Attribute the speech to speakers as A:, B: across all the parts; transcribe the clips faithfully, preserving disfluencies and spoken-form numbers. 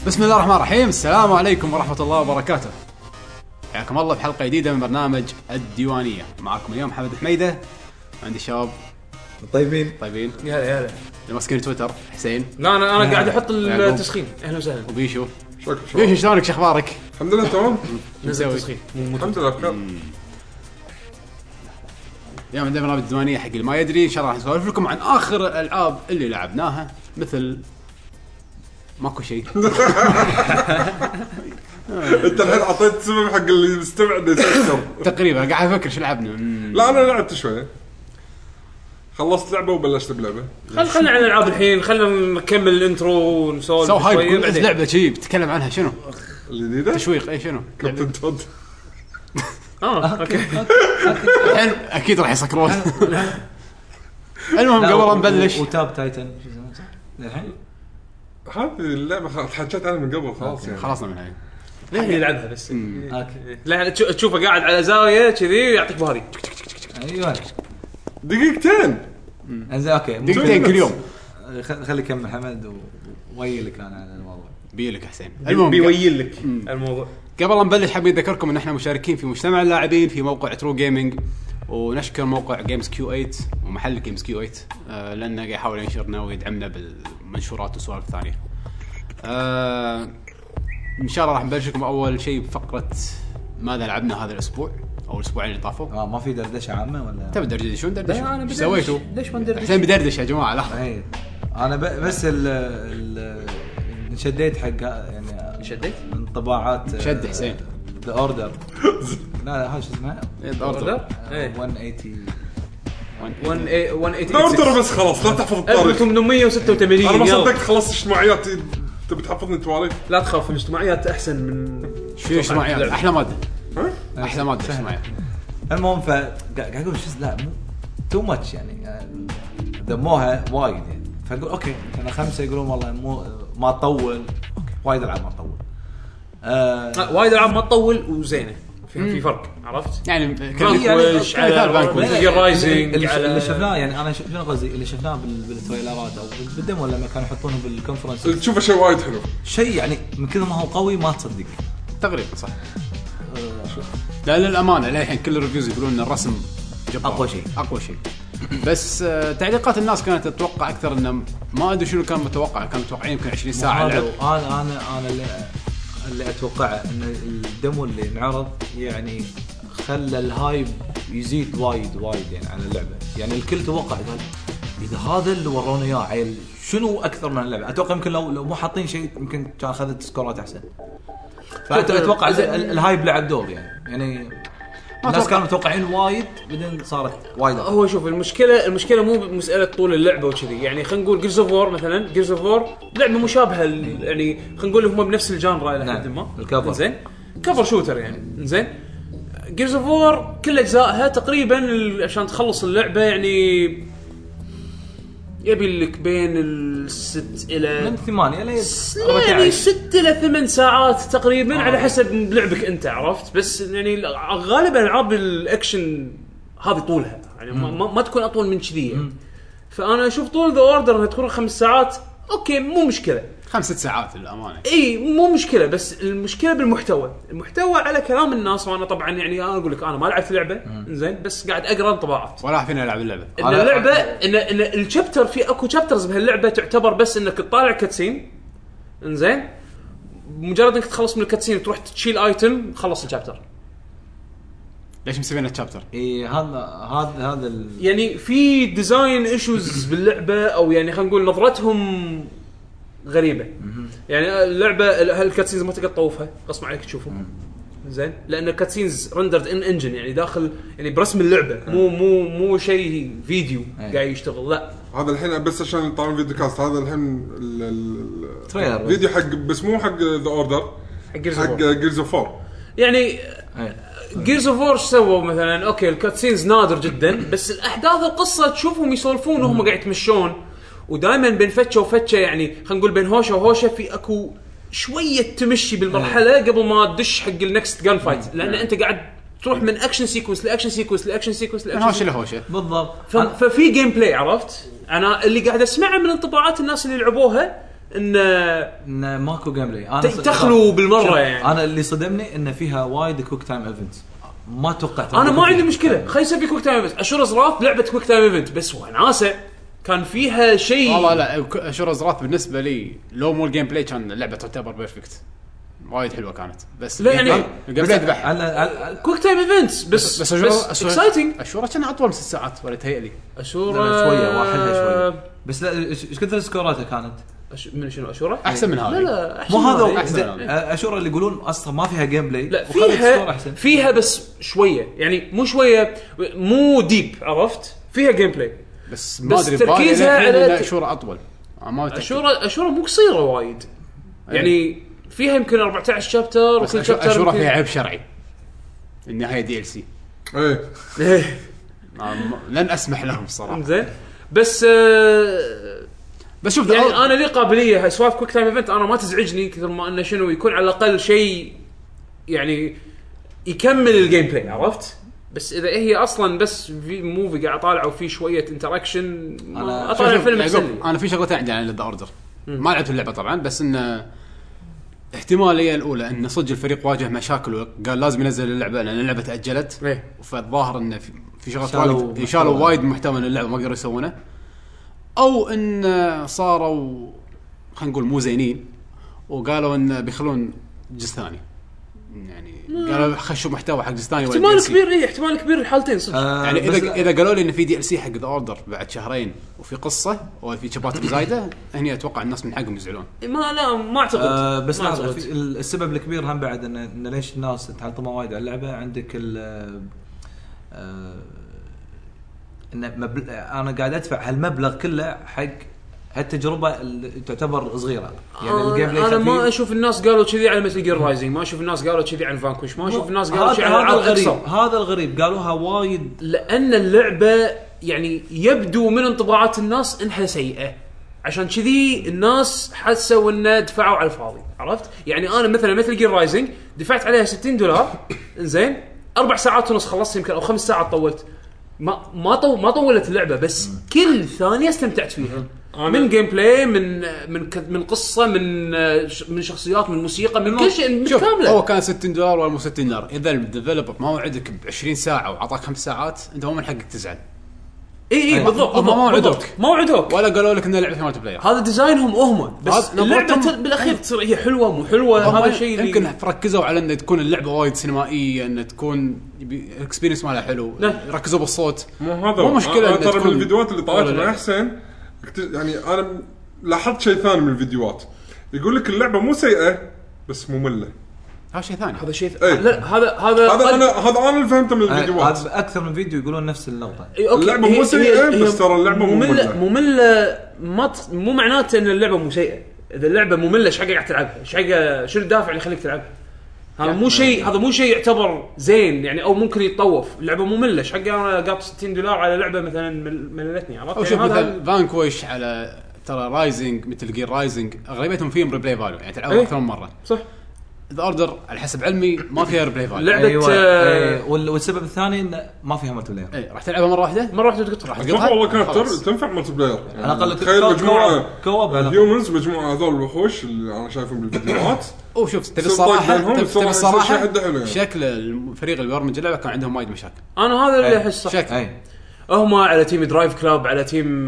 A: بسم الله الرحمن الرحيم. السلام عليكم ورحمة الله وبركاته. حياكم الله في حلقة جديدة من برنامج الديوانية. معكم اليوم محمد حميدة، عندي الشباب
B: طيبين
A: طيبين
C: يا هلا يا هلا
A: اللي ماسكين تويتر حسين.
C: لا انا انا قاعد احط التسخين. اهلا وسهلا.
A: وبيشو
D: شكرا.
A: بيشو شلونك؟ شخبارك؟
D: الحمد لله تمام.
C: نزل التسخين
D: الحمد لله بخير.
A: اليوم عندنا برنامج الديوانية حق اللي ما يدري. ان شاء الله راح نسولف لكم عن اخر الالعاب اللي لعبناها، مثل ماكو شيء.
D: انت الحين عطيت سبب حق اللي مستمع ده يفكر.
A: تقريبا قاعد افكر شو لعبنا.
D: لا انا لعبت شويه، خلصت لعبه وبلشت بلعبه.
C: خل خلنا على الالعاب الحين، خلنا نكمل الانترو ونسولف
A: سو هاي
C: شويه
A: بعدين. لعبه شيء بتتكلم عنها شنو؟
D: الجديده
A: تشويق اي شنو؟
D: كابتن تود.
C: اه اوكي
A: الحين اكيد راح يسكرون. المهم قبل لا نبلش
B: وتاب تايتن شو اسمه صح الحين
D: هذه اللعبه حكيت عنها من قبل خلاص يعني
A: خلصنا منها.
C: ليه يلعبها بس
B: اوكي
C: لا تشوفه قاعد على زاويه كذي يعطيك بهاري.
B: ايوه
D: دقيقتين
B: انزين اوكي
A: دقيقتين كل يوم.
B: خلي كمل حمد وويلك انا على الموضوع
A: بيلك حسين.
C: المهم بيويل لك الموضوع.
A: قبل لا نبلش حابين نذكركم ان احنا مشاركين في مجتمع اللاعبين في موقع ترو جيمنج، ونشكر موقع جيمز كيو ثمانية ومحل جيمز كيو ثمانية آه لانه قاعد يحاول ينشرنا ويدعمنا بالمنشورات والسوالف الثانيه. آه ان شاء الله راح نبلش لكم اول شيء بفقره ماذا لعبنا هذا الاسبوع او الاسبوعين اللي طافوا.
B: اه ما في دردشه عامه ولا
A: تبي دردشه؟ شو ندردش؟
C: انا
A: ايش سويتوا؟
C: ليش ما ندردش؟
A: حسين بدردش يا جماعه. لا
B: اي انا بس ال انشديت حق يعني
C: شديت
B: انطباعات
A: شد حسين
B: ذا اوردر. لا لا هاي شو اسمها
A: اوردر
C: ايه
B: مية وثمانين
C: مية وثمانين
D: اوردر بس خلاص لا تحفظ التاريخ.
C: ألف وثمانمية وستة وثمانين.
D: انا ما صدقت خلصت اجتماعيات تبي تحفظني تواليت.
C: لا تخاف الاجتماعيات احسن من
A: شو اجتماعيات؟ احلى ماده
D: ها
A: احلى ماده اجتماعيات.
B: المهم فقاعد اقول شو لا مو تو ماتش يعني دموها وايد يعني. فاقول اوكي انا خمسه يقولون والله مو ما تطول. اوكي وايد العاب ما تطول.
C: آه وايد العاب ما تطول وزينه في في فرق عرفت
A: يعني
C: كلش على رايزنج على
B: اللي شفناه يعني انا شنو قصدي اللي شفناه بالتريلرات او بالديمو لما كانوا يحطونه بالكونفرنس
D: تشوف شيء وايد حلو.
B: شيء يعني من كذا ما هو قوي ما تصدق
A: تقريبا صح. لا للامانه للحين كل الريفيوز يقولون ان الرسم جبار
B: اقوى شيء
A: اقوى شيء. بس آه تعليقات الناس كانت تتوقع اكثر انه ما ادري شنو كان متوقع. كانوا متوقعين يمكن عشرين ساعه لعب.
B: انا انا انا اللي اللي اتوقعه ان الديمو اللي انعرض يعني خلى الهايب يزيد وايد وايد يعني على اللعبه. يعني الكل توقع قال اذا هذا اللي ورونا اياه عيل شنو اكثر من اللعبه. اتوقع يمكن لو لو مو حاطين شيء يمكن كان اخذت سكورات احسن. فاتوقع الهايب لعب دور يعني يعني الناس كانوا متوقعين وايد بعدين صارت وايد.
C: هو شوف المشكله المشكله مو مساله طول اللعبه وكذي. يعني خلينا نقول جيرز اوف وور مثلا. جيرز اوف وور لعبه مشابهه يعني خلينا نقول هم بنفس الجانرا الى حد ما.
B: الكفر
C: زين كفر شوتر يعني زين. جيرز اوف وور كل اجزائها تقريبا عشان تخلص اللعبه يعني يبي لك بين الست الى
B: من ثمانية الى
C: يعني ست الى ثمان ساعات تقريبا. آه. على حسب لعبك انت عرفت. بس يعني غالبا العاب الاكشن هذه طولها يعني ما, ما تكون اطول من كذي يعني. فانا اشوف طول ذا اوردر انها تكون خمس ساعات اوكي مو مشكله.
A: خمسة ساعات للامانه
C: اي مو مشكله. بس المشكله بالمحتوى. المحتوى على كلام الناس وانا طبعا يعني انا اقول لك انا ما لعبت لعبه زين بس قاعد اقرا انطباعات.
A: ولا فينا نلعب اللعبه.
C: ان اللعبه ان, إن الشابتر في اكو شابترز بهاللعبه تعتبر بس انك تطالع كاتسين انزين. مجرد انك تخلص من الكاتسين تروح تشيل ايتم خلص الشابتر.
A: ليش مسوينا الشابتر؟
B: اي هذا هذا هذا ال...
C: يعني في ديزاين ايشوز باللعبه او يعني خلينا نقول نظرتهم غريبه. يعني اللعبه هالكاتسينز ما تقدر تطوفها غصب عليك تشوفهم زين لان الكاتسينز رندرد ان انجن يعني داخل يعني برسم اللعبه مو مو مو شيء فيديو قاعد يشتغل. لا
D: هذا الحين بس عشان يطلعون فيديو كاست. هذا الحين الفيديو حق بس مو حق ذا اوردر حق جيرز اوف وور.
C: يعني جيرز اوف وور سووا مثلا اوكي الكاتسينز نادر جدا بس الاحداث القصه تشوفهم يسولفون وهم قاعد يتمشون ودائما بين فتشه وفتشه يعني خلينا نقول بين هوشه وهوشه في اكو شويه تمشي بالمرحله قبل ما تدش حق النكست جان فايت. لان انت قاعد تروح من اكشن سيكونس لاكشن سيكونس لاكشن سيكونس لاكشن
A: هوشه لهوشه
B: بالضبط.
C: ففي جيم بلاي عرفت. انا اللي قاعد اسمعه من انطباعات الناس اللي لعبوها ان
B: ان ماكو جيم بلاي. انا
C: تخلو بالمره يعني.
B: انا اللي صدمني ان فيها وايد كويك تايم ايفنتس، ما توقعت.
C: انا ما عندي مشكله خلي يصير في كويك تايم ايفنت. اشور زراف لعبه كويك تايم ايفنت بس وناسه كان فيها شيء
A: والله. لا اشور زراف بالنسبه لي لو مو الجيم بلاي كان اللعبه تعتبر بيرفكت وايد حلوه كانت. بس
C: لا يعني
A: الجيم بلاي ذبح
C: على كويك تايم ايفنتس بس
A: بس اكسايتنج. اشوره كان اطول من ست ساعات ولا تهيألي
C: اشوره
B: شويه واحدها شويه بس. لا ايش كثر سكوراتها كانت
C: أش... من شنو اشوره
A: احسن من هذه؟
C: لا لا
B: مو هذا اشوره اللي يقولون اصلا ما فيها جيم بلاي.
C: لا فيها فيها بس شويه يعني مو شويه مو ديب عرفت. فيها جيم بلاي
A: بس ما ادري تركيزها على اشوره اطول. ما
C: اشوره اشوره مو قصيره وايد يعني فيها يمكن أربعة عشر شابتر وكل شابتر
A: اشوره فيها عيب شرعي النهايه دي ال سي.
D: ايه
A: لن اسمح لهم الصراحه.
C: زين بس آه
A: بس شوف
C: يعني انا لي قابليه هاي سوالف كويك تايم ايفنت انا ما تزعجني كثر ما انه شنو يكون على الاقل شيء يعني يكمل الجيم بلاي عرفت. بس اذا هي اصلا بس في موفي قاعد طالع وفي شويه انتراكشن
A: انا اطالع فيلم احسن. انا في شغلتين عندي عن ذا اوردر ما لعبت اللعبه طبعا بس انه احتماليه الاولى ان صدق الفريق واجه مشاكل وقال لازم ينزل اللعبه لان اللعبه تاجلت. فالظاهر انه في شغلات وايد ان شاء الله وايد محتوى من اللعبه ما قدروا يسوونه او ان صاروا خلينا نقول مو زينين وقالوا ان بيخلون جزء ثاني يعني قالوا خشوا محتوى حق جزء ثاني.
C: احتمال كبير ايه احتمال كبير الحالتين صدق.
A: آه يعني اذا اذا قالوا لي ان في دي ال سي حق ذا اوردر بعد شهرين وفي قصه وفي شباتر زايده هني اتوقع الناس من حقهم يزعلون.
C: ما لا ما اعتقد
B: آه بس ما أعتقد. السبب الكبير هم بعد ان, إن ليش الناس تحطموا وايد على اللعبه عندك ال آه ان مبل... انا قاعد ادفع هالمبلغ كله حق هالتجربه اللي تعتبر صغيره يعني
C: آه الجيم بلاي. انا ما اشوف الناس قالوا كذي على مثل جير رايزنج ما اشوف الناس قالوا كذي عن فانكوش ما اشوف الناس قالوا كذي على
B: الغريب. هذا الغريب قالوها وايد
C: لان اللعبه يعني يبدو من انطباعات الناس انها سيئه عشان كذي الناس حسوا ان دفعوا على الفاضي عرفت. يعني انا مثلا مثل جير رايزنج دفعت عليها ستين دولار زين اربع ساعات ونص خلصت يمكن او خمس ساعات طولت ما ما طو ما طولت اللعبه بس م. كل ثانيه استمتعت فيها من جيم بلاي من من من قصه من من شخصيات من موسيقى من كل شيء كامله.
A: هو كان ستين دولار ولا مو ستين دولار اذا الديفلوبر ما وعدك ب عشرين ساعه وعطاك خمس ساعات انت مو من حقك تزعل.
C: اي اي بالضبط ما
A: وعدوك
C: ما وعدوك
A: ولا قالوا لك ان اللعبه مالتي بلاير.
C: هذا ديزاينهم هم بس اللعبه بالاخير تصير هي حلوه مو حلوه هذا الشيء اللي
A: يمكن ركزوا على ان تكون اللعبه وايد سينمائيه ان تكون الاكسبيرينس مالها حلو يركزوا بالصوت
D: مو هذا مو مشكله. ترى من الفيديوهات اللي طلعت مع حسين يعني انا لاحظت شيء ثاني من الفيديوهات يقول لك اللعبه مو سيئه بس ممله.
A: هذا شيء ثاني
C: هذا شيء ثاني. لا هذا هذا
D: هذا انا هذا انا اللي فهمته من الفيديوهات.
B: هذا اكثر من فيديو يقولون نفس النقطه.
D: اللعبه مو سيئه بس ترى اللعبه ممله.
C: ممله ما مو معناته ان اللعبه مو سيئه. اذا اللعبه ممله ايش حق قاعد تلعبها ايش حق شو الدافع اللي يخليك تلعبها. هذا مو شيء هذا مو شيء يعتبر زين يعني او ممكن يتطوف. اللعبه ممله ايش حق انا قاط ستين دولار على لعبه مثلا مللتني عرفت.
A: يعني هذا فانكويش على ترى رايزنج مثل جير رايزنج اغلبيتهم فيهم ريبلاي فاليو يعني تلعبها اكثر من مره
C: صح.
A: ذا اوردر على حسب علمي ما فيها ريبلاي فاليو
C: لعبه
B: أيوة. أيوة. والسبب الثاني انه ما فيها مالتي بلاير.
A: اي راح تلعبها مره واحده
C: مره واحده تقطع راح
D: تقطع والله كانت تنفع مالتي بلاير.
B: انا اقل
D: تخيل مجموعه
B: كواب
D: الهيومنز مجموعه هذول الوحوش اللي انا شايفهم بالفيديوهات.
A: او شوف تبي الصراحه تبي الصراحه شكل الفريق اللي بيرمج اللعبه كان عندهم وايد مشاكل.
C: انا هذا اللي احس صح.
A: شكل
C: هم على تيم درايف كلاب على تيم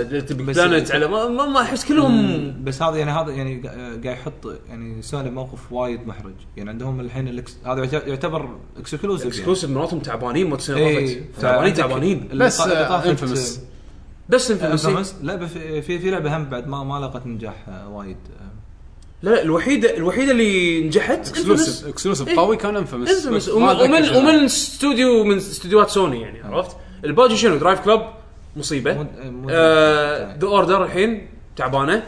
C: بلانت على ما ما احس كلهم.
B: بس هذا يعني هذا يعني قاعد يحط يعني سوني موقف وايد محرج يعني عندهم الحين هذا يعتبر اكسكلوسيف
C: اكسكلوسيف مراتهم تعبانين ما تصير تعبانين تعبانين
A: بس انفيمس
C: بس انفيمس
B: لا في في لعبه هم بعد ما ما لقت نجاح وايد.
C: لا الوحيده الوحيده اللي نجحت
A: اكسكلوسيف اكسكلوسيف قوي كان انفيمس
C: ومن ومن استوديو من استديوهات سوني يعني عرفت. الباجي شنو درايف كلاب مصيبه. ذا آه اوردر الحين تعبانه.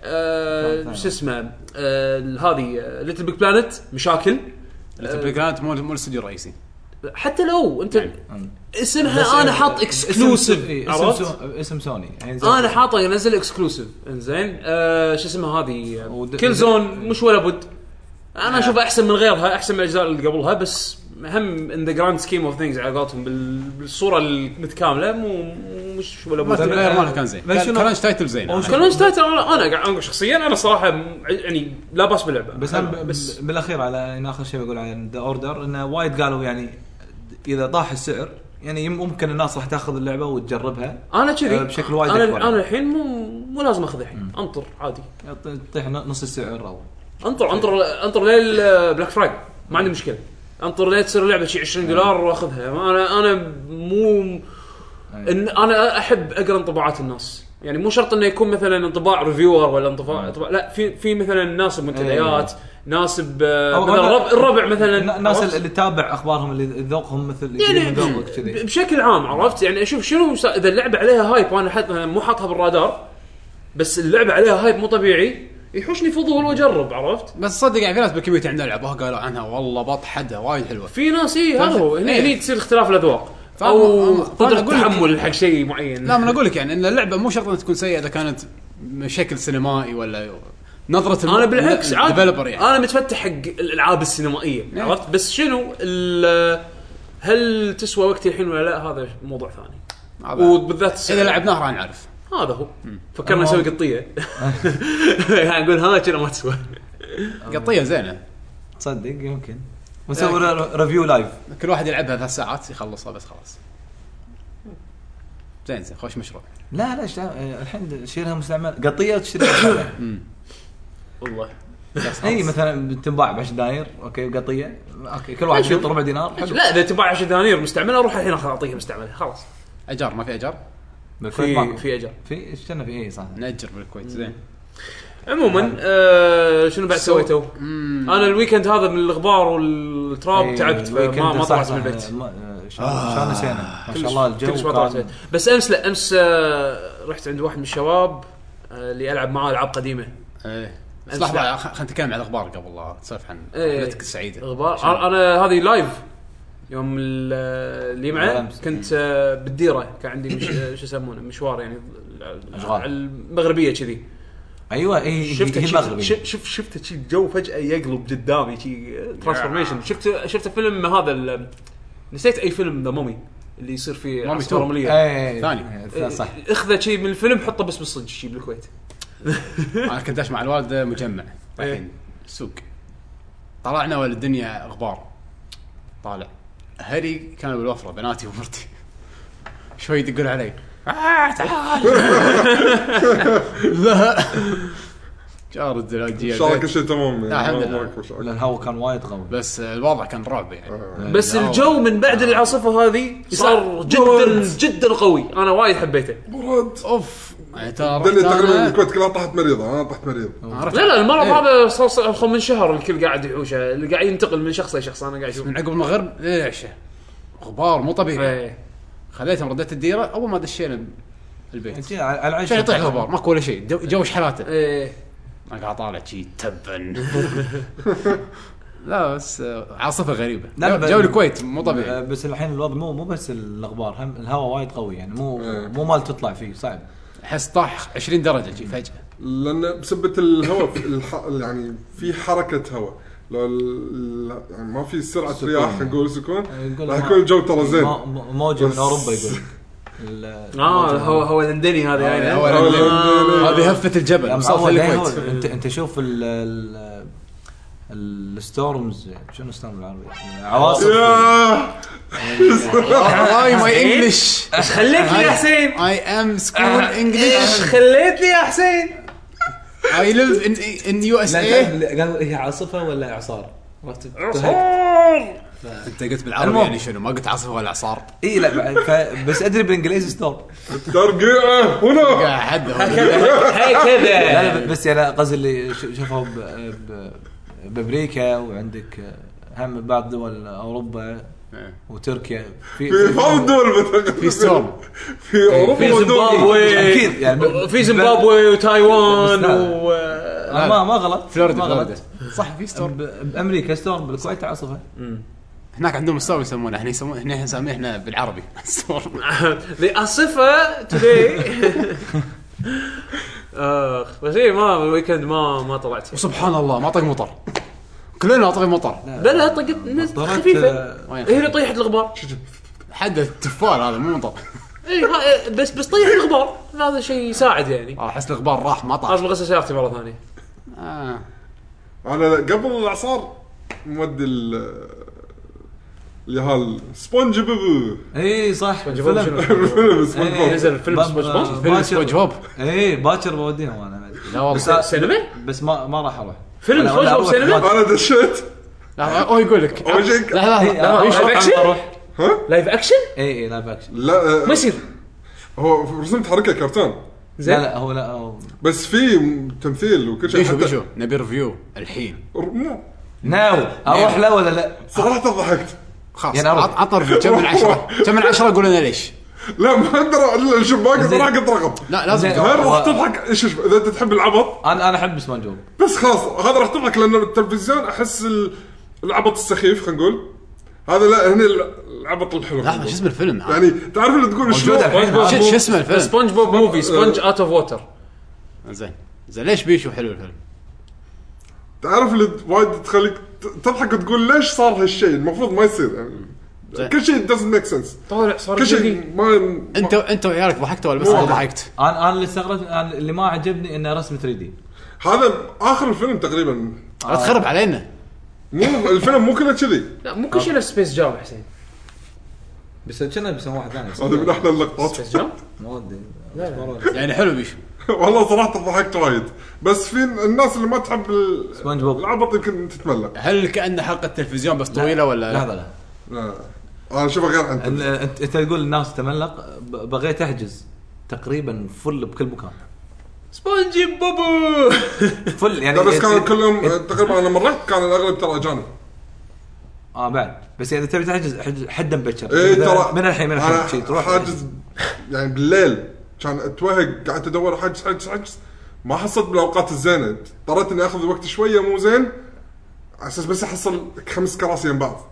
C: آه شو اسمه آه هذه ليتل بيج بلانت مشاكل.
A: ليتل بيج بلانت مو مو الاستوديو الرئيسي
C: حتى لو انت يعني. اسمها انا حاط اكسكلوسيف
B: اسم, اسم سوني
C: انا حاطه ينزل اكسكلوسيف انزين. آه شو اسمه هذه كل زون مش ولا بد انا اشوفها احسن من غيرها احسن من الاجزاء اللي قبلها بس هم in the grand scheme of things على قولتهم بالصوره المتكامله مو مش ولا
A: مالتي
C: مو
A: بلاير مالها كان زين. كلانش تايتل زين.
C: كلانش تايتل انا انا انا شخصيا انا صراحه يعني لا باس باللعبه.
B: بس انا بس بالاخير على ان اخر شيء بقول عن ذا اوردر انه وايد قالوا يعني اذا طاح السعر يعني ممكن الناس راح تاخذ اللعبه وتجربها.
C: انا كذي
B: بشكل وايد
C: انا
B: اكبر.
C: انا الحين مو مو لازم اخذ الحين انطر عادي
B: يطيح نص السعر او
C: انطر انطر انطر ليل بلاك فرايداي ما عندي مشكله. انطر ليه تصير اللعبه شيء عشرين دولار واخذها. انا انا مو إن انا احب اقرا انطباعات الناس يعني مو شرط انه يكون مثلا انطباع ريفيور ولا انطباع انطباع لا في في مثلا ناس بمنتديات ناس مثلا الربع مثلا
B: الناس اللي تتابع اخبارهم اللي ذوقهم مثل
C: يعني ذوقك كذي بشكل عام عرفت يعني اشوف شنو اذا اللعبه عليها هايب وانا حتى مو حاطها بالرادار بس اللعبه عليها هايب مو طبيعي يحوشني فضول واجرب عرفت.
A: بس صدق يعني في ناس بالكوميونتي عندها لعبه قالوا عنها والله بط حدا وايد حلوه.
C: في ناس اي هذا هو هني هني تصير اختلاف الاذواق او قدره تحمل حق شيء معين.
A: لا من اقول لك يعني ان اللعبه مو شرط ان تكون سيئه اذا كانت بشكل سينمائي ولا نظره
C: انا بالعكس عادي
A: يعني.
C: انا متفتح حق الالعاب السينمائيه عرفت بس شنو هل تسوى وقتي الحين ولا لا هذا موضوع ثاني وبالذات
A: اذا لعبناها راح نعرف.
C: هذا هو فكرنا نسوي قطيه يعني نقول ها كذا ما تسوى
A: قطيه زينه
B: تصدق يمكن ونسوي ريفيو لايف
A: كل واحد يلعبها ثلاث ساعات يخلصها بس خلاص زين زين خوش مشروع.
B: لا لا شتا... الحين تشيلها مستعمل قطيه وتشتريها
C: والله
B: اي مثلا تنباع ب عشرة دنانير اوكي قطيه اوكي كل واحد يشيل ربع دينار
C: حلو. لا اذا تباع عشرة دنانير مستعمله اروح الحين اخذ اعطيها مستعمله خلاص.
A: اجار ما في اجار
C: في في اجار
B: في اشترنا في ايه صح
A: نأجر بالكويت زين.
C: عموما آه شنو بعد سويتوا؟ انا الويكند هذا من الغبار والتراب
B: أيه
C: تعبت ما ما طلعت من البيت.
B: شلون نسينا ما شاء الله الجو كان.
C: بس امس لا امس آه رحت عند واحد من الشباب آه اللي العب معاه العاب قديمه.
A: ايه بس لحظه خلينا نتكلم عن الاخبار قبل لا نسولف عن رحلتك السعيده.
C: اخبار انا هذه لايف يوم اللي معه كنت آه بالديره كان عندي مش شو يسمونه مشوار يعني المغربيه كذي.
B: ايوه اي
C: شفت المغربي شوف شفت شيء الجو فجاه يقلب قدامي شيء ترانسفورميشن. شفت شفت فيلم هذا نسيت اي فيلم ذا مامي اللي يصير فيه عصفور رمليه
B: ثاني صح
C: اخذ شيء من الفيلم حطه بس بالصج شيء بالكويت.
A: انا كنت داش مع الوالده مجمع الحين السوق طلعنا والدنيا غبار طالع هري كانوا بالوفره بناتي ومرتي شوي يدقون علي آه تعال لا جارد الجيه
D: شارك كل شيء تمام
B: لا الهواء كان وايد قوي
A: بس الوضع كان رعب يعني
C: بس الجو من بعد العاصفه هذه صار جدا جدا قوي. انا وايد حبيته
D: برد
A: اوف
D: دني تقريبا الكويت كلها طاحت مريضه انا طحت مريض.
C: لا لا المرض هذا صار من شهر الكل قاعد يحوشه اللي قاعد ينتقل من شخص لشخص. انا قاعد اشوف
A: من عقب المغرب للعشاء غبار مو طبيعي. خليتهم ردت الديره اول ما دشينا البيت عشان يطيح غبار ماكو ولا شيء جو شحالاته.
C: ايه
A: انا قاعد طالع شيء تبن لا بس عاصفه غريبه جو الكويت مو طبيعي.
B: بس الحين الوضع مو مو بس الغبار هم الهواء وايد قوي يعني مو مو مال تطلع فيه صعب.
A: احس طاح عشرين درجه شيء فجاه
D: لان بسبه الهواء الح... يعني في حركه هواء لو ال... يعني ما في سرعه رياح نقول سكون راح يكون الجو ترى زين.
B: موجه من اوروبا يقول
C: اه هو هو لندني هذا يعني
A: هذه هفه الجبل
B: مصطفى الكويت. انت انت شوف ال الستورمز شنو ستورم بالعربي عواصف
A: هاي ماي انجلش
C: ايش خليت لي يا حسين
A: اي ام سكول انجلش
C: خليت لي يا حسين
A: اي ليف ان ان يو اس اي.
B: قال هي عاصفه ولا اعصار
C: عصار
A: انت قلت بالعربي يعني شنو ما قلت عاصفه ولا اعصار.
B: اي لا بس ادري بالانجليزي ستورم
D: ترقيعه هنا
A: قاعد حد
C: هكذا.
B: لا بس انا قصدي اللي شوفوا بامريكا وعندك هم بعض دول اوروبا وتركيا في
D: في بعض دول
A: في ستورم
D: في اوروبا
C: في زيمبابوي
B: اكيد يعني
C: في زيمبابوي وتايوان و
B: ما ما غلط
A: فلوريدا ما غلط صح في ستورم
B: بامريكا ستورم بالكويت عاصفه.
A: هناك عندهم ستورم يسمونه احنا يسمونه احنا نسميه احنا بالعربي ستورم
C: العاصفه توداي. اخ بس ايه ما الويكند ما ما طلعت
A: وسبحان الله ما طق مطر كلنا طق مطر
C: لا لا طقت خفيفه هي اللي طيحت الغبار
A: حد التفال هذا مو مطر
C: اي ها- بس بس طيح الغبار هذا شيء يساعد يعني.
A: اه احس الغبار راح ما طاح.
C: لازم اغسل سيارتي مره ثانيه.
A: آه.
D: انا قبل الاعصار مودي ال اللي هال سبونج بوبو
B: اي صح
C: سبونج بوب شنو؟
D: الفيلم سبونج
B: إيه.
D: بوب
C: نزل فيلم
B: ب-
C: سبونج بوب
B: ب-
A: فيلم
B: باكر-
A: سبونج بوب.
B: اي باكر بوديهم انا
A: لا والله.
B: بس
C: سينما؟
B: بس ما ما راح اروح
C: فيلم
B: أنا-
C: سبونج
B: أنا
C: بوب
B: أروح
C: سينما؟
B: باكر.
D: انا دشيت
A: لا هو يقول لك
D: أول شيء-
A: لا لا
B: إيه،
A: لا
B: أروح-
C: لايف أكشن؟
B: اروح
C: لايف اكشن؟
B: اي اي لايف اكشن
D: لا
C: ما يصير.
D: هو رسمت حركه كرتون
C: زين
B: لا لا هو لا هو
D: بس في تمثيل وكل شيء
A: بيشو
D: حتى-
A: بيشو نبي ريفيو الحين
D: مو-
B: ناو اروح لا ولا لا
D: صراحه ضحكت
A: خلاص
B: يعني أروح.
A: عط عط ريفيو كم من عشرة كم من عشرة قول لنا ليش.
D: لا ما اقدر الا الشباك
B: زين.
D: راح اقط رقم
A: لا لازم
B: زين.
A: تقول.
D: هل راح
B: هو-
D: تضحك ايش إيش- اذا انت تحب العبط
B: انا انا احب سبونج بوب
D: بس خلاص هذا راح تضحك لانه بالتلفزيون احس ال- العبط السخيف خلينا نقول هذا لا هنا العبط الحلو خلينا
A: لحظه
D: نقول.
A: شو اسم الفيلم هذا؟
D: يعني تعرف اللي تقول شلون
B: موجود الحين.
A: شو شو اسمه الفيلم؟
C: سبونج بوب موفي سبونج اوت اوف ووتر.
A: زين زين ليش بيشو حلو الفيلم؟
D: تعرف اللي وايد تخليك ت- تضحك وتقول ليش صار هالشيء المفروض ما يصير يعني
A: زين.
D: كل شيء doesn't make sense
C: طالع صار
D: كل
C: جديد.
D: شيء ما
A: انت انت وياك ضحكت ولا بس انا ضحكت؟
B: انا انا اللي استغربت أنا اللي ما عجبني انه رسم ثري دي
D: هذا اخر الفيلم تقريبا
A: لا تخرب علينا.
D: مو الفيلم مو كله كذي
C: لا مو كل شيء نفس سبيس جام حسين.
B: بس كنا بس واحد ثاني
D: هذا من احلى اللقطات
C: سبيس جام؟
B: ما ودي
A: يعني حلو بيشو.
D: والله صراحه ضحكت وايد بس في الناس اللي ما تحب ال-
B: سبونج بوب.
D: العبط يمكن تتملق
A: هل كأنه حلقة تلفزيون بس طويلة ولا لا؟
B: لحظه لا
D: لا انا اشوفه غير عن
B: أن-
D: تلفزيون.
B: انت انت تقول الناس تملق ب- بغيت احجز تقريبا فل بكل مكان
C: سبونج بوبو.
B: فل يعني
D: لا بس كانوا
B: يت-
D: كلهم
B: يت-
D: تقريبا انا مريت كان الاغلب ترى اجانب
B: اه بعد بس اذا تبي تحجز حج- حدا مبكر
D: ايه
B: إذا-
D: ترى
B: من الحين من
D: انا
B: الحين شي تروح
D: حاجز يعني بالليل كان اتوهق قعدت ادور حجز حجز حجز ما حصلت بالاوقات الزينه اضطريت اني اخذ وقت شويه مو زين على اساس بس احصل خمس كراسي يم بعض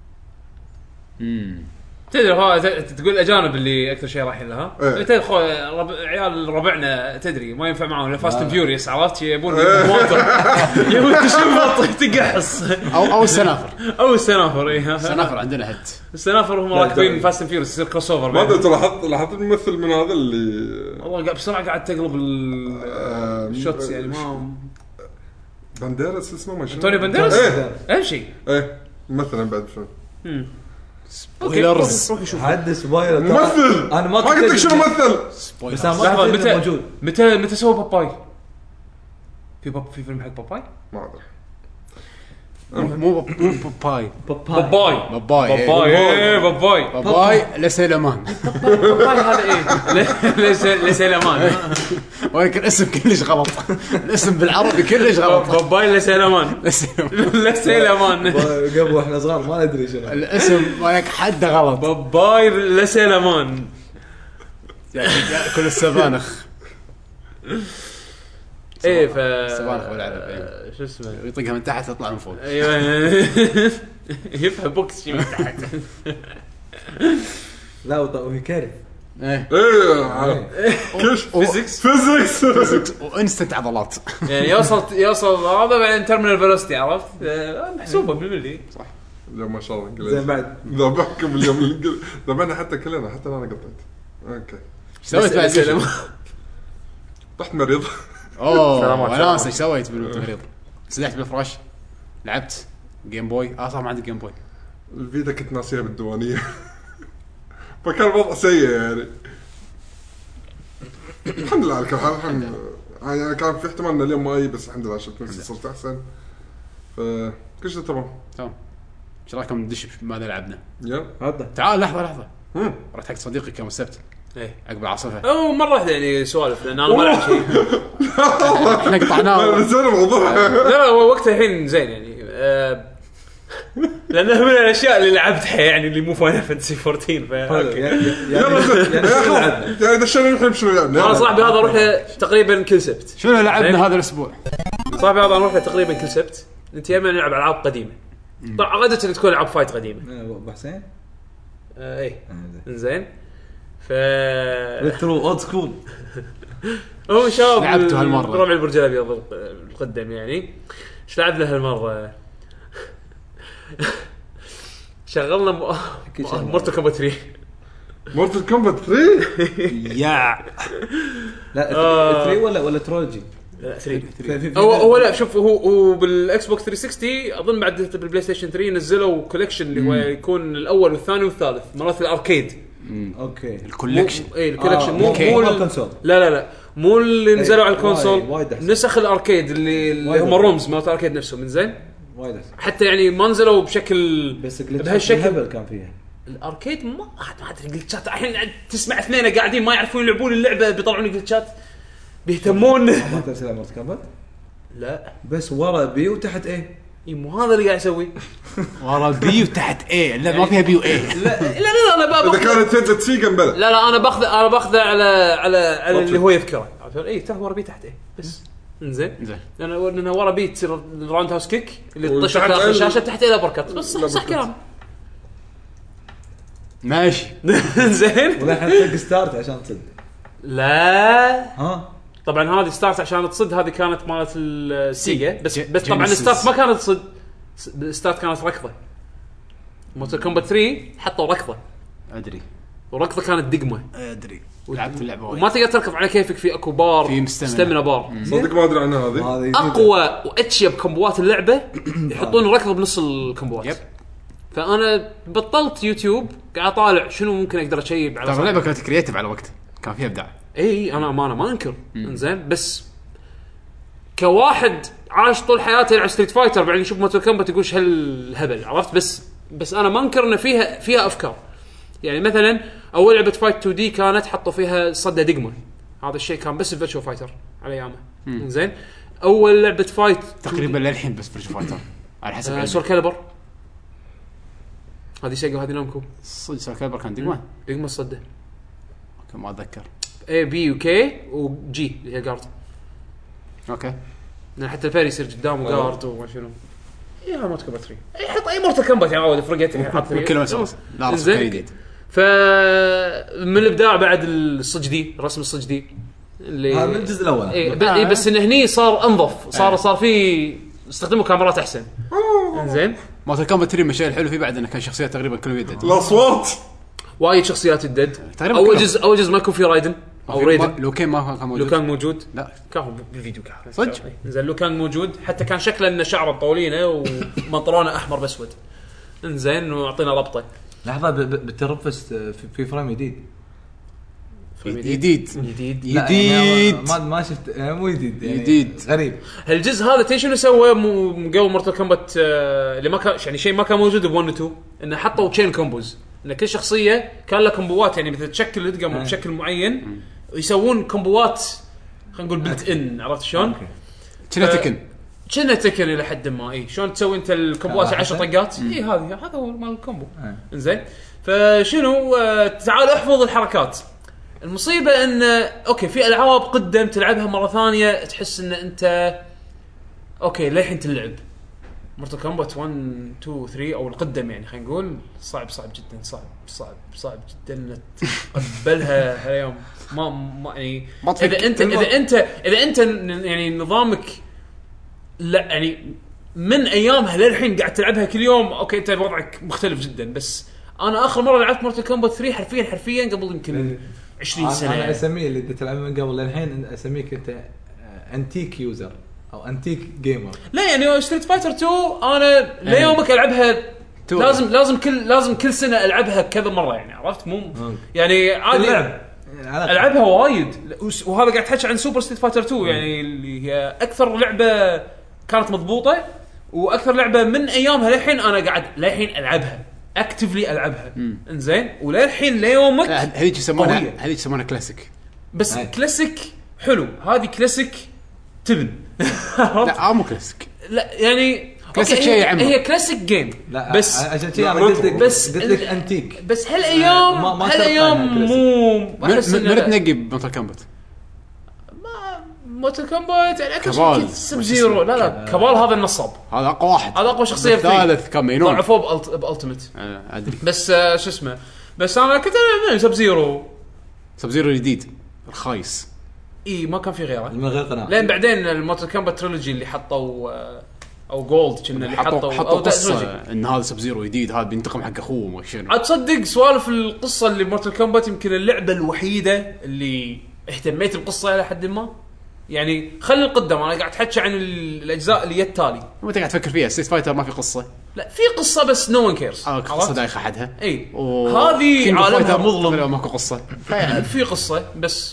C: تدري هو ت- تقول الاجانب اللي اكثر شيء رايحين لها.
D: إيه.
C: تدري خو رب... عيال ربعنا تدري ما ينفع معهم فاست اند فيوريوس عرفت يبون
D: إيه.
C: مواتر يبون تشمط تقحص
A: او او السنافر.
C: او السنافر. اي
A: السنافر عندنا هد.
C: السنافر هم
D: لا،
C: راكبين
D: لا.
C: فاست اند فيوريوس يصير كروس اوفر.
D: ما ادري لاحظت لاحظت الممثل من هذا اللي
C: والله قاعد بسرعه قاعد تقلب ال-
D: آه،
C: الشوتس يعني ما
D: بانديراس اسمه ما شنو
C: انطونيو بانديراس؟
D: ايه
C: اهم شيء.
D: ايه مثلا بعد فيلم
A: سبويلرز.
C: روح شوف.
B: حد سبويلر
D: ممثل
B: انا ما
D: ما
B: كنت
D: قلت لك شنو
B: أدري.
D: ممثل
B: بس انا
C: لحظه
B: ما كنت أدري
C: متى
B: موجود
C: متى متى سوى باباي؟ في باب في فيلم حق باباي؟
D: ما ادري
A: مو مو باي
C: باباي
A: باباي
C: باباي ايه باباي
A: باباي لسيلمان.
C: باباي هذا ايه ليس ليس الامان.
A: ولكن الاسم كلش غلط. الاسم بالعربي كلش غلط.
C: باباي ليس الامان.
A: لسيلمان.
C: ليس الامان.
B: قبل واحنا صغار ما ندري شنو
A: الاسم مالك حد غلط.
C: باباي ليس الامان.
A: يعني كل السبانخ
C: ايه ف
A: سبانخ والعرب إيه.
C: شو اسمه
A: يطقها من تحت تطلع من فوق.
C: ايوه يفهم بوكس شي من تحت.
B: لا وهي كارثه
A: ايه
D: ايه كش
C: فيزيكس
D: فيزيكس
A: وانستنت عضلات.
C: يعني يوصل يوصل هذا بعدين تيرمينال فيلوسيتي عرفت آه، محسوبه بالملي.
D: صح لا ما شاء الله
B: زين
D: انجليزي
B: بعد
D: ذبحكم اليوم الانجليزي ذبحنا حتى كلنا حتى انا قطيت اوكي
A: ايش سويت بعد
C: ليس
A: بيشو؟
C: الأمان.
D: رحت مريض
A: اوه
C: سلامات،
A: وناس
C: سلامات.
A: ايش سويت بالمريض؟ سدحت بالفراش لعبت جيم بوي. اه صح ما عندي جيم بوي.
D: الفيدا كنت ناسيها بالديوانيه فكان الوضع سيء يعني الحمد لله على كل حال الحمد لله يعني كان في احتمال ان اليوم ما اجي بس الحمد لله شفت نفسي صرت احسن فكل شيء تمام
A: تمام. ايش رايكم ندش بماذا لعبنا؟
D: يلا
B: هذا
A: تعال لحظه لحظه.
D: هم.
A: رحت حق صديقي يوم السبت
C: ايه
A: عقب العاصفه.
C: او مره واحده يعني سوالف لان انا ما لعبت شيء.
A: احنا قطعناه.
D: نسينا الموضوع
C: لا لا هو وقتها الحين زين يعني آه، لانه من الاشياء اللي لعبتها يعني اللي مو فاينل فانتسي فورتين فا اوكي.
D: يلا زين يعني خلاص يعني دشينا الحين شنو لعبنا
C: انا صاحبي هذا اروح له تقريبا كل سبت.
A: شنو لعبنا
C: زين.
A: هذا الاسبوع؟
C: صاحبي هذا نروح له تقريبا كل سبت. انت يا اما نلعب العاب قديمه طبعا عاده تكون العاب فايت قديمه.
B: ابو حسين
C: آه ايه زين ف
B: ريترو اولد سكول
C: هو شاب
A: لعبته هالمرة.
C: ربع البرج الابيض القدم يعني ايش لعبنا هالمره؟ شغلنا م...
B: كل شيء.
C: مورتال كومبات ثري
D: مورتل كومبات ثلاثة
A: يا
B: لا
C: آه.
B: ثلاثة ولا ولا ترولوجي
C: لا ثري
B: في- في- في-
C: هو هو لا شوف هو هو بالاكس بوكس ثلاثمية وستين اظن بعد بالبلاي ستيشن ثري نزلوا كولكشن اللي هو يكون الاول والثاني والثالث مرات الاركيد
B: اوكي
A: الكولكشن
C: اي الكولكشن
B: آه،
C: مو
B: أوكي.
C: مو
B: مو
C: ال-
B: الكونسول.
C: لا لا لا مو اللي نزلوا على
B: وايد-
C: الكونسول
B: وايد أحسن.
C: نسخ الاركيد اللي, اللي
B: وايد
C: هم
B: أحسن.
C: الرومز مالت الاركيد نفسهم من زين
B: وايد أحسن.
C: حتى يعني ما نزلوا بشكل
B: بس جلتشات
C: بهالشكل
B: الهبل كان فيها
C: الاركيد ما ما ادري جلتشات الحين تسمع اثنين قاعدين ما يعرفون يلعبون اللعبه بيطلعون جلتشات بيهتمون
B: ما تنسى مورتل كومبات
C: لا
B: بس ورا بي وتحت ايه
C: إي مو هذا اللي قاعد يسوي
A: ورا بي وتحت ايه لا ما فيها بي وايه
C: لا لا لا انا
D: اذا
C: باخذ
D: كانت تنزل سيجن بلا
C: لا لا انا باخذ انا باخذه على على على اللي هو يذكره عرفت اي ترى ورا بي تحت ايه بس انزين
A: زين
C: لان لان ورا بي تصير الراوند هاوس كيك اللي تطش
D: وتحت
C: اخر
D: ال-
C: الشاشه تحت الى بركات بس صح, صح كلام
A: ماشي
C: زين
B: ولا حتى ستارت عشان تصد
C: لا
B: ها
C: طبعا هذه ستارت عشان تصد هذه كانت مالت السيجا بس
A: ج-
C: بس طبعا
A: جينيسيس.
C: ستارت ما كانت تصد س- ستارت كانت ركضه موتل كومبات ثري حطوا ركضه
A: ادري
C: وركضه كانت دقمه
A: ادري لعبت اللعبه وايد.
C: وما تقدر تركض على كيفك في اكو بار
A: في مستمنة.
C: مستمنة بار
D: صدق ما ادري عنها هذه
B: هذه
C: اقوى واتشيب كومبوات اللعبه يحطون ركض بنص الكومبوات
A: يب.
C: فانا بطلت يوتيوب قاعد اطالع شنو ممكن اقدر اشيب على
A: ترى
C: صعب.
A: اللعبه كانت كرييتيف على وقت كان فيها ابداع
C: اي انا امانه ما انكر انزين بس كواحد عاش طول حياته يلعب ستريت فايتر بعدين يشوف موتل كومبات يقول هالهبل عرفت بس بس انا ما انكر ان فيها فيها افكار يعني مثلا اول لعبه فايت تو دي كانت حطوا فيها صدى دقمه هذا الشيء كان بس فيرتشوال فايتر على ايامه زين اول لعبه فايت
A: تقريبا للحين بس فريش فايتر على حسب
C: آه
A: علمي.
C: سول كاليبر هذه سيجا وهذه نامكو
A: صدق سول كاليبر كان دقمه
C: دقمه الصدى
A: اوكي ما اتذكر
C: اي بي وكي وجي اللي هي جارد
A: اوكي
C: لان حتى الفيري يصير قدامه جارد وما شنو يا ما تكبر ثري اي حط اي مورتال كومبات يا عود فرقت حط ثري
A: كل مسألة لا رسم
C: زين.
A: جديد
C: ف من الابداع بعد الصجدي رسم الصجدي اللي
B: هذا من الجزء الاول
C: إيه ب- إيه بس انه هني صار انظف صار
A: آه.
C: صار في استخدموا كاميرات احسن زين
A: موتل كومبات ثري مشي الحلو فيه بعد انه كان شخصيات تقريبا كلهم يدد
D: الاصوات
C: وايد شخصيات الدد
A: تقريباً
C: اول
A: كلهم.
C: جزء اول جزء ما يكون في رايدن او ريدن
A: لو كان ما كان موجود
C: لو كان موجود
A: لا
C: كان هو بالفيديو كان
A: صدق؟
C: انزين لو كان موجود حتى كان شكله انه شعره طولينه ومنطلونه احمر باسود انزين واعطينا ربطه
B: لحظه ب- ب- بالترفس في, في فريم جديد
A: جديد
C: جديد
B: لا، يعني
A: جديد
B: ما ما شفت يعني مو جديد يعني
A: جديد.
B: غريب
C: هالجزء هذا تي شنو سوى مو- من قبل مورتال كومبات آه، اللي ما كان يعني شيء ما كان موجود ب واحد و اثنين انه حطوا تشين كومبوز ان كل شخصيه كان لها كومبوات يعني مثل تشكل الدقم
B: آه.
C: بشكل معين ويسوون كومبوات خلينا نقول بلت ان عرفت شلون؟
B: أوكي.
A: كنا
C: ف-
A: تكن
C: كنا تكن الى حد ما اي شلون تسوي انت الكومبوات
B: آه،
C: عشر
B: أحسن.
C: طقات اي هذه هذا هو مال الكومبو
B: آه.
C: انزين فشنو آه، تعال احفظ الحركات المصيبه ان اوكي في العاب قدم تلعبها مره ثانيه تحس ان انت اوكي للحين تلعب مورتال كومبات واحد اثنين ثلاثة او القدم يعني خلينا نقول صعب صعب جدا صعب صعب صعب جدا ان تقبلها هاليوم ما ما يعني
A: ما تفك-
C: اذا انت اذا انت اذا انت يعني نظامك لا يعني من ايامها للحين قاعد تلعبها كل يوم اوكي انت وضعك مختلف جدا بس انا اخر مره لعبت مورتال كومبات ثري حرفيا حرفيا قبل يمكن عشرين سنه
B: انا
C: يعني.
B: اسميه اللي انت تلعب من قبل للحين اسميك انت انتيك يوزر او انتيك جيمر
C: لا يعني ستريت فايتر تو انا ليومك العبها
A: تو.
C: لازم لازم كل لازم كل سنه العبها كذا مره يعني عرفت مو يعني عادي
B: اللعب
C: العبها وايد وهذا قاعد تحكي عن سوبر ستريت فايتر تو يعني اللي هي اكثر لعبه كانت مضبوطه واكثر لعبه من ايامها للحين انا قاعد للحين العبها اكتفلي العبها انزين وللحين ليومك
A: هذيك يسمونها
C: قوية.
A: هذيك يسمونها كلاسيك
C: بس
B: هاي.
C: كلاسيك حلو هذه كلاسيك تبن
A: لا مو كلاسيك
C: لا يعني
A: كلاسيك
C: أوكي،
A: شيء
C: هي,
A: يعمر.
C: هي كلاسيك جيم
B: لا
C: بس
B: عشان كذا انا قلت لك
C: بس
B: قلت لك
C: ال-
B: انتيك
C: بس هالايام
B: ما- ما ترقى
C: هالايام
B: إنها كلاسيك.
C: مو احس
A: من
C: إنه
A: تنقي بموتل كومبات
C: موتل كومبات يعني اكثر
A: كبال.
C: شيء سب زيرو لا لا كبال هذا النصاب
A: هذا اقوى واحد
C: هذا اقوى شخصيه في
A: الثالث كان مينون
C: ضعفوه بألت... بالتيمت
A: آه، ادري
C: بس آه، شو اسمه بس انا كنت العب سب زيرو
A: سب زيرو الجديد الخايس
C: اي ما كان في غيره
B: من غير قناع
C: لين بعدين الموتل كومبات تريلوجي اللي حطوا آه، او جولد كنا اللي
A: حطوا
C: حطوا
A: حطوا
C: او
A: قصه
C: تكنولوجي.
A: ان هذا سب زيرو جديد، هذا بينتقم حق اخوه ما شنو.
C: عاد تصدق سوالف القصه اللي مورتال كومبات يمكن اللعبه الوحيده اللي اهتميت القصه الى حد ما، يعني خلي القدم انا قاعد احكي عن الاجزاء اللي التالي.
A: وانت قاعد تفكر فيها ستريت فايتر ما في قصه؟
C: لا في قصه بس نو ون كيرز.
A: اه قصه دايخه حدها.
C: اي
A: و...
C: هذه عالمها مظلم
A: ماكو قصه
C: فيعني في قصه بس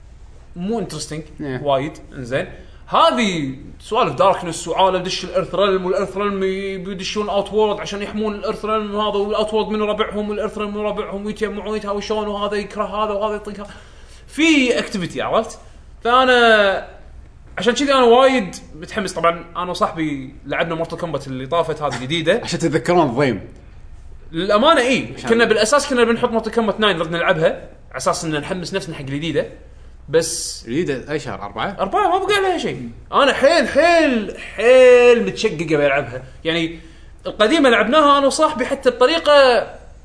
C: مو انترستينج
A: yeah.
C: وايد. انزين هذه سوالف داركنس وعالم دش الارث ريلم والارث ريلم بيدشون اوت وورد عشان يحمون الارث ريلم هذا، والاوت وورد من ربعهم والارث ريلم من ربعهم ويتجمعون يتهاوشون وهذا يكره هذا وهذا يطيق في اكتيفيتي. عرفت؟ فانا عشان كذا انا وايد متحمس. طبعا انا وصاحبي لعبنا مورتال كومبات اللي طافت هذه جديده
A: عشان تتذكرون الضيم
C: للامانه. اي كنا بالاساس كنا بنحط مورتال كومبات تسعة نرد نلعبها على اساس ان نحمس نفسنا حق الجديده، بس
A: جديده اي شهر أربعة
C: أربعة ما بقى لها شيء. أنا حيل حيل حيل متشققة بلعبها. يعني القديمة لعبناها أنا وصاحبي حتى بطريقة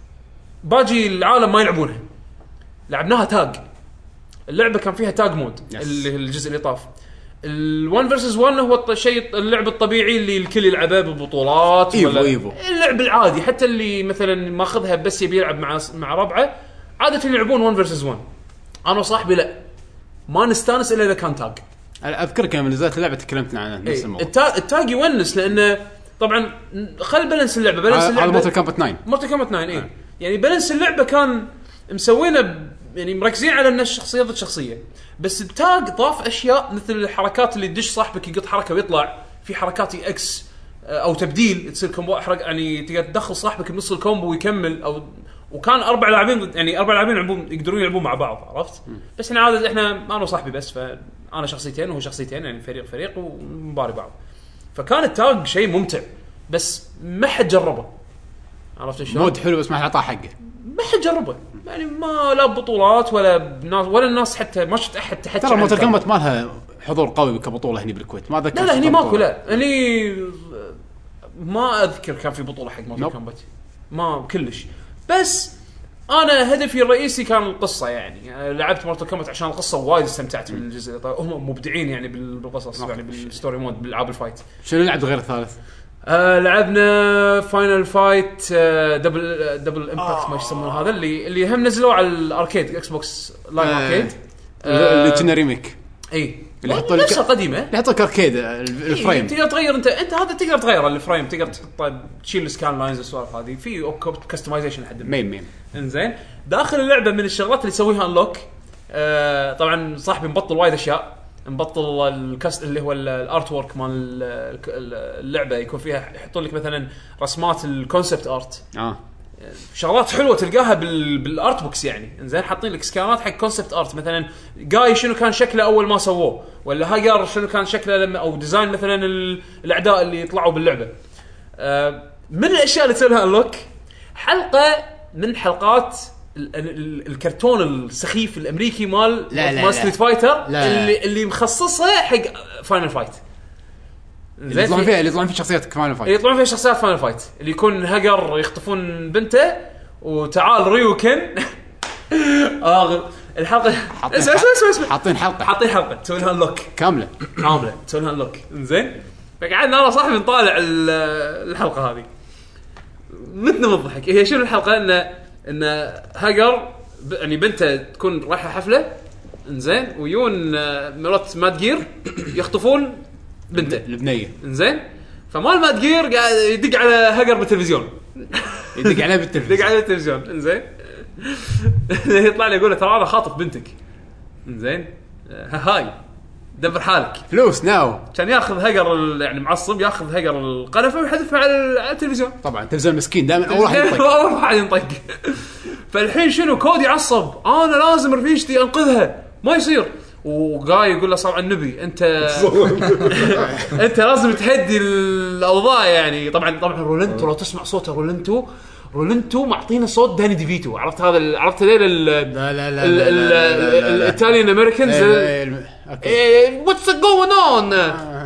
C: باجي العالم ما يلعبونها. لعبناها تاج، اللعبة كان فيها تاج مود
A: yes.
C: اللي الجزء اللي طاف الون فيرسز ون هو الشيء اللعب الطبيعي اللي الكل يلعبه ببطولات
A: إيفو
C: ولا
A: إيفو.
C: اللعب العادي حتى اللي مثلا ماخذها بس يبي يلعب مع مع ربعه عادة يلعبون ون فيرسز ون. أنا وصاحبي لا ما نستانس الا اذا كان تاج.
A: اذكرك لما نزلت اللعبه تكلمتنا عنها نفس
C: ايه
A: الموضوع.
C: التا... التاج يونس لانه طبعا خل بالانس اللعبه بالانس اللعبه
A: هذا مورتال كومبات تسعة
C: مورتال كومبات تسعة اي يعني بالانس اللعبه كان مسوينه ب... يعني مركزين على ان الشخصيه ضد شخصيه، بس التاج ضاف اشياء مثل الحركات اللي تدش صاحبك يقط حركه ويطلع في حركات اكس او تبديل تصير كومبو احرق يعني تقدر تدخل صاحبك بنص الكومبو ويكمل او وكان اربع لاعبين يعني اربع لاعبين يلعبون يقدرون يلعبون مع بعض. عرفت؟ بس احنا عاده احنا انا وصاحبي بس فانا شخصيتين وهو شخصيتين يعني فريق فريق ونباري بعض. فكان التاج شيء ممتع بس ما حد جربه. عرفت شلون؟
A: مود حلو بس ما حد عطاه حقه.
C: ما حد جربه يعني ما لا بطولات ولا بناس ولا الناس حتى ما شفت احد تحكي.
A: ترى مورتال كومبات ما لها حضور قوي كبطوله هني بالكويت ما ذكر.
C: لا لا هني ماكو لا هني ما اذكر كان في بطوله حق مورتال كومبات ما كلش. بس انا هدفي الرئيسي كان القصه يعني لعبت مورتال كومبات عشان القصه وايد استمتعت بالجزء. هم مبدعين يعني بالقصص يعني بالستوري مود بالالعاب الفايت.
A: شنو لعبت غير الثالث؟
C: آه لعبنا فاينل فايت آه دبل دبل امباكت ما يسمونه هذا اللي اللي هم نزلوه على الاركيد اكس بوكس لايف
A: آه
C: اركيد
A: اللي كنا ريميك.
C: اي
A: اللي يحطوا
C: لك قديمه
A: اللي يحطوا لك اركيد الفريم
C: إيه تقدر تغير انت انت هذا تقدر تغير الفريم تقدر تحط تشيل السكان لاينز والسوالف هذه في كستمايزيشن لحد
A: مين مين
C: انزين داخل اللعبه من الشغلات اللي تسويها انلوك. آه طبعا صاحبي مبطل وايد اشياء مبطل الكاست اللي هو الارت وورك مال اللعبه يكون فيها يحطوا لك مثلا رسمات الكونسبت ارت
A: اه
C: شغلات حلوه تلقاها بال بالارت بوكس يعني انزين حاطين لك سكانات حق كونسبت ارت مثلا جاي شنو كان شكله اول ما سووه ولا هاجر شنو كان شكله لما او ديزاين مثلا الاعداء اللي يطلعوا باللعبه. آه من الاشياء اللي تسويها انلوك حلقه من حلقات الكرتون السخيف الامريكي مال مال ستريت فايتر اللي اللي مخصصه حق فاينل فايت.
A: اللي يطلعون فيها اللي يطلعون في شخصيات فاينل فايت
C: يطلعون فيها شخصيات فاينل فايت اللي يكون هاجر يخطفون بنته وتعال ريوكن. اه الحلقه اسمع اسمع اسمع
A: حاطين حلقه
C: حاطين حلقه تسوي لها انلوك
A: كامله
C: كامله تسوي لها انلوك زين. فقعدنا انا صاحبي نطالع الحلقه هذه متنا من الضحك. هي شنو الحلقه ان ان هاجر يعني بنته تكون رايحه حفله انزين ويون مرات ماد جير يخطفون بنته
A: البنيه
C: انزين فمال ماد جير قاعد يدق على هاجر بالتلفزيون
A: يدق عليه بالتلفزيون
C: يدق عليه بالتلفزيون انزين يطلع لي يقول له ترى انا خاطف بنتك انزين هاي دبر حالك
A: فلوس ناو
C: كان ياخذ هاجر يعني معصب ياخذ هاجر القنفه ويحذفها على التلفزيون.
A: طبعا التلفزيون مسكين دائما اول واحد ينطق
C: اول واحد ينطق. فالحين شنو كود يعصب انا لازم رفيجتي انقذها ما يصير وقاي يقول له صار النبي انت انت لازم تهدي الاوضاع يعني. طبعا طبعا رولنتو لو تسمع صوته رولنتو رولنتو معطينا صوت داني ديفيتو. عرفت هذا عرفت ليل
A: لا لا لا
C: الايطاليان امريكانز واتس جوين اون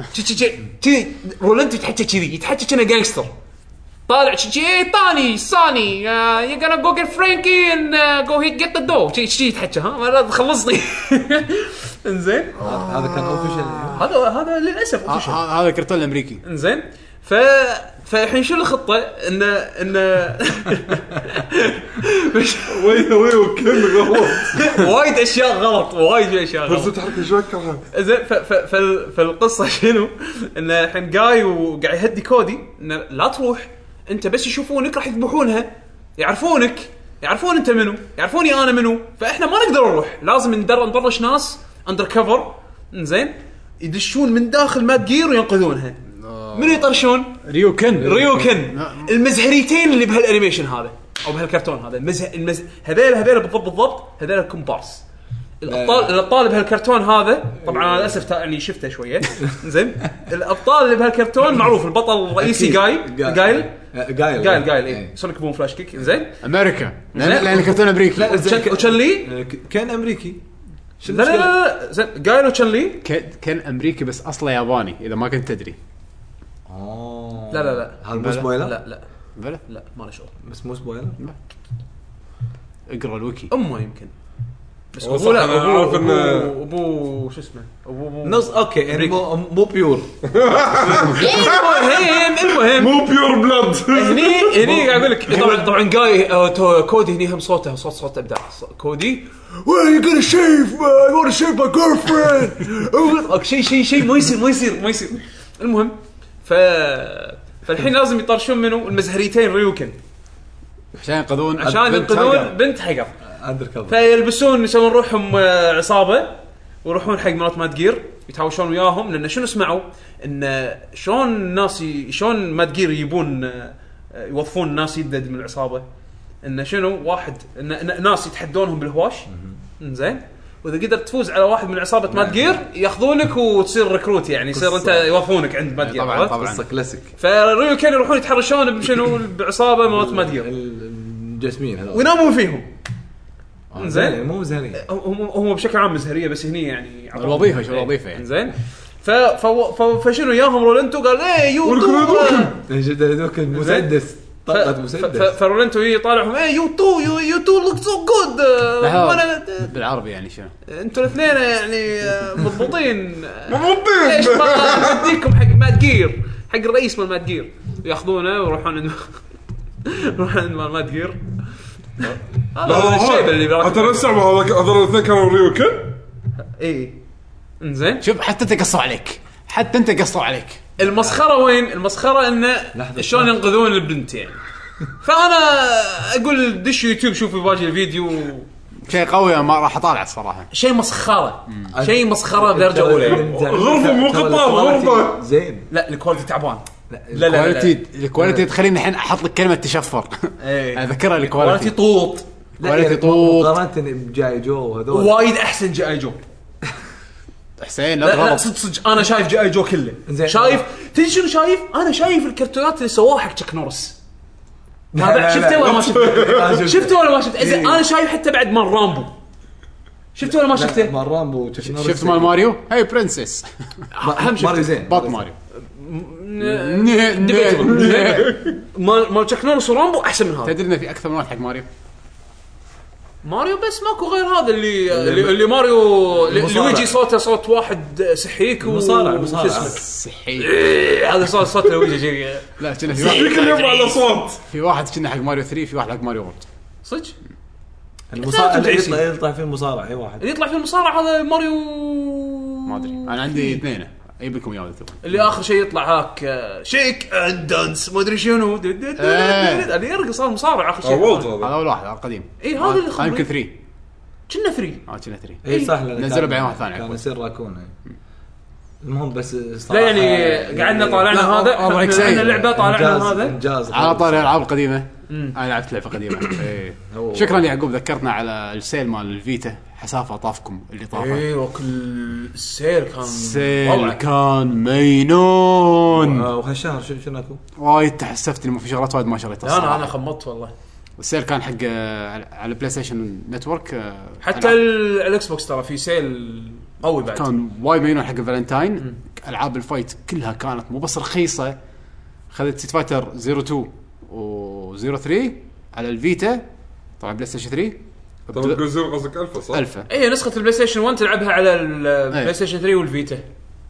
C: رولنتو يتحكى كذي يتحكى كأنه جانجستر طالع شي طاني صاني يو غانا جو جيت فرانكي ان جو هيت جيت ذا دو شي شي يتحكى ها ما خلصني انزين
B: هذا كان اوفيشال
C: هذا هذا للاسف اوفيشال
A: هذا كرتون الامريكي
C: انزين. ف فالحين شو الخطه ان ان مش
D: وي وي وكل غلط
C: وايد اشياء غلط وايد اشياء
D: بس
C: غلط
D: تحرك شوكرها
C: زين ف ف فال- فالقصه شنو ان الحين جاي وقاعد يهدي كودي إن لا تروح انت بس يشوفونك راح يذبحونها يعرفونك يعرفون انت منو يعرفوني انا منو فاحنا ما نقدر نروح لازم ندر نطرش ناس اندر كفر زين يدشون من داخل مات جير وينقذونها منو يطرشون
A: ريوكن
C: ريوكن المزهريتين اللي بهالانيميشن هذا او بهالكرتون هذا المزه المز هذول هذول بالضبط بالضبط هذول الكومبارس الابطال الابطال بهالكرتون هذا طبعا انا للاسف يعني شفته شويه زين الابطال اللي بهالكرتون معروف البطل الرئيسي جاي جايل
B: جايل
C: جايل جايل ايه سونيك بوم فلاش كيك زين
A: امريكا لان لأن الكرتون امريكي
C: وتشلي
B: كان امريكي
C: لا لا لا زين جايل وتشلي
A: كان امريكي بس اصله ياباني اذا ما كنت تدري.
B: اه
C: لا لا لا
B: هذا مو سبويلر
C: لا لا
A: بلا
C: لا ما له شغل
B: بس مو سبويلر
A: اقرا الويكي.
C: امه يمكن بس
D: هو
C: ابو
D: صح،
C: لا
D: أنا
C: ابو
D: أعرف إن-
C: ابو ابو شو اسمه ابو ابو
B: نص اوكي يعني مو مو بيور
C: المهم المهم
D: مو بيور بلاد
C: هني هني قاعد اقول لك طبعا طبعا جاي آه، تو- كودي هني هم صوته صوت صوت ابداع ص- كودي وين يو gonna shave I want to shave my girlfriend شيء شيء شيء ما يصير ما يصير ما يصير المهم ف فالحين لازم يطرشون منه المزهريتين ريوكن
A: عشان ينقذون
C: عشان
A: بنت
C: ينقذون
A: حقر.
C: بنت حقر
B: اندر كفر
C: فيلبسون يسوون روحهم آه، عصابه ويروحون حق مرات مات جير يتهاوشون وياهم لان شنو سمعوا ان شلون الناس ي- شلون مات جير يجيبون آه، يوظفون الناس يدد من العصابه ان شنو واحد ان إن ناس يتحدونهم بالهواش زين واذا قدرت تفوز على واحد من عصابه مات جير ياخذونك وتصير ريكروت يعني يصير انت يوظفونك عند مات جير
A: طبعا طبعا
B: قصه كلاسيك
C: فريو كانوا يروحون يتحرشون بشنو بعصابه مات مات جير
B: الجسمين هذول
C: وينامون فيهم
B: آه،
C: زين.
B: زين مو زين
C: هم هم بشكل عام مزهريه بس هني يعني
A: الوظيفة، شو الوظيفة يعني.
C: زين ف ف ف- فشنو ياهم رولنتو قال ايه يو تو
B: جد دوك المسدس طلقت مسدس
C: فرولنتو يطالعهم ايه يو تو يو يو تو لوك سو جود وانا
A: بالعربي يعني شنو
C: انتوا الاثنين يعني آه، مضبوطين
D: مضبوطين.
C: ليش ما نديكم حق مات جير حق الرئيس مال مات جير ياخذونه ويروحون عند يروحون عند مال مات جير هذا الشيء اللي
D: حتى نفسه هذول الاثنين كانوا ريوكن.
C: اي انزين
A: شوف حتى انت قصوا عليك حتى انت قصوا عليك
C: المسخره وين المسخره انه
B: لحظة.
C: شلون ينقذون البنت يعني فانا اقول دش يوتيوب شوفوا باقي الفيديو
A: شيء قوي ما راح اطالع الصراحه.
C: شيء مسخره شيء مسخره بدرجه اولى
D: غرفة مو قطار، غرفة.
B: زين
C: لا الكواليتي تعبان
B: لا
C: لا لا
A: الكواليتي الكواليتي تخليني الحين احط لك كلمه تشفر
C: ايه.
A: اذكرها
C: كواليتي
A: الكواليتي
C: طوط
A: كواليتي طوط
B: مقارنة بجاي جو وهذول
C: وايد احسن جي اي جو
A: حسين لا
C: لا لا
A: تغلط.
C: صدق صدق انا شايف جي اي جو كله
B: زين.
C: شايف تدري شنو شايف انا شايف الكرتونات اللي سواها حق تشك نورس
B: لا،
C: ما بعد
B: لا،
C: شفته
B: لا.
C: ولا ما شفته شفته ولا ما شفته إذا
B: إيه.
C: انا شايف حتى بعد مال رامبو شفته ولا ما شفته
B: مال رامبو
A: شفت مال ماريو هاي برنسس
C: اهم شفته
B: ماريو زين
A: بط ماريو
C: مال مال تشك نورس ورامبو احسن من هذا
A: تدري ان في اكثر من واحد حق ماريو
C: ماريو بس ماكو غير هذا اللي اللي, اللي ماريو اللي
B: المصارع.
C: يجي صوته صوت واحد سحيك و
B: المصارع- المصارع.
C: شو اسمه؟
A: صحي
C: إيه، هذا صوت صوت لويجي شيء
A: لا كنا في
D: في
A: واحد
D: كل يوم على صوت.
A: في واحد كنا حق ماريو ثلاثة في واحد حق ماريو وورد.
C: صدق
B: المصارع
C: لا،
B: اللي
C: تدعي
B: يطلع يطلع فيه المصارع اي واحد
C: اللي يطلع في المصارع هذا ماريو
A: ما ادري انا عندي اثنين اجيب لكم اياه انتم.
C: اللي اخر شيء يطلع هاك آه، شيك اند دانس ما ادري شنو د- د- د-
A: إيه.
C: اللي يرقص صار مصارع اخر
D: آه، وولد
C: شيء
D: هذا.
A: هذا اول واحد هذا قديم.
C: اي هذا اللي
A: انا
C: خبري
A: يمكن ثلاثة
C: كنا فري
A: اه كنا ثلاثة
B: اي صح لأن
A: نزلوا
B: كان-
A: بعدين واحد ثاني
B: كان
A: عفواً.
B: يصير راكون إيه. المهم بس
C: لا
B: صراحة
C: يعني قعدنا طالعنا
A: لا،
C: هذا
A: أبغى
C: إحنا
A: أكسي.
C: عندنا لعبه طالعنا
B: إنجاز-
C: هذا
B: انجاز
A: على
B: خالص.
A: طاري الالعاب القديمه انا لعبت لعبه قديمه. إيه.
B: هو-
A: شكرا يعقوب ذكرتنا على السيل مال الفيتا حسافه طافكم اللي طافه.
C: ايوه كل السير كان
A: السيل
C: روعة.
A: كان مينون
B: آه، وهالشهر شنو شنو اكو؟
A: وايد تحسفت انه في شغلات وايد ما شريتها
C: انا
A: الصراحة.
C: انا خمطت والله
A: السيل كان حق آه، على بلاي ستيشن نتورك آه،
C: حتى
A: ألعاب.
C: ال- الاكس بوكس ترى في سيل قوي بعد
A: كان وايد مينون حق الفالنتاين. العاب الفايت كلها كانت مو بس رخيصه. خذت سيت فايتر صفر اثنين و صفر ثلاثة على الفيتا طبعا بلاي ستيشن ثلاثة
D: ترى تقول زين قصدك ألفا صح؟
A: ألفا
C: اي نسخه البلاي ستيشن واحد تلعبها على البلاي ستيشن ثلاثة والفيتا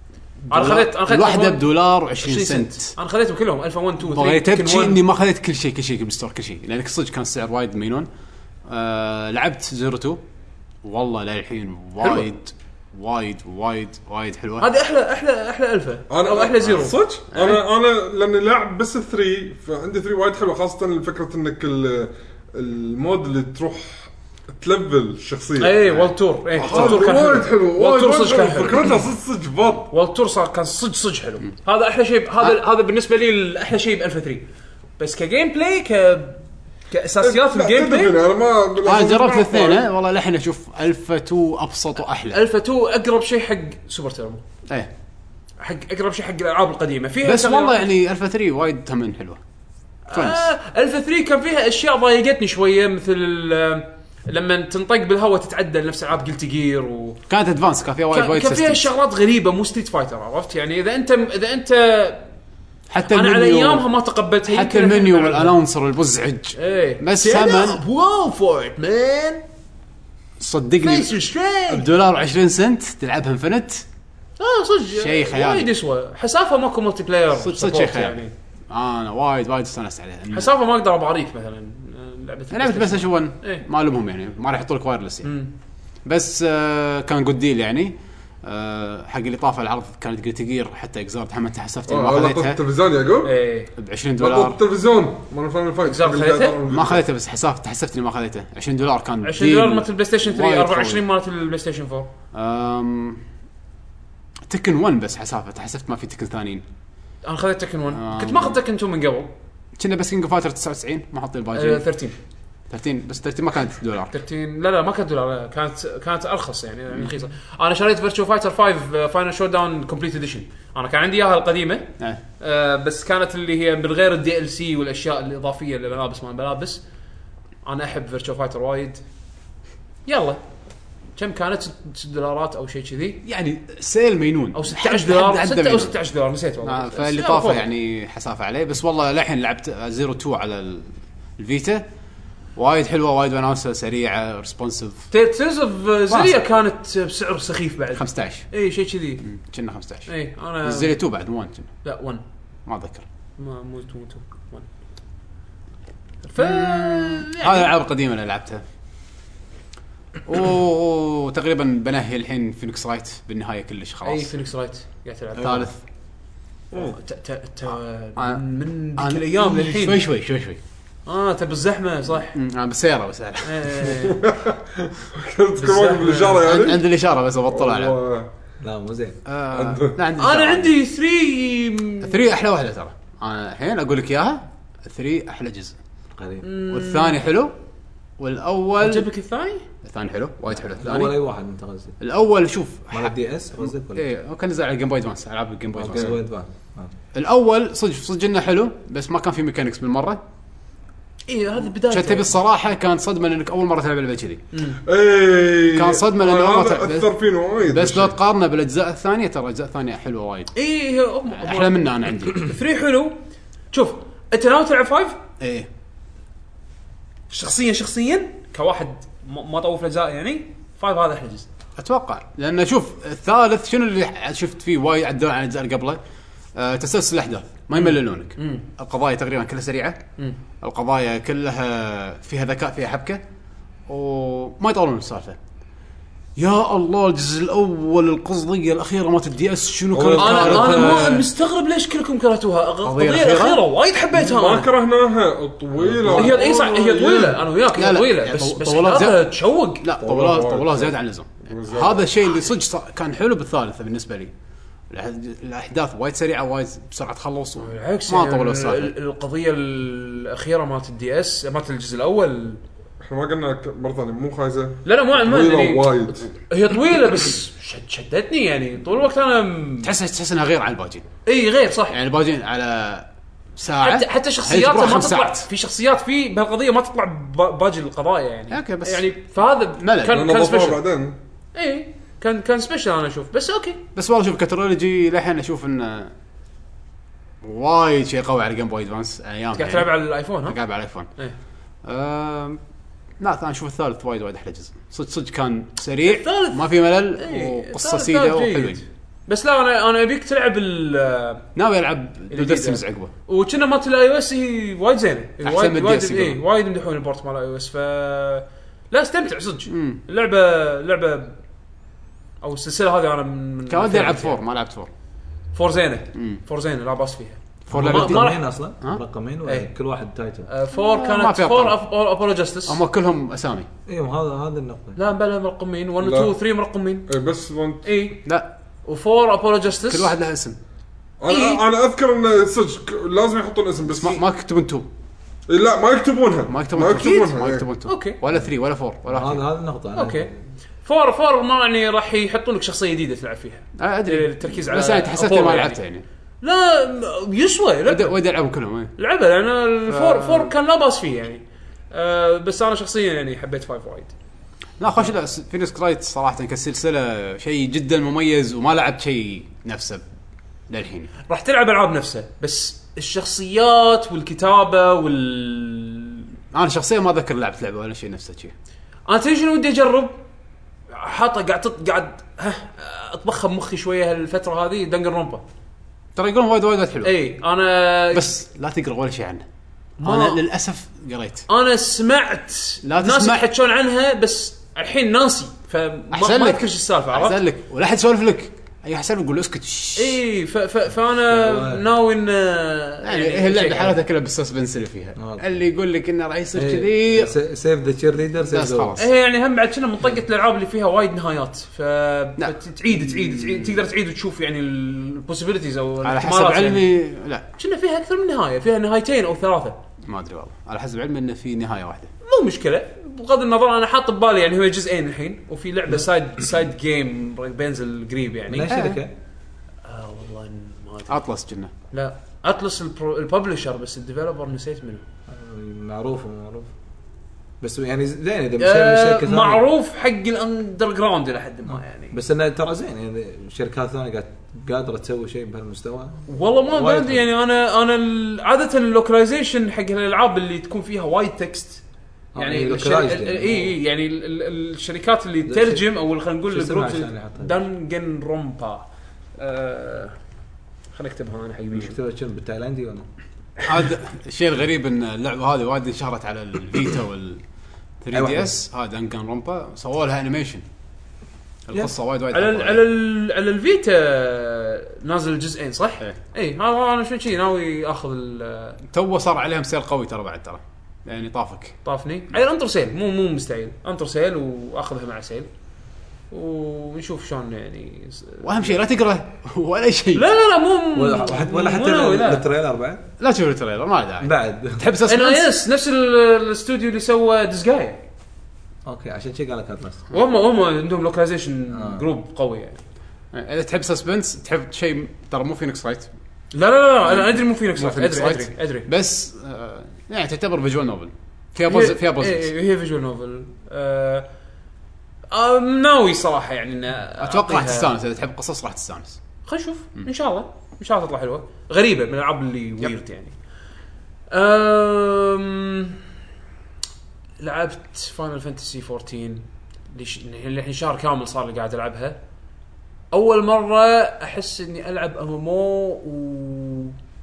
C: انا خذيت انا خذيت
A: الواحده
C: ألف وواحد
A: بدولار و20
C: عشرين
A: سنت.
C: انا خذيتهم كلهم ألف وواحد اثنين ثلاثة
A: بغيت ابكي
C: Tekken
A: اني
C: one.
A: ما خذيت كل شيء كل شيء بالستور كل شيء لانك صدق كان السعر وايد مينون. آه لعبت زيرو تو والله للحين وايد وايد وايد وايد حلوه.
C: هذه احلى احلى احلى الفا او احلى زيرو
D: صدق انا انا لاني لاعب بس ثري فعندي ثري وايد حلوه خاصه فكره انك ال- المود اللي تروح تلفل الشخصيه
C: اي والتور اي
D: هذا
C: والتور كان
D: وايد حلو وايد
C: والتور صدق كان
D: حلو
C: حلو
D: فكرتها صدق صدق بط
C: والتور صار كان صدق صدق حلو. هذا احلى شيء هذا هذا بالنسبه لي احلى شيء بالفا ثري. بس كجيم بلاي ك كاساسيات الجيم بلاي
D: انا ما
A: انا جربت الاثنين ها، والله للحين اشوف الفا تو ابسط واحلى.
C: الفا تو اقرب شيء حق سوبر تيربو
A: ايه
C: حق اقرب شيء حق الالعاب القديمه فيها
A: بس
C: تغييرات.
A: والله يعني الفا ثري وايد تمن حلوه.
C: آه الفا ثري كان فيها اشياء ضايقتني شويه مثل آه، لما تنطق بالهواء تتعدل نفس العاب قلت جير و
A: كانت ادفانس كان فيها وايد
C: كان,
A: وايد
C: كان فيها
A: systems.
C: شغلات غريبه مو ستريت فايتر عرفت يعني اذا انت اذا انت
A: حتى
C: انا على
A: المنيو
C: ايامها ما تقبلتها
A: حتى
C: يمكن
A: المنيو
C: الحين ألعبها.
A: والاناونسر المزعج.
C: ايه
A: بس ثمن
C: واو فور ات مان
A: صدقني
C: فيس ستريت
A: بدولار عشرين سنت تلعبها انفنت
C: اه صدق
A: شيء خيالي.
C: وايد يسوى حسافه ماكو ملتي بلاير
A: صدق صدق شيء
C: support
A: خيالي.
C: يعني
A: انا وايد وايد استانست عليه.
C: حسافه ما اقدر ابعريك مثلا لعبه
A: لعبت بس اشوفن
C: إيه.
A: ما لهم يعني ما راح يحطوا لك وايرلس يعني.
C: مم.
A: بس آه كان جود ديل يعني. آه حق اللي طاف العرض كانت قلت جير حتى اكزار تحملت حسفتي ما
D: لقطة
A: خذيتها
D: التلفزيون يا يعقوب
C: ايه
A: ب عشرين
D: لقطة
A: دولار.
D: التلفزيون ما فاهم الفايت
C: إكزار خذيتها؟
A: ما خذيتها بس حسافت حسفتني ما خذيتها عشرين دولار كان
C: عشرين دولار مالت البلاي ستيشن ثري
A: وايد
C: أربعة وعشرين
A: قوي.
C: مالت البلاي ستيشن فور
A: أم... تكن واحد بس حسافت حسبت ما في تكن ثانيين.
C: انا خذيت تكن واحد
A: آه.
C: كنت ما اخذت تكن تو من قبل
A: كنا بس كينج فايتر تسعة وتسعين ما حاطين
C: آه،
A: الباجي
C: ثلاثة عشر
A: ثلاثين بس ثلاثين ما كانت دولار.
C: ثلاثة عشر لا لا ما كانت دولار لا. كانت كانت ارخص يعني, يعني رخيصه. انا شريت فيرتشو فايتر خمسة فاينل شو داون كومبليت اديشن. انا كان عندي اياها القديمه
A: آه.
C: آه بس كانت اللي هي من غير الدي ال سي والاشياء الاضافيه للملابس ما الملابس. انا احب فيرتشو فايتر وايد. يلا كم كانت ستة دولارات او شيء كذي
A: يعني سيل مينون
C: او ستة عشر دولار
A: حد- حد
C: ستة
A: مينون.
C: او ستة عشر دولار نسيت والله.
A: آه فاللي
C: بس
A: طافه
C: يلا
A: يعني حسافه عليه. بس والله للحين لعبت زيرو تو على ال- الفيتا وايد حلوه وايد وناسه سريعه ريسبونسيف.
C: تيلز اوف زيريا كانت بسعر سخيف بعد
A: خمسة عشر
C: اي شيء كذي.
A: كنا خمسة عشر
C: اي انا
A: زيرو تو بعد مو واحد كنا.
C: لا واحد
A: ما اتذكر.
C: ما مو تو تو واحد ف
A: هذه الالعاب القديمه اللي لعبتها. وتقريبا بنهي الحين فينيكس رايت بالنهايه كلش
C: اي
A: خلاص.
C: فينيكس رايت قاعد تلعب
A: ثالث
C: ت- ت- ت-
A: آه.
C: من
A: أنا-
C: ذيك الايام للحين
A: شوي شوي شوي شوي
C: اه تبي الزحمه صح.
A: أمم، انا بالسياره بس ألعب.
C: إيه.
D: كنت كل واقف بالاشاره
A: عند-
D: يعني
A: عندي الاشاره بس ابطل العب.
D: والله.
B: لا مو زين.
A: آه، لا عندي
C: انا
A: الإشارة.
C: عندي ثلاثة
A: ثري احلى واحده ترى. انا الحين اقول لك اياها. ثري احلى جزء
B: قريب.
A: والثاني حلو والاول
C: عجبك الثاني؟
A: الثاني حلو وايد حلو
B: اول
A: الثاني.
B: اي واحد انت قصدي
A: الاول شوف
B: مال الدي اس قصدك ولا؟
A: ايه كان نزل على الجيم بوي ادفانس العاب الجيم بوي
B: اوكي
A: ادفانس.
B: وين بقى؟
A: الاول صدق صدق انه حلو بس ما كان في ميكانكس بالمره.
C: اي هذه بدايه
A: عشان تبي الصراحه كان صدمه انك اول مره تلعب لعبه كذي.
D: اي
A: كان صدمة لأنه
D: آه،
A: ما
D: هذا
A: تعب.
D: اثر فينا وايد
A: بس لو تقارنه بالاجزاء الثانيه ترى الاجزاء الثانيه حلوه وايد
C: اي
A: احلى منه انا عندي.
C: ثلاثة حلو. شوف انت ناوي تلعب خمسة
A: ايه
C: شخصيا شخصيا كواحد م- ما طوف الاجزاء يعني خمسة هذا احلى جزء.
A: اتوقع لان شوف الثالث شنو اللي شفت فيه وايد عدلوا عن الاجزاء اللي قبله. أه تسلسل الاحداث ما يمللونك. القضايا تقريبا كلها سريعه.
C: مم.
A: القضايا كلها فيها ذكاء فيها حبكه وما يطولون السالفه. يا الله الجزء الاول القصديه الاخيره مالت الدي اس شنو كانت
C: انا
A: كارثة.
C: انا مو مستغرب ليش كلكم كرهتوها. القضيه
A: الأخيرة؟
C: الاخيره وايد حبيتها
D: ما
C: انا.
D: كرهناها طويله
C: هي اي صح هي طويله انا وياك
A: لا
C: هي
A: لا،
C: طويله
A: يعني
C: بس
A: طو-
C: بس
A: طولات
C: هذا
A: زيادة.
C: تشوق.
A: لا طولها
D: وايد.
A: طولها زياده عن اللزوم.
D: بالزبط.
A: هذا الشيء اللي صدق صار- كان حلو بالثالثه بالنسبه لي. الأح- الاحداث وايد سريعه وايد بسرعه تخلص و-
C: بالعكس
A: ما
C: يعني
A: طولوا
C: ال-
A: السالفه.
C: ال- القضيه الاخيره مالت الدي اس مالت الجزء الاول
D: احنا ما قلنا ك- مره ثانيه مو خايسه
C: لا لا ما ما
D: طويله
C: يعني
D: وايد
C: هي طويله بس شد شدتني يعني طول الوقت انا م-
A: تحس تحس انها غير عن الباجين.
C: اي غير صح.
A: يعني الباجين على ساعه
C: حتى حتى
A: هي
C: شخصيات
A: تروح
C: ما
A: خمس
C: تطلع
A: ساعات.
C: في شخصيات في بهالقضيه ما تطلع ب- باقي القضايا يعني.
A: أوكي، بس
C: يعني فهذا
A: ملل.
C: كان
D: لأنه
C: كان
D: ضافوها
C: سبيشل.
D: بعدين
C: اي كان كان سبيشل انا اشوف بس اوكي.
A: بس والله شوف كترولوجي للحين اشوف انه وايد شيء قوي على جيم بوي ادفانس ايام
C: قاعد تلعب على الايفون ها؟
A: قاعد على الايفون.
C: إيه.
A: أم... لا انا اشوف الثالث وايد وايد احلى جزء. صدق صدق كان سريع
C: الثالث-
A: ما في ملل
C: إيه،
A: وقصه
C: الثالث
A: سيده
C: كان جيد.
A: وحلوين.
C: بس لا انا انا ابيك تلعب ال
A: ناوي العب ديستنس عقبه
C: وكنا مالت الاي او اس هي وايد زينه
A: أحسن من
C: وايد
A: دي إس
C: اي وايد يمدحون البورت مال الاي او اس ف لا استمتع صدق اللعبه لعبه او السلسله هذه انا من
A: كان ودي العب فور ما لعبت فور
C: فور زينه فور زينه لا باس فيها
A: فور
B: ما
A: لعبت
B: رقمين اصلا رقمين ولا
C: ايه.
B: كل واحد تايتل
C: آه فور
A: ما
C: كانت
A: فيها
C: فور
A: رقم.
C: ابولو جاستس
A: هم كلهم اسامي
B: ايوه هذا هذا النقطه
C: لا بلا مرقمين واحد
D: لا.
C: اثنين ثلاثة مرقمين
D: إيه بس وانت
C: اي
A: لا
C: وفور ابولو جاستس
A: كل واحد له اسم
D: انا
C: إيه.
D: انا اذكر ان صدق لازم يحطون اسم بس
A: ما, ما يكتبون تو
D: إيه لا ما يكتبونها
A: ما يكتبون
D: ما
A: تو.
D: يكتبونها
A: ما
D: إيه.
A: يكتبون تو
C: أوكي.
A: ولا ثري ولا فور ولا
B: هذا
A: واحد.
B: هذا النقطه أنا
C: اوكي فور فور ما يعني راح يحطون لك شخصيه جديده تلعب فيها
A: آه، ادري
C: التركيز على
A: بس انا حسيت
C: أبولو
A: ما
C: يعني.
A: لعبته يعني
C: لا يسوى
A: ودي
C: لعبه
A: ودي العبهم كلهم إيه.
C: لعبه لان الفور فور كان لا باس فيه يعني أه بس انا شخصيا يعني حبيت فايف وايد
A: لا خوش لا فينيكس رايت صراحه كسلسله شيء جدا مميز وما لعبت شيء نفسه للحين.
C: راح تلعب العاب نفسه بس الشخصيات والكتابه وال
A: انا شخصيا ما اذكر لعبت لعبه ولا شيء نفسه شيء.
C: انا تدري شنو ودي اجرب حاطه قاعد تط... قاعد ها اطبخها بمخي شويه هالفتره هذه دنجر رومبا
A: ترى يقولون وايد وايد حلو
C: اي انا
A: بس لا تقرا ولا شيء عنه.
C: ما-
A: انا للاسف قريت
C: انا سمعت
A: لا
C: ناس
A: تسمع.
C: يحكون عنها بس الحين ناسي فما
A: احسن
C: ما
A: لك
C: اذكر ايش السالفه
A: احسن
C: عرفت
A: لك ولا حد يسولف لك اي حسن يقول اسكت شش.
C: اي ف... ف... فانا ناوي ان
A: يعني هي اللعبه حالتها كلها بالسسبنس اللي فيها
B: آه.
A: اللي يقول لك انه راح يصير
B: إيه.
A: كذي
B: سيف ذا تشير ليدر
A: بس
B: سيف
A: خلاص.
C: هي يعني هم بعد كنا منطقه الالعاب اللي فيها وايد نهايات ف تعيد تعيد تعيد تقدر تعيد وتشوف يعني البوسيبيليتيز او
A: على حسب
C: الاحتمالات يعني.
A: علمي لا
C: كنا فيها اكثر من نهايه فيها نهايتين او ثلاثه
A: ما ادري والله على حسب علمي انه في نهايه واحده.
C: مو مشكله بغض النظر انا حاط ببالي يعني هو جزئين الحين وفي لعبه سايد سايد جيم بينزل قريب
B: من
C: يعني
B: الشركه
C: اه والله ما ادري
A: اطلس كنا
C: لا اطلس الببلشر بس الديفلوبر نسيت منه
B: معروف معروف بس يعني زين اذا بشيء من
C: آه
B: شركه ثانيه
C: معروف حق الاندر جراوند الى حد ما يعني
B: بس انه ترى زين يعني شركات ثانيه قاعد قادره تسوي شيء بهالمستوى
C: والله ما
B: وايد
C: بدي يعني انا انا ال- عاده اللوكلايزيشن حق الالعاب اللي تكون فيها وايد تكست يعني
B: يعني
C: الشر...
B: localized
C: ال-
B: يعني.
C: اي اي يعني ال- ال- الشركات اللي تترجم او خلينا نقول
B: شو اسمها
C: الجروب
B: عشان يحطها؟
C: دانجن رومبا أه... خلينا نكتبها انا حق بيشو
B: مكتوب شنو بالتايلاندي ولا
A: هذا الشيء الغريب ان اللعبه هذه وايد انشهرت على الفيتا وال ثري دي اس هذا دانجن رومبا سووا لها انيميشن القصه وايد وايد
C: على ال
A: حلوة.
C: على ال على الفيتا نازل الجزئين صح؟
A: إيه.
C: اي هذا انا شو شي ناوي اخذ ال-
A: تو صار عليهم سيل قوي ترى بعد ترى يعني طافك
C: طافني على انطر سيل مو مو مستعيل انطر سيل واخذها مع سيل ونشوف شلون يعني
A: واهم شيء لا تقرا ولا شيء
C: لا لا لا مو
B: ولا حتى ولا
C: مو
B: حتى
C: ناوي، لا.
B: التريلر بعد
A: لا تشوف التريلر ما له داعي
B: بعد
A: تحب
C: انا
A: سسبنس
C: يس نفس ال- الاستوديو اللي سوى ديسجايا
B: اوكي عشان شي قال لك اتلس
C: وهم هم عندهم لوكلايزيشن
B: آه.
C: جروب قوي يعني
A: اذا تحب سسبنس تحب شيء ترى مو فينيكس رايت
C: لا لا لا انا ادري مو فينيكس
A: مو
C: ادري
A: فينيكس
C: ادري
A: رايت.
C: ادري
A: بس آه يعني تعتبر فيجوال نوفل فيها بوز فيها بوز
C: هي, هي فيجوال نوفل آه آه ناوي صراحه يعني ان
A: اتوقع راح تستانس اذا تحب قصص راح تستانس
C: خلينا نشوف ان شاء الله ان شاء الله تطلع حلوه غريبه من الالعاب اللي ويرد يعني أم... لعبت فاينل فانتسي فورتين اللي ش... اللي الحين شهر كامل صار لي قاعد العبها اول مره احس اني العب امامو و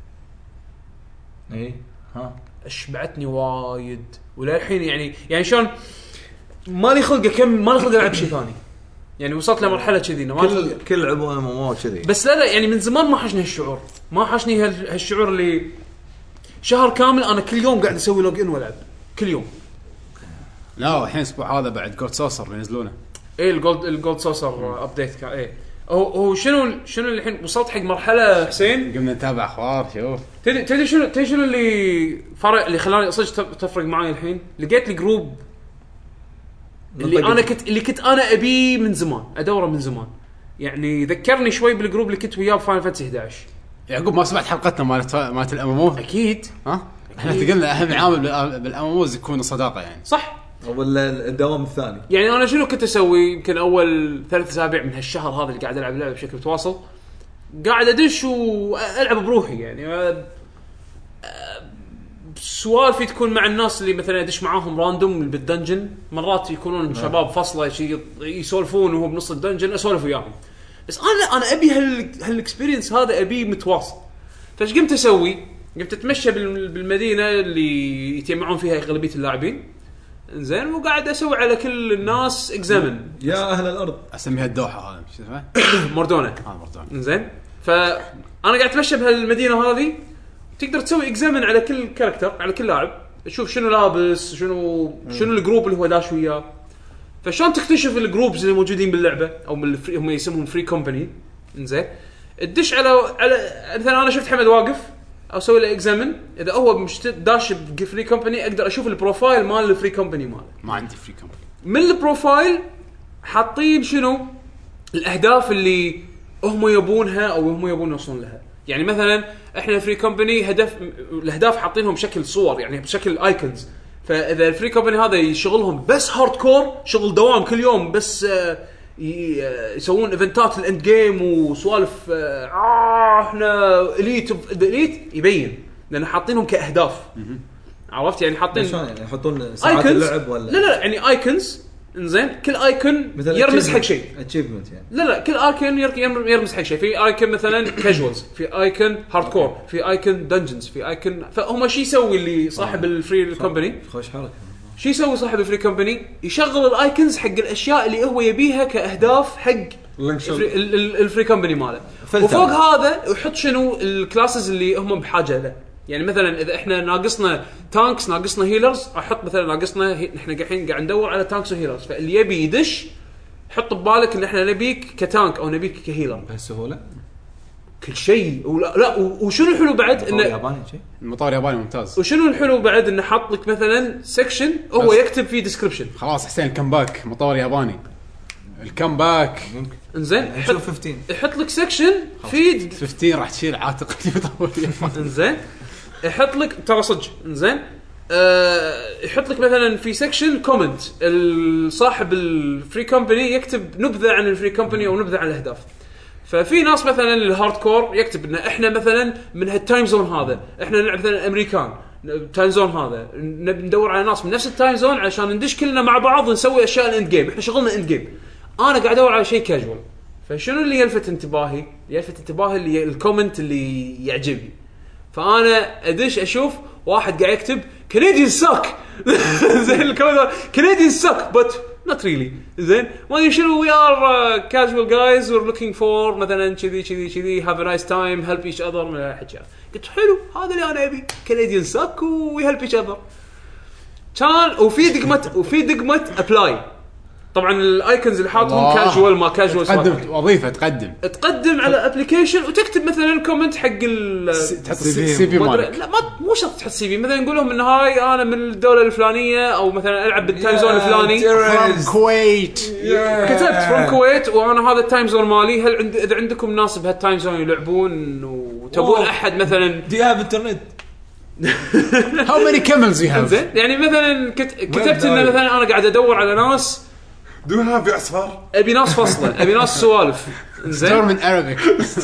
B: اي ها
C: اشبعتني وايد وللحين يعني يعني شلون مالي خلق كم مالي خلق العب شيء ثاني يعني وصلت لمرحله كذي ما
B: كل كل عبوه ام ام او كذي
C: بس لا لا يعني من زمان ما حشني هالشعور ما حشني هال- هالشعور اللي شهر كامل انا كل يوم قاعد اسوي لوج ان والعب كل يوم
A: لا الحين الاسبوع هذا بعد جود سوسر ينزلونه
C: ايه الجولد الجولد سوسر ابديت كان ايه هو هو شنو شنو اللي الحين وصلت حق مرحله حسين
A: قمنا نتابع اخبار شوف
C: تدري تدري شنو تدري شنو اللي فرق اللي خلاني صدق تفرق معي الحين لقيت لي جروب اللي انا كنت اللي كنت انا ابي من زمان ادوره من زمان يعني ذكرني شوي بالجروب اللي كنت وياه بفاينل فانتسي إحدى عشر
A: يعقوب ما سمعت حلقتنا مالت مالت الامامو
C: اكيد
A: ها احنا قلنا اهم عامل بالاماموز يكون الصداقه يعني
C: صح
B: ولا الدوام الثاني
C: يعني انا شنو كنت اسوي يمكن اول ثلاث اسابيع من هالشهر هذا اللي قاعد العب اللعبه بشكل متواصل قاعد ادش والعب بروحي يعني أه سوالفي تكون مع الناس اللي مثلا ادش معاهم راندوم بالدنجن مرات يكونون شباب فصله شيء يسولفون وهو بنص الدنجن اسولف وياهم بس انا انا ابي هال هالاكسبيرينس هذا ابي متواصل. فايش قمت اسوي؟ قمت اتمشى بالمدينه اللي يتجمعون فيها اغلبيه اللاعبين زين، وقاعد اسوي على كل الناس اكزامن.
B: يا اهل الارض
A: اسميها الدوحه هذا شو اسمه
C: موردونا
A: اه موردونا
C: زين. فانا قاعد اتمشى بهالمدينه هذه، تقدر تسوي اكزامن على كل كاركتر، على كل لاعب، تشوف شنو لابس، شنو شنو الجروب اللي هو داش وياه. فشلون تكتشف الجروبز اللي موجودين باللعبه او من الفري، هم يسمونهم فري كومباني زين. تدش على على مثلا انا شفت حمد واقف او اسوي له اكزامن، اذا هو مش داش بفري كومباني اقدر اشوف البروفايل مال الفري كومباني ماله.
A: ما عندي فري كومباني.
C: من البروفايل حاطين شنو الاهداف اللي هم يبونها او هم يبون يوصلون لها. يعني مثلا احنا فري كومباني هدف الاهداف حاطينهم بشكل صور، يعني بشكل ايكونز. فاذا الفري كومباني هذا يشغلهم بس هارد كور، شغل دوام كل يوم، بس يسوون ايفنتات الاند جيم وسوالف اه احنا اليت اليت يبين لان حاطينهم كاهداف. عرفت يعني حاطين
B: شلون يعني يحطون ساعات اللعب ولا
C: لا لا يعني ايكونز انزين، كل ايكون يرمز حق شيء
B: اتشيفمنت يعني.
C: لا لا كل ايكون يرمز حق شيء. في ايكون مثلا كاجوالز، في ايكون هارد كور، في ايكون دنجنز، في ايكون. فهم شيء يسوي اللي صاحب الفري كومباني،
B: خوش حركه
C: شو يسوي صاحب الفري كومباني؟ يشغل الايكونز حق الاشياء اللي هو يبيها كاهداف حق الفري, الفري كومباني ماله. وفوق هذا يحط شنو الكلاسز اللي هم بحاجه له. يعني مثلا اذا احنا ناقصنا تانكس، ناقصنا هيلرز، احط مثلا ناقصنا احنا الحين قاعد ندور على تانكس وهيلرز، فاللي يبي يدش حط ببالك ان احنا نبيك كتانك او نبيك كهيلر
B: بهالسهوله
C: كل شيء. ولا لا وشنو الحلو بعد انه
B: ياباني شيء،
A: المطار ياباني ممتاز.
C: وشنو الحلو بعد انه حط لك مثلا سيكشن هو يكتب فيه ديسكريبشن.
A: خلاص حسين الكمباك مطار ياباني الكمباك
C: انزين
B: نشوف خمستاشر
C: يحط لك سيكشن في
A: خمستاشر راح تشيل عاتق مطار ياباني.
C: انزين يحط لك ترى صدق انزين أه يحط لك مثلا في سيكشن كومنت صاحب الفري كومباني يكتب نبذه عن الفري كومباني او نبذه عن الاهداف. ففي ناس مثلا الهارد كور يكتب ان احنا مثلا من هالتايم زون هذا، احنا نلعب مثلا امريكان تايم زون هذا، ندور على ناس من نفس التايم زون عشان ندش كلنا مع بعض ونسوي اشياء الاند جيم. احنا شغلنا اند جيم. انا قاعد ادور على شيء كاجوال. فشنو اللي يلفت انتباهي؟ يلفت انتباهي اللي الكومنت اللي يعجبني. فانا ادش اشوف واحد قاعد يكتب كنديان ساك زين الكومنت كنديان ساك بت not really زين ما ادري شنو we are uh, casual guys we're looking for مثلا كذي كذي كذي have a nice time help each other من الحكي. قلت حلو هذا اللي انا ابي كنديان ساك و we help each other. كان وفي دقمه وفي دقمه ابلاي. طبعا الايكونز اللي حاطهم كاجوال ما كاجوال
A: تقدم وظيفه تقدم
C: تقدم على ابلكيشن وتكتب مثلا كومنت حق ال
A: تحط السي في مالك.
C: لا ما مو شرط تحط سي في. مثلا نقول لهم ان هاي انا من الدوله الفلانيه او مثلا العب بالتايم زون الفلاني
A: from كويت
C: كتبت from كويت وانا هذا التايم زون مالي. هل عند اذا عندكم ناس بهالتايم زون يلعبون وتبون احد مثلا
B: دي هاف انترنت
A: how many camels you have
C: زين يعني مثلا كتبت ان مثلا انا قاعد ادور على ناس
D: دو هاف اعصار
C: ابي ناس فصله ابي ناس سوالف
A: زين ستور من Arabic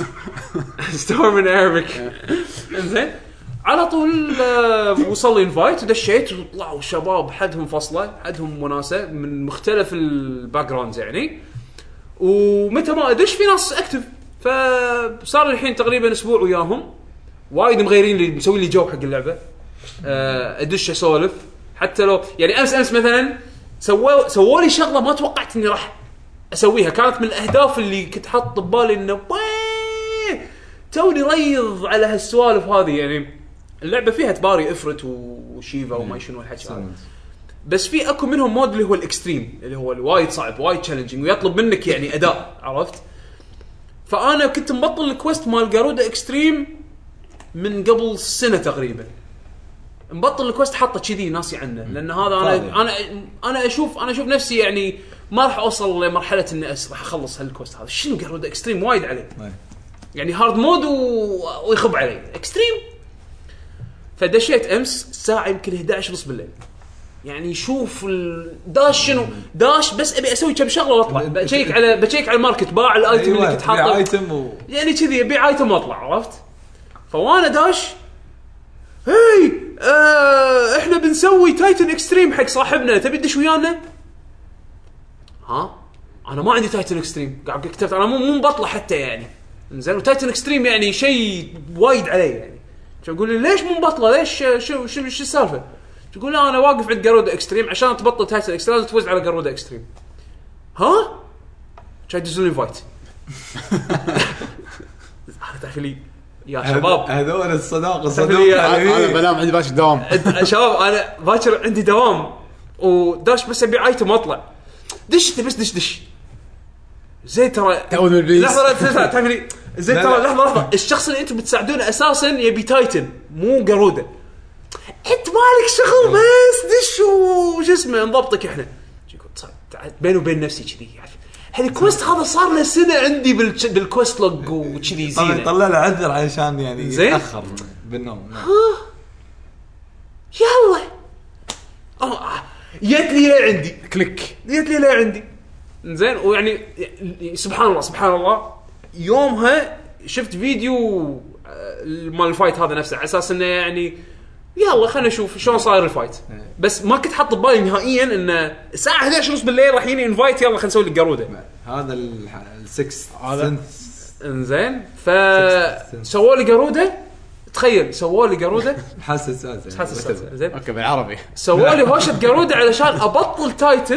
C: ستور من Arabic زين على طول وصل لي انفايت ودشيت وطلعوا شباب حدهم فصله حدهم مناسه من مختلف الباك جراوندز يعني. ومتى ما ادش في ناس اكتف. فصار الحين تقريبا اسبوع وياهم وايد مغيرين لي مسوي لي جو حق اللعبه. ادش اسولف حتى لو يعني امس امس مثلا سووا سووا لي شغله ما توقعت اني راح اسويها. كانت من الاهداف اللي كنت حاط ببالي انه توني ريض على هالسوالف هذه. يعني اللعبه فيها تباري افرت وشيفا وما شنو الحكي هذا. بس في اكو منهم مود اللي هو الاكستريم اللي هو الوايد صعب وايد تشالنجينج ويطلب منك يعني اداء عرفت. فانا كنت مبطل الكويست مال جارودا اكستريم من قبل سنه تقريبا. مبطل الكويست حاطه كذي ناسي عنه لان هذا انا انا انا اشوف انا اشوف نفسي يعني ما راح اوصل لمرحله اني راح اخلص هالكويست هذا. شنو جارودا اكستريم وايد عليه يعني هارد مود و... ويخب علي اكستريم. فدشيت امس الساعه يمكن إحدى عشر ونص بالليل يعني شوف داش شنو داش بس ابي اسوي كم شغله واطلع بشيك على بشيك على الماركت باع الايتم اللي كنت حاطه و... يعني كذي ابيع ايتم واطلع عرفت. فوانا داش هاي آه احنا بنسوي تايتن اكستريم حق صاحبنا تبي تدش ويانا. ها انا ما عندي تايتن اكستريم، قاعد كتبت انا مو مو مبطله حتى يعني زين، وتايتن اكستريم يعني شيء وايد علي يعني. تقول لي ليش مو مبطله؟ ليش شو شو شو السالفه؟ تقول لا انا واقف عند جارودا اكستريم، عشان تبطل تايتن اكستريم لازم تفوز على جارودا اكستريم. ها شاي دزول انفايت. انا تعرف لي يا شباب
B: هذول الصداقه
C: تعرف
B: صداقه
C: لي
A: انا بنام عندي باش دوام.
C: شباب انا باكر عندي دوام وداش بس ابي ايتم واطلع، دش بس دش دش زي ترى
A: تعود بالبيس.
C: لحظه لحظه تعرف لي زي ترى لحظه لحظه الشخص اللي انتم بتساعدونه اساسا يبي تايتن مو جارودا، انت مالك شغل بس دش وش اسمه نضبطك احنا. بيني وبين نفسي كذي يعني هالكويست هذا صار له سنه عندي بالش... بالكويست لوج وكذي زينه.
B: طلع له عذر علشان يعني يتاخر بالنوم. ها
C: يلا اه جت لي لا عندي
A: كليك
C: جت لي لا عندي زين. ويعني سبحان الله سبحان الله يومها شفت فيديو مال الفايت هذا نفسه على اساس انه يعني يلا خلينا نشوف شلون صاير الفايت، بس ما كنت حاط ببالي نهائيا ان الساعه إحدى عشر ونص بالليل راح يجيني انفايت يلا خلينا نسوي الجاروده
B: هذا السكس
C: هذا انزين. فسووا لي جاروده، تخيل سووا لي جاروده
B: حاسس اساس
C: حاسس زين
A: اوكي بالعربي
C: سووا لي هوشه جاروده علشان ابطل تايتن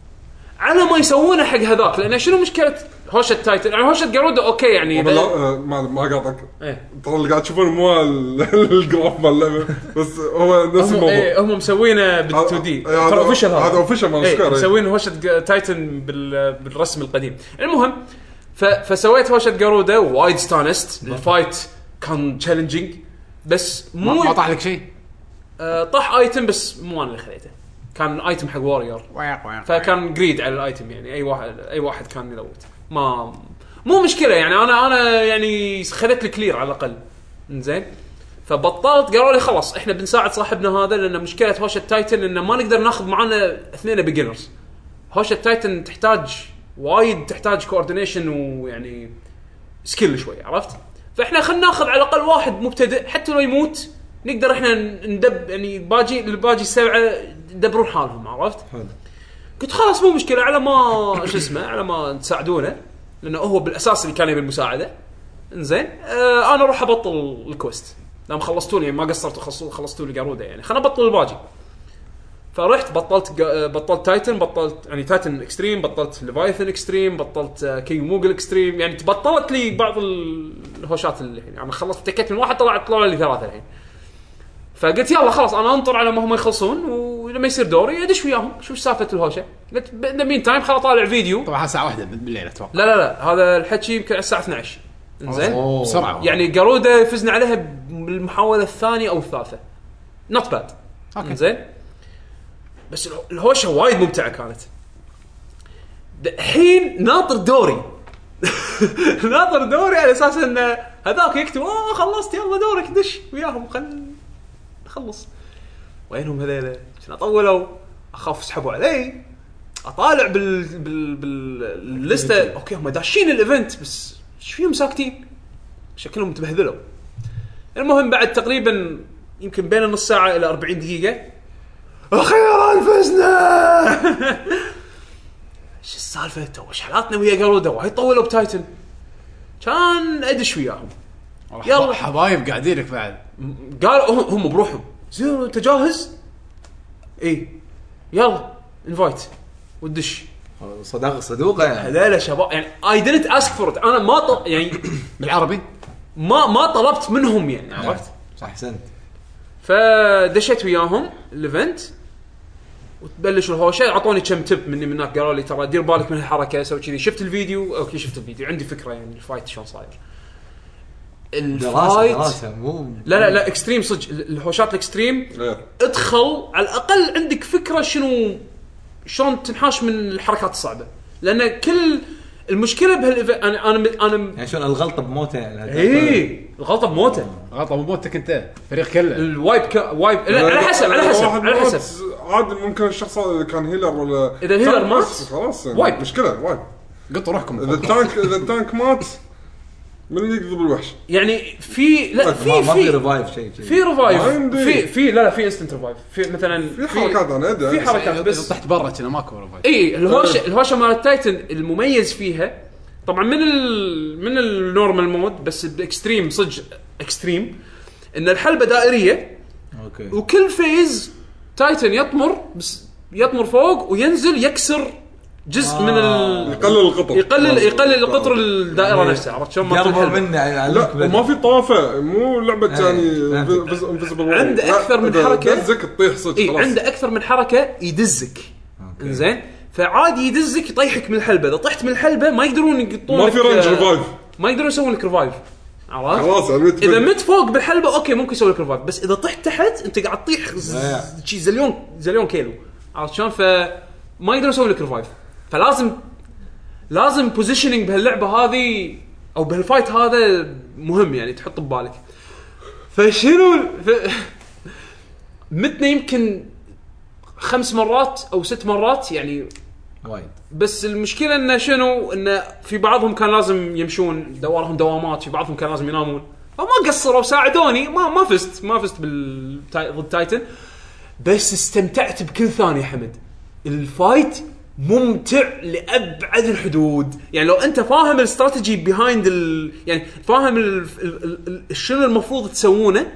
C: على ما يسوونه حق هذاك. لان شنو مشكله هوشه تايتن يعني هوشه جاروده اوكي يعني
D: ما ما قاطعك
C: ايه.
D: ترى اللي قاعد تشوفون مو الجراف مال اللعبه بس هو نفس الموضوع.
C: ايه هم مسوينه بال2 دي ترى اوفيشال
D: هذا اوفيشال مال سكوير
C: مسوين هوشه تايتن بالرسم القديم. المهم فسويت هوشه جاروده وايد استانست. الفايت كان تشالنجينج بس مو
A: ما طاح لك شيء.
C: آه طاح ايتم بس مو انا اللي خليته، كان ايتم حق واريور فكان جريد على الايتم يعني اي واحد اي واحد كان يلوت ما مو مشكله يعني. انا انا يعني خذت لي كلير على الاقل زين. فبطلت قالوا لي خلاص احنا بنساعد صاحبنا هذا لان مشكله هوشه تايتن انه ما نقدر ناخذ معنا اثنين بيجنرز. هوشه تايتن تحتاج وايد تحتاج كوردينيشن ويعني سكيل شوي عرفت. فاحنا خلينا ناخذ على الاقل واحد مبتدئ حتى لو يموت نقدر احنا ندب يعني باجي الباجي السبعه يدبرون حالهم عرفت. قلت خلاص مو مشكله على ما ايش اسمه على ما تساعدونه لانه هو بالاساس اللي كان يبي المساعده انزين. آه انا اروح ابطل الكويست لما خلصتوا لي ما قصرتوا خلصوا خلصتوا لي جاروده يعني خلنا ابطل الباجي. فرحت بطلت بطلت تايتن بطلت يعني تايتن اكستريم بطلت ليفايثن اكستريم بطلت كينج موغل اكستريم يعني تبطلت لي بعض الهوشات اللي الحين يعني خلصت تكيت من واحد طلعت طلعوا لي ثلاثه الحين. فقلت يلا خلاص انا انطر على ما هم يخلصون ولما يصير دوري ادش وياهم شوف سالفه الهوشه. قلت بالمين تايم خلاص طالع فيديو
A: طبعا ساعه واحده بالليل اتوقع.
C: لا لا لا هذا الحكي يمكن على الساعه اثنعش زين
A: بسرعه
C: يعني جارودا فزنا عليها بالمحاوله الثانيه او الثالثه نوت باد زين. بس الهوشه وايد ممتعه كانت. الحين ناطر دوري ناطر دوري على اساس ان هذاك يكتب اه خلصت يلا دورك دش وياهم خل نخلص. وينهم هذيلا عشان اطولوا اخاف يسحبوا علي اطالع بال بال باللسته اوكي هم داشين الايفنت بس ايش فيهم ساكتين شكلهم متبهذلوا. المهم بعد تقريبا يمكن بين نص ساعه الى أربعين دقيقه اخيرا فزنا. ايش السالفه تو ايش حالاتنا ويا جارودا وهي طولوا بتايتن كان ادش وياهم
A: يلا حبايب قاعدين لك بعد
C: قالوا هم بروحهم زين انت جاهز اي يلا انفايت ودش
B: صداقه صدوقه يعني.
C: لا لا شباب يعني اي didn't ask for it انا ما ط... يعني
A: بالعربي
C: ما ما طلبت منهم يعني عرفت
B: صح احسنت.
C: فدشيت وياهم الايفنت وتبلش الهوشه اعطوني كم تب مني من هناك قالوا لي ترى دير بالك من هالحركه سوي كذي. شفت الفيديو اوكي شفت الفيديو عندي فكره يعني الفايت شلون صاير الفايت
B: مو
C: لا لا لا اكستريم صدق الهوشات الاكستريم ادخل على الاقل عندك فكره شنو شلون تنحاش من الحركات الصعبه لان كل المشكله بهال انا انا انا
B: يعني شلون الغلطه بموته يعني
C: اي الغلطه بموته
A: غلطه بموتك انت فريق كله
C: الوايب ك... وايب لا على حسب على حسب على حسب
D: عاد ممكن الشخص اللي كان هيلر ولا
C: اذا هيلر مات
D: خلاص
C: وايب
D: مشكله وايب
A: قطوا روحكم
D: اذا التانك اذا التانك مات من اللي يقضب الوحش
C: يعني في لا في
B: ما في
C: في
B: ريفايف شيء
C: في ريفايف
D: ما عندي.
C: في في لا لا في انستنت ريفايف في مثلا
D: في حركات انا ادري
C: في حركات
A: بس
C: بس
A: طحت برا كنا ماكو رفايد.
C: اي الهوشه الهوشه مال التايتن المميز فيها طبعا من ال من النورمال مود بس باكستريم صج اكستريم ان الحلبه دائريه
B: اوكي
C: وكل فيز تايتن يطمر بس يطمر فوق وينزل يكسر جزء آه. من ال...
D: يقلل القطر
C: يقلل يقلل القطر الدائره نفسها عرفت شلون ما
B: قربوا مني
D: لا وما في طافه مو لعبه يعني انفيزبل
C: عنده اكثر من حركه
D: يدزك تطيح صدق
C: إيه عنده اكثر من حركه يدزك انزين فعادي يدزك يطيحك من الحلبه اذا طحت من الحلبه ما يقدرون يقطون
D: ما في رينج ريفايف
C: ما يقدرون يسوون لك ريفايف عرفت
D: خلاص
C: اذا مت فوق بالحلبه اوكي ممكن يسوي لك ريفايف بس اذا طحت تحت انت قاعد تطيح شي زليون زليون كيلو عرفت شلون فما يقدرون يسوي لك ريفايف فلازم لازم بوزيشننج بهاللعبه هذه او بهالفايت هذا مهم يعني تحط ببالك فشنو ف... متنا يمكن خمس مرات او ست مرات يعني
B: وايد
C: بس المشكله انه شنو انه في بعضهم كان لازم يمشون دوارهم دوامات في بعضهم كان لازم ينامون فما قصروا ساعدوني ما ما فزت ما فزت بال ضد تايتن بس استمتعت بكل ثانيه حمد الفايت ممتع لأبعد الحدود يعني لو أنت فاهم الاستراتيجي بيهايند ال... يعني فاهم ال... ال... ال... شنو المفروض تسوونه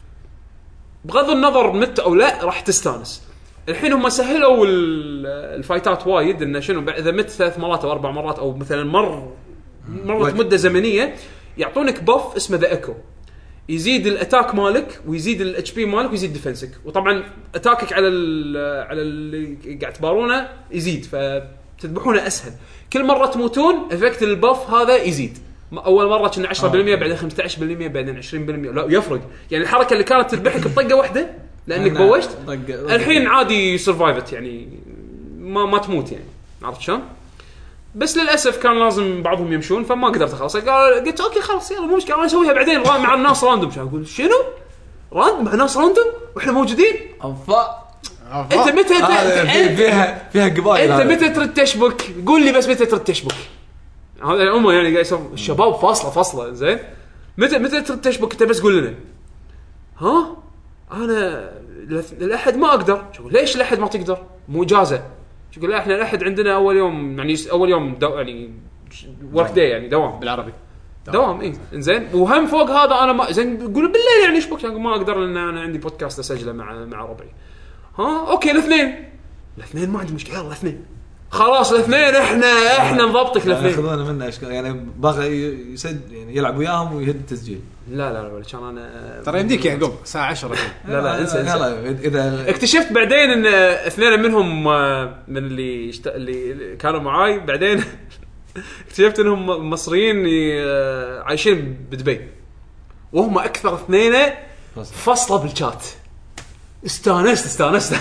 C: بغض النظر مت أو لا راح تستانس الحين هم سهلوا الفايتات وايد إنه شنو إذا مت ثلاث مرات أو أربع مرات أو مثلا مر مرت مدة زمنية يعطونك باف اسمه ذا إيكو يزيد الاتاك مالك ويزيد الاتش بي مالك ويزيد ديفنسك وطبعا اتاكك على ال على اللي قاعد تبارونه يزيد فتذبحونه اسهل كل مره تموتون افكت الباف هذا يزيد اول مره كنا عشرة بالمية بعدين خمسة عشر بالمية بعدين عشرين بالمية لا يفرق يعني الحركه اللي كانت تذبحك بطقه واحده لانك بوشت الحين عادي سرفايفت يعني ما ما تموت يعني عرفت شلون بس للاسف كان لازم بعضهم يمشون فما قدرت اخلص قلت اوكي خلاص يلا مو مشكله انا اسويها بعدين مع الناس راندوم شو اقول شنو راند مع ناس راندوم واحنا موجودين
B: افا
C: انت متى
B: فيها فيها قبائل
C: انت متى ترد تشبك قول لي بس متى ترد تشبك هذا الامه يعني قاعد يسوي الشباب فاصله فاصله زين متى متى ترد تشبك انت بس قول لنا ها انا الاحد ما اقدر شو ليش الاحد ما تقدر مو اجازه شو قال احنا الاحد عندنا اول يوم يعني اول يوم دو يعني ورك داي يعني دوام
A: بالعربي
C: دوام اي انزين وهم فوق هذا انا ما زين قول بالليل يعني ايش بك يعني ما اقدر لان انا عندي بودكاست اسجله مع مع ربعي ها اوكي الاثنين الاثنين ما عندي مشكله يلا الاثنين خلاص الاثنين احنا احنا نضبطك الاثنين
B: ياخذون منه اشكال يعني باغي يسد يعني يلعب وياهم ويهد التسجيل
C: لا لا لا كان انا
A: ترى يمديك يعقوب الساعه عشرة
C: لا لا انسى انسى
B: اذا
C: اكتشفت بعدين ان اثنين منهم من اللي يشت... اللي كانوا معاي بعدين اكتشفت انهم مصريين عايشين بدبي وهم اكثر اثنين فصله بالشات استانست استانست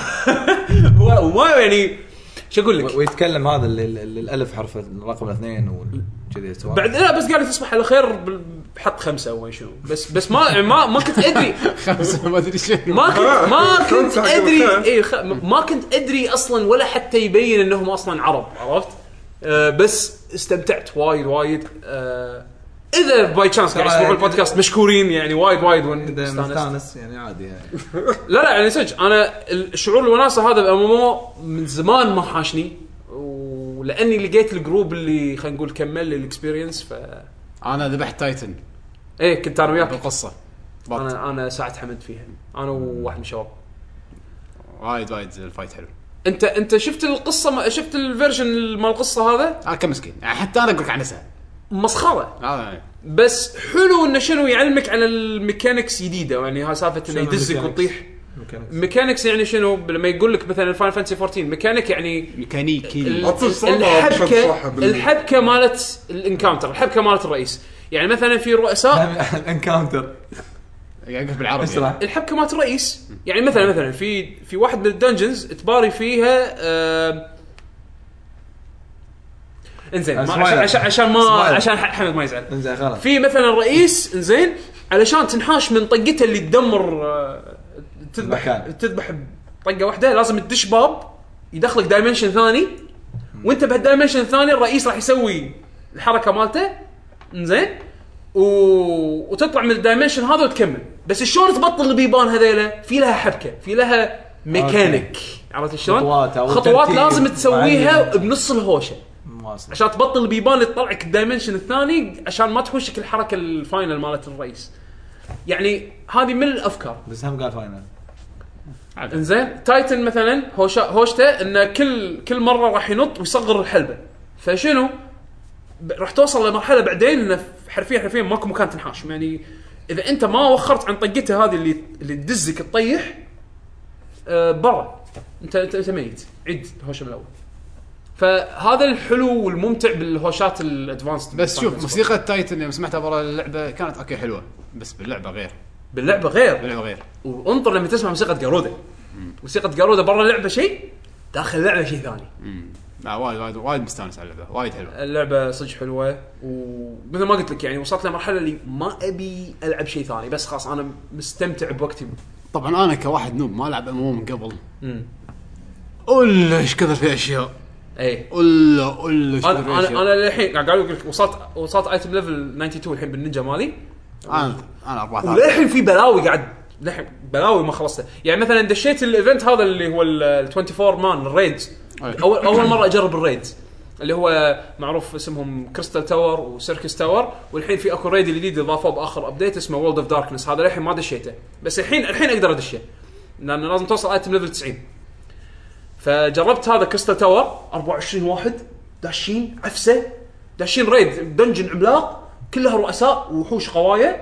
C: وما يعني شو اقول لك
B: ويتكلم هذا الالف حرف الرقم اثنين وكذي سواء
C: بعد لا بس قال لي تصبح على خير بحط خمسة او شنو بس بس ما ما ما كنت ادري
A: خمسة ما ادري شنو
C: ما كنت ما كنت ادري اي خ... ما كنت ادري اصلا ولا حتى يبين انهم اصلا عرب عرفت أه بس استمتعت وايد وايد أه اذا باي تشانس قاعد يسمعوا البودكاست مشكورين يعني وايد وايد
B: مستانس يعني عادي يعني
C: لا لا يعني صدق انا الشعور الوناسه هذا بامامو من زمان ما حاشني ولاني لقيت الجروب اللي خلينا نقول كمل لي الاكسبيرينس ف
A: انا ذبحت تايتن
C: ايه كنت انا وياك
A: بالقصه
C: انا انا ساعه حمد فيها انا وواحد من الشباب
A: وايد وايد الفايت حلو
C: انت انت شفت القصه شفت الفيرجن مال القصه هذا
A: اه كمسكين حتى انا اقول لك عنها
C: مسخره
A: آه.
C: بس حلو انه شنو يعلمك على الميكانكس جديده يعني ها سالفه انه يدزك ويطيح ميكانكس يعني شنو لما يقول لك مثلا فاين فانتسي أربعة عشر ميكانيك يعني
A: ميكانيكي
C: الحبكه الحبكه مالت الانكاونتر الحبكه مالت الرئيس يعني مثلا في رؤساء
B: الانكاونتر
A: يقف بالعربي
C: الحبكه مالت الرئيس يعني مثلا مثلا في في واحد من الدنجنز تباري فيها آه انزين عشان عشان ما عشان حمد ما يزعل
B: انزين خلاص
C: في مثلا رئيس انزين علشان تنحاش من طقته اللي تدمر تذبح تذبح طقه واحده لازم تدش باب يدخلك دايمنشن ثاني وانت بهالدايمنشن الثاني الرئيس راح يسوي الحركه مالته انزين و... وتطلع من الدايمنشن هذا وتكمل. بس شلون تبطل البيبان هذيله؟ في لها حبكه، في لها ميكانيك، عرفت شلون؟
B: خطوات,
C: خطوات لازم تسويها
B: معين.
C: بنص الهوشه عشان تبطل البيبان يطلعك الدايمنشن الثاني، عشان ما تحوشك الحركه الفاينل مالت الرئيس. يعني هذه من الافكار.
B: بس هم قال فاينل.
C: انزين تايتن مثلا هوشة هوشته انه كل كل مره راح ينط ويصغر الحلبه، فشنو راح توصل لمرحله بعدين انه حرفيا حرفيا ماكو مكان تنحاش. يعني اذا انت ما وخرت عن طقته هذه اللي اللي تدزك تطيح أه برا، انت انت, انت ميت. عيد الهوشه من الاول. فهذا الحلو والممتع بالهوشات الادفانسد.
A: بس شوف موسيقى تايتن اللي سمعتها برا اللعبه كانت اوكي حلوه، بس باللعبه غير.
C: باللعبه غير
A: باللعبه غير.
C: وانطر لما تسمع موسيقى جارودا. موسيقى جارودا برا اللعبه شيء، داخل اللعبه شيء ثاني.
A: امم لا وايد وايد وايد مستانس على اللعبه، وايد حلوه
C: اللعبه صدق حلوه. ومثل ما قلت لك يعني وصلت لمرحله اللي ما ابي العب شيء ثاني، بس خلاص انا مستمتع بوقتي.
A: طبعا انا كواحد نوب ما العب ام من قبل،
C: امم
A: ولا ايش كثر في اشياء.
C: اي
A: ولا ولا ايش كثر في
C: انا
A: اشياء.
C: انا الحين قاعد اقول لك وصلت وصلت ايتم ليفل اثنين وتسعين الحين بالنينجا مالي.
A: انا انا أربعة عشر
C: والحين في بلاوي قاعد لحين بلاوي ما خلصتها. يعني مثلا دشيت الايفنت هذا اللي هو ال أربعة وعشرين مان الريدز. اول اول مره اجرب الريدز اللي هو معروف اسمهم كريستال تاور وسيركس تاور. والحين في اكو ريد جديد اضافوه باخر ابديت اسمه وورلد اوف داركنس. هذا الحين ما دشيته، بس الحين الحين اقدر ادشه لان لازم توصل ايتم ليفل تسعين. فجربت هذا كريستال تاور أربعة وعشرين واحد داشين عفسه، داشين ريد دنجن عملاق كلها رؤساء وحوش قوايا،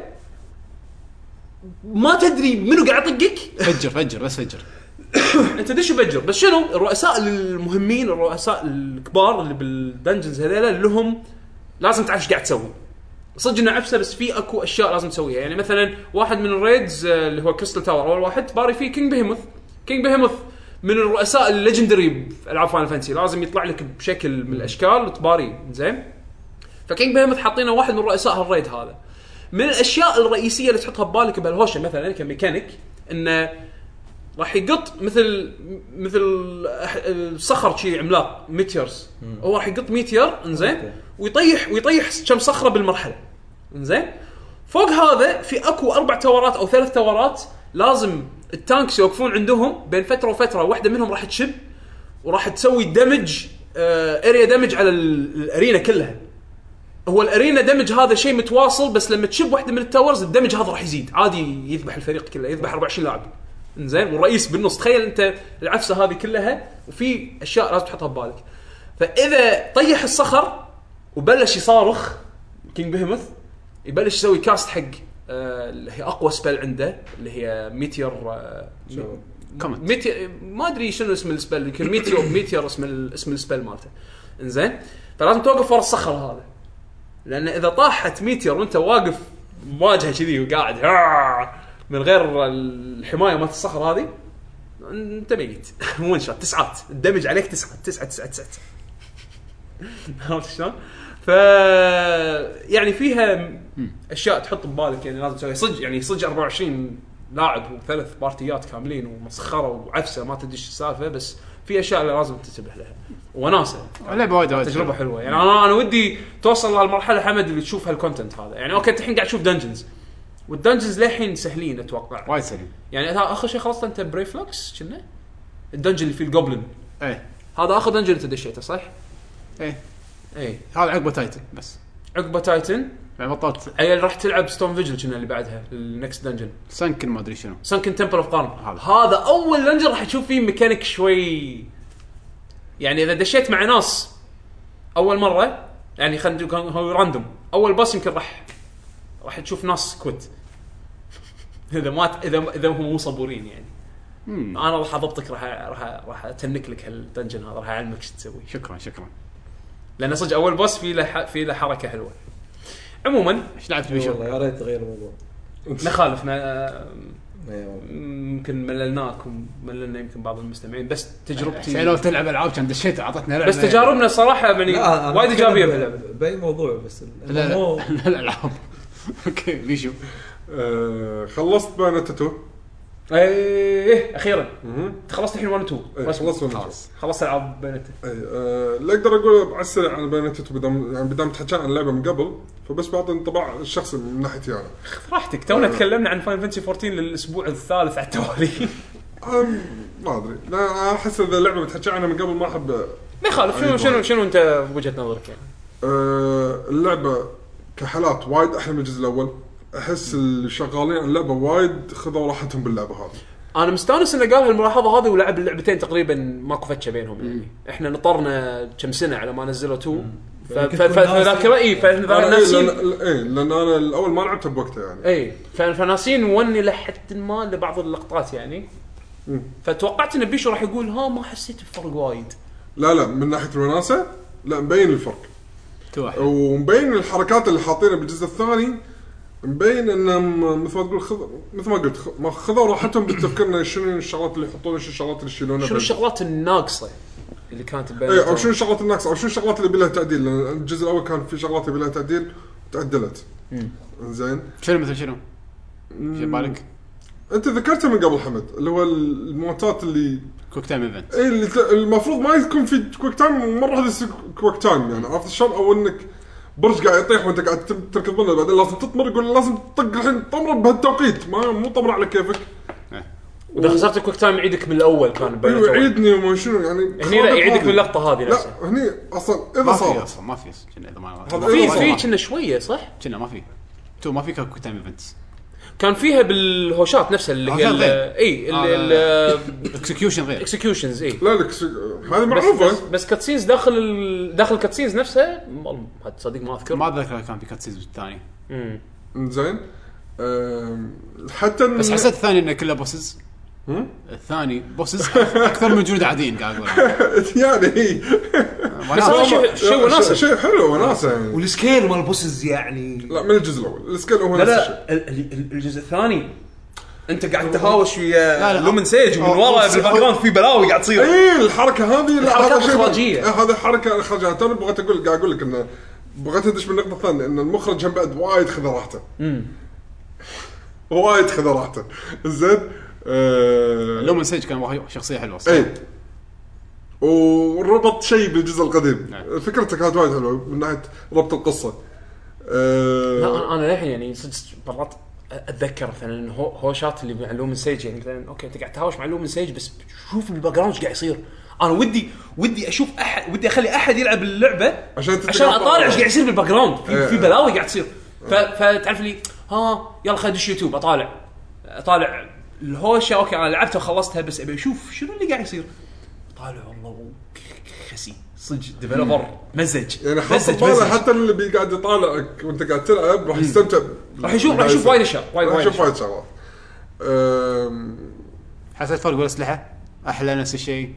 C: ما تدري منو قاعد يطقك.
A: فجر فجر بس فجر
C: انت دش بجر. بس شنو الرؤساء المهمين الرؤساء الكبار اللي بالدنجنز هذيلا لهم لازم تعرف ايش قاعد تسوي. صدق انه عفسه بس في اكو اشياء لازم تسويها. يعني مثلا واحد من الريدز اللي هو كريستال تاور اول واحد باري فيه كينج بيهيموث. كينج بيهيموث من الرؤساء الليجندري في العاب فاينل فانتسي، لازم يطلع لك بشكل من الاشكال وتباري زين. فكينج بيهيموث حاطينه واحد من رؤساء هالريد هذا. من الاشياء الرئيسيه اللي تحطها ببالك بهالهوشه مثلا كميكانيك انه راح يقط مثل مثل الصخر شيء عملاق ميتيرز. هو راح يقط ميتير انزين ويطيح ويطيح كم صخره بالمرحله انزين. فوق هذا في اكو اربع تورات او ثلاث تورات لازم التانكس يوقفون عندهم بين فتره وفتره. واحده منهم راح تشب وراح تسوي دمج آه اريا دمج على الارينا كلها. هو الارينا دمج هذا شيء متواصل، بس لما تشب واحده من التاورز الدمج هذا راح يزيد عادي، يذبح الفريق كله، يذبح أربعة وعشرين لاعب انزين والرئيس بالنص. تخيل انت العفسه هذه كلها وفي اشياء لازم تحطها ببالك. فاذا طيح الصخر وبلش يصارخ كينج بيهيموث يبلش يسوي كاست حق آه اللي هي اقوى سبل عنده اللي هي ميتير آه ميتير ما ادري شنو اسم السبل، يمكن ميتير ميتير اسم اسم السبل مالته انزين. فلازم توقف ورا الصخر هذا، لان اذا طاحت ميتير وانت واقف مواجهه كذي وقاعد من غير الحمايه مالت الصخر هذه انت ميت. وين شات تسعات الدمج عليك تسعة تسعة تسعة تسعة عرفت شلون؟ ف يعني فيها اشياء تحط ببالك يعني لازم تسوي صدق. يعني صدق أربعة وعشرين لاعب وثلاث بارتيات كاملين ومسخره وعفسه ما تدري ايش السالفه، بس في اشياء اللي لازم تنتبه لها وناسه.
A: لعبه وايد وايد
C: تجربه حلوه. يعني انا انا ودي توصل لهالمرحله حمد اللي تشوف هالكونتنت هذا. يعني اوكي الحين قاعد تشوف دنجنز والدنجنز للحين سهلين اتوقع
A: وايد سهلين.
C: يعني اخر شيء خلصت انت بريفلكس كنا الدنجن اللي فيه الجوبلن
A: ايه
C: هذا اخر دنجن انت دشيته صح؟
A: ايه
C: ايه
A: هذا عقبه تايتن. بس
C: عقبه تايتن
A: يعني بطلت
C: اي راح تلعب ستون فيجل كنا اللي بعدها النكست دنجن
A: سانكن ما ادري شنو
C: سانكن تمبل اوف قارن.
A: هذا.
C: هذا اول دنجن راح تشوف فيه ميكانيك شوي. يعني اذا دشيت مع ناس اول مره يعني خلينا هو راندوم اول باس يمكن راح راح تشوف ناس كوت اذا ما اذا اذا هم مو صبورين يعني. مم. انا راح اضبطك راح راح راح اتنك لك هالدنجن هذا راح اعلمك ايش تسوي.
A: شكرا شكرا.
C: لان صدق اول باس في له في له حركه حلوه. عموما
A: ايش لعبت بيشو؟
B: والله يا ريت تغير الموضوع.
C: نخالف ممكن مللناكم مللنا يمكن بعض المستمعين، بس تجربتي
A: لو تلعب العاب كان دشيت اعطتنا لعبه
C: بس تجاربنا صراحه يعني وايد ايجابيه باللعبه
B: باي موضوع. بس
A: الالعاب اوكي بيشو
D: آه خلصت بانا تاتو
C: ايه اخيرا انت خلصت الحين واحد و
D: إيه،
C: اثنين
D: خلصت واحد و
C: خلاص خلصت العاب بينته.
D: اي أه اللي اقدر اقول على السريع عن بيانات بدام يعني بدام تحكي عن اللعبه من قبل فبس بعطي انطباع الشخصي من ناحيتي انا.
C: راحتك تونا تكلمنا عن فاين فانتسي أربعة عشر للاسبوع الثالث على التوالي.
D: أم، ما ادري لا احس اذا اللعبه بتحكي عنها من قبل ما احب.
C: ما يخالف شنو شنو شنو انت بوجهه نظرك يعني؟
D: أه اللعبه كحالات وايد احلى من الجزء الاول. احس اللي شغالين على اللعبه وايد خذوا راحتهم باللعبه هذه.
C: انا مستانس انه قال هالملاحظه هذه ولعب اللعبتين تقريبا ماكو فتشه بينهم يعني. احنا نطرنا كم سنه على ما نزلوا تو فذاكره اي فناسين
D: اي لان انا الاول ما لعبته بوقته يعني
C: اي فناسين وني لحد ما لبعض اللقطات يعني. فتوقعت ان بيشو راح يقول ها ما حسيت بفرق وايد.
D: لا لا من ناحيه الوناسه لا مبين الفرق ومبين الحركات اللي حاطينها بالجزء الثاني مبين انهم مثل ما تقول خذ مثل ما قلت ما خذوا راحتهم بالتفكير شنو الشغلات اللي يحطونها شنو الشغلات اللي يشيلونها
C: شنو الشغلات الناقصه اللي كانت
D: بين اي او شنو الشغلات الناقصه او شنو الشغلات اللي بيلها تعديل لان الجزء الاول كان في شغلات بيلها تعديل وتعدلت. زين
A: شنو مثل شنو في بالك
D: انت ذكرته من قبل حمد اللي هو الموتات اللي
A: كويك تايم ايفنت
D: اي اللي المفروض ما يكون في كويك تايم ومره هذا كويك تايم يعني عرفت شلون او انك برج قاعد يطيح وانت قاعد تركض منه بعدين لازم تطمر يقول لازم تطق الحين طمره بهالتوقيت ما مو طمر على كيفك.
C: واذا خسرت الكويك تايم يعيدك من الاول كان
D: ايوه يعيدني وما شنو يعني
C: هني لا يعيدك من اللقطه هذه
D: نفسها. لا هني اصلا اذا صار
A: اصلا ما في كنا اذا ما
C: في في كنا شويه صح
A: كنا ما في تو ما في كويك تايم ايفنت
C: كان فيها بالهوشات نفسها اللي هي اي
A: الاكسكيوشن غير
C: اكسكيوشنز اي
D: لا لك هذه معروفه
C: بس, بس كاتسينز داخل ال... داخل كاتسينز نفسها صديق ما اذكر
A: ما اتذكر كان في كاتسينز بالثاني.
C: امم
D: زين حتى
A: بس حسيت الثاني انه كله بوسز الثاني بوسز اكثر من جنود عاديين قاعد اقول
D: يعني
C: بس هذا شيء شيء وناسه
D: شيء حلو وناسه يعني
B: والسكيل مال البوسز يعني
D: لا من الجزء الاول السكيل هو
C: لا لا الجزء الثاني انت قاعد تهاوش ويا لومن سيج ومن ورا بالباك جراوند في بلاوي قاعد تصير.
D: اي الحركه هذه
C: الحركه الاخراجيه
D: هذه حركه اخراجيه انا بغيت اقول قاعد اقول لك انه بغيت ادش بالنقطه الثانيه ان المخرج هم بعد وايد خذ راحته
C: امم
D: وايد خذ راحته. زين
A: أه لومن سيج كان شخصيه حلوه
D: صح اي وربط شيء بالجزء القديم نعم. فكرتك كانت وايد حلوه من ناحيه ربط القصه. أه
C: لا انا الحين يعني مرات اتذكر مثلا هوشات اللي مع لومن سيج يعني مثلا اوكي انت قاعد تهاوش مع لومن سيج بس شوف بالباك جراوند ايش قاعد يصير. انا ودي ودي اشوف احد ودي اخلي احد يلعب اللعبه عشان عشان اطالع ايش قاعد يصير بالباك جراوند في, اه في بلاوي قاعد تصير. فتعرف لي ها يلا خلينا ندش يوتيوب اطالع اطالع الهوشه اوكي انا لعبتها وخلصتها بس ابي اشوف شنو اللي قاعد يصير. طالع والله خسي صدق ديفلوبر مزج
D: يعني حتى حتى اللي بي قاعد يطالعك وانت قاعد تلعب راح يستمتع
C: راح يشوف راح يشوف وايد اشياء وايد
D: وايد يشوف وايد شغلات.
A: حسيت فرق بالاسلحه احلى نفس الشيء.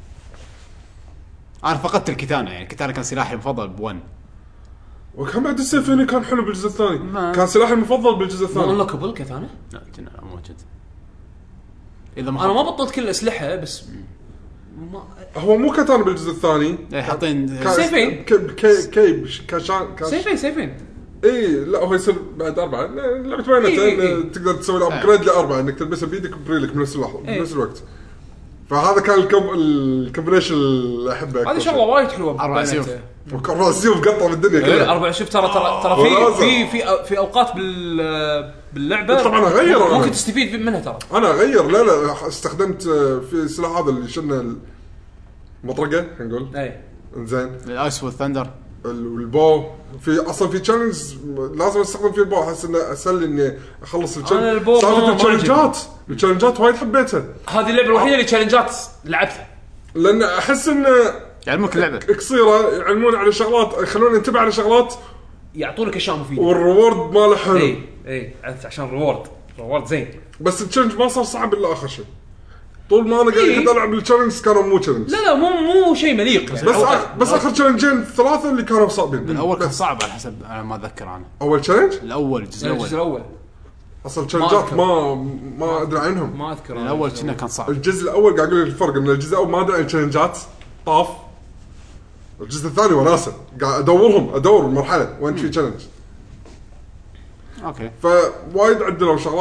A: انا فقدت الكتانه يعني الكتانه كان سلاحي المفضل بون
D: وكان بعد السيف هنا كان حلو بالجزء الثاني كان سلاحي المفضل بالجزء الثاني.
C: والله قبل كتانه
A: لا كنا موجود اذا
C: ما انا ما بطلت كل الاسلحه بس
D: ما هو مو كتانه بالجزء الثاني
A: حاطين
C: سيفين
D: كي كي كاشان
C: سيفين سيفين
D: اي لا هو يصير بعد أربعة لعبة بينته إيه إيه. تقدر تسوي الابجريد لأربعة انك تلبسها بيدك وبريلك بنفس اللحظة إيه. بنفس الوقت. فهذا كان الكم الكومبينيشن اللي احبه.
C: هذه شغله وايد حلوه
A: أربع سيوف
D: أربع سيوف قطع بالدنيا كلها.
C: إيه أربع سيوف ترى ترى ترى في في في في اوقات بال باللعبه
D: طبعا اغير
C: ممكن تستفيد منها ترى.
D: انا اغير لا لا استخدمت في السلاح هذا اللي شلنا المطرقه خلينا نقول
C: اي
D: زين
A: الايس والثندر
D: والبو في اصلا في تشالنج لازم استخدم فيه البو احس انه اسهل اني اخلص التشالنج. صارت التشالنجات التشالنجات وايد حبيتها.
C: هذه اللعبه الوحيده اللي تشالنجات لعبتها
D: لان احس انه
A: يعلموك اللعبه
D: قصيره يعلمون على شغلات يخلون ننتبه على شغلات
C: يعطونك اشياء مفيده
D: والريورد ماله حلو.
C: اي اي عشان ريورد ريورد زين
D: بس التشالنج ما صار صعب الا اخر شيء. طول ما انا قاعد إيه؟ العب التشالنج كانوا مو تشالنج
C: لا لا مو مو شيء مليق
D: بس آخر بس اخر تشالنجين ثلاثه اللي كانوا صعبين.
A: الاول كان صعب على حسب انا ما اتذكر انا
D: اول تشالنج
A: الاول الجزء الاول
C: الجزء الاول
D: اصلا تشالنجات ما ما ادري عنهم
C: ما اذكر
A: الاول كنا كان صعب.
D: الجزء الاول قاعد اقول لك الفرق من الجزء الاول ما ادري عن تشالنجات طاف. الجزء الثاني وناسه قاعد ادورهم ادور المرحله وين في تشالنج
A: اوكي
D: فوايد عدلوا شغلات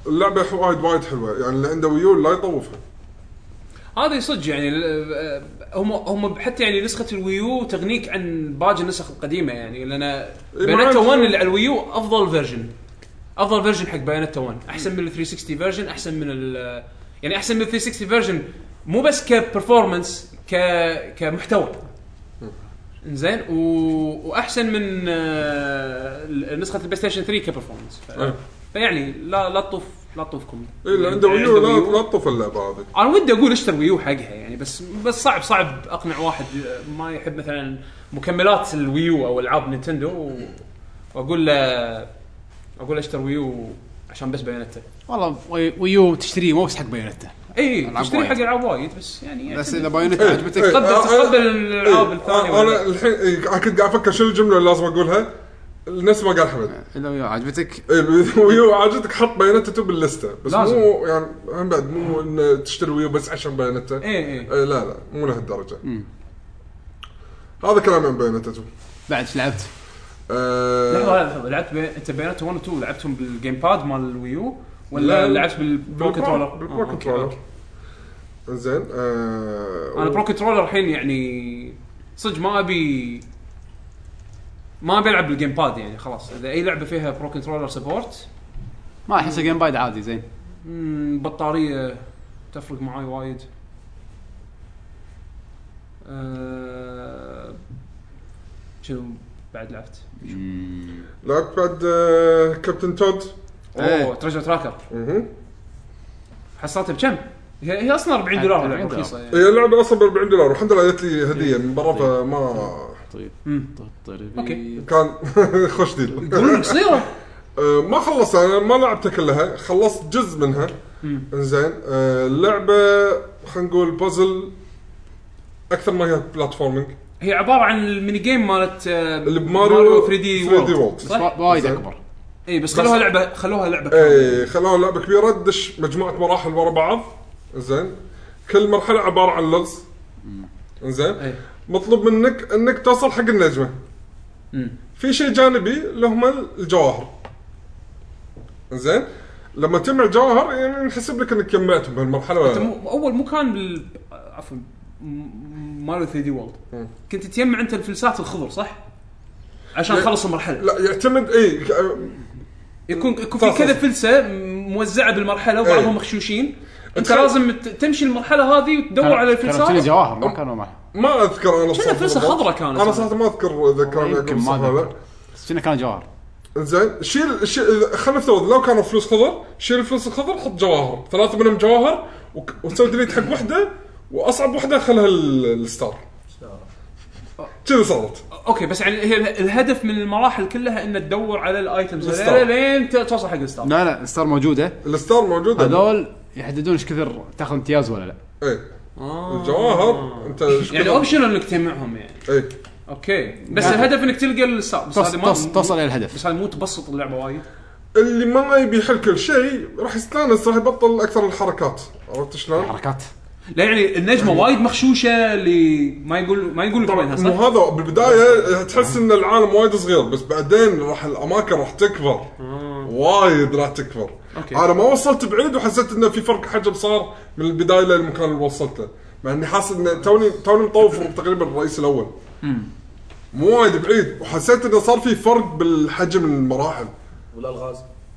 D: اللعبه وايد وايد حلوه يعني اللي عنده ويو لا يطوفها.
C: هذا صدق يعني ال- هم هم حتى يعني نسخه الويو تغنيك عن باقي النسخ القديمه يعني لان بايونيتا
D: عندي-
C: واحد اللي على الويو افضل فيرجن افضل فيرجن حق بايونيتا واحد احسن من ال ثلاثمية وستين فيرجن احسن من ال يعني احسن من ال ثلاثمية وستين فيرجن مو بس كبرفورمانس ك كمحتوى زين و... واحسن من آه، نسخه البلاي ستيشن ثلاثة كبرفورمانس ف...
D: أه.
C: فيعني لا لا تطوف لا تطوفكم
D: اي اللي عنده ويو لا لا تطوف اللعبه هذه.
C: انا ودي اقول اشتري ويو حقها يعني بس بس صعب صعب اقنع واحد ما يحب مثلا مكملات الويو او العاب نينتندو و... واقول له اقول له اشتري ويو عشان بس بايونيتا.
A: والله وي- ويو تشتريه مو بس حق بايونيتا
C: اي
A: ألعاب
C: تشتري حق
A: وايد.
C: العاب وايد بس يعني
A: بس
C: يعني
A: اذا بايونيتا
D: إيه،
A: عجبتك
D: إيه.
C: تقبل
D: آه،
C: تقبل
D: آه،
C: الالعاب
D: إيه،
C: الثانيه
D: آه،
C: ولا
D: انا الحين إيه، كنت قاعد افكر شنو الجمله اللي لازم اقولها نفس ما قال حمد.
A: اذا ويو عجبتك
D: إيه، ويو عاجبتك حط بايونيتا تو باللسته بس
C: لازم.
D: مو يعني هم بعد مو ان تشتري ويو بس عشان بايونيتا.
C: اي اي
D: إيه، لا لا مو لهالدرجه. هذا كلام عن بايونيتا تو.
A: بعد ايش لعبت؟
D: آه،
C: لحظه لحظة، لعبت بي... انت بايونيتا واحد و اثنين لعبتهم بالجيم باد مال الويو ولا
D: لا،
C: لعبت بالبرو كنترولر؟
D: بالبرو
C: آه، أوكي،
D: كنترولر.
C: أوكي.
D: زين آه
C: انا برو كنترولر الحين يعني صدق ما ابي ما ابي العب بالجيم باد يعني خلاص اذا اي لعبه فيها برو كنترولر سبورت
A: ما احس جيم بايد عادي زين.
C: بطاريه تفرق معاي وايد. أه... شنو بعد لعبت؟
D: لعبت بعد آه كابتن تود.
C: اوه
A: إيه.
C: تريجر تراكر
D: اها
C: حصلتها بكم؟ هي, هي اصلا أربعين دولار
A: أربعين
C: لعبه
A: دولار.
C: رخيصه يعني.
D: هي اللعبه اصلا ب أربعين دولار والحمد لله جت لي هديه من برا فما
A: طيب
C: مم.
A: طيب
C: أوكي.
D: كان خوش ديل.
C: يقولون قصيره
D: آه، ما خلصت انا ما لعبتها كلها خلصت جزء منها. انزين آه، اللعبه خلينا نقول بازل اكثر ما هي بلاتفورمينج
C: هي عباره عن الميني جيم مالت آه،
D: اللي بماريو
C: ثري دي
D: ثري دي
C: وورلد
D: وورلد.
A: بس
C: صح؟
A: وايد
D: زين.
A: اكبر.
C: اي بس خلوها لعبه خلوها لعبه
D: اي خلوها لعبه كبيره تدش مجموعه مراحل ورا بعض. زين كل مرحله عباره عن لغز. زين
C: أي.
D: مطلوب منك انك توصل حق النجمه.
C: مم.
D: في شيء جانبي اللي هم الجواهر. زين لما تجمع الجواهر يعني نحسب لك انك جمعتهم بهالمرحله
C: انت
D: ولا
C: مو اول مو كان بال عفوا م- ماريو ثري دي وورلد
D: مم.
C: كنت تجمع انت الفلسات الخضر صح عشان
D: لا.
C: تخلص المرحله
D: لا يعتمد اي
C: يكون يكون
D: صح،
C: في كذا
D: صح.
C: فلسه موزعه بالمرحله وبعضهم
D: إيه.
C: مخشوشين انت
D: تخيل-
C: لازم ت- تمشي المرحله هذه وتدور على
A: كانوا
C: الفلسات
A: جواهر ما كانوا معه.
D: ما اذكر انا
C: كنا فلسة
D: بالضبط.
C: خضرا كانت.
D: انا صراحه ما اذكر اذا كان
A: يمكن
D: يكون صح
A: ما
D: ولا لا.
A: ذكر بس كنا كان جواهر.
D: زين شيل شيل خلينا نفترض لو كانوا فلوس خضر شيل الفلوس الخضر حط جواهر ثلاثه منهم جواهر وك- وتسوي ديليت حق وحده واصعب وحده خلها ال- الستار كذا صارت.
C: اوكي بس يعني هي الهدف من المراحل كلها ان تدور على الايتمز
D: الستار.
C: هذول لين ت- توصل حق الستار.
A: لا لا الستار موجوده.
D: الستار موجوده
A: هذول يحددون ايش كثر تاخذ امتياز ولا لا.
D: ايه
C: آه.
D: الجواهر انت إيش
C: يعني
D: كثر-
C: اوبشن انك تجمعهم يعني
D: ايه
C: اوكي بس
A: يعني-
C: الهدف انك تلقى الستار بس
A: توص-
C: هذا ما
A: توص- توصل الى الهدف.
C: بس هذا مو تبسط اللعبه وايد.
D: اللي ما يبي يحل كل شيء راح يستانس راح يبطل اكثر الحركات عرفت شلون؟
A: حركات
C: لا يعني النجمه وايد مخشوشه اللي ما يقول ما يقول لك وينها
D: مو
C: صح؟
D: هذا بالبدايه تحس ان العالم وايد صغير بس بعدين راح الاماكن راح تكبر وايد راح تكبر.
C: أوكي.
D: انا ما وصلت بعيد وحسيت انه في فرق حجم صار من البدايه للمكان اللي وصلت له مع اني حاسس ان توني توني مطوف تقريبا الرئيس الاول مو وايد بعيد وحسيت انه صار في فرق بالحجم المراحل.
B: والالغاز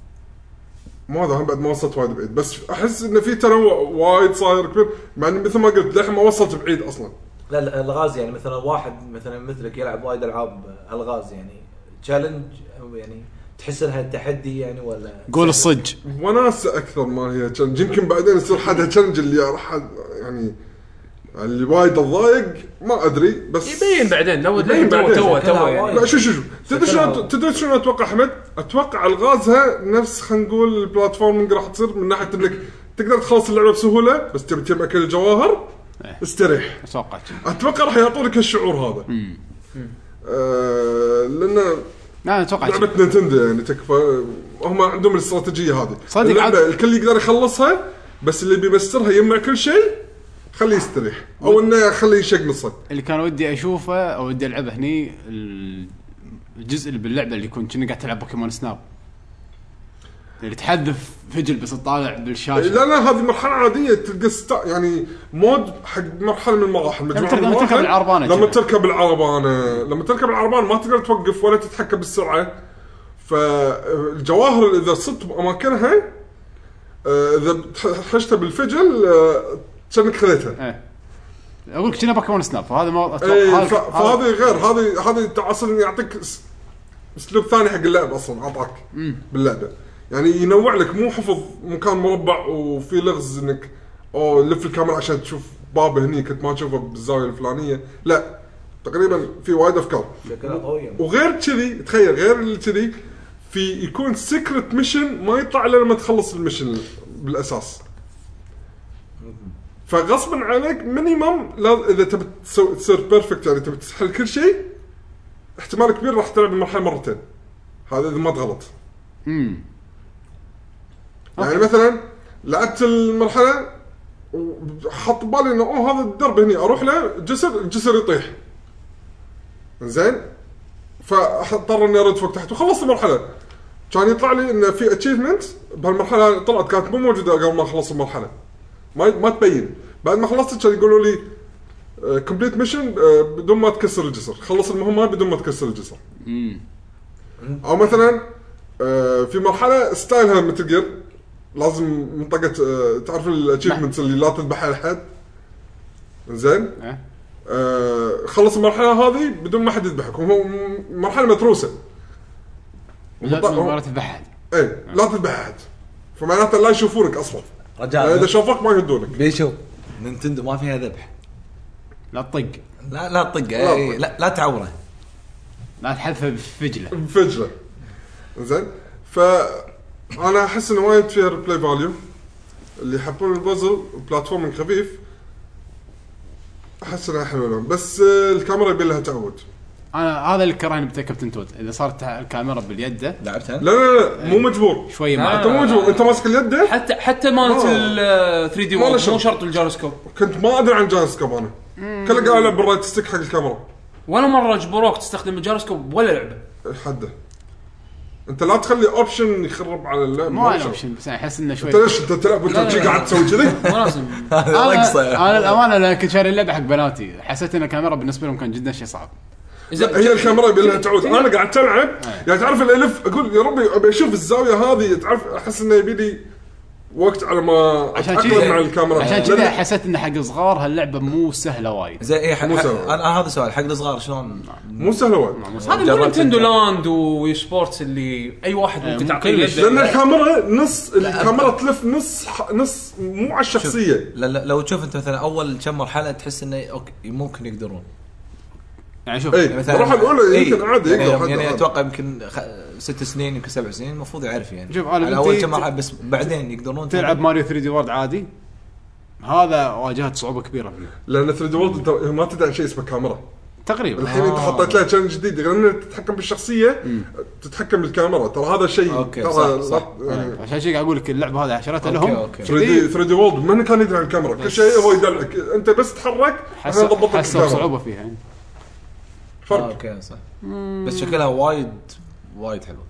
D: مو هذا هم بعد ما وصلت وايد بعيد بس احس انه في تنوع وايد صاير كبير مع اني مثل ما قلت للحين ما وصلت بعيد اصلا.
B: لا لا الالغاز يعني مثلا واحد مثلا مثلك يلعب وايد العاب الغاز يعني تشالنج يعني تحس انها تحدي يعني ولا
A: قول الصج.
D: وناسه اكثر ما هي تشالنج يمكن بعدين يصير حدا تشالنج اللي راح يعني اللي وايد الضايق ما ادري بس
C: يبين بعدين لو
D: يبين
C: تو
D: بعدين.
C: تو
B: شكلها
C: تو يعني
B: وايد.
D: لا شو شو شو تدري شنو
B: شكلها-
D: تدري شنو اتوقع احمد اتوقع الغازها نفس خلينا نقول البلاتفورمينج راح تصير من ناحيه انك تقدر تخلص اللعبه بسهوله بس تبي تجمع كل الجواهر
A: إيه.
D: استريح.
A: اتوقع
D: اتوقع راح يعطونك الشعور هذا آه لان
A: لا اتوقع
D: لعبه نينتندو يعني تكفى هم عندهم الاستراتيجيه هذه
A: صدق
D: اللعبه
A: عاد-
D: الكل يقدر يخلصها بس اللي بيمسرها يجمع كل شيء خليه يستريح او انه خليه يشقنصه.
A: اللي كان ودي اشوفه او ودي العبه هني ال- الجزء اللي باللعبه اللي يكون كأنك قاعد تلعب بوكيمون سناب اللي تحذف فجل بس تطالع بالشاشه.
D: لا لا هذه مرحله عاديه تلقى ستا... يعني مود حق مرحله من المراحل مجموعه
A: لما تركب العربانه
D: لما تركب العربانه لما تركب العربان ما تقدر توقف ولا تتحكم بالسرعه. فالجواهر اذا صدت باماكنها اذا حشتها بالفجل كأنك خذيتها.
A: ايه اقول لك كنا بوكيمون سناب فهذا ما
D: ايه فهذه غير هذه هذه اصلا يعطيك اسلوب ثاني حق اللعب اصلا اعطاك باللعبه يعني ينوع لك مو حفظ مكان مربع وفي لغز انك او لف الكاميرا عشان تشوف باب هني كنت ما تشوفه بالزاويه الفلانيه لا تقريبا في وايد افكار وغير كذي تخيل غير كذي في يكون سيكرت ميشن ما يطلع الا لما تخلص الميشن بالاساس فغصبا عليك مينيمم اذا تبي تصير بيرفكت يعني تبي تحل كل شيء احتمال كبير راح تلعب المرحله مرتين هذا اذا ما تغلط
A: امم
D: يعني مثلا لعبت المرحله وحط بالي انه اوه هذا الدرب هني اروح له جسر الجسر يطيح زين فاضطر اني ارد فوق تحت وخلصت المرحله كان يطلع لي انه في اتشيفمنت بهالمرحله طلعت كانت مو موجوده قبل ما اخلص المرحله ما ما تبين بعد ما خلصت كانوا يقولوا لي كومبليت ميشن بدون ما تكسر الجسر خلص المهمه بدون ما تكسر الجسر
A: امم
D: او مثلا في مرحله ستايلها مثل جير لازم منطقه تعرف الاتشيفمنتس اللي لا تذبح احد زين أه خلص المرحله هذه بدون ما حد يذبحك هو مرحله متروسه
A: لا تذبح احد
D: اي لا تذبح احد فمعناته لا يشوفونك اصلا رجال اذا شافوك ما يهدونك
B: بيشوف نينتندو ما فيها ذبح
A: لا تطق
B: لا لا تطق لا, لا لا تعوره
A: لا تحذفه بفجله
D: بفجله زين ف انا احس انه وايد فيها ريبلاي فاليو اللي يحبون البازل بلاتفورمينج خفيف احس انها حلوه بس الكاميرا يبي لها تعود
A: انا هذا اللي كرهني بكابتن تود اذا صارت الكاميرا باليد
B: لعبتها
D: لا لا لا مو مجبور
A: شويه ما
D: انت مو مجبور انت ماسك اليد
C: حتى حتى مالت ال ثري دي مو شرط الجيروسكوب
D: كنت ما ادري عن الجيروسكوب انا كله قاعد العب بالرايت ستيك حق الكاميرا
C: ولا مره جبروك تستخدم الجيروسكوب ولا لعبه
D: حده انت لا تخلي اوبشن يخرب على اللعبه
A: ما اوبشن بس احس انه شوي
D: انت ليش انت تلعب وانت قاعد تسوي كذي
C: ما لازم
A: انا الامانه انا كنت شاري اللعبه حق بناتي حسيت ان الكاميرا بالنسبه لهم كان جدا شيء صعب
D: إذا هي الكاميرا يبي لها تعود انا قاعد تلعب يعني تعرف الالف اقول يا ربي ابي اشوف الزاويه هذه تعرف احس انه يبي لي وقت على ما اتاقلم مع الكاميرا
A: عشان كذا حسيت ان حق صغار هاللعبه مو سهله وايد
B: زي ايه حق انا هذا سؤال حق الصغار شلون
D: مو سهله وايد
C: هذا مو نينتندو لاند وي سبورتس اللي اي واحد ممكن تعطيه
D: لان الكاميرا نص الكاميرا تلف نص نص مو على الشخصيه
B: لا لا لو تشوف انت مثلا اول كم مرحله تحس انه اوكي ممكن يقدرون
A: يعني شوف
D: ايه مثلا المرحله الاولى يمكن
B: ايه
D: عادي
B: يقدر يعني اتوقع يمكن خ... ست سنين يمكن سبع سنين المفروض يعرف يعني
A: شوف
B: على اول كم مرحله بس بعدين يقدرون
A: تلعب ماريو ثري دي وورد عادي هذا واجهت صعوبه كبيره فيه
D: لان ثري دي وورد انت ما تدري عن شيء اسمه كاميرا
A: تقريبا
D: الحين انت حطيت لها تشالنج جديد غير انك تتحكم بالشخصيه تتحكم بالكاميرا ترى هذا الشيء
B: ترى صح
A: يعني عشان شيء قاعد اقول لك اللعبه هذه عشرتها لهم
D: ثري دي وورد من كان يدري عن الكاميرا كل شيء هو يدلعك انت بس تحرك احنا نضبط لك
A: صعوبه فيها يعني
D: فرق
B: اوكي صح بس شكلها وايد وايد حلوه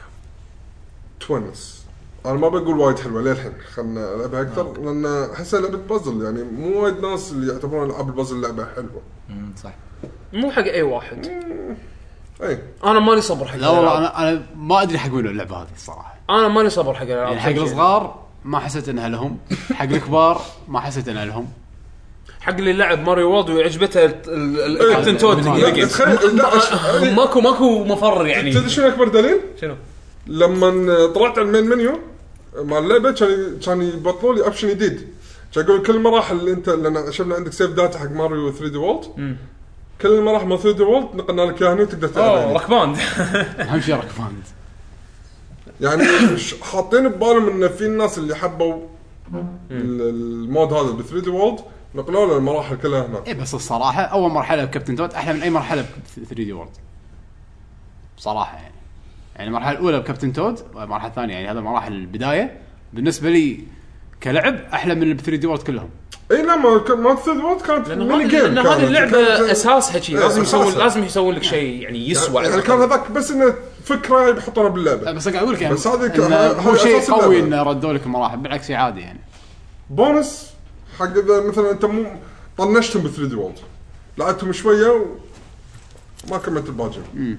D: تونس انا ما بقول وايد حلوه للحين خلنا العبها اكثر لان احسها لعبه بازل يعني مو وايد ناس اللي يعتبرون العاب البازل لعبه حلوه
B: امم صح
C: مو حق اي واحد
D: اي
C: انا مالي صبر حق
A: لا والله انا انا ما ادري حق وين اللعبه هذه الصراحه
C: انا مالي صبر حق الالعاب
A: يعني حق الصغار ما حسيت انها لهم حق الكبار ما حسيت انها لهم
C: حق اللي لعب ماريو وورد وعجبته الكابتن تود ماكو ماكو مفر يعني
D: تدري شنو اكبر دليل
C: شنو
D: لما طلعت على المين منيو مع اللعبه كان كان يبطلوا لي اوبشن جديد كان يقول كل المراحل اللي انت لان شفنا عندك سيف داتا حق ماريو ثري دي وورلد كل المراحل مال ثري دي وورلد نقلنا لك اياها هنا وتقدر تلعبها
C: اه ركباند
A: اهم شيء ركباند
D: يعني حاطين ببالهم ان في الناس اللي حبوا المود هذا ب ثري دي وورلد نقلوا له المراحل كلها هنا
A: اي بس الصراحه اول مرحله بكابتن تود احلى من اي مرحله ب ثري دي وورلد بصراحه يعني يعني المرحله الاولى بكابتن تود والمرحله الثانيه يعني هذا مراحل البدايه بالنسبه لي كلعب احلى من ثري دي وورلد كلهم
D: اي لا ما ما ثري دي وورلد كانت
C: ميني جيم لان هذه اللعبه اساسها شيء لازم يسوون لازم يسوون لك شيء يعني يسوى
D: يعني كان هذاك بس انه فكره يحطونها باللعبه.
A: بس قاعد اقول لك يعني
D: بس هذا
A: هو شيء قوي انه ردوا لك المراحل، بالعكس شيء عادي يعني.
D: بونس حق اذا مثلا انت مو طنشتهم ب ثري دي وولد، لعبتهم شويه وما كملت الباقي،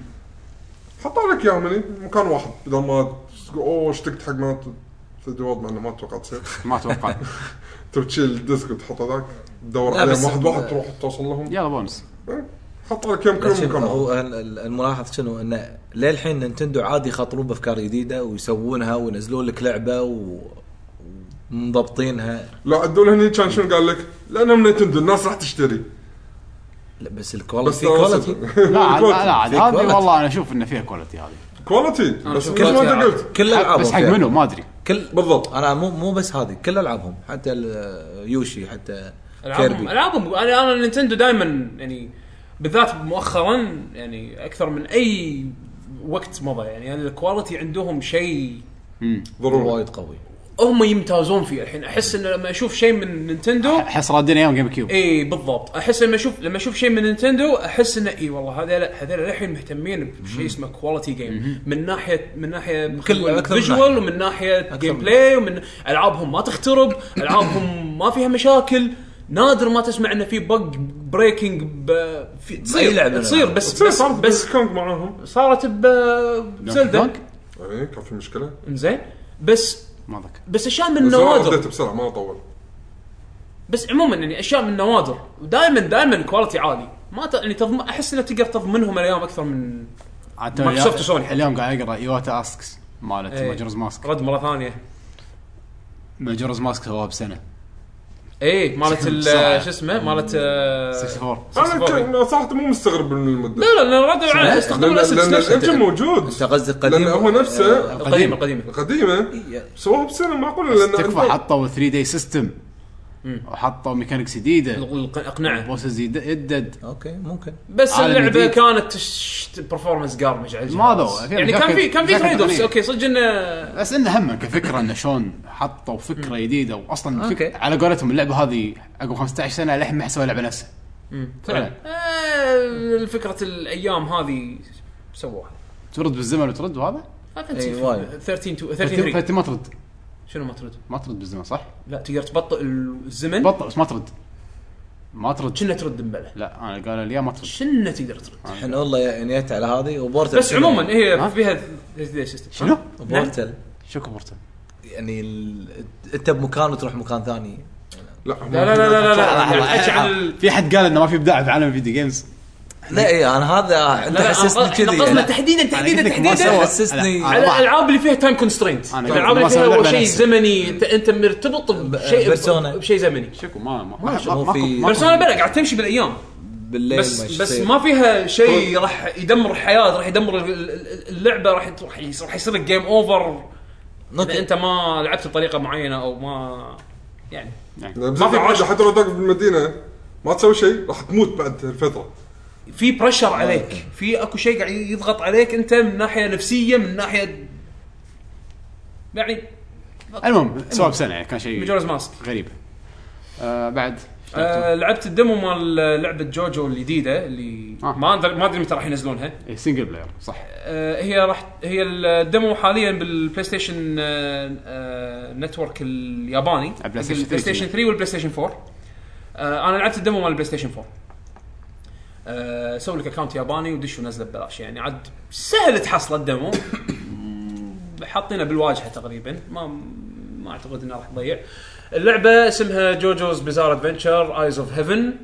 D: حطوا لك اياهم يعني مكان واحد بدل ما اوه اشتقت حق ما ثري دي وولد، مع انه ما توقعت تصير
A: ما توقعت
D: تبي تشيل الديسك وتحط ذاك تدور عليهم واحد واحد تروح توصل لهم.
A: يلا بونس
D: حط لك يوم كل مكان.
B: هو الملاحظ شنو انه للحين نينتندو عادي يخاطرون بافكار جديده ويسوونها وينزلون لك لعبه ومضبطينها.
D: لا عدول هني كان شنو قال لك؟ لانهم نينتندو الناس راح تشتري.
B: لا بس الكواليتي
D: كواليتي
A: لا لا لا هذه والله انا اشوف انه فيها كواليتي هذه
D: كواليتي بس مثل ما انت قلت
B: كل العابهم
A: بس حق منو ما ادري
B: كل
D: بالضبط.
B: انا مو مو بس هذه كل العابهم حتى يوشي حتى
C: العابهم العابهم انا انا نينتندو دائما يعني بالذات مؤخرا يعني اكثر من اي وقت مضى يعني, يعني الكواليتي عندهم شيء
D: ضروري
B: وايد قوي
C: هم يمتازون فيه. الحين احس ان لما اشوف شيء من نينتندو
A: احس رادين ايام جيم كيوب.
C: اي بالضبط احس لما اشوف لما اشوف شيء من نينتندو احس انه اي والله هذا هذول الحين مهتمين بشيء اسمه كواليتي جيم من ناحيه من ناحيه فيجوال ومن ناحيه جيم بلاي ومن العابهم ما تخترب العابهم ما فيها مشاكل. نادر ما تسمع انه في بق بريكنج في تصير تصير بس بس بس
D: كونغ معاهم
C: صارت بزلدة
D: اي كان في مشكله
C: زين بس
A: ما ذكر
C: بس اشياء من النوادر
D: بسرعه ما اطول.
C: بس عموما يعني اشياء من النوادر ودائما دائما كواليتي عالي ما ت... يعني تضم... احس انه تقدر تضمنهم اليوم اكثر من مايكروسوفت وسوني.
A: اليوم قاعد اقرا ايواتا اسكس مالت ايه. ماجورز ماسك
C: رد مره ثانيه
A: ماجورز ماسك سواه بسنه
C: ايه مالت شو اسمه مالت
A: أربعة وستين.
D: انا صراحه مو مستغرب من المده.
C: لا لا ردوا على استخدموا
D: الاساس الانجن موجود.
B: انت قصدك قديم
D: لانه هو نفسه
C: قديمه قديمه
D: قديمه سووها بسنه معقوله لان
A: تكفى حطوا ثري دي سيستم وحطوا ميكانيكس جديده
C: اقنعه
A: بوسز يدد
B: اوكي ممكن
C: بس اللعبه كانت برفورمانس جارمج على
A: الجهاز
C: يعني كان في كان في تريدرز اوكي صدق انه
A: بس انه هم كفكره انه شلون حطوا فكره جديده واصلا فك... على قولتهم اللعبه هذه عقب خمسة عشر سنه لحين ما حسوا لعبه نفسها
C: فعلا آه فكره الايام هذه سووها
A: ترد بالزمن وترد وهذا
C: ثلاثة عشر تو ثلاثة وثلاثين
A: ما ترد
C: شنو ما ترد
A: ما ترد بالزمن صح
C: لا تقدر تبطئ الزمن
A: بطئ بس ما ترد ما ترد
C: شنو ترد مبله
A: لا انا قال لي ما ترد
C: شنو تقدر ترد
B: الحين والله يعني نيت على هذه وبورتل
C: بس عموما هي فيها سيستم
A: شنو
B: بورتل
A: شو بورتل
B: يعني ال... انت بمكان وتروح مكان ثاني
D: لا
C: لا لا لا لا لا
A: في حد قال انه ما في ابداع في عالم الفيديو جيمز
B: لا ايه انا هذا انت حسسني كذي
C: قصدنا تحديدا تحديدا تحديدا
B: حسسني
C: على الالعاب اللي فيها تايم كونسترينت الالعاب اللي فيها شيء زمني انت انت مرتبط بشيء بشيء زمني
A: شكو ما ما
B: ما في
C: بيرسونا بلا قاعد تمشي بالايام
B: بالليل
C: بس بس ما فيها شيء راح يدمر الحياه راح يدمر اللعبه راح راح يصير الجيم اوفر اذا انت ما لعبت بطريقه معينه او ما يعني
D: ما في عاده حتى لو داق بالمدينه ما تسوي شيء راح تموت بعد الفتره
C: في بريشر عليك في اكو شيء قاعد يضغط عليك انت من ناحيه نفسيه من ناحيه يعني
A: المهم سوى بسنه يعني كان شيء
C: ماجورز ماسك
A: غريب آه بعد
C: آه لعبت الديمو مال لعبه جوجو الجديده اللي آه. ما ادري ما ادري متى راح ينزلونها
A: اي سنجل بلاير صح
C: آه هي راح هي الديمو حاليا بالبلاي ستيشن آه آه نتورك الياباني البلاي ستيشن ثري والبلاي ستيشن فور آه انا لعبت الديمو مال البلاي ستيشن فور أه سوي لك اكونت ياباني ودش ونزله ببلاش يعني عاد سهل تحصل الدمو حاطينه بالواجهه تقريبا ما ما اعتقد انه راح تضيع. اللعبه اسمها جوجوز بيزار ادفنتشر ايز اوف هيفن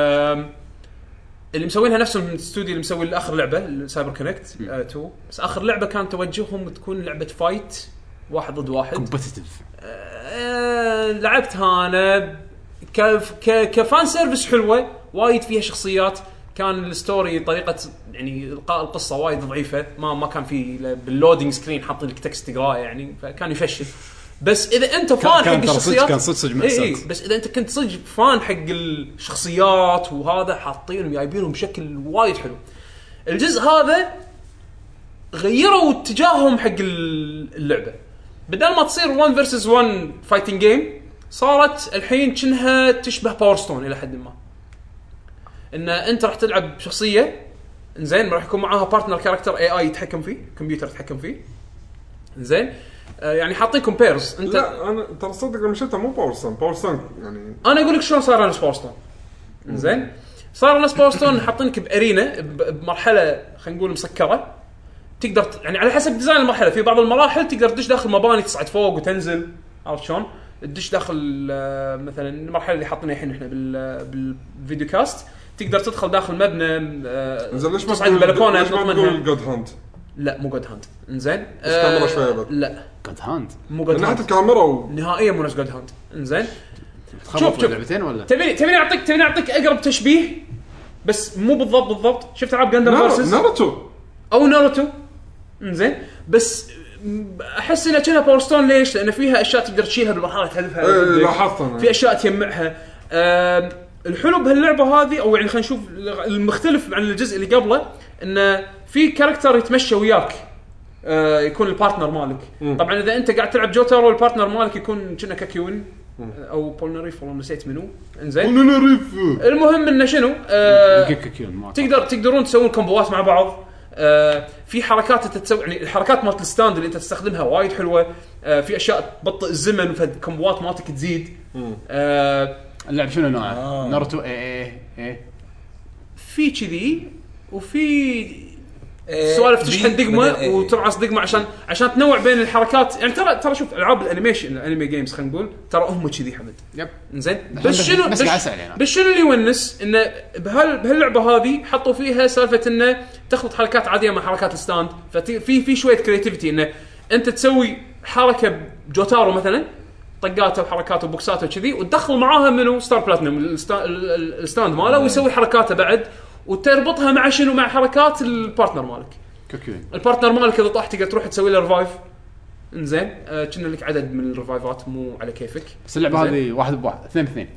C: اللي مسوينها نفسهم من الاستوديو اللي مسوي الاخر لعبه سايبر كونكت تو بس اخر لعبه كان توجههم تكون لعبه فايت واحد ضد واحد
A: كومبتيتيف
C: أه لعبتها انا ك كفان سيرفيس حلوه وايد فيها شخصيات كان الستوري طريقه يعني القاء القصه وايد ضعيفه ما ما كان في باللودينج سكرين حاطين لك تكست تقراه يعني فكان يفشل بس اذا انت فان حق الشخصيات
A: كان صدق مأساة
C: اي بس اذا انت كنت صدق فان حق الشخصيات وهذا حاطينهم جايبينهم بشكل وايد حلو. الجزء هذا غيروا اتجاههم حق اللعبه بدل ما تصير واحد فيرسز واحد فايتنج جيم صارت الحين كأنها تشبه باور ستون الى حد ما ان انت راح تلعب شخصيه انزين راح يكون معاها بارتنر كاركتر اي اي يتحكم فيه، كمبيوتر يتحكم فيه. انزين آه يعني حاطينكم بيرز. انت
D: لا انا ترى صدق لما شفتها مو باور ستون، باور ستون يعني
C: انا اقول لك شلون صار نفس باور ستون. انزين صار نفس باور ستون حاطينك بارينا بمرحله خلينا نقول مسكره، تقدر يعني على حسب ديزاين المرحله، في بعض المراحل تقدر تدش داخل مباني تصعد فوق وتنزل، عرفت شلون؟ تدش داخل مثلا المرحله اللي حاطينها الحين احنا بالفيديو كاست، تقدر تدخل داخل مبنى تصعد البلكونه تنط منها.
D: جود هاند
C: لا مو جود هاند. انزين
D: الكاميرا شويه بعد.
C: لا
A: جود هاند
C: مو جود
D: ناحيه
C: هاند
D: الكاميرا و...
C: نهائيا مو نفس جود هاند. انزين
A: شوف شوف لعبتين ولا
C: تبيني تبيني اعطيك تبيني اعطيك اقرب تشبيه بس مو بالضبط بالضبط. شفت العاب جاندام فيرسز
D: ناروتو
C: او ناروتو. انزين بس احس انها كأنها باور ستون. ليش؟ لان فيها اشياء تقدر تشيلها بالمرحله تحذفها.
D: ايه لاحظت
C: في اشياء تجمعها. أه الحلو بهاللعبه هذه او يعني خلينا نشوف المختلف عن الجزء اللي قبله، انه في كاركتر يتمشى وياك أه يكون البارتنر مالك.
D: م.
C: طبعا اذا انت قاعد تلعب جوتارو البارتنر مالك يكون كنا كاكيون او بولنريف والله نسيت منو. انزين
D: بولنريف
C: المهم انه شنو أه
A: كاكيون
C: تقدر تقدرون تسوون كومبوات مع بعض. آه في حركات انت تسوي يعني الحركات مالت الستاند اللي انت تستخدمها وايد حلوه. آه في اشياء تبطئ الزمن فالكومبوات مالتك تزيد. آه
A: اللعب شنو نوعه؟ آه. ناروتو اي اي اي
C: في كذي وفي سوالف تشحن دقمه وترعص دقمه عشان عشان تنوع بين الحركات. يعني ترى ترى شوف العاب الانيميشن الانمي جيمز خلينا نقول ترى هم كذي حمد.
A: يب
C: زين بس شنو
A: بس
C: بس, بس شنو اللي يونس انه بهال بهاللعبه هذه حطوا فيها سالفه انه تخلط حركات عاديه مع حركات الستاند. ففي في شويه كرياتيفيتي انه انت تسوي حركه بجوتارو مثلا طقاته وحركاته وبوكساته وكذي وتدخل معاها منو ستار بلاتنم الستاند ماله ويسوي حركاته بعد وتربطها مع شنو مع حركات البارتنر مالك.
A: كوكيون
C: البارتنر مالك اذا طاح تقدر تروح تسوي له ريفايف. انزين آه كنا لك عدد من الريفايفات مو على كيفك.
A: بس اللعبه هذه واحد بواحد اثنين باثنين.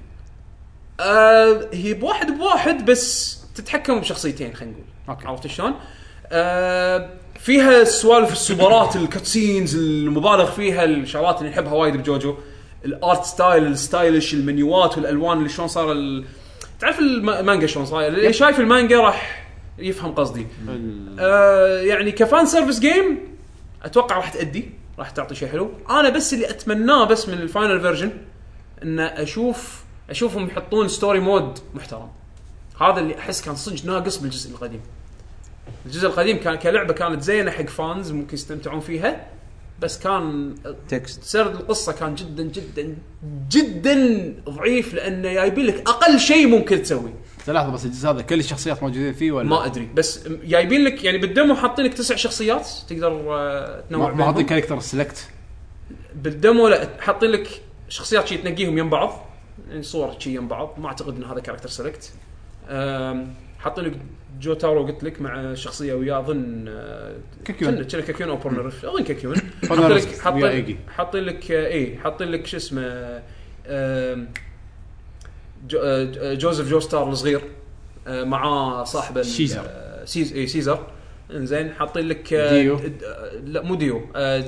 C: آه هي بواحد بواحد بس تتحكم بشخصيتين خلينا نقول. عرفت شلون؟ آه فيها سوالف السوبرات الكاتسينز المبالغ فيها الشغلات اللي نحبها وايد بجوجو. الارت ستايل الستايلش المنيوات والالوان اللي شلون صار ال... تعرف المانجا شلون صاير اللي شايف المانجا راح يفهم قصدي. آه يعني كفان سيرفيس جيم اتوقع راح تأدي راح تعطي شيء حلو. انا بس اللي اتمناه بس من الفاينل فيرجن ان اشوف اشوفهم يحطون ستوري مود محترم. هذا اللي احس كان صدق ناقص بالجزء القديم. الجزء القديم كان كلعبه كانت زينه حق فانز ممكن يستمتعون فيها بس كان
B: تكست
C: سرد القصه كان جدا جدا جدا ضعيف لانه جايبين لك اقل شيء ممكن تسوي.
A: لحظه بس الجزء هذا كل الشخصيات موجودين فيه ولا
C: ما ادري بس جايبين لك يعني بالدمو حاطين لك تسع شخصيات تقدر تنوع
A: بينهم. ما حاطين كاركتر سيلكت
C: بالدمو لا حاطين لك شخصيات شي تنقيهم يم بعض يعني صور شي يم بعض. ما اعتقد ان هذا كاركتر سيلكت. حاطين لك جوتارو قلت لك مع شخصيه وياه اظن
A: كاكيون
C: كنا كاكيون او بورنرف اظن كاكيون.
A: حاطين لك
C: حاطين حاطين لك اي حاطين لك شو اسمه جوزيف جوستار الصغير مع صاحب
A: سيزر
C: سيز اي سيزر. انزين حاطين لك
A: ديو.
C: لا مو ديو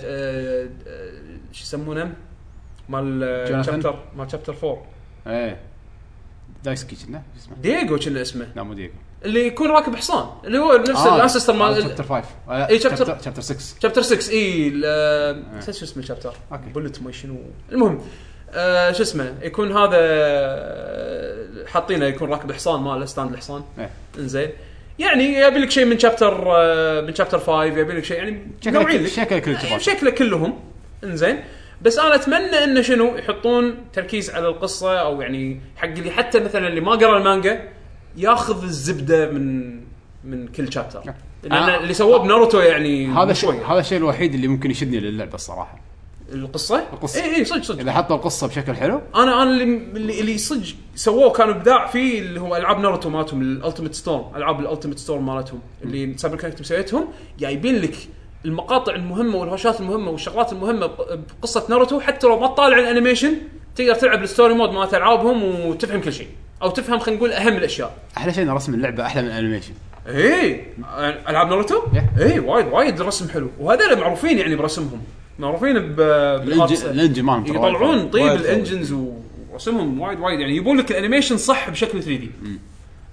C: شو يسمونه مال شابتر مال شابتر فور
A: ايه دايسكي كنا اسمه
C: دييغو كنا اسمه.
A: لا مو دييغو اللي
C: يكون راكب حصان اللي هو نفس
A: آه
C: الانسستر مال
A: شابتر خمسة
C: اي شابتر
A: شابتر ستة
C: شابتر ستة اي نسيت شو اسمه الشابتر بولت ما شنو المهم آه شو اسمه يكون هذا حاطينه يكون راكب حصان مال ستاند الحصان.
A: إيه.
C: انزين يعني يبي لك شيء من شابتر آه من شابتر خمسة يبي لك شيء يعني
A: نوعين شكله كله
C: شكله كلهم. انزين بس انا اتمنى انه شنو يحطون تركيز على القصه او يعني حق اللي حتى مثلا اللي ما قرأ المانجا ياخذ الزبده من من كل شابتر لان آه. اللي سووه بناروتو يعني
A: هذا شيء هذا الشيء الوحيد اللي ممكن يشدني للعبه الصراحه.
C: القصه
A: القصه
C: اي اي صدق صدق
A: اذا حطوا القصه بشكل حلو.
C: انا انا اللي اللي صدق سووه كانوا ابداع فيه اللي هو العاب ناروتو مالتهم الالتيميت ستورم العاب الالتيميت ستورم مالتهم اللي سايبر كونكت مسويتهم جايبين لك المقاطع المهمه والهوشات المهمه والشغلات المهمه بقصه ناروتو حتى لو ما تطالع الانيميشن تقدر تلعب الستوري مود مالت العابهم وتفهم كل شيء او تفهم خلينا نقول اهم الاشياء.
A: احلى شيء ان رسم اللعبه احلى من الانيميشن.
C: ايه العاب ناروتو
A: yeah.
C: ايه وايد وايد الرسم حلو وهذول معروفين يعني برسمهم معروفين
A: بالانجن مالهم
C: يطلعون طيب الانجنز ورسمهم وايد وايد يعني يبون لك الانيميشن صح بشكل ثري دي.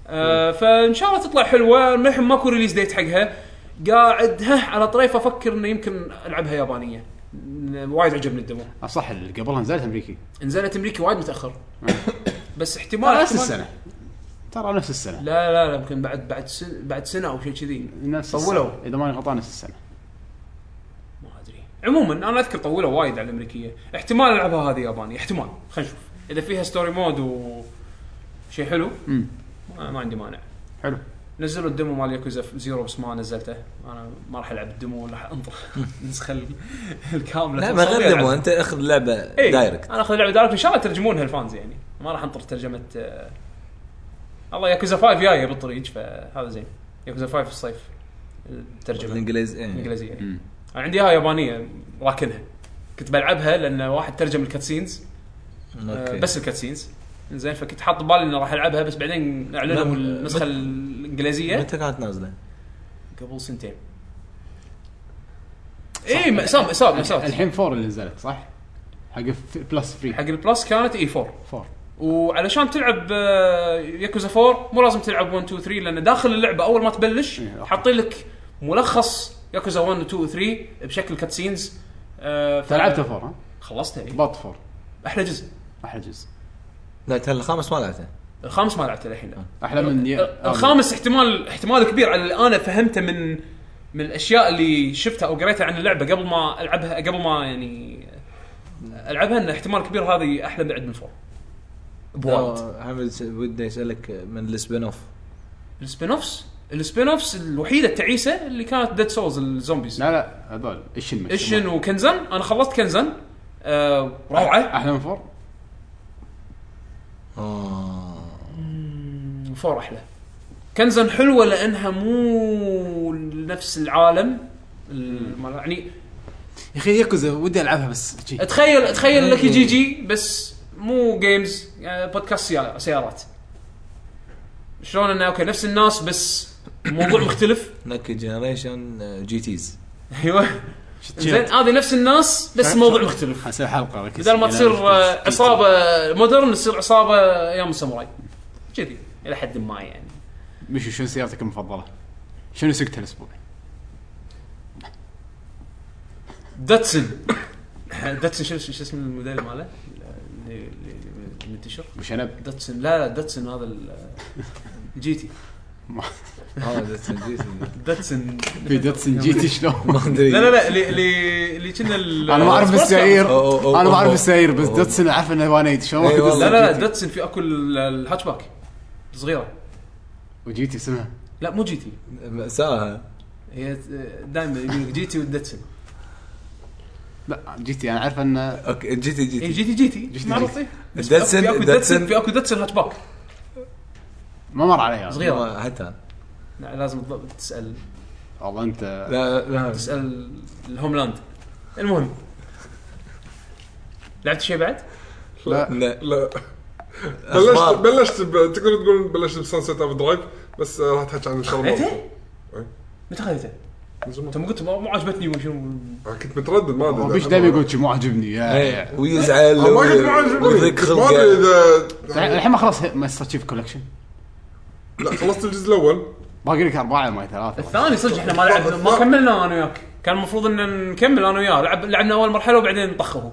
C: آه فان شاء الله تطلع حلوه. الحين ماكو ريليز ديت حقها، قاعد ها على طريف افكر انه يمكن العبها يابانيه. وايد عجبني الدمو.
A: صح اللي قبلها نزلت امريكي،
C: نزلت امريكي وايد متاخر بس احتمال
A: ترى نفس
C: احتمال-
A: السنه، ترى نفس السنه
C: لا لا لا يمكن بعد بعد سنة بعد سنه او شيء كذي
A: نفس
C: طولوا.
A: السنة. اذا ماني غلطان نفس السنه.
C: ما ادري. عموما انا اذكر طولوا وايد على الامريكيه. احتمال العبها هذه ياباني، احتمال. خلينا نشوف اذا فيها ستوري مود وشيء حلو.
A: امم
C: ما, ما عندي مانع.
A: حلو.
C: نزلوا الديمو مال ياكوزا زيرو بس ما نزلته. انا ما راح العب الديمو، راح انطر النسخه ال- الكامله.
B: لا ما
C: توصل لي
B: غير دمو،
C: ألعب.
B: انت اخذ لعبه
C: إيه،
B: دايركت.
C: انا اخذ لعبه دايركت ان شاء الله يترجمونها الفانز يعني. ما راح انطر ترجمه آه، الله ياكوزا خمسة جايه بالطريق فهذا زين. ياكوزا خمسة في الصيف الترجمه
B: بالانجليزي إيه.
C: الانجليزيه.
A: مم.
C: انا عندي اياها يابانيه راكنها، كنت بلعبها لان واحد ترجم الكاتسينز
B: أوكي.
C: بس الكاتسينز زين، فكنت حاط ببالي اني راح العبها بس بعدين اعلنوا
B: لا،
C: النسخه
B: مت-
C: الانجليزيه
B: متى كانت نازله؟
C: قبل سنتين. اي مأساة مأساة مأساة.
A: الحين فور اللي نزلت صح حق بلس فري
C: حق البلس كانت اي فور،
A: فور.
C: وعلشان تلعب آه، ياكوزا فور مو لازم تلعب واحد اثنين ثلاثة لان داخل اللعبه اول ما تبلش
A: إيه،
C: حاطين لك ملخص ياكوزا واحد اثنين ثلاثة بشكل كاتسينز. آه ف-
A: لعبت فور ها
C: خلصتها إيه.
A: بط فور
C: احلى جزء.
A: احلى جزء،
B: لا ترى الخامس ما لعبته.
C: الخامس ما لعبته الحين. لا
A: احلى من ي...
C: الخامس احتمال احتمال كبير على اللي انا فهمته من من الاشياء اللي شفتها او قريتها عن اللعبه قبل ما العبها قبل ما يعني العبها ان احتمال كبير هذه احلى بعد من فور بوايد.
B: آه، حمد ودي اسالك من السبين اوف.
C: السبين اوفس السبين اوفس الوحيده التعيسه اللي كانت ديد سولز الزومبيز.
A: لا لا هذول ايشن مش
C: ايشن وكنزن. انا خلصت كنزن آه روعه.
A: احلى من فور.
B: اه
C: فور احلى. كنزن حلوه لانها مو نفس العالم الم- يعني
A: يا اخي ياكوزا ودي العبها بس شي.
C: اتخيل اتخيل لك جي جي بس مو جيمز يعني بودكاست سيارة- سيارات. شلون انه اوكي نفس الناس بس موضوع مختلف.
B: نك جنريشن جي تيز.
C: ايوه زين هذه نفس الناس بس موضوع مختلف.
A: حسوي حلقه ركز
C: بدل ما تصير آه، عصابه مودرن تصير عصابه ايام الساموراي كذي الى حد ما يعني.
A: مش شنو سيارتك المفضله؟ شنو سكتها الاسبوع؟
C: داتسن داتسن شو شو اسم الموديل ماله اللي اللي منتشر؟
A: وشنب
C: داتسن. لا لا داتسن هذا الجي تي.
B: اه ذاتس جي تي.
C: داتسن
A: في داتسن جي تي شلون؟
B: ما ادري.
C: لا لا لا اللي اللي اللي كنا ال-
A: انا ما اعرف السيايير،
B: أو- أو- أو-
A: انا ما اعرف
B: أو-
A: السيايير بس
B: أو-
A: داتسن اعرف انه وانيد شلون.
B: إي والله.
C: لا لا لا داتسن في اكو ال- الهاتشباك صغيره.
A: وجي تي اسمها
C: لا مو جي تي،
B: مأساة.
C: هي دائما يقول جي تي والداتسن.
A: لا جي تي انا عارف انه
B: اوكي جي تي جي
C: اي
B: تي.
C: جي تي جي تي
A: جي تي
C: معروف إيه. بس في
B: داتسن-
C: أكو- في اكو
B: داتسن-
C: داتسن في اكو داتسن هاتشباك
A: ما مر علي
C: صغيرة.
B: ما- حتى
C: لا لازم تض- تسال
A: والله انت
B: لا لا
C: تسال الهوملاند. المهم لعبت شيء بعد؟
A: لا
B: لا
D: لا
B: أخبار.
D: بلشت بلشت ب... تقدر تقول بلشت بسانسيت اوف درايف بس آه، راح تحكي عن ان شاء الله.
C: خذيته؟
D: إيه.
C: متى خذيته؟
D: من زمان.
C: انت ما قلت ما مو عجبتني وشنو؟
D: آه، كنت متردد ما ادري
A: هو بيش دايما يقول شي مو عاجبني يا
B: إيه، ويزعل
D: آه، ما قلت ما عجبني
B: ويضيق
D: ما ادري
B: خلقه.
D: اذا
A: الحين ما خلص ماستر تشيف كولكشن،
D: لا خلصت الجزء الاول.
A: باقي لك اربعه ما ثلاثه.
C: الثاني صدق احنا ما لعبنا ما كملنا انا وياك. كان المفروض ان نكمل انا وياه. لعب لعبنا اول مرحله وبعدين طخه.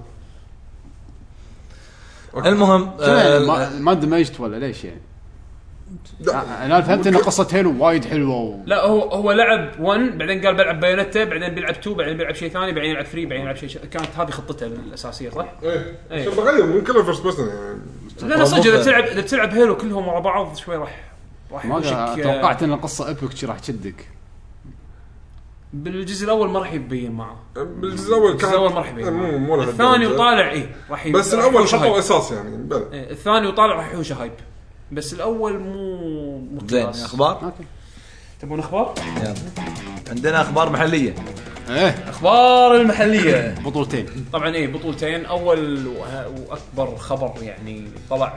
B: المهم
A: شنو يعني
B: آه،
A: ما- ما دمجت ولا ليش يعني؟
D: لا.
A: انا فهمت ان قصه هيلو وايد حلوه و...
C: لا هو هو لعب واحد بعدين قال بلعب بايونيتا بعدين بيلعب اثنين بعدين بيلعب شيء ثاني بعدين يلعب ثلاثة بعدين يلعب شيء. كانت هذه خطته الاساسيه صح؟
D: ايه
C: إيه.
D: عشان بغير مو كله فيرست بيرسون يعني.
C: لا صدق اذا بتلعب اذا بتلعب هيلو كلهم ورا بعض شوي راح راح
A: ما
C: يوشك.
A: توقعت ان القصه ايبك شي راح تشدك.
C: بالجزء الاول ما راح يبين معه.
D: بالجزء الاول
C: الجزء الاول ما راح يبين
D: مو مو
C: معه.
D: لهالدرجة.
C: الثاني وطالع ايه راح يبين.
D: بس الاول حطوا اساس يعني بلى.
C: إيه، الثاني وطالع راح يحوش هايب بس الاول مو مو
B: زين
C: كلاس.
B: اخبار.
A: اوكي
C: تبون اخبار؟
B: يلا. عندنا اخبار محليه.
A: ايه
C: اخبار المحليه.
A: بطولتين.
C: طبعا ايه بطولتين. اول وه- واكبر خبر يعني طلع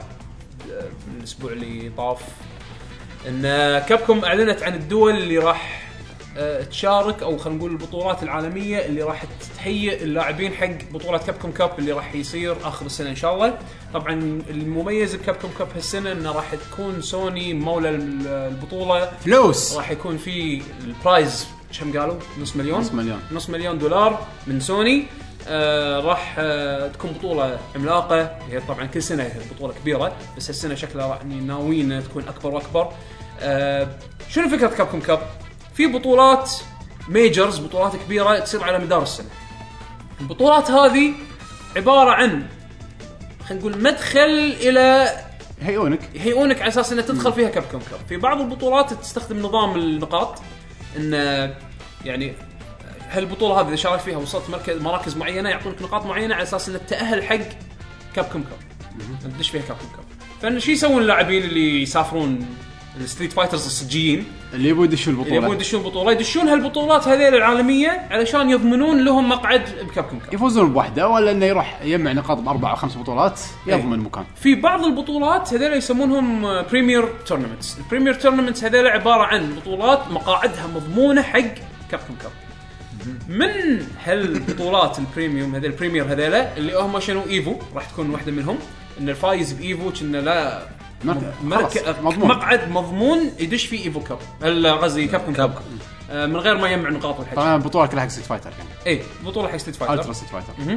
C: الاسبوع اللي طاف ان كابكوم اعلنت عن الدول اللي راح آه، تشارك او خلينا نقول البطولات العالميه اللي راح تهيئ اللاعبين حق بطوله كابكوم كاب اللي راح يصير اخر السنه ان شاء الله. طبعا المميز بكابكوم كاب هالسنه انه راح تكون سوني مولى البطوله،
A: فلوس
C: راح يكون في البرايز كم قالوا نص مليون
A: نص مليون
C: نص مليون دولار من سوني. آه راح آه تكون بطولة عملاقة، هي طبعا كل سنة هي بطولة كبيرة بس هالسنة شكلها راح ناويين تكون أكبر وأكبر. آه شنو فكرة كابكوم كاب؟ في بطولات ميجرز، بطولات كبيرة تصير على مدار السنة. البطولات هذه عبارة عن خلينا نقول مدخل إلى
A: هيئونك
C: هيئونك على أساس أنها تدخل فيها كابكوم كاب. في بعض البطولات تستخدم نظام النقاط، إن يعني هالبطوله هذه اذا شارك فيها وصلت مركز مراكز معينه يعطونك نقاط معينه على اساس انك تاهل حق كابكوم كاب تدش فيها كابكوم كاب. فان شو يسوون اللاعبين اللي يسافرون الستريت فايترز الصجيين
A: اللي يبون يدشون البطوله
C: اللي يبون يدشون البطوله يدشون هالبطولات هذيل العالميه علشان يضمنون لهم مقعد بكابكوم كاب،
A: يفوزون بواحده ولا انه يروح يجمع نقاط باربع او خمس بطولات يضمن
C: أي.
A: مكان.
C: في بعض البطولات هذيل يسمونهم بريمير تورنمنتس. البريمير تورنمنتس هذيل عباره عن بطولات مقاعدها مضمونه حق كابكوم كاب. من هالبطولات البريميوم هذول البريمير هذول اللي هم شنو ايفو راح تكون واحده منهم، ان الفايز بايفو كنا لا مرك...
A: مضمون.
C: مقعد مضمون يدش فيه ايفو كاب قصدي كابكوم كاب آه من غير ما يجمع نقاط والحكي.
A: طبعا البطوله كلها حق ستريت فايتر يعني
C: اي بطوله حق ستريت فايتر
A: الترا ستريت فايتر.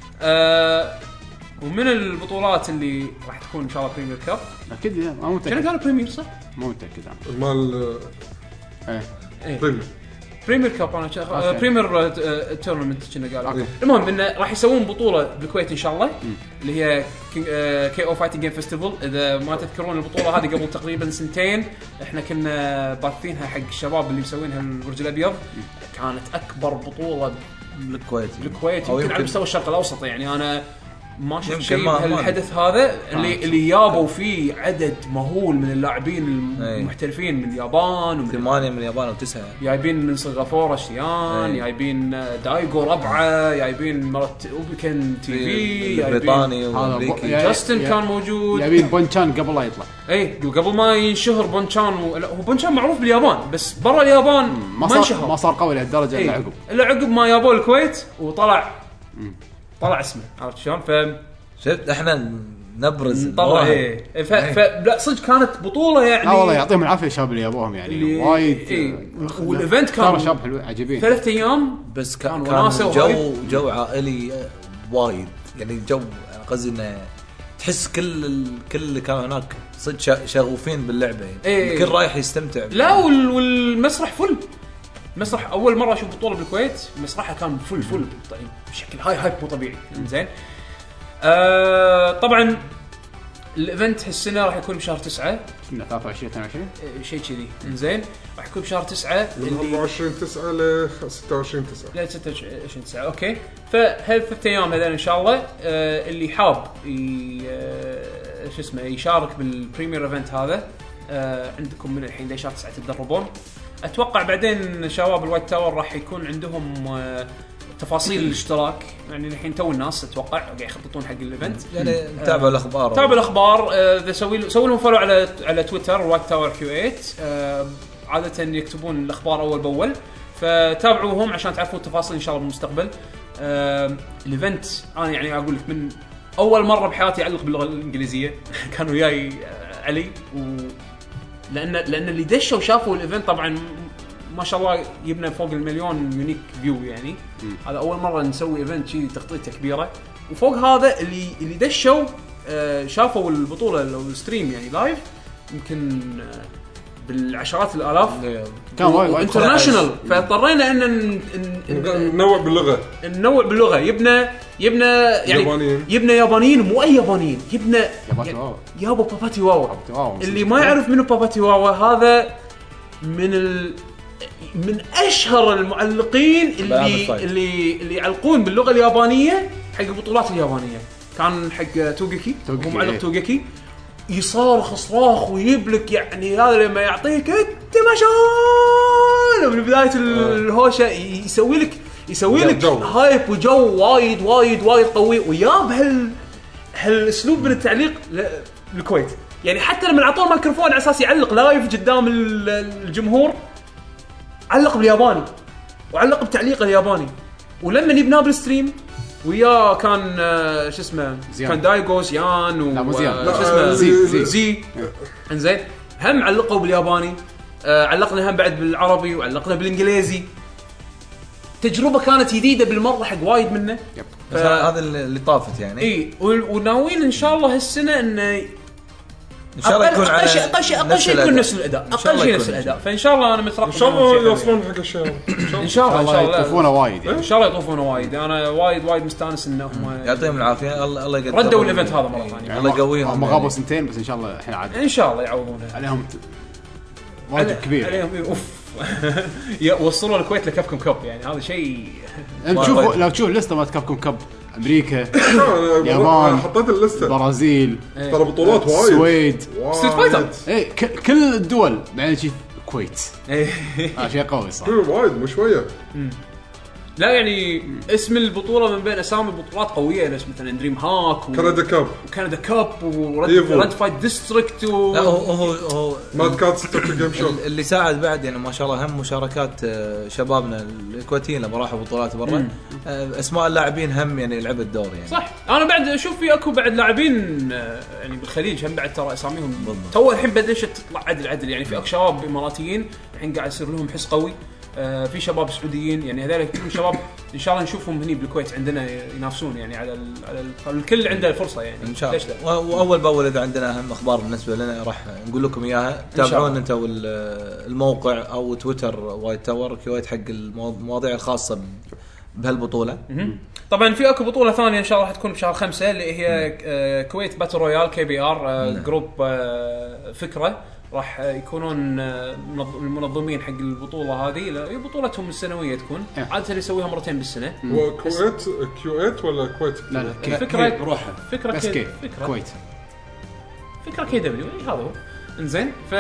C: آه ومن البطولات اللي راح تكون ان شاء الله بريمير كاب
A: اكيد ما متاكد
C: شنو قالوا بريمير صح؟
A: مو متاكد انا
D: مال
A: ايه
C: ايه
D: بريمير
C: بريمير كاب انا
A: أوكي.
C: بريمير تورنمنت كنا قالوا.
D: أوكي.
C: المهم انه راح يسوون بطوله بالكويت ان شاء الله اللي هي كي او فايتنج جيم فيستيفال. اذا ما تذكرون البطوله هذه قبل تقريبا سنتين احنا كنا باثينها حق الشباب اللي مسوينها البرج الابيض. كانت اكبر بطوله
B: بالكويت
C: بالكويت
B: أو
C: يمكن على
B: يمكن-
C: مستوى الشرق الاوسط. يعني انا ما شفت
B: يمكن
C: شيء
B: ما- ما-
C: بهالحدث هذا اللي اللي يابوا فيه عدد مهول من اللاعبين
B: أي.
C: المحترفين من اليابان ومن
B: ثمانية من اليابان وتسعة.
C: جايبين من سنغافورة شيان،
B: أي.
C: جايبين دايغو ربعه، جايبين مرت اوبكن تي في،
B: بريطاني
A: هذا
B: وامريكي.
A: يا-
C: جاستن
A: يا-
C: كان موجود.
A: يبين بونشان قبل لا يطلع.
C: اي قبل ما ينشهر بونشان و... لا هو بونشان معروف باليابان بس برا اليابان
A: ما
C: ما
A: صار
C: انشهر
A: ما صار قوي لهالدرجه
C: إيه.
A: الا عقب.
C: الا عقب ما يابوا الكويت وطلع طلع اسمه عرفت شلون. ف
B: شفت احنا نبرز
C: طلع
B: المواهب.
C: ايه ف... ف... لا صدق كانت بطوله يعني
A: لا والله يعطيهم العافيه الشباب اللي يابوهم يعني
C: اللي-
A: وايد.
C: إيه.
A: آه،
C: والإيفنت كان-
A: اختاروا شباب حلوين عجيبين.
C: ثلاث ايام
B: بس
C: كان
B: كان,
C: وناسة
B: كان جو
C: وهايب.
B: جو عائلي آه، وايد يعني جو قصدي انه تحس كل ال... كل اللي كانوا هناك صدق شا- شغوفين باللعبه يعني.
C: إيه.
B: الكل رايح يستمتع.
C: لا وال... والمسرح فل. مسرح اول مره اشوف بطوله بالكويت مسرحها كان فل فل طيب بشكل هاي هايب مو طبيعي. زين آه طبعا الايفنت هالسنه راح يكون بشهر تسعة
A: كنا ثلاثة وعشرين اثنين وعشرين
C: آه، شيء كذي. زين راح يكون بشهر تسعة
D: من
C: اللي
D: أربعة وعشرين تسعة ل ستة وعشرين تسعة.
C: لا ستة وعشرين تسعة اوكي. فهالثلاث ايام هذول ان شاء الله آه اللي حاب ي... آه شو اسمه يشارك بالبريمير ايفنت هذا آه عندكم من الحين لشهر تسعة تتدربون. اتوقع بعدين شباب الوايت تاور راح يكون عندهم آه تفاصيل الاشتراك يعني الحين تو الناس اتوقع قاعد يخططون حق الايفنت.
B: يعني تابعوا الاخبار.
C: تابعوا الاخبار اذا سوي سوي لهم فولو على على تويتر وايت تاور كيو ثمانية آه عاده يكتبون الاخبار اول باول فتابعوهم عشان تعرفون التفاصيل ان شاء الله بالمستقبل. آه الايفنت انا يعني اقول لك من اول مره بحياتي اعلق باللغه الانجليزيه كان وياي آه علي و لان لان اللي دشوا وشافوا الايفنت طبعا ما شاء الله يبنى فوق المليون يونيك فيو يعني. هذا اول مره نسوي ايفنت شيء تخطيطه كبيره وفوق هذا اللي اللي دشوا آه شافوا البطوله لو ستريم يعني لايف يمكن آه بالعشرات الالاف
A: كان وايد وايد
C: انترناشونال. فاضطرينا ان ن- ن-
D: نوع باللغة.
C: ننوع باللغه. يبنى يبنى يعني
D: يابانيين.
C: يبنى يابانيين مو اي يابانيين يبنى
A: ياباتي واوا.
C: يابو باباتي واوا.
A: باباتي واوا.
C: اللي ما يعرف منو باباتي واوا هذا من ال... من اشهر المعلقين اللي
B: بالفايت.
C: اللي اللي يعلقون باللغه اليابانيه حق البطولات اليابانيه. كان حق توغيكي هو
A: توغيكي،
C: معلق
A: إيه.
C: توغيكي يصارخ صراخ ويبلك يعني هذا لما يعطيك انت ما شاء الله من بدايه الهوشه يسوي لك يسوي لك
D: جو.
C: هايب وجو وايد وايد وايد قوي وياب هال هالاسلوب من التعليق ل- للكويت. يعني حتى لما اعطوه الميكروفون على اساس يعلق لايف قدام ال- الجمهور علق بالياباني وعلق بتعليق الياباني، ولما جبناه بالستريم وياه كان آه شو اسمه
A: زيان.
C: كان دايغو زيان و
A: لا، مو زيان.
C: آه،
A: لا،
C: شو اسمه
A: زي- زي.
C: زي انزين هم علقوا بالياباني، آه علقنا هم بعد بالعربي وعلقنا بالانجليزي. تجربه كانت جديده بالمره حق وايد منه.
A: يب.
B: بس هذا اللي طافت يعني.
C: اي وناويين ان شاء الله هالسنه انه
B: ان شاء الله يكون
C: اقل شيء اقل شيء اقل شيء يكون نفس الاداء،
B: إن شاء
C: اقل
B: الله
C: شيء
B: يكون
C: نفس
B: نفس
C: الاداء. فان شاء الله انا مترقب
D: ان شاء
C: منهم شيء
D: الله
C: حلو.
D: يوصلون حق الشيء
C: ان شاء الله ان شاء الله
A: يطوفونه وايد يعني.
C: ان شاء الله يطوفونه وايد. انا وايد وايد مستانس انهم
B: يعطيهم العافيه. الله الله يقدر
C: ردوا الايفنت هذا مره ثانيه.
B: الله يقويهم
A: هم
B: يعني.
A: غابوا سنتين بس ان شاء الله الحين عاد
C: ان شاء الله يعوضونه
A: عليهم واجب كبير.
C: عليهم اوف يا وصلوا الكويت لكابكم كوب يعني هذا شيء.
A: انت تشوف لو تشوف لسته مالت كابكوم كاب امريكا
D: أنا
A: يابان،
D: حطيت اللسته
A: البرازيل،
D: ترى بطولات وايد
A: السويد،
D: وايد.
C: ستريت فايتر.
A: اي ك- كل الدول بعدين شيء الكويت.
C: إيه.
A: اه شيء قوي صح.
D: إيه، وايد مو شويه.
C: لا يعني اسم البطوله من بين اسامي بطولات قويه نفس مثلا دريم هاك و...
D: كندا كاب
C: وكندا كاب
D: إيفو.
C: ورد فايت ديستريكت و...
B: لا هو هو هو
D: ماد كاتس توكيو جيم شو.
B: اللي ساعد بعد يعني ما شاء الله هم مشاركات آه، شبابنا الكويتيين لما راحوا بطولات برا. آه، اسماء اللاعبين هم يعني لعبت دور يعني.
C: صح. انا بعد اشوف في اكو بعد لاعبين آه، يعني بالخليج هم بعد ترى اساميهم
B: بالضبط.
C: تو الحين بدشت تطلع عدل عدل يعني. في اكو شباب اماراتيين الحين قاعد يصير لهم حس قوي. آه، في شباب سعوديين يعني هذول كل شباب ان شاء الله نشوفهم هني بالكويت عندنا ينافسون يعني على ال على ال الكل عنده فرصه يعني
B: ان شاء
C: ليش
B: الله.
C: لا.
B: و- واول باول اذا عندنا اهم اخبار بالنسبه لنا راح نقول لكم اياها. تابعونا انتم الموقع او تويتر وايد تاور كويت حق المواضيع الخاصه ب- بهالبطوله.
C: طبعا في اكو بطوله ثانيه ان شاء الله راح تكون بشهر خمسة اللي هي آه، كويت باتل رويال كي بي ار آه، جروب آه، فكره. راح يكونون آه، منظ- المنظمين حق البطوله هذه. لا، هي بطولتهم السنويه تكون
A: إيه.
C: عاده يسويها مرتين بالسنه.
D: هو كويت كيو ثمانية ولا كويت؟
A: لا لا كي
C: فكرة-
A: كي بروحه
C: فكره
A: بس
C: كي
A: كي
C: فكره
A: كويت.
C: فكره كي دبليو إيه هذا هو. انزين ف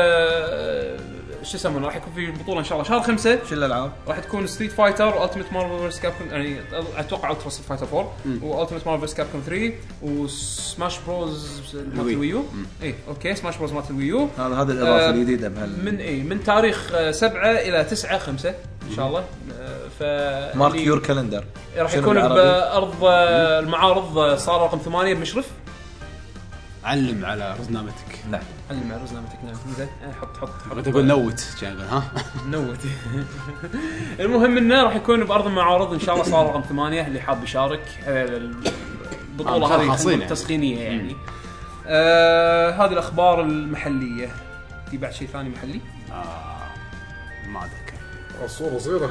C: شو يسمونه راح يكون في بطوله ان شاء الله شهر خمسة.
B: شو الالعاب؟
C: راح تكون ستريت فايتر والتيمت مارفل فيرس كابكوم يعني اتوقع الترا ستريت فايتر فور والتيمت مارفل فيرس كابكوم ثري وسماش بروز مالت
A: الوي.
C: الويو. اي اوكي سماش بروز مالت الويو
B: هذا هذا الاضافه
C: آه،
B: الجديده بهال
C: من اي من تاريخ آه، سبعة الى تسعة خمسة ان شاء الله. آه، ف
B: مارك يور كالندر.
C: راح
B: شنو
C: يكون
B: بالعربي؟
C: بارض آه، المعارض آه، صار رقم ثمانية بمشرف.
A: علم على رزنامتك.
B: نعم.
C: علم على رزنامتك نعم زين حط حط حط
A: بغيت اقول نوت شغل ها.
C: نوت. المهم انه راح يكون بارض المعارض ان شاء الله صار رقم ثمانية اللي حاب يشارك. آه، البطوله
A: آه،
C: هذه
A: خاصين
C: خاصين
A: يعني.
C: تسخينيه يعني. آه هذه الاخبار المحليه. في بعد شيء ثاني محلي؟
A: آه ما اتذكر.
D: الصوره صغيره.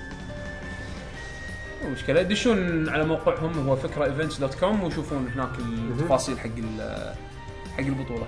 C: مو مشكله دشون على موقعهم هو فكره ايفنتس دوت كوم ويشوفون هناك التفاصيل حق ال- حق البطوله.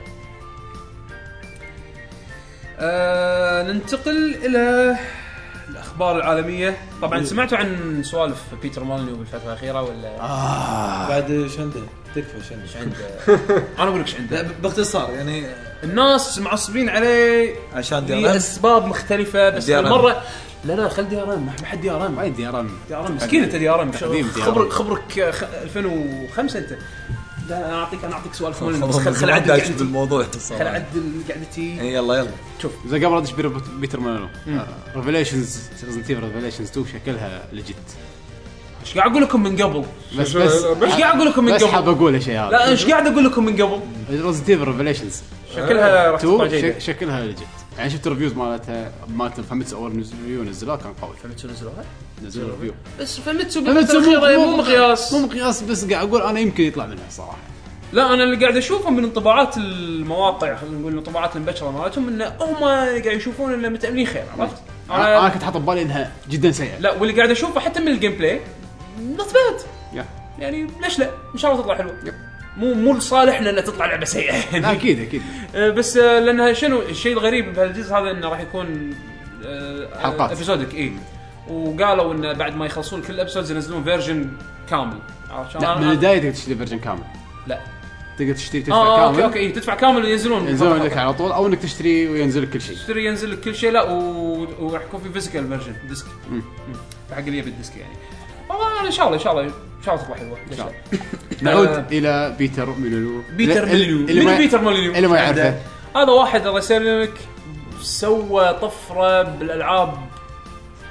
C: آه ننتقل الى الاخبار العالميه. طبعا سمعتوا عن سوالف بيتر مولينيو بالفتره الاخيره ولا؟
A: آه
B: بعد ايش عنده؟ تكفى ايش عنده؟
C: عنده انا اقول لك ايش عنده.
B: باختصار يعني
C: الناس معصبين عليه
B: عشان دي
C: لاسباب مختلفه بس
B: دي آر إم.
C: المره لا لا خل دي ار ام ما حد دي ار ام
A: وايد دياران.
C: دي ار ام مسكين انت دي ار ام
A: تقديم دي آر إم.
C: خبرك خبرك خ- ألفين وخمسة انت. لا انا اعطيك انا اعطيك سؤال مولينيو بس خل خل
B: عدل
C: اعدل قعدتي
B: بالموضوع
C: خل اعدل قعدتي.
B: إيه، يلا يلا.
C: شوف
A: زي قبل ادش بيتر مانو ريفيليشنز ريزنت ايفل ريفيليشنز تو شكلها ليجيت.
C: ايش قاعد اقول لكم من قبل؟
A: بس
D: شو-
A: بس
C: ايش قاعد اقول لكم من
A: بس حاب
C: قبل؟
A: اقول شيء هذا.
C: لا ايش قاعد اقول لكم من قبل؟
A: ريزنت ايفل ريفيليشنز
C: شكلها راح تطلع
A: تو
C: جيده.
A: شكلها ليجيت. يعني شفت الريفيوز مالتها مالت فهمت اول ريفيو نزلوه كان قوي.
C: فهمتوا نزلوها؟
A: نزلوا ريفيو
C: بس فهمتوا
A: فهمت
C: بالفتره الاخيره مو مقياس.
A: مو مقياس بس قاعد اقول انا يمكن يطلع منها صراحه.
C: لا انا اللي قاعد اشوفه من انطباعات المواقع خلينا نقول انطباعات المبشره مالتهم ان هم قاعد يشوفون انه متاملين خير عرفت؟
A: انا انا كنت حاط ببالي انها جدا سيئه.
C: لا واللي قاعد اشوفه حتى من الجيم بلاي نوت باد
A: يا
C: يعني ليش لا ان شاء الله تطلع حلوه. مو مو لصالحنا انها تطلع لعبه سيئه
A: لا،
C: يعني.
A: اكيد اكيد
C: آه، بس آه، لانها شنو الشيء الغريب بهالجزء هذا انه راح يكون آه،
A: حلقات.
C: ابيسودك اي وقالوا انه بعد ما يخلصون كل الابيسودز ينزلون فيرجن كامل عشان
A: لا من البدايه تقدر تشتري فيرجن كامل.
C: لا
A: تقدر تشتري تدفع
C: اه
A: كامل
C: اوكي اوكي إيه، تدفع كامل وينزلون
A: ينزلون لك على طول او انك تشتري وينزل لك كل شيء.
C: تشتري ينزل لك كل شيء. لا و- وراح يكون في فيزيكال فيرجن ديسك حق اللي يبي الديسك يعني. والله انا ان شاء الله ان شاء الله ان شاء الله تطلع حلوه
A: إن شاء الله. نعود الى بيتر مولينيو.
C: بيتر مولينيو
A: اللي
C: من
A: ما
C: بيتر مولينيو
A: اللي ما يعرفه
C: هذا واحد الله يسلمك سوى طفره بالالعاب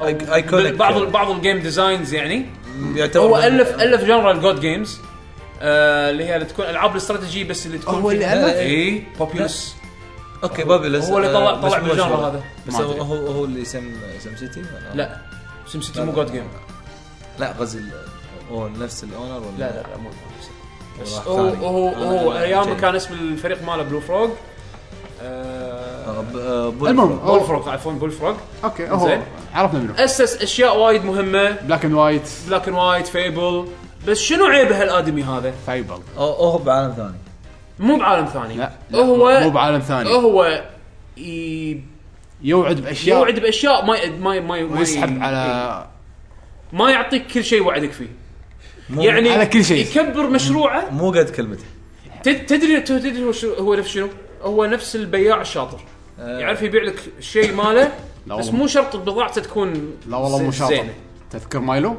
B: ايكونيك
C: بعض بعض الجيم ديزاينز يعني.
B: يعتبر
C: هو
B: من-
C: الف الف جنرال جود جيمز اللي هي اللي تكون العاب الاستراتيجي بس اللي تكون
A: هو اللي
C: فيها-
A: ألف؟
C: اي بوبولوس
B: اوكي بابلس
C: هو اللي طلع طلع بالجنر هذا.
B: بس
A: ما
B: هو
A: أدري.
B: هو هو اللي سم سم سيتي ولا
C: لا سم سيتي مو جود جيم.
B: لا غزل هو نفس الاونر ولا
C: لا لا لا مو بس
B: واحد
C: هو
B: ثاني.
C: هو
B: أنا-
C: هو
B: أنا
C: ايام
B: جاي.
C: كان اسم الفريق ماله بلو فروغ. آه
B: آه، ب- آه، بول-
A: المهم
C: بول
A: أوه.
C: فروغ عفوا بول فروغ
A: اوكي هو
C: زين.
A: عرفنا منه
C: اسس اشياء وايد مهمه
A: بلاك اند وايت
C: بلاك اند وايت فيبل. بس شنو عيبه هالادمي هذا؟
A: فايبل
B: أو هو بعالم ثاني.
C: مو بعالم ثاني.
A: لا
C: هو
A: مو بعالم ثاني
C: هو ي...
A: يوعد باشياء
C: يوعد باشياء ما ي- ما ي- ما ي- ما ي-
A: ويسحب على
C: ما يعطيك كل شيء وعدك فيه.
B: مو-
C: يعني
A: على كل شيء.
C: يكبر مشروعه.
B: مو قد كلمته.
C: تد- تدري تدري هو شو- هو نفس شنو؟ هو نفس البياع الشاطر. يعرف يبيع لك الشيء ماله
A: لا
C: بس
A: والله.
C: مو شرط بضاعته تكون
A: لا والله مو شاطر.
C: زينة.
A: تذكر مايلو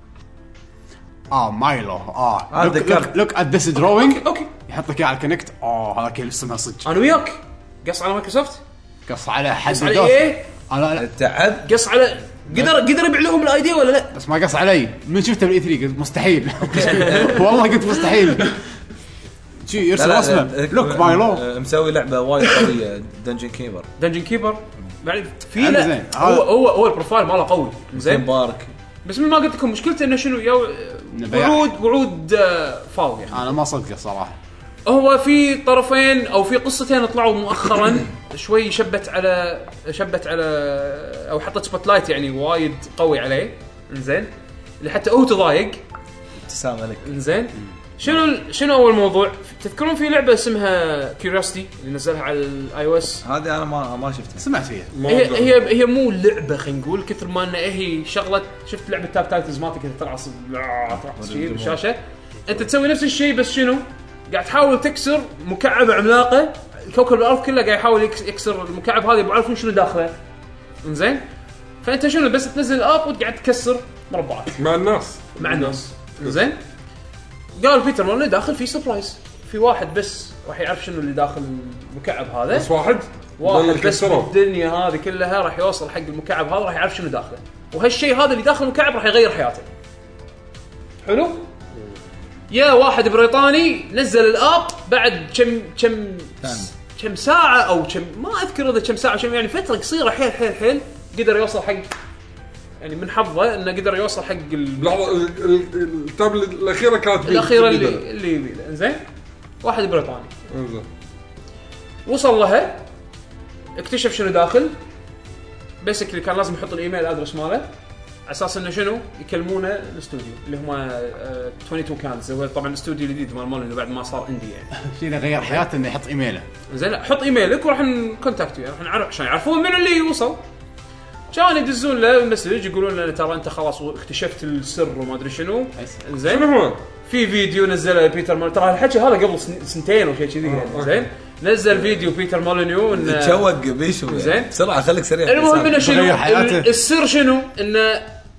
A: اه مايلو اه
B: آه، ذكرت.
A: لوك ات ذس دروينج
C: اوكي
A: يحط لك اياه على الكونكت. اه هذا كل اسمها صدق
C: انا وياك قص على مايكروسوفت
A: قص على حد
C: قص على
A: دوس.
C: ايه
A: انا لا
C: قص
B: تعب
C: على قدر قدر يبيع لهم الايديا ولا لا؟
A: بس ما قص علي من شفته بالاي ثلاثة قلت مستحيل والله قلت مستحيل شي يرسل اسمه لوك مايلو
B: آه، مسوي لعبه وايد قويه دنجن كيبر
C: دنجن كيبر بعد في
A: عنده
C: لا
A: زين.
C: هو هو هو البروفايل ماله قوي
B: زين
C: زين.
B: بارك.
C: بس مثل ما قلت لكم مشكلته انه شنو يو...
A: نبيع.
C: وعود وعود آه، فاضيه يعني.
A: انا ما صدقه صراحه
C: هو في طرفين او في قصتين طلعوا مؤخرا شوي شبت على شبت على او حطت سبوت لايت يعني وايد قوي عليه. انزين اللي حتى هو تضايق.
B: ابتسامه لك.
C: انزين شنو ال- شنو اول موضوع؟ تذكرون في لعبه اسمها كيوريوسيتي اللي نزلها على الاي او اس؟
B: هذه انا ما ما شفتها.
A: سمعت فيها
C: هي هي هي مو لعبه خلينا نقول كثر ما انها هي شغله. شفت لعبه تاب تايتلز مالتك كذا ترعص ترعص شيء بالشاشه. انت تسوي نفس الشيء بس شنو قاعد تحاول تكسر مكعبه عملاقه. كوكب الارض كله قاعد يحاول يكس- يكسر المكعب هذا يبغى يعرفون شنو داخله. انزين فانت شنو بس تنزل الاب وتقعد تكسر مربعات
D: مع الناس
C: مع الناس. انزين قال بيتر مولني داخل في سربرايز. في واحد بس راح يعرف شنو اللي داخل المكعب هذا.
D: بس واحد
C: واحد
D: ضل
C: بس
D: يكسره.
C: بالدنيا هذه كلها راح يوصل حق المكعب هذا راح يعرف شنو داخله. وهالشيء هذا اللي داخل المكعب راح يغير حياته. حلو. يا واحد بريطاني نزل الاب بعد كم كم كم ساعه او كم ما اذكر اذا كم ساعه كم يعني فتره قصيره حيل حيل حيل قدر يوصل حق يعني من حظه انه قدر يوصل حق ال-
D: لحظه ال- ال- التاب الاخيره كانت
C: الاخيره
D: جديدة.
C: اللي اللي يبيله. انزين واحد بريطاني
D: انزين
C: وصل لها اكتشف شنو داخل. بيسكلي كان لازم يحط الايميل ادرس ماله على اساس انه شنو يكلمونه الاستوديو اللي هم آه، اثنين وعشرين كانز. هو طبعا الاستوديو الجديد مال مولن بعد ما صار اندي يعني.
A: شيء اللي غير حياته انه يحط ايميله
C: زين حط ايميلك وراح نكونتاكت وياه راح نعرف عشان يعرفون من اللي يوصل. كان يدزون له مسج يقولون له ترى انت خلاص اكتشفت السر وما ادري شنو. زين
D: شنو هو؟
C: في فيديو نزله بيتر مول ترى الحكي هذا قبل سن- سنتين او شيء كذي يعني. زين نزل فيديو بيتر مولينيو انه
B: تشوق بيشو يعني.
C: زين.
B: بسرعه خليك سريع.
C: المهم انه شنو
A: تغير حياته.
C: ال- السر شنو انه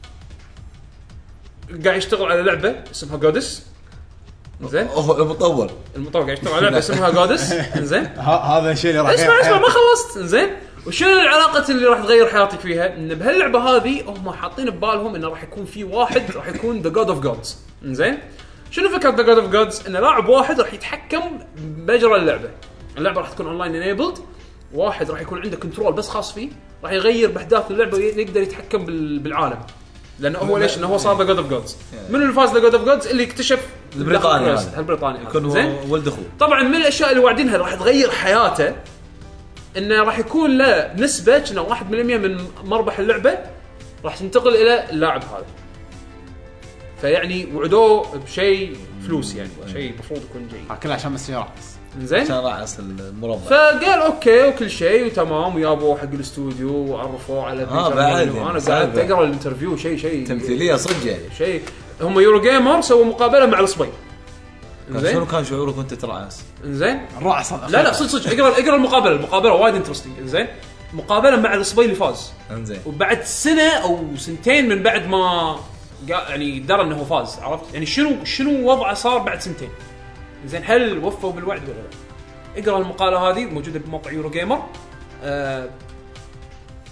C: قاعد يشتغل على لعبه اسمها جودس. زين
B: اوه المطور
C: المطور قاعد يشتغل على لعبه اسمها جودس. زين
A: هذا الشيء اللي راح
C: اسمع اسمع ما
A: حياته.
C: خلصت. زين وشنو العلاقه اللي راح تغير حياتك فيها؟ ان بهاللعبه هذه هم حاطين ببالهم انه راح يكون في واحد راح يكون ذا جود اوف جودز. زين شنو فكره ذا جود اوف جودز؟ ان لاعب واحد راح يتحكم بمجرى اللعبه. اللعبه راح تكون اونلاين انيبلد. واحد راح يكون عنده كنترول بس خاص فيه راح يغير باحداث اللعبه ويقدر يتحكم بال- بالعالم. لانه هو ليش انه هو صار ذا جود اوف جودز. من اللي فاز ذا جود اوف جودز اللي اكتشف
B: البريطاني هذا.
C: البريطاني هذا.
B: يكون
C: زين
B: ولد اخوه.
C: طبعا من الاشياء اللي واعدينها راح تغير حياته انه راح يكون له نسبه كنا واحد بالمية من مربح اللعبه راح تنتقل الى اللاعب هذا. فيعني وعدوه بشيء فلوس يعني شيء المفروض يكون جيد.
A: كله عشان السيارات
C: زين
B: عشان راس المربع.
C: فقال اوكي وكل شيء وتمام ويابوه حق الاستوديو وعرفوه على
B: آه
C: بيتر
B: بعد
C: مولينيو.
B: يعني
C: انا
B: صعبة.
C: قاعد اقرا الانترفيو شيء شيء
B: تمثيليه صدق يعني.
C: شيء. هم يورو جيمر سووا مقابله مع الصبي.
B: شنو
C: زين
B: كان شعورك وانت ترعس؟
C: زين
A: الرعس
C: لا لا صدق صدق اقرا اقرا المقابله المقابله وايد انترستنج. زين مقابله مع الصبي اللي فاز
B: انزين.
C: وبعد سنه او سنتين من بعد ما قا- يعني درى انه هو فاز. عرفت يعني شنو شنو وضعه صار بعد سنتين. زين هل وفوا بالوعد ولا لا؟ اقرا المقاله هذه موجوده بموقع يورو جيمر. آه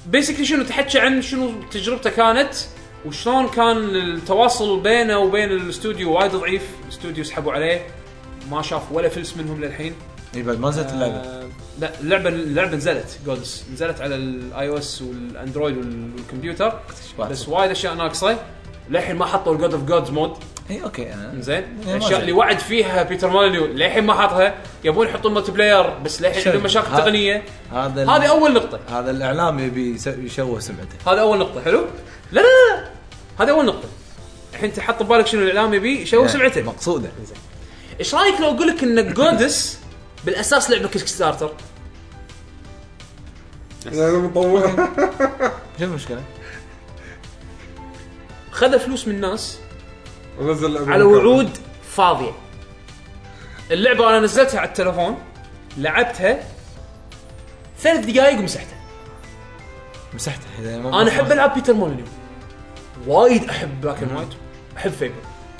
C: بيسكلي شنو تحكي عن شنو تجربته كانت وشلون كان التواصل بينه وبين الاستوديو وايد ضعيف. الاستوديو سحبوا عليه ما شاف ولا فلس منهم للحين.
B: اي بعد ما نزلت اللعبه
C: آه لا اللعبه اللعبه نزلت جودس نزلت على الاي او اس والاندرويد والكمبيوتر بس وايد اشياء ناقصه للحين ما حطوا الجود اوف جودز مود.
B: اي اوكي
C: زين الاشياء اللي وعد فيها بيتر مولينيو للحين ما حطها. يبون يحطون ملتي بلاير بس للحين عندهم مشاكل تقنيه.
B: هذا
C: هذه اول نقطه.
B: هذا الاعلام يبي يشوه سمعته.
C: هذا اول نقطه حلو. لا لا لا هذا اول نقطه. الحين تحط ببالك شنو الاعلام يبي يشوه سمعته
B: مقصوده.
C: ايش رايك لو اقول لك ان جودس بالاساس لعبه كيك ستارتر؟
D: انا مطور
B: شو المشكله؟
C: خذ فلوس من الناس
D: ونزل
C: على وعود فاضيه. اللعبه انا نزلتها على التليفون لعبتها ثلاث دقائق ومسحتها.
B: مسحتها.
C: انا احب العب بيتر مولينيو وايد. احب بلاك اند وايت. احب فيبر.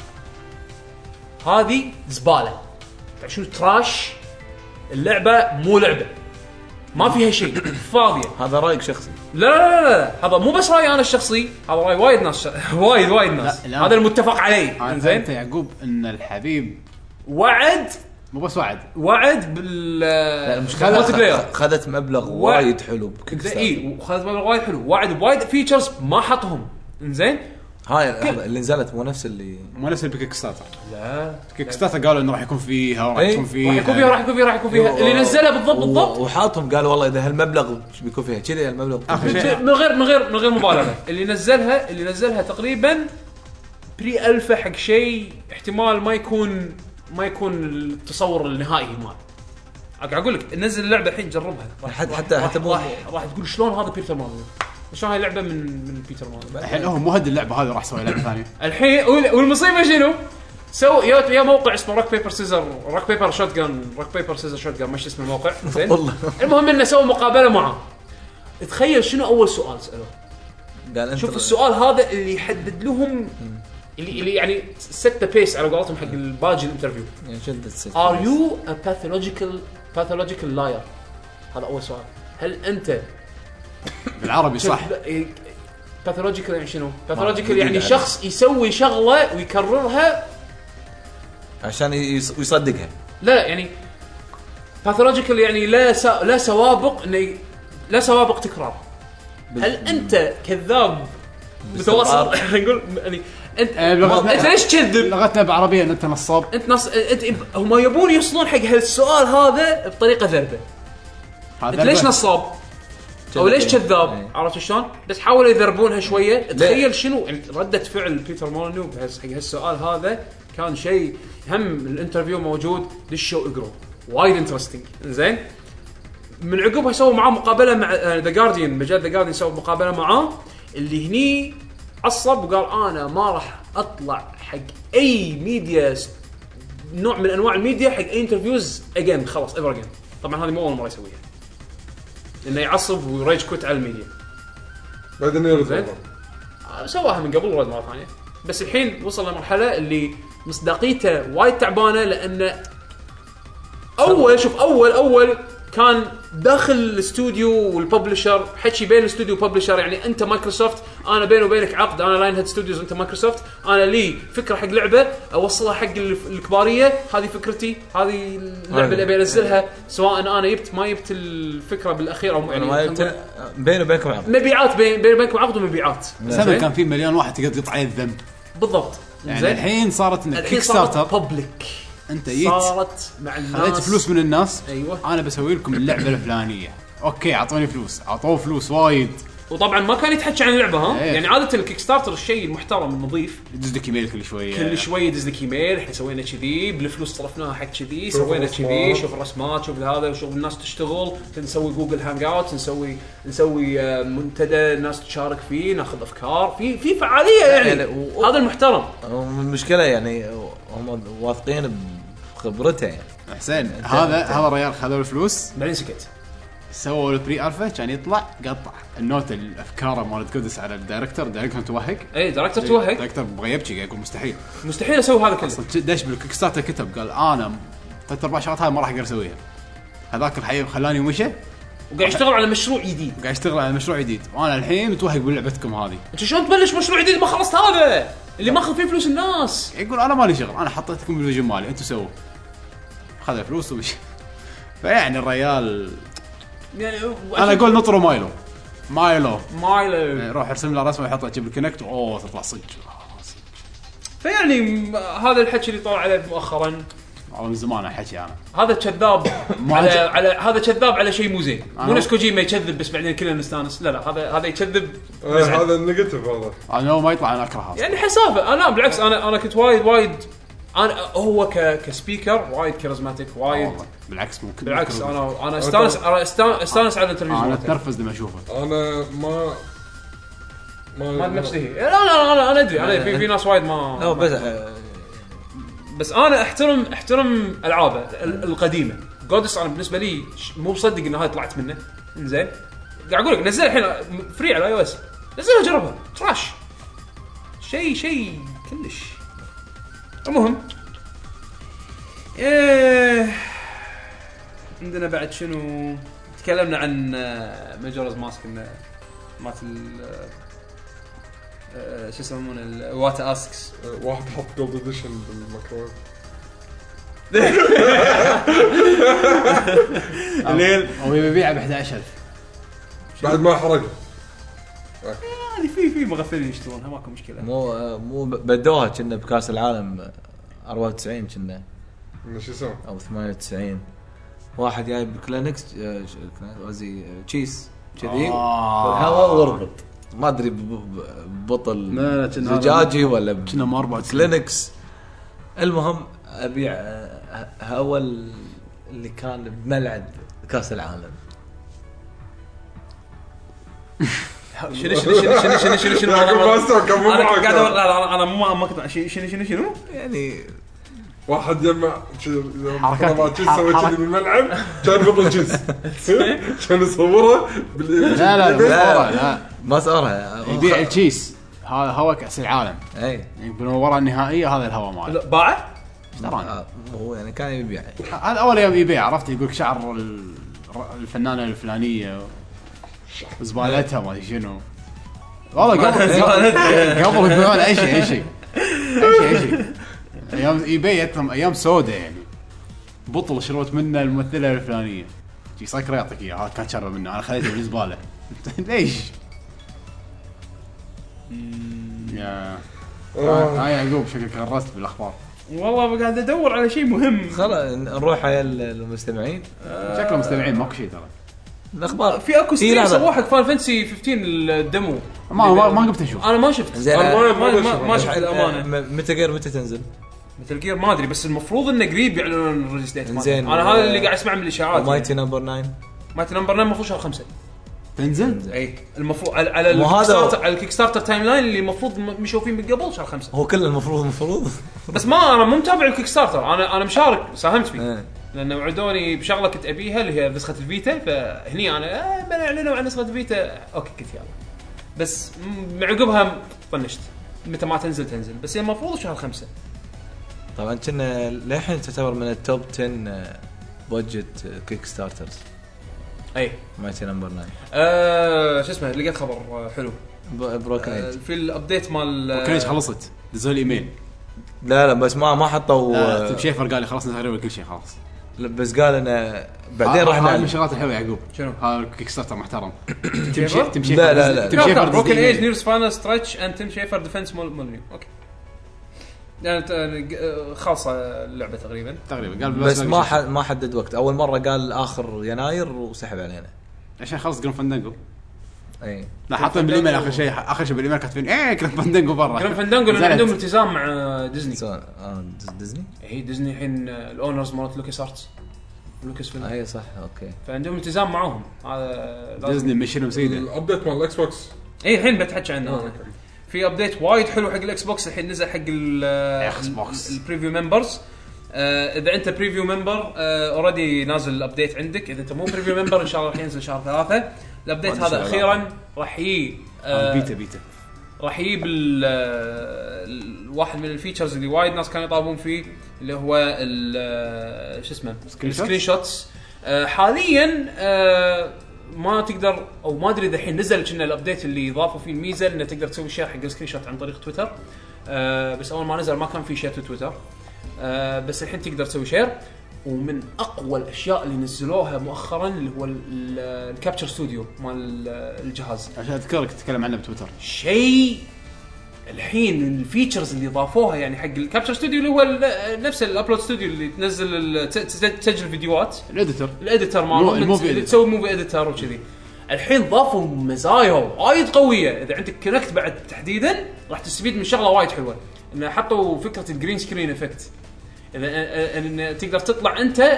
C: هذه زباله. تعرف شنو تراش؟ اللعبه مو لعبه ما فيها شيء فاضيه.
B: هذا رايك شخصي.
C: لا لا لا, لا. هذا مو بس رايي انا الشخصي. هذا راي وايد ناس ش... وايد وايد ناس. هذا المتفق عليه.
A: زين انت يعقوب ان الحبيب
C: وعد
A: مو بس وعد
C: وعد بال
B: لا المشكله خذت مبلغ وايد حلو
C: بكل اي وخذت مبلغ وايد حلو. وعد بوايد فيتشرز ما حطهم. انزين
B: هاي اللي نزلت مو نفس اللي
A: مو نفس البيك ستارتر.
C: لا
A: كيك ستارتر قالوا انه راح يكون فيها راح يكون فيها
C: راح يكون فيها راح يكون فيها راح يكون فيها اللي نزلها بالضبط بالضبط.
B: وحاطهم قالوا والله اذا هالمبلغ بيكون فيها كذا المبلغ
C: من غير من غير من غير مبالغه. اللي نزلها اللي نزلها تقريبا بري الفا حق شيء احتمال ما يكون ما يكون التصور النهائي مال. اقول لك نزل اللعبه الحين جربها.
B: حتى حتى حتى مو
C: راح تقول شلون هذا بيتر مولينيو شلون هاي لعبه من من بيتر مولينيو.
A: الحين هو مو هد اللعبه هذه راح يسوي لعبه ثانيه
C: الحين. والمصيبه شنو سو يا يا موقع اسمه روك بيبر سيزر روك بيبر شوت جان روك بيبر سيزر شوت جان مش اسم الموقع. زين
B: والله
C: المهم انه سووا مقابله معه. تخيل شنو اول سؤال سالوه.
B: قال انت
C: شوف السؤال هذا اللي يحدد لهم اللي اللي يعني ست بيس على قولتهم حق الباجي الانترفيو.
B: يعني شد الست
C: Are you a pathological pathological liar؟ هذا أول سؤال. هل أنت
A: بالعربي صح
C: pathological يعني شنو؟ pathological يعني شخص يسوي شغلة ويكررها
B: عشان يصدقها.
C: لا لا يعني pathological يعني لا س... لا سوابق إنه لا سوابق تكرار. هل أنت كذاب متواصل؟ نقول يعني انت انت ليش تكذب؟
A: لغتنا بعربيه ان انت نصاب.
C: انت نص انت هم يبون يوصلون حق هالسؤال هذا بطريقه ذربه. انت ليش نصاب او ليش كذاب؟ عرفت شلون؟ بس حاولوا يذربونها شويه. تخيل شنو رده فعل بيتر مولينيو حق هالسؤال هذا. كان شيء هم الانترفيو موجود دشوا اقروا وايد انترستينج. زين من عقبها سووا معاه مقابله مع ذا جارديان. مجال ذا جارديان سووا مقابله معاه اللي هني عصب وقال انا ما راح اطلع حق اي ميديا نوع من انواع الميديا حق اي انترفيوز اجين خلاص ايفر اجين. طبعا هذه مو اول مره يسويها انه يعصب ويريج كوت على الميديا.
D: بعدين يرد
C: سواها من قبل ورد مره ثانيه. بس الحين وصل لمرحله اللي مصداقيته وايد تعبانه لانه اول شوف اول اول كان داخل الاستوديو والببلشر حكي بين الاستوديو والببلشر. يعني انت مايكروسوفت انا بيني وبينك عقد. انا لاين هيد ستوديوز انت مايكروسوفت. انا لي فكره حق لعبه اوصلها حق الكباريه. هذه فكرتي هذه اللعبه اللي ابي انزلها سواء انا يبت ما يبت الفكره بالاخير او يعني
B: بيني وبينكم عقد
C: مبيعات بيني وبينكم عقد ومبيعات.
A: زمان كان في مليون واحد تقدر يقطع عليه الذنب
C: بالضبط.
A: يعني الحين صارت ان كيك ستارتر
C: بابليك.
A: انت جيت
C: صارت مع الناس
A: خذيت فلوس من الناس.
C: ايوه
A: انا بسوي لكم اللعبه الفلانيه. اوكي اعطوني فلوس. اعطوه فلوس وايد.
C: وطبعا ما كان يتحكي عن اللعبه ها.
A: ايه.
C: يعني عاده الكيك ستارتر الشيء المحترم النظيف
A: يدز لك ايميل كل شويه
C: كل شويه يدز لك ايميل. احنا سوينا كذي بالفلوس صرفناها حق كذي سوينا كذي شوف الرسمات شوف هذا وشوف الناس تشتغل نسوي جوجل هانج اوت نسوي نسوي منتدى الناس تشارك فيه ناخذ افكار في في فعاليه يعني, يعني و... هذا المحترم.
B: المشكله يعني هم واثقين بخبرته يعني
A: حسين. هذا هذا الرجال خذوا الفلوس
C: بعدين سكت
A: سووا البري الفا كان يطلع قطع النوت الافكار مالت قدس على الدايركتور. دايركتور توهق.
C: اي دايركتور توهق.
A: دايركتور بغى يبكي قاعد يقول مستحيل
C: مستحيل اسوي هذا كله.
A: اصلا دش بالكيك ستارتر كتب قال انا ثلاث اربع شغلات هاي ما راح اقدر اسويها. هذاك الحقيقه خلاني ومشى
C: وقاعد يشتغل على مشروع جديد.
A: قاعد يشتغل على مشروع جديد وانا الحين متوهق بلعبتكم هذه.
C: انت شلون تبلش مشروع جديد ما خلصت هذا اللي ماخذ فيه فلوس الناس؟
A: يقول انا مالي شغل، انا حطيتكم بالفيجن مالي انتم سووا، خذ الفلوس ومشي. فيعني الريال
C: يعني
A: انا اقول نطروا مايلو مايلو
C: مايلو
A: روح ارسم له رسمه يحطها جيب الكونكت اوه تطلع صدق.
C: فيعني هذا الحكي اللي طلع عليه مؤخرا
A: والله من زمان احكي انا
C: هذا كذاب على على هذا كذاب على شيء مو زين. مو ناس كوجيما يكذب بس بعدين كلنا نستانس، لا لا هذا هذا يكذب
D: آه هذا النيجاتيف هذا
A: انا ما يطلع انا اكره
C: يعني حسافه. انا بالعكس انا انا كنت وايد وايد انا هو ك كسبيكر وايد كاريزماتيك وايد
A: بالعكس ممكن
C: بالعكس انا انا استانس انا استانس على التلفزيون.
A: انا اتنرفز لما اشوفه.
D: انا ما
C: ما نفسي لا لا انا انا ادري انا في في ناس وايد ما
B: لا بس
C: بس انا احترم احترم العابه القديمه. جودس انا بالنسبه لي مو مصدق ان هاي طلعت منه زين. قاعد اقول لك نزل الحين فري على اي او اس، نزلها جربها تراش شيء شيء كلش. المهم ايه عندنا بعد شنو تكلمنا عن ماجورز ماسك مات ال شو يسمونه الواتا اسكس.
D: واحد حط جولد اديشن بالميكروويف
A: الليل هو يبيعه ب أحد عشر ألف
D: بعد ما حرق.
C: هذه في في مغفلين يشترونها ماكو مشكله.
B: مو مو بدوها كنا بكاس العالم أربعة وتسعين كنا
D: مش يسوي
B: او ثمانية وتسعين واحد جايب كلينكس زي تشيس كذي والهواء وربط ما ادري ببطل زجاجي ولا
A: كنا ما أربعة وتسعين
B: كلينكس. المهم ابيع هوا اللي كان بملعب كاس العالم.
C: شنو شنو شنو شنو شنو شنو انا قاعد لا انا مو ما كنت شنو شنو شنو
B: يعني
D: واحد يجمع حركات تسوي كذي بالملعب كان قبل جنس كان يصوره بال
A: لا لا لا لا
B: ما صارها
A: يبيع التشيس هذا هوا كأس العالم
B: اي
A: يقولون ورا النهائيه هذا الهوا ماله
C: باعه
B: اشتراني هو يعني كان يبيع
A: هذا اول يوم يبيع عرفت يقولك شعر الفنانه الفلانيه زبالتها ما ادري شنو والله قبل قبل يقولون اي شيء اي شيء اي شيء ايام ايباي ايام سوداء يعني بطل شروت منه الممثله الفلانيه شي سايكر يعطيك اياه هذا كان شر منه انا خليته بالزباله ليش يا هاي يعقوب شكلك غرست بالاخبار
C: والله قاعد ادور على شيء مهم.
B: خلاص نروح يا المستمعين
A: شكله مستمعين ماكو شيء ترى
B: الاخبار
C: في اكو ستريم سووا حق فان فانسي خمسة عشر الدمو
A: ما ما ما قمت اشوف
C: انا ما شفت انا ما ما ما شفت الامانه.
B: متى غير متى تنزل
C: مثل جير ما ادري بس المفروض انه قريب يعلنون الريليز ديت. انا هذا اللي قاعد اسمع من الاشاعات.
B: مايتي نمبر تسعة
C: مايتي نمبر تسعة المفروض شهر خمسة
A: تنزل
C: اي المفروض على على الكيك ستارتر على الكيك ستارتر تايم لاين اللي المفروض مشوفين من قبل شهر خمسة.
B: هو كله المفروض المفروض
C: بس ما انا مو متابع الكيك ستارتر. انا انا مشارك ساهمت فيه لانه وعدوني بشغله كنت ابيها اللي هي نسخه الفيتا. فهني انا آه بنعلنوا عن نسخه الفيتا اوكي كنت يلا بس عقبها طنشت متى ما تنزل تنزل بس هي المفروض شهر خمسة.
B: طبعا كنا للحين تعتبر من التوب عشرة بودجت كيك ستارترز.
C: اي
B: مايتي نمبر تسعة
C: آه شو اسمه لقيت خبر حلو
B: بروكن ايج
C: في الابديت مال
A: بروكن ايج خلصت دزوا لي ايميل.
B: لا لا بس ما ما حطوا
A: تيم شيفر قال لي خلاص نهرب كل شيء خلاص
B: بس قال انا بعدين راح نعمل
A: شغلات الحلوه يعقوب
C: شنو
A: هذا كيك ستارتر محترم.
C: تيم شيفر
A: تيم شيفر
B: لا لا لا
A: تيم شيفر
C: بروكن ايج نيرز فاينل ستريتش اند تيم شيفر ديفنس مول مول اوكي يعني خاصه اللعبه تقريبا
A: تقريبا قال
B: بس ما ح... ما حدد وقت. اول مره قال اخر يناير وسحب علينا
A: عشان خلص جرام فاندانجو.
B: اي
A: لا حاطين بالايميل اخر شيء اخر شيء بالايميل كاتبين ايه جرام فاندانجو برا
C: جرام فاندانجو لان عندهم التزام مع ديزني.
B: اه ديزني
C: هي ديزني الحين الاونرز مالت لوكاس ارتس لوكاس فيلم.
B: اي صح اوكي
C: فعندهم التزام معاهم هذا
A: ديزني مشينهم سيده.
D: الابديت مال الاكس بوكس
C: اي الحين بتحكي عنه انا في ابديت وايد حلو حق الاكس بوكس الحين نزل حق
A: الاكس بوكس
C: البريفيو ممبرز. آه اذا انت بريفيو ممبر اوريدي آه نازل الابديت عندك. اذا انت مو بريفيو ممبر ان شاء الله راح ينزل شهر ثلاثة. الابديت هذا اخيرا راح يجي
A: آه بيتا بيتا
C: راح يجيب الواحد من الفيتشرز اللي وايد ناس كانوا يطالبون فيه اللي هو شو اسمه السكرين شوتس. آه حاليا آه ما تقدر او ما ادري اذا الحين نزل كنا الابديت اللي ضافوا فيه الميزه انه تقدر تسوي شير حق السكرين شوت عن طريق تويتر. آه بس اول ما نزل ما كان في شير تويتر. آه بس الحين تقدر تسوي شير. ومن اقوى الاشياء اللي نزلوها مؤخرا اللي هو الكابتشر ستوديو مال الجهاز.
A: عشان اذكرك تتكلم عنه بتويتر.
C: شيء الحين الفيتشرز اللي ضافوها يعني حق الكابتشر ستوديو اللي هو نفس الابلود ستوديو اللي تنزل تسجل فيديوهات.
A: الاديتور
C: الاديتور مالهم اللي تسوي موفي اديتور وكذي. الحين ضافوا مزايا وايد قويه. اذا عندك كونكت بعد تحديدا راح تستفيد من شغله وايد حلوه انه حطوا فكره الجرين سكرين افكت. اذا ان تقدر تطلع انت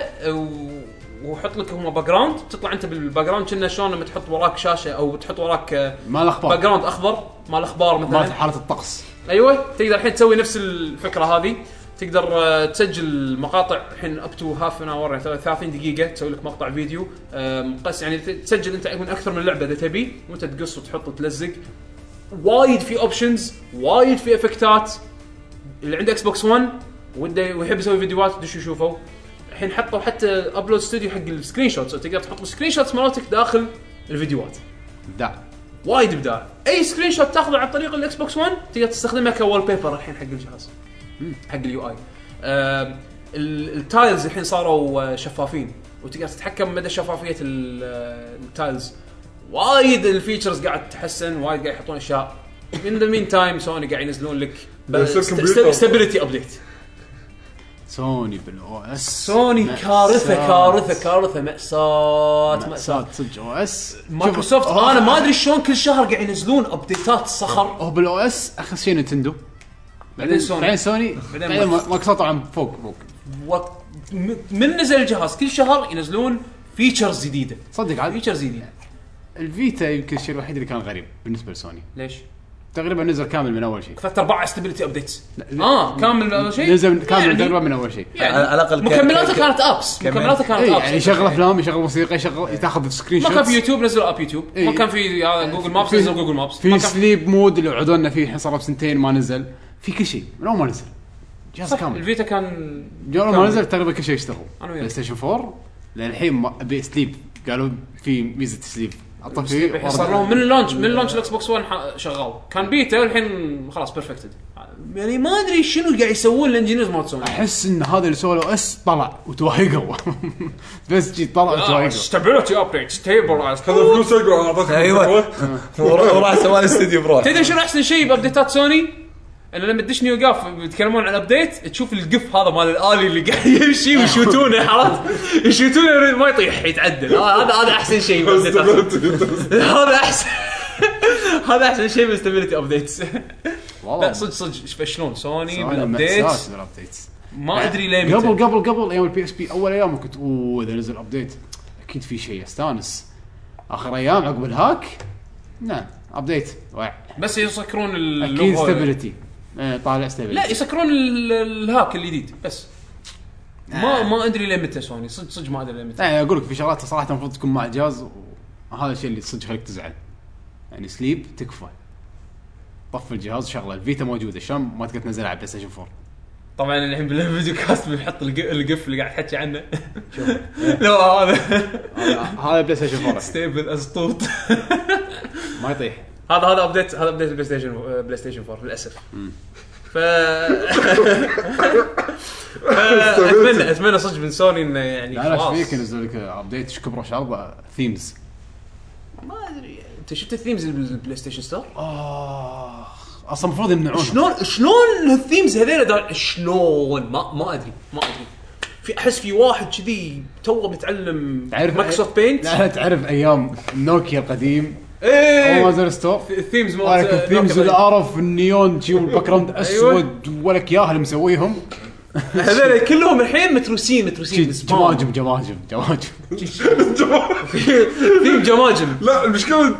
C: وحط لك هم باك جراوند تطلع انت بالباك جراوند كنا شلون لما تحط وراك شاشه او تحط وراك
A: مال اخبار
C: باك جراوند اخضر مال اخبار مثلا
A: مال حاله الطقس.
C: ايوه تقدر الحين تسوي نفس الفكره هذه. تقدر تسجل مقاطع الحين اب تو هاف ان اور ثلاثين دقيقه تسوي لك مقطع فيديو مقص يعني تسجل انت من اكثر من لعبه اذا تبي وانت تقص وتحط وتلزق. وايد في اوبشنز وايد في افكتات. اللي عنده اكس بوكس ون وده ويحب يسوي فيديوهات دش يشوفوا. الحين حطوا حتى ابلود ستوديو حق السكرين شوتس تقدر تحط السكرين شوتس مالتك داخل الفيديوهات.
A: ابداع
C: وايد ابداع. اي سكرين شوت تاخذه عن طريق الاكس بوكس ون تقدر تستخدمه كوال بيبر الحين حق الجهاز حق اليو اي. آه التايلز الحين صاروا شفافين وتقدر تتحكم مدى شفافيه التايلز. وايد الفيتشرز قاعد تتحسن وايد قاعد يحطون اشياء. من ذا مين تايم سوني قاعد ينزلون لك ستابيليتي ابديت.
A: سوني بالاو اس
C: سوني كارثه كارثه كارثه مأساة مأساة
A: صدق او اس.
C: مايكروسوفت انا ما ادري شلون كل شهر قاعد ينزلون ابديتات صخر.
A: هو بالاو اس اخذ شيء نينتندو بعدين سوني بعدين سوني بعدين مايكروسوفت طبعا فوق فوق
C: من نزل الجهاز كل شهر ينزلون فيتشرز جديده.
A: صدق عاد
C: فيتشرز جديده.
A: الفيتا يمكن الشيء الوحيد اللي كان غريب بالنسبه لسوني.
C: ليش؟
A: تقريبا نزل كامل من اول شيء.
C: ثلاث ارباع ستابيليتي ابديتس. اه كامل من اول شيء.
A: نزل كامل يعني تقريبا من اول شيء.
C: يعني على الاقل مكملاته كانت ابس. مكملاته كانت ابس.
A: يعني يشغل افلام يشغل موسيقى يشغل تاخذ سكرين شوت.
C: ما كان في يوتيوب نزلوا اب يوتيوب. ما كان في جوجل مابس نزلوا جوجل مابس.
A: في سليب مود اللي عدونا فيه الحين صار بسنتين ما نزل. في كل شيء من اول ما نزل. جهاز كامل.
C: الفيتا كان
A: جوال ما نزل تقريبا كل شيء اشتغل. بلاي ستيشن فور للحين ابي سليب قالوا في ميزه سليب.
C: فيه صار لهم من اللونش من اللونش الاكس بوكس ون شغال. كان بيتا والحين خلاص بيرفكتد. يعني ما ادري شنو قاعد يسوون الانجينيرز مال سوني.
A: احس ان هذا اللي سووا له اس طلع وتوهقوا بس جي طلع وتوهقوا.
C: ستابيليتي ابديت ستيبل
D: هذا فلوس اقرا اعطاك.
B: ايوه وراح سوى الاستوديو بروح.
C: تدري شنو احسن شيء بابديتات سوني؟ ان لما تدش نيو قاف بيتكلمون عن ابديت تشوف القف هذا مال الالي اللي قاعد يمشي ويشوتونه عرفت يشوتونه ما يطيح يتعدل. هذا هذا احسن شيء هذا احسن هذا احسن شيء بالستابيليتي ابديتس. لا صدق صدق شلون سوني بالابديتس ما ادري ليه
A: قبل قبل قبل ايام البي اس بي اول ايام كنت اوه اذا نزل ابديت اكيد في شيء استانس. اخر ايام عقب الهاك نعم ابديت
C: بس يسكرون
A: اكيد ستابيليتي. ايه طالع ستابيليتي.
C: لا يسكرون الهاك الجديد بس ما ما ادري ليه متى سوني صدق صدق ما ادري ليه متى.
A: يعني اقول لك في شغلات صراحه المفروض تكون مع الجهاز وهذا الشيء اللي صدق خليك تزعل. يعني سليب تكفى طف الجهاز شغله. الفيتا موجوده شلون ما تقدر تنزلها على بلاي ستيشن فور.
C: طبعا الحين بالفيديو كاست بنحط القف اللي قاعد تحكي عنه. لا هذا
A: هذا بلاي ستيشن فور
C: ستيبل اسطوط
A: ما يطيح.
C: هذا هذا ابديت هذا ابديت بلاي ستيشن بلاي ستيشن فور للاسف. ف اتمنى اتمنى صدق من سوني انه يعني
A: خلاص. لا ايش فيك ينزل لك ابديت ايش كبره شربه ثيمز.
C: ما ادري انت شفت الثيمز بالبلاي ستيشن ستور؟
A: اه اصلا المفروض يمنعونها.
C: شلون شلون الثيمز هذول شلون ما ما ادري ما ادري. في احس في واحد كذي توه بيتعلم مايكروسوفت بينت.
A: لا تعرف ايام نوكيا القديم
C: ايه
A: هو نزل ستور
C: الثيمز
A: مال الثيمز والعرف النيون تجيب الباك جراوند اسود ولك ياها اللي مسويهم
C: هذول كلهم الحين متروسين متروسين
A: جماجم جماجم جماجم
C: ثيم جماجم.
D: لا المشكله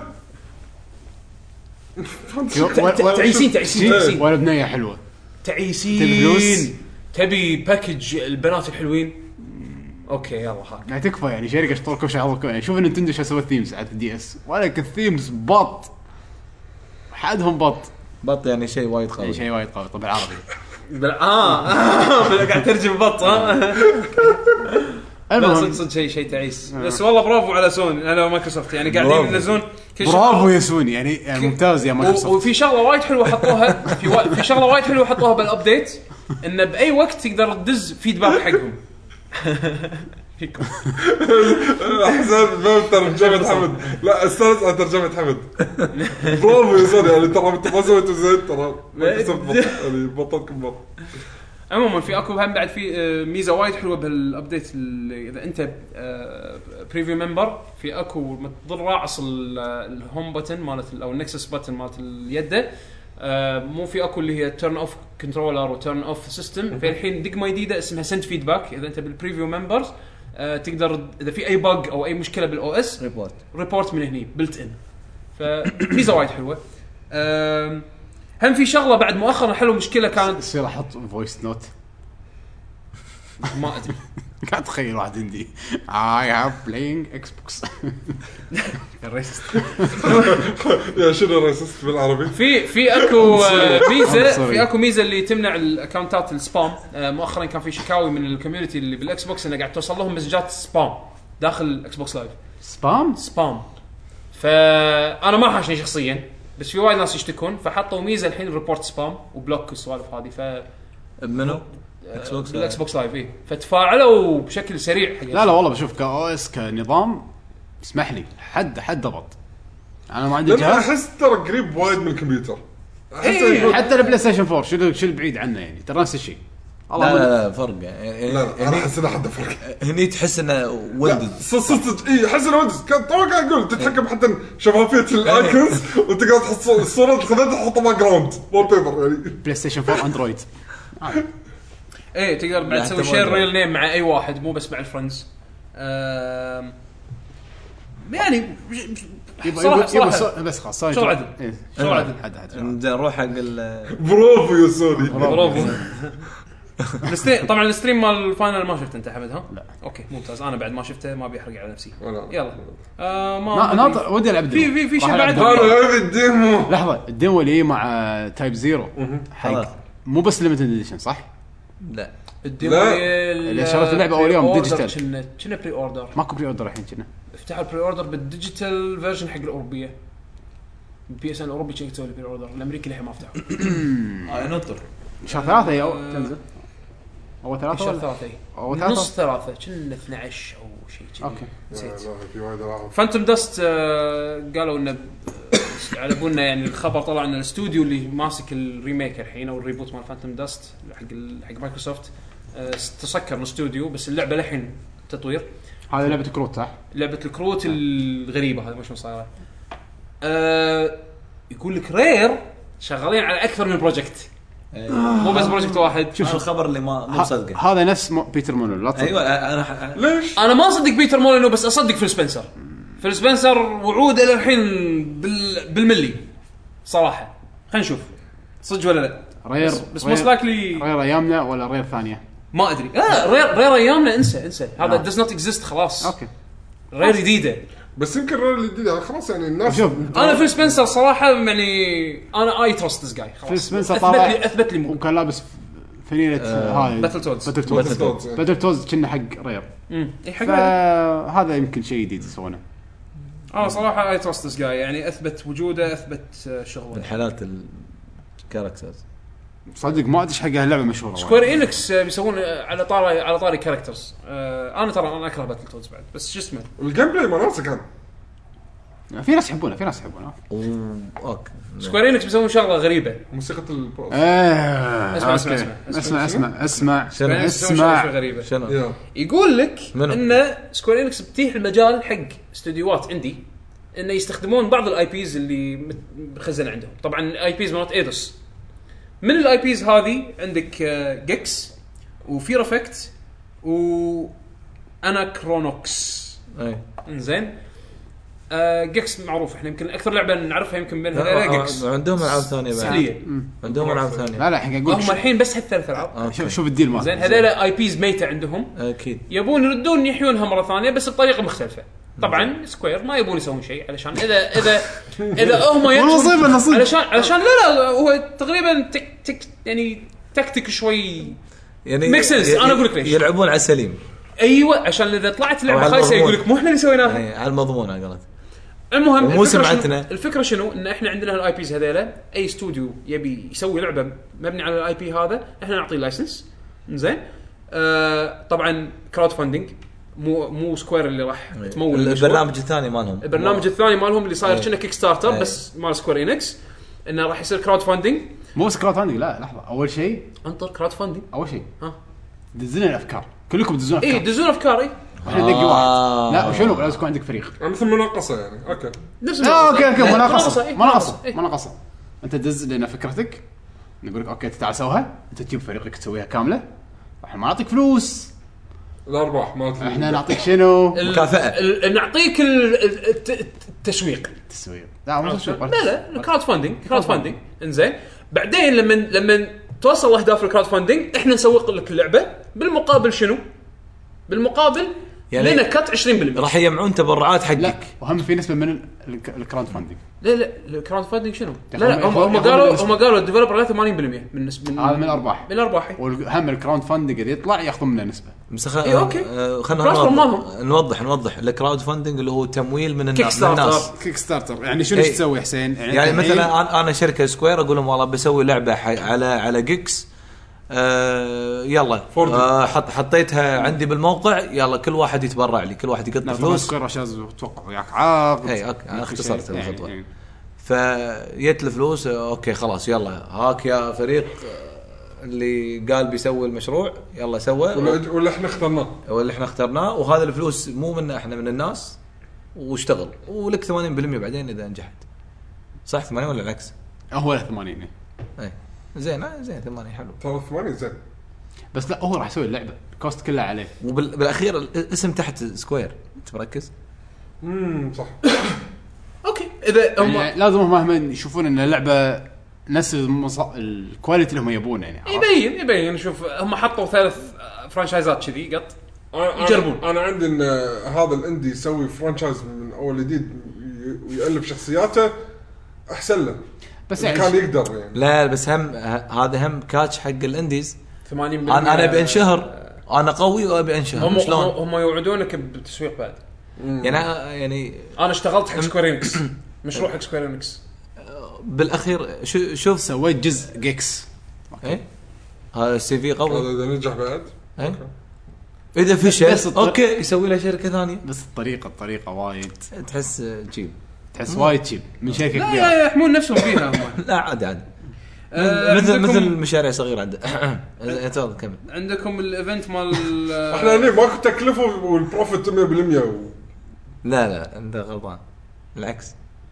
C: تعيسين تعيسين
A: ولا بنيه حلوه
C: تعيسين تبي باكج البنات الحلوين. اوكي يلا هاك
A: يعني تكفى يعني شركه اشتركوا شغلكم. يعني شوف نينتندو شو سوت ثيمز على الدي اس ولك الثيمز بط حدهم بط
B: بط يعني شيء وايد قوي.
A: يعني شيء وايد قوي طبعا عربي
C: بل... اه قاعد ترجم بط ها لا صدق صدق شيء شيء تعيس بس والله برافو على سوني انا مايكروسوفت يعني قاعدين ينزلون كل شيء
A: برافو يا سوني يعني, يعني ممتاز يا مايكروسوفت.
C: وفي شغله وايد حلوه حطوها في و... في شغله وايد حلوه حطوها بالابديت انه باي وقت تقدر تدز فيدباك حقهم. فيكم
D: احسن ما ترجمه حمد لا استانس على ترجمه حمد برافو يا سوني يعني ترى انت ما سويتوا زين ترى يعني بطلكم بط.
C: عموما في اكو هم بعد في ميزه وايد حلوه بالابديت اذا انت بريفيو ممبر في اكو تضل راعص الهوم بutton مالت او النكسس بutton مالت اليد مو في اكو اللي هي تيرن اوف كنترولر وتيرن اوف سيستم. في الحين دقمه جديده اسمها سند فيدباك اذا انت بالبريفيو ممبرز تقدر اذا في اي بق او اي مشكله بالاو اس ريبورت ريبورت من هني بلت ان. فميزه وايد حلوه. هم في شغله بعد مؤخرا حلو مشكله كانت
A: يصير احط فويس نوت
C: ما ادري
A: قاعد اتخيل واحد عندي I have playing Xbox
C: الريسست
D: يا شنو الريسست بالعربي.
C: في في اكو ميزه في اكو ميزه اللي تمنع الاكونتات السبام. مؤخرا كان في شكاوي من الكوميونتي اللي بالاكس بوكس انه قاعد توصل لهم مسجات سبام داخل الاكس بوكس لايف.
A: سبام
C: سبام فانا ما حاشني شخصيا بس في وايد ناس يشتكون فحطوا ميزه الحين ريبورت سبام وبلوك والسوالف هذه. ف
B: منو
C: اكس بوكس بالاكس بوكس لايف ايه فتفاعلوا بشكل سريع حق.
A: لا لا والله بشوف كاو اس كنظام اسمح لي حد حد ضبط انا ما عندي جهاز.
D: احس ترى قريب وايد من الكمبيوتر
A: إيه حتى البلاي ستيشن فور شو شو البعيد عنه يعني ترى نفس الشيء.
B: لا لا فرق يعني
D: لا انا احس انه حد فرق
B: هني تحس انه ويندوز
D: صدق اي احس انه ويندوز كان تو قاعد اقول تتحكم حتى شفافيه الايكونز وتقدر تحط الصوره خذتها تحطها باك جراوند وول بيبر يعني.
A: بلاي ستيشن فور اندرويد
C: ايه تقدر بعد تسوي شير ريل نيم مع اي واحد مو بس مع الفرندز. يعني
A: صراحه صراحه بس خلاص
C: شو عدل شو عدل
A: حد حد
B: نروح حق
D: برافو يا سوني
C: برافو. الستريم طبعا الستريم مال الفاينل ما شفت انت حمد ها؟
A: لا
C: اوكي ممتاز انا بعد ما شفته ما بيحرق على نفسي.
D: ولا.
C: يلا آه ما
A: ناطر ودي العب
C: في في في شيء بعد
D: هذا الديمو.
A: لحظه الديمو اللي مع تايب زيرو حق مو بس ليميتد اديشن صح؟
C: لا الديمو
A: اللي شريت اللعبه اول يوم ديجيتال
C: كنا كنا بري اوردر
A: ماكو بري اوردر الحين كنا
C: افتح البري اوردر بالديجيتال فيرجن حق الاوروبيه بي اس ان الاوروبي كنت تسوي البري اوردر الامريكي للحين ما فتحوا.
B: اه نطر
A: شهر ثلاثة يا تنزل أو ثلاثة
C: ولا ثلاثة أو ثلاثة نص ثلاثة كنا اثنا عشر أو شيء كذي.
A: أوكي.
D: لا في وايد ألعاب.
C: فانتوم داست قالوا إنه على بالنا يعني الخبر طلع إن الاستوديو اللي ماسك الريميك الحين أو الريبوت مال فانتوم داست حق حق مايكروسوفت تسكر الاستوديو بس اللعبة لحين تطوير.
A: هذه لعبة كروت صح؟
C: لعبة الكروت الغريبة هذه مش مصايرة. أه يقول لك رير شغالين على أكثر من بروجكت. مو بس بروجكت واحد.
B: شوف الخبر اللي ما مو مصدقه
A: هذا نفس بيتر مولينو. لا
B: ايوه انا ح...
D: ليش
C: انا ما اصدق بيتر مولينو بس اصدق فيل سبنسر. فيل سبنسر وعود الى الحين بال... بالملي صراحه. خلينا نشوف صدق ولا لا.
A: رير
C: بس, بس موست لايكلي
A: رير ايامنا ولا رير ثانيه
C: ما ادري. لا رير رير ايامنا انسى انسى هذا داز نوت اكزيست خلاص.
A: اوكي
C: رير جديده
D: بس يمكن رير الجديد يعني خلاص يعني الناس.
A: شوف
C: انا فيل سبنسر صراحه يعني انا اي تراست ذس جاي خلاص.
A: فيل سبنسر
C: اثبت لي اثبت لي مو
A: وكان لابس فنيله هاي
C: باتل تودز
A: باتل تودز باتل تودز كنا حق رير.
C: امم اي حق
A: هذا يمكن شيء جديد يسوونه.
C: اه صراحه اي تراست ذس جاي يعني اثبت وجوده اثبت شغله
B: من حالات الكاركترز.
A: صدق ما ادري حق اللعبه مشهوره.
C: سكوير انكس بيسوون على طاري على طاري كاركترز. آه انا ترى انا اكره باتل تودز بعد بس شو اسمه
D: الجيم بلاي مناسق كان
A: في ناس يحبونه في ناس يحبونه.
B: اوكي
C: سكوير انكس بيسوون شغله غريبه
D: موسيقى البروس.
A: ايه
C: اسمع اسمع
A: اسمع اسمع اسمع
C: اسمع
A: اسمع
C: غريبه.
B: شنو
C: يقول لك ان سكوير انكس بتيح المجال حق استديوهات عندي انه يستخدمون بعض الاي بيز اللي مخزن عندهم. طبعا الاي بيز مالت ايدوس من الاي بيز هذه عندك جيكس وفير افكت واناكرونوكس.
B: اي
C: انزين آه جيكس معروف احنا يمكن اكثر لعبه نعرفها يمكن من هذول جيكس.
B: عندهم العاب ثانيه بعد عندهم العاب ثانيه.
A: لا لا حق اقول
C: هم الحين بس هالثلاث العاب.
A: شوف شوف الديل مال
C: زين هذول اي بيز ميته عندهم
B: اكيد
C: يبون يردون يحيونها مره ثانيه بس بطريقه مختلفه. طبعا سكوير ما يبون يسوون شيء علشان اذا اذا اذا هم يجون علشان علشان لا لا هو تقريبا تك تك يعني تكتيك شوي
B: يعني
C: ميك سنس. انا اقول لك ليش
B: يلعبون على السليم.
C: ايوه عشان اذا طلعت
B: أو
C: لعبه
B: على
C: خايسه
B: المضمون.
C: يقول لك مو احنا اللي سويناها.
B: يعني على المضمون انا قلت
C: المهم
B: ومو
C: الفكرة شنو-
B: سمعتنا.
C: الفكره شنو ان احنا عندنا الاي بيز هذيلا اي استوديو يبي يسوي لعبه مبني على الاي بي هذا احنا نعطيه لايسنس زين. آه طبعا كراود فاندنج مو مو سكوير اللي راح تمول المشروع.
B: البرنامج الثاني مالهم
C: البرنامج الثاني مالهم اللي صاير
B: أي.
C: كنا كيك ستارتر
B: أي.
C: بس مال سكوير انكس انه راح يصير كراود فاندنج.
A: مو بس كراود فاندنج، لا لحظه، اول شيء
C: انطر كراود فاندنج
A: اول شيء
C: ها
A: دزلنا الافكار، كلكم تدزون
C: اي
A: افكار
C: دزون افكاري
A: واحنا ندق
B: آه.
A: واحد. لا وشنو لازم يكون عندك فريق.
D: مثل مناقصه يعني. اوكي
C: نفس
A: لا اوكي اوكي
C: مناقصة،
A: مناقصه
C: إيه،
A: مناقصه
C: إيه.
A: مناقصه انت تدز لنا فكرتك، نقول لك اوكي تعال سوها، انت تجيب فريقك تسويها كامله، احنا ما نعطيك فلوس،
D: الارباح مالت
A: احنا نعطيك شنو
C: ال-
B: مكافأة.
C: ال- نعطيك ال- الت- التسويق.
A: تسويق. لا مو تسويق،
C: لا لا الكراود فاندنج كراود فاندنج انزين. بعدين لما لما توصل اهداف الكراود فاندنج احنا نسوق لك اللعبه بالمقابل شنو؟ بالمقابل
B: يعني
C: لنا كت عشرين بالمية.
B: راح يجمعون تبرعات
A: لا
B: حقك.
A: وهم في نسبه من الك- الكراود فاندنج.
C: لا لا الكراود فاندنج شنو؟ لا
A: ياخذون-
C: لا هم هم
A: ياخذون
C: قالوا
A: بالنسبة.
C: هم قالوا الديفلوبر له ثمانين بالمية من نسبة من
A: هذا من الارباح،
C: من الارباح.
A: وهم الكراود فاندنج اذا يطلع ياخذون منه نسبه.
B: بس خ...
C: إيه، أوكي.
B: آه، خلينا
C: بلاتفورم
B: نوضح
C: مالهم.
B: نوضح نوضح الكراود فاندنج اللي هو تمويل من
C: كيك
B: الناس من الناس.
C: ستارتر.
A: كيك ستارتر يعني شنو
B: إيه.
A: تسوي حسين؟
B: يعني
A: الحين-
B: مثلا أنا- انا شركه سكوير اقول لهم والله بسوي لعبه ح... على على جيكس. آه يلا آه حط حطيتها عندي بالموقع، يلا كل واحد يتبرع لي، كل واحد يقط
A: لا
B: فلوس.
A: سكوير عشان اتوقع وياك عقد.
B: اي اوكي انا اختصرت
A: يعني-
B: الخطوه.
A: يعني.
B: فجت الفلوس اوكي خلاص يلا هاك يا فريق اللي قال بيسوي المشروع يلا سوى
D: ولا ولا احنا اخترناه.
B: واللي احنا اخترناه، وهذا الفلوس مو منا احنا من الناس، واشتغل ولك ثمانين بالمية بعدين اذا نجحت. صح ثمانين ولا العكس؟
A: هو له ثمانين إيه.
B: اي زين آه، زين ثمانين حلو.
D: ترى ثمانية زين.
A: بس لا هو راح يسوي اللعبه الكوست كلها عليه.
B: وبالاخير الاسم تحت سكوير انت مركز.
D: امم صح.
C: اوكي اذا هم
A: يعني لازم هم مهما يشوفون ان اللعبه نفس المص... الكواليتي اللي هم يبونه يعني. عرفت؟
C: يبين يبين شوف هم حطوا ثلاث فرانشايزات كذي قط
D: أنا-
C: يجربون.
D: انا, أنا عندي ان هذا الاندي يسوي فرانشايز من اول جديد ي- ويالف شخصياته احسن له.
A: بس
D: إذا
A: يعني
D: كان يقدر يعني.
B: لا بس هم ه- هذا هم كاتش حق الانديز.
C: ثمانين بالمية.
B: انا انا ابي انشهر، انا قوي وابي انشهر
C: هم
B: شلون؟
C: هم هم يوعدونك بالتسويق بعد.
B: يعني يعني
C: انا اشتغلت حق سكويرينكس مشروع حق سكويرينكس.
B: بالاخير شو شوف
A: سويت جزء جيكس.
B: ايه هذا السي في
D: هذا
B: قوي.
D: اذا نجح بعد.
B: ايه اذا فشل
A: بس الط-
B: اوكي يسوي له شركه ثانيه.
A: بس الطريقه الطريقه وايد
B: تحس جيب.
A: تحس وايد تشيب من شركه
C: لا
A: كبيره.
C: لا يحمون نفسهم فيها هم.
B: لا عادي عادي.
C: آه،
B: مثل
C: عندكم-
B: مثل مشاريع صغيره عنده. تفضل كمل.
C: عندكم الايفنت مال
D: احنا هني ماكو تكلفه والبروفيت مية بالمية و...
B: لا لا انت غلطان العكس.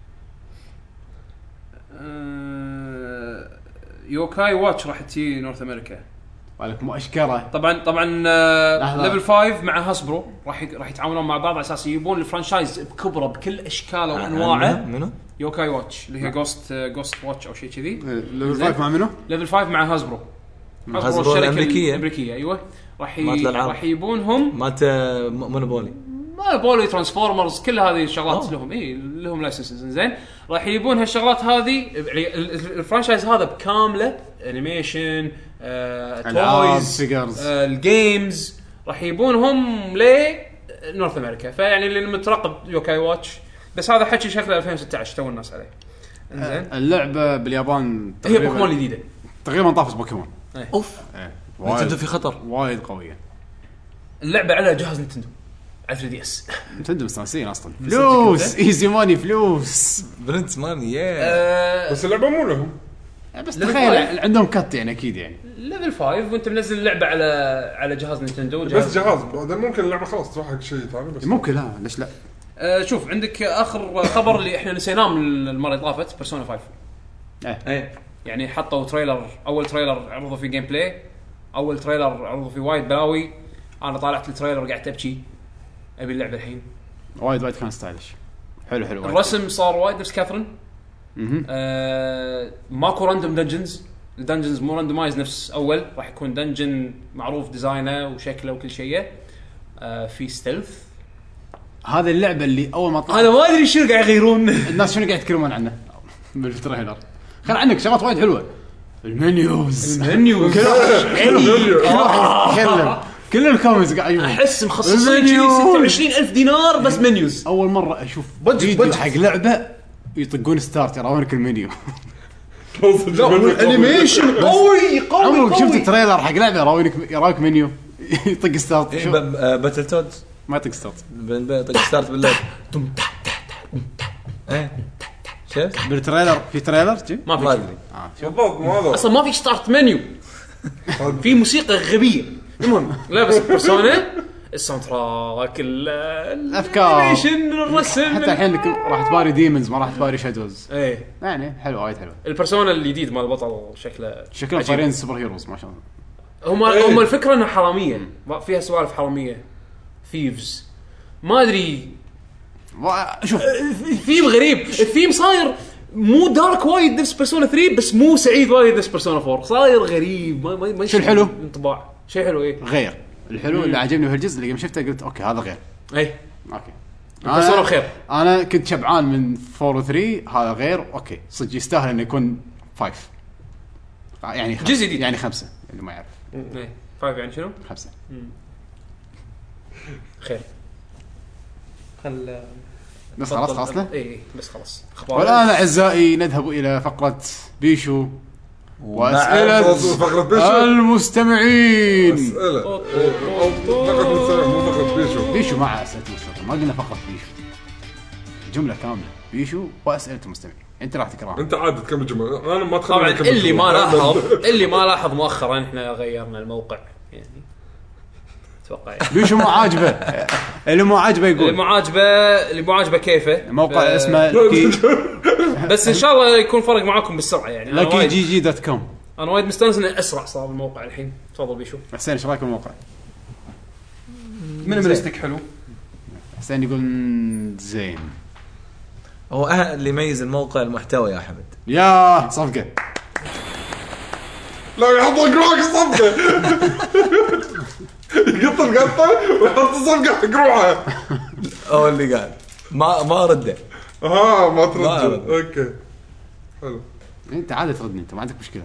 C: آه، يوكاي واتش راح تجي نورث امريكا.
A: ولك مو اشكره.
C: طبعا طبعا آه،
A: لحظة.
C: ليفل خمسة مع هاسبرو راح ي- راح يتعاونون مع بعض على اساس يجيبون الفرانشايز بكبره بكل اشكاله وانواعه.
B: منو؟
C: يوكاي واتش اللي هي جوست جوست واتش او شيء كذي.
A: ليفل فايف مع منو؟
C: ليفل خمسة مع هاسبرو.
B: هاسبرو
C: الشركة
B: الأمريكية.
C: الامريكيه ايوه راح
B: مالت
C: ي...
B: الألعاب.
C: راح يجيبونهم
B: مالت مونوبولي.
C: ما بولي ترانسفورمرز كل هذه الشغلات
B: أوه.
C: لهم اي لهم لايسنسز زين. راح يجيبون هالشغلات هذه يعني ال- ال- الفرانشايز هذا بكامله انيميشن آه،
A: ألعاب،
C: تويز
A: figures.
C: آه، الجيمز راح يجيبونهم ل نورث امريكا. فيعني اللي مترقب يوكاي واتش بس هذا حكي شكله ألفين وستة عشر تو الناس عليه زين.
A: اللعبه باليابان
C: هي بوكيمون الجديده
A: تقريبا طافت بوكيمون.
B: اوف
A: إيه.
B: نينتندو
A: وايد
B: في خطر.
A: وايد قويه.
C: اللعبه على جهاز نينتندو على ثري دي اس.
A: نتندو مستانسين اصلا. فلوس ايزي ماني فلوس.
B: برنس ماني يا
C: آه،
D: بس اللعبه مو لهم.
A: بس
C: ليفل
A: تخيل
C: فايف.
A: عندهم كت يعني اكيد يعني.
C: ليفل خمسة وانت منزل اللعبه على على جهاز نينتندو
D: بس جهاز بعدين ممكن اللعبه خلاص تروح حق شيء ثاني بس.
A: ممكن لا ليش لا.
C: آه شوف عندك اخر خبر اللي احنا نسيناه من المره اللي طافت بيرسونا خمسة.
A: ايه
C: ايه يعني حطوا تريلر اول تريلر عرضوا فيه جيم بلاي اول تريلر عرضوا فيه وايد بلاوي. انا طالعت التريلر قاعد ابكي ابي اللعبه الحين.
A: وايد وايد كان ستايلش. حلو حلو وايد.
C: الرسم صار وايد نفس كاثرين.
A: مهم.
C: آه ماكو راندوم دنجنز. الدنجنز مو راندومايز نفس اول راح يكون دنجن معروف ديزاينه وشكله وكل شيء. آه في ستيلث.
A: هذه اللعبه اللي اول ما
C: انا
A: طلعت
C: ما ادري شنو قاعد يغيرون.
A: الناس شنو قاعد يتكلمون عنه بالتريلر. خل عنك شغلات وايد حلوه. المنيوز
C: المنيوز
A: كل واحد كل واحد يتكلم. كل الكومنتس قاعد يشوفون.
C: احس مخصصين كذي ستة وعشرين ألف دينار بس منيوز.
A: اول مره اشوف
C: بجت-
A: فيديو
C: بجت.
A: حق لعبه يطقون ستارت يراونك المنيو.
C: انيميشن قوي قوي
A: عمرك
C: قوي.
A: شفت تريلر حق لعبه يراونك يراوك منيو يطق ستارت؟ شوف
B: باتل تودز
A: ما يطق ستارت
B: طق ستارت بالليل. ايه شفت
A: بالتريلر في تريلر جي؟
C: ما في
B: ما
C: شيء.
B: ادري
A: اه شوف
D: بالضبط ما هذا
C: اصلا ما في ستارت منيو، في موسيقى غبيه. المهم لا بس بيرسونا الساوند تراك
A: الافكار
C: الانيميشن الرسم
A: حتى الحين إنك راح تباري ديمونز ما راح تباري شادوز.
C: ايه
A: يعني حلو وايد حلو.
C: البيرسونا الجديد مال البطل شكله
A: شكلهم
C: عجيب.
A: صايرين سوبر هيروز ما شاء الله.
C: هم
D: إيه.
C: هم الفكره انها حراميه، فيها سوالف حراميه ثيفز ما ادري.
A: وا- شوف
C: الثيم غريب، الثيم صاير مو دارك وايد نفس بيرسونا ثري بس مو سعيد وايد نفس بيرسونا فور. صاير غريب ما ما ما
A: شو الحلو؟
C: انطباع شيء حلو. ايه
A: غير الحلو اللي عجبني في الجزء اللي يوم شفته قلت اوكي هذا غير.
C: اي
A: اوكي
C: بيرسونا بخير.
A: انا كنت شبعان من فور و ثري هذا غير. اوكي صدق يستاهل انه يكون فايف يعني خمسة.
C: جزء جديد.
A: يعني خمسة اللي ما يعرف
C: ايه فايف يعني شنو؟
A: خمسة.
C: خير خل
A: بس خلاص خلصنا.
C: اي اي بس خلاص.
A: والآن أعزائي نذهب إلى فقرة بيشو وأسئلة
D: فقرة بيشو
A: المستمعين.
D: أسئلة فقرة مستمع مو فقرة بيشو.
A: بيشو مع أسئلة المستمعين ما قلنا فقرة بيشو جملة كاملة بيشو وأسئلة المستمعين. أنت راح تقرأها.
D: أنت عاد تكمل جملة أنا ما
C: طبعا
D: تخليني أكمل
C: اللي ما
D: جملة.
C: لاحظ اللي ما لاحظ مؤخرا احنا غيرنا الموقع يعني اتوقع يعني.
A: بيشو مو عاجبه اللي مو عاجبه
C: اللي
A: يقول
C: مو عاجبه اللي مو عاجبه كيفه
A: موقع
C: ف-
A: اسمه لكي
C: بس ان شاء الله يكون فرق معاكم بالسرعه يعني. انا
A: لكي
C: وايد
A: جي جي دوت كوم.
C: انا وايد مستانس انه اسرع صار الموقع الحين. تفضل بيشو.
A: حسين ايش رايك بالموقع؟
E: مينيماليستيك حلو.
A: حسين يقول زين.
B: هو أه- اللي يميز الموقع المحتوى يا حمد.
A: يا صفقة
D: لا يحط قروحك الصفقة يقط القطة ويحط الصفقة حق روحه.
B: هو اللي قال ما ما رده.
D: ها ما
B: ما
D: ترد
B: أرد.
D: اوكي حلو.
A: انت عادة تردني انت ما عندك مشكلة.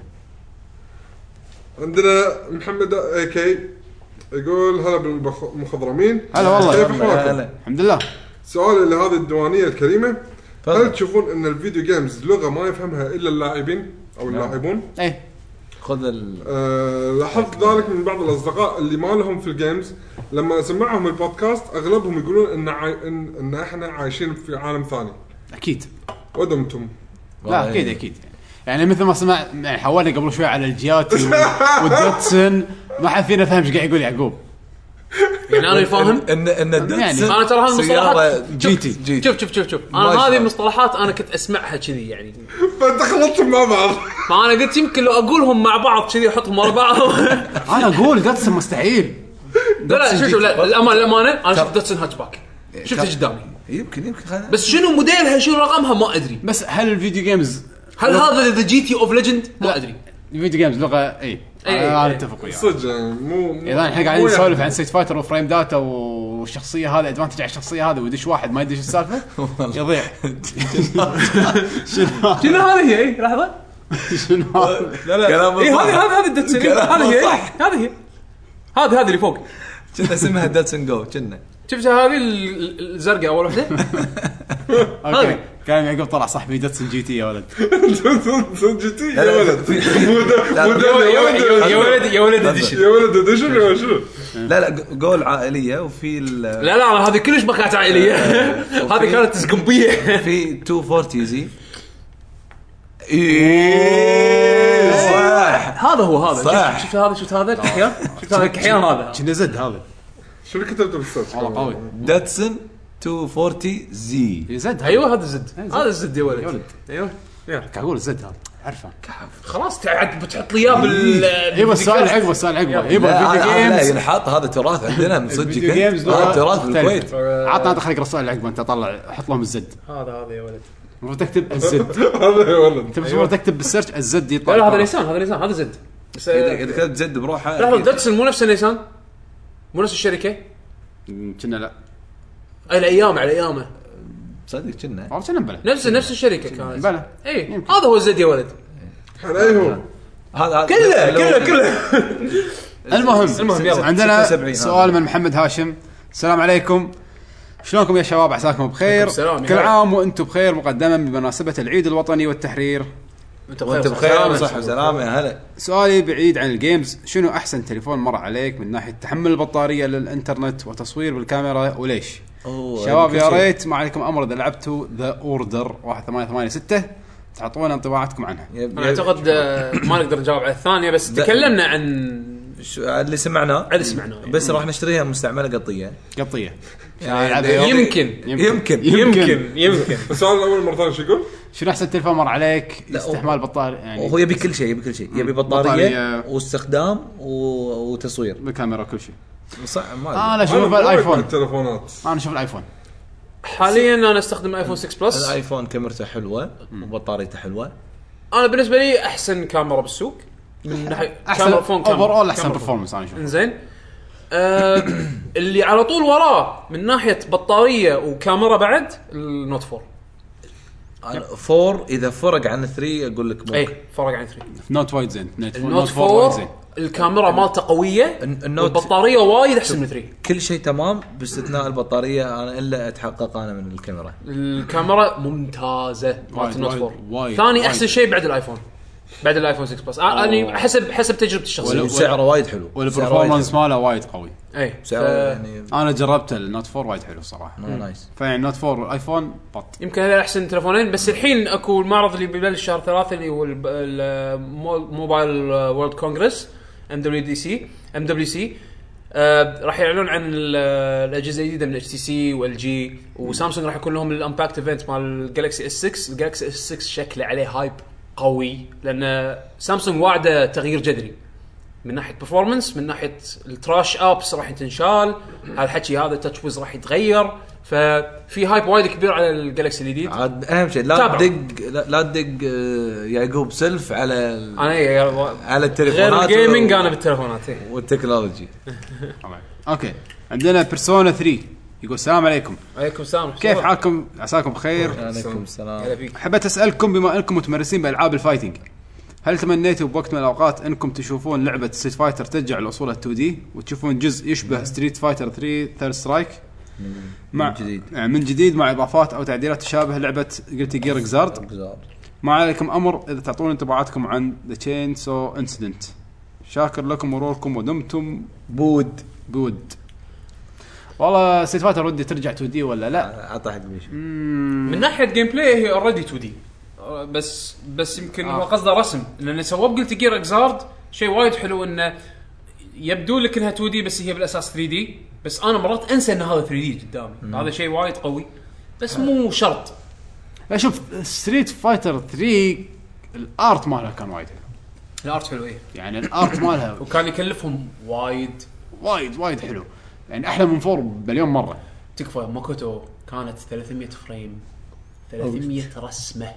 D: عندنا محمد اي كي يقول هلا بالمخضرمين.
A: هلا والله.
D: كيف احوالكم؟
B: هلا.
A: الحمد لله.
D: سؤال لهذه الديوانية الكريمة، هل
B: تفضل.
D: تشوفون ان الفيديو جيمز لغة ما يفهمها الا اللاعبين او اللاعبون؟
A: ايه
B: خذ ال
D: أه لاحظت ذلك من بعض الاصدقاء اللي ما لهم في الجيمز، لما اسمعهم البودكاست اغلبهم يقولون ان عاي... ان, إن احنا عايشين في عالم ثاني
A: اكيد.
D: ودمتم.
A: لا اكيد اكيد يعني مثل ما سمع يعني حولنا قبل شوي على الجياتي والدوتسن ما حد فينا فهم ايش قاعد يقول يعقوب.
C: يعني انا فاهم
B: ان ان الدوتسن
A: يعني
C: انا ترى هالمصطلحات
A: جيتي.
B: جيتي.
C: شوف شوف شوف شوف
B: ما
C: انا
B: يشبه.
C: هذه المصطلحات انا كنت اسمعها كذي يعني.
D: فانت خلطتم مع بعض.
C: ما انا قلت يمكن لو اقولهم مع بعض كذي احطهم ورا بعض.
A: انا اقول دوتسن مستحيل.
C: لا لا شوف شوف لا الامانه الامانه انا
B: كم-
C: شفت دوتسن هاتشباك شفت قدامي
B: يمكن يمكن خلنا
C: بس شنو موديلها شنو رقمها ما ادري.
A: بس هل الفيديو جيمز
C: هل هذا ذا جي تي اوف ليجند ما ادري.
A: الفيديو جيمز لغة اي
C: إيه،
A: انا
C: إيه.
A: اتفق وياك.
D: صدق يعني مو مو-
A: اذا احنا
D: مو
A: قاعدين نسولف
D: يعني.
A: عن سيت فايتر وفريم داتا والشخصيه هذا ادفانتج على الشخصيه هذا ويدش واحد ما يدش السالفه يضيع. شنو
C: شنو هذه هي اي لحظه
A: شنو هذا؟
B: لا لا كلام
C: اي هذه هذه هذه الدتسن
B: كلام
C: هذه هي
B: صح.
C: هذه هي هذه هذه اللي فوق
B: كنا اسمها دوتسن جو كنا.
C: شفت هذه ال- ال- الزرقاء اول وحده.
A: اوكي كان يعقوب طلع صاحبي دوتسن جي تي يا ولد.
D: جي تي
B: لا،
D: يا
B: لا،
D: ولد
B: في- في-
D: مو ده-
B: لا،
D: مو ده
C: يا
D: يا
C: ولد
D: ولد
C: يا ولد يا ولد اديشن.
D: يا ولد اديشن يا شنو؟
B: لا لا جول عائليه وفي ال
C: لا لا هذه كلش ما كانت عائليه. هذه كانت سقمبيه.
B: في مئتين وأربعين زي. ايه صح.
C: هذا هو هذا
B: صح.
C: شفت- شفت هذا شفت هذا الكحيان شفت هذا الكحيان هذا
A: كنا زد هذا
D: شنو كتبت بالسيرش؟
A: والله قوي.
B: دوتسن مئتين وأربعين زي.
A: زد
C: ايوه هذا الزد
A: زد.
C: هذا الزد يا
A: يا
C: ولد
A: ولد.
C: ايوه يلا.
A: قاعد اقول زد هذا عارفه.
C: خلاص تعال بتحط لي اياه بال
A: ايوه السؤال عقبه السؤال عقبه
C: يلا.
A: يبا
B: لا
A: الفيديو
B: لا
A: جيمز
B: ينحط هذا تراث عندنا من صدق.
A: الفيديو جيمز
B: هذا
A: لغة
B: تراث بالكويت.
A: مختلفة. عطنا عطنا خليك السؤال اللي عقبه انت طلع حط لهم الزد.
C: هذا هذا يا ولد
A: المفروض تكتب الزد.
D: هذا يا ولد
A: انت المفروض تكتب بالسيرش الزد يطلع.
C: لا لا هذا نيسان هذا نيسان هذا زد بس
B: اذا إذا كتبت زد بروحه
C: لحظه داتسون مو نفس نيسان مو نفس الشركه
A: كنا لا
C: اي الايام على ايامه
B: صدق كنا.
A: والله كنا بلا
C: نفس نفس الشركه كانت
A: بلا
C: اي هذا هو الزد يا ولد
D: الحين اي هو
B: هذا هذا
C: كله
B: لو-
C: كله كله
A: المهم
C: المهم يلا.
A: عندنا
B: ستة وسبعين
A: سؤال من محمد هاشم. السلام عليكم، شلونكم يا شباب؟ عساكم بخير،
C: السلام.
A: كل عام وانتم بخير، مقدما بمناسبة العيد الوطني والتحرير.
C: انت
B: وانت بخير وصحة وسلامة يا هلا.
A: سؤالي بعيد عن الجيمز، شنو احسن تليفون مر عليك من ناحية تحمل البطارية للانترنت وتصوير بالكاميرا وليش؟ شباب يا ريت ما عليكم امر اذا لعبتوا ذا اوردر واحد ثمانية ثمانية ستة تعطونا انطباعاتكم عنها.
C: انا اعتقد آه، ما نقدر نجاوب على الثانيه، بس تكلمنا عن
B: شو اللي سمعناه
C: اللي سمعناه
B: بس راح نشتريها مستعمله قطيه
A: قطية
B: يعني
C: يمكن
B: يمكن
C: يمكن يمكن
D: السؤال الاول مره ثانيه شو يقول؟
A: شنو احسن تليفون مر عليك
B: لا،
A: استحمال بطارية يعني
B: وهو يبي كل شيء، يبي كل شيء، يبي بطاريه,
A: بطارية.
B: واستخدام و... وتصوير
A: بالكاميرا وكل شيء؟
B: صح. ما
A: انا
D: أنا
A: اشوف
D: وايد مع
A: الايفون
D: التلفونات
A: انا اشوف الايفون
C: حاليا انا استخدم ايفون ستة بلس.
B: الايفون كاميرته حلوه وبطاريته حلوه.
C: انا بالنسبه لي احسن كاميرا بالسوق من ناحيه
A: احسن
C: كاميرا فون
A: اوفر اول احسن
C: كاميرا
A: برفورمانس انا اشوف.
C: انزين آه اللي على طول وراه من ناحيه بطاريه وكاميرا بعد النوت فور.
B: فور اذا فرق عن ثري اقول لك ممكن.
C: اي فرق عن ثري.
A: نوت وايد زين،
C: النوت فور الكاميرا مالته قويه،
B: النوت
C: والبطاريه وايد احسن من ثري.
B: كل شيء تمام باستثناء البطاريه، انا الا اتحقق انا من الكاميرا.
C: الكاميرا ممتازه مالت
A: وايد
C: النوت
A: وايد
C: فور.
A: وايد
C: ثاني
A: وايد.
C: احسن شيء بعد الايفون، بعد الايفون ستة بلس. انا حسب حسب تجربتي الشخصيه.
B: وسعره وايد حلو،
A: والبرفورمانس ماله وايد قوي.
C: اي
B: سعره
C: ف...
B: يعني
A: انا جربت النوت فور وايد حلو صراحه.
B: نايس.
A: فيعني نوت فور والايفون بط.
C: يمكن هذا احسن تلفونين. بس الحين اكو المعرض اللي ببلش شهر ثلاثة اللي هو الموبايل وورلد كونغرس ام دبليو دي سي ام دبليو سي راح يعلنون عن الاجهزه الجديده من اتش تي سي وال جي وسامسونج. راح يكون لهم الامباكت ايفنت مال الجالكسي اس ستة. الجالكسي اس ستة شكله عليه هايب قوي، لان سامسونج واعده تغيير جذري من ناحيه برفورمانس، من ناحيه التراش ابس راح تنشال، هذا الحكي هذا تاتش ويز راح يتغير. ففي هايب وايد كبير على الجالكسي الجديد.
B: عاد اهم شيء لا
C: تابع.
B: تدق لا, لا تدق آه، يعقوب سلف على ال-
C: انا إيه
B: على
C: غير
B: التليفونات
C: الجيمنج
B: و-
C: انا بالتليفونات إيه.
B: والتكنولوجي.
A: اوكي عندنا بيرسونا ثري يقول السلام عليكم،
C: عليكم السلام.
A: كيف حالكم؟ عساكم بخير.
B: عليكم السلام.
C: هلا فيك.
A: حبيت اسالكم بما انكم متمرسين بالعاب الفايتنج، هل تمنيتوا بوقت من الاوقات انكم تشوفون لعبه ستريت فايتر ترجع لاصولها تو دي وتشوفون جزء يشبه ستريت فايتر ثري ثيرد سترايك مع
B: من جديد.
A: يعني من جديد مع اضافات او تعديلات تشابه لعبه قلت جير اكزارد؟ ما عليكم امر اذا تعطون انطباعاتكم عن ذا تشين سو انسيدنت. شاكر لكم مروركم ودمتم
B: بود
A: بود. والله ستريت فايتر ودي ترجع تو دي ولا لا؟
B: عطى حق ميش.
C: من ناحيه جيم بلاي هي اوريدي تو دي، بس بس يمكن
A: آه.
C: هو قصده رسم، لان سووا بقلت جير اكزارد شيء وايد حلو، انه يبدو لك انها تو دي بس هي بالاساس ثري دي. بس انا مرات انسى ان هذا ثري دي قدامي. هذا شيء وايد قوي بس مو شرط.
A: لا شوف ستريت فايتر ثري الارت مالها كان وايد حلو،
C: الارت حلو ايه،
A: يعني الارت مالها
C: وكان يكلفهم وايد
A: وايد وايد حلو، يعني احلى من فور مليون مره.
C: تكفى. ماكوتو كانت ثلاثمية فريم، ثلاثمية رسمه.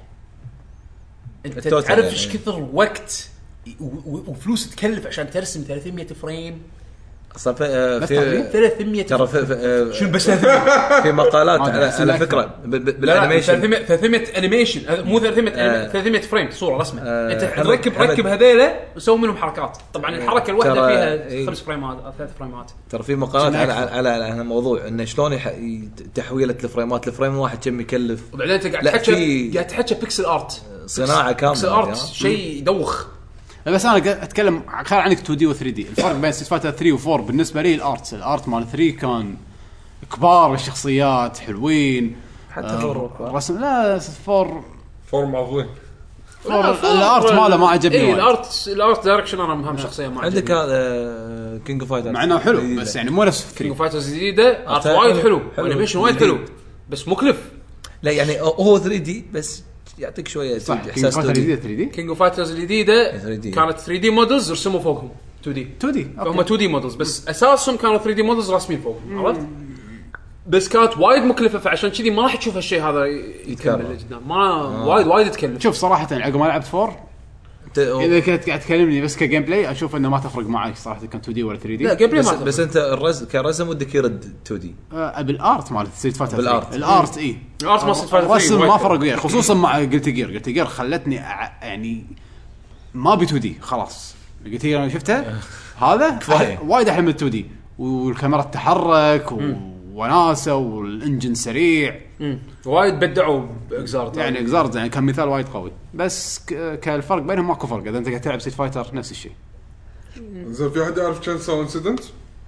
C: انت
B: التوتال
C: تعرف
B: يعني.
C: ايش كثر وقت و- و- وفلوس تكلف عشان ترسم ثلاثمية فريم.
B: اصلا في آه،
A: بس
B: في
A: تقريباً
C: ثلاثمية
B: ترى في في, آه،
C: شنو بس ثلاثمية؟
B: في مقالات
A: ما أدري،
B: على,
A: بس
B: على
A: الأكثر.
B: فكره ب- ب-
C: لا
B: بالانيميشن
C: ثلاثمية ثلاثمية انيميشن، مو ثلاثمية
B: آه.
C: ثلاثمية فريم صوره رسمه.
B: آه،
C: انت
B: حمد-
C: ركب
B: حمد.
C: ركب هذيله وسوي منهم حركات. طبعا الحركه الواحده
B: ترى-
C: فيها
B: إيه.
C: خمس فريمات او ثلاث فريمات.
B: ترى في مقالات على
A: أكثر.
B: على على هذا الموضوع انه شلون يح... ي- تحويله الفريمات. الفريم واحد كم يكلف
C: وبعدين انت قاعد
B: لا،
C: تحكي
B: في-
C: قاعد تحكي بيكسل ارت.
B: صناعه كامله.
C: بيكسل ارت
B: يعني.
C: شيء يدوخ.
A: بس انا قاعد اتكلم خل عنك تو دي و ثري دي. الفرق بين ستريت فايتر ثري و فور بالنسبه لي الارت الارت مال ثري كان كبار، الشخصيات حلوين
C: حتى
A: آه،
C: فور
A: رسم. لا فور
D: فور معضلين.
A: فور الارت ماله ما عجبني
C: اي
A: وايد.
C: الارت الارت دايركشن انا مهم شخصيه ما
B: عندك
C: عجبني.
B: هذا كينج اوف فايتر
A: مع انه حلو بس يعني مو نفس
C: كينج
A: ثري.
C: اوف فايترز جديده ارت
B: حلو.
C: وايد حلو
B: حلو.
C: وانيميشن وايد حلو بس مكلف.
B: لا يعني هو ثري دي بس يعطيك شويه
A: صح
B: احساس تو دي.
A: ثري دي
C: كينج اوف فايترز الجديده
B: ثري دي.
C: كانت ثري دي مودلز رسموا فوقهم تو دي.
A: تو دي
C: هم تو دي مودلز بس اساسهم كانوا ثري دي مودلز راسمين فوقهم. عرفت؟ بس كانت وايد مكلفه فعشان كذي ما راح تشوف هالشيء هذا يكمل
B: يتكرر.
C: قدام. ما وايد وايد تكلف.
A: شوف صراحه عقب ما لعبت فور اذا كنت قاعد تكلمني بس كجيم بلاي اشوف انه ما تفرق معي صراحه كان تو دي ولا ثري دي.
C: لا جيم بلاي
B: بس,
C: ما
B: بس
C: تفرق.
B: انت الرز كرسم ودك يرد تو دي.
A: آه بالارت مال ستريت فايتر
B: بالارت.
A: الارت اي
C: الارت ما صدفه
A: الرسم ما فرق وياي خصوصا مع قلت جير قلت جير خلتني أع... يعني ما بي تو دي خلاص قلت لي انا شفتها هذا
B: كفاية.
A: وايد احلى من تو دي والكاميرا تتحرك وناسه والانجن سريع
C: امم وايد بدعوا باكزارد
A: يعني اكزارد يعني كان مثال وايد قوي بس ك- كالفرق بينهم ماكو فرق اذا انت قاعد تلعب سيت فايتر نفس الشيء.
D: زين في احد يعرف تشين سو انسيدنت؟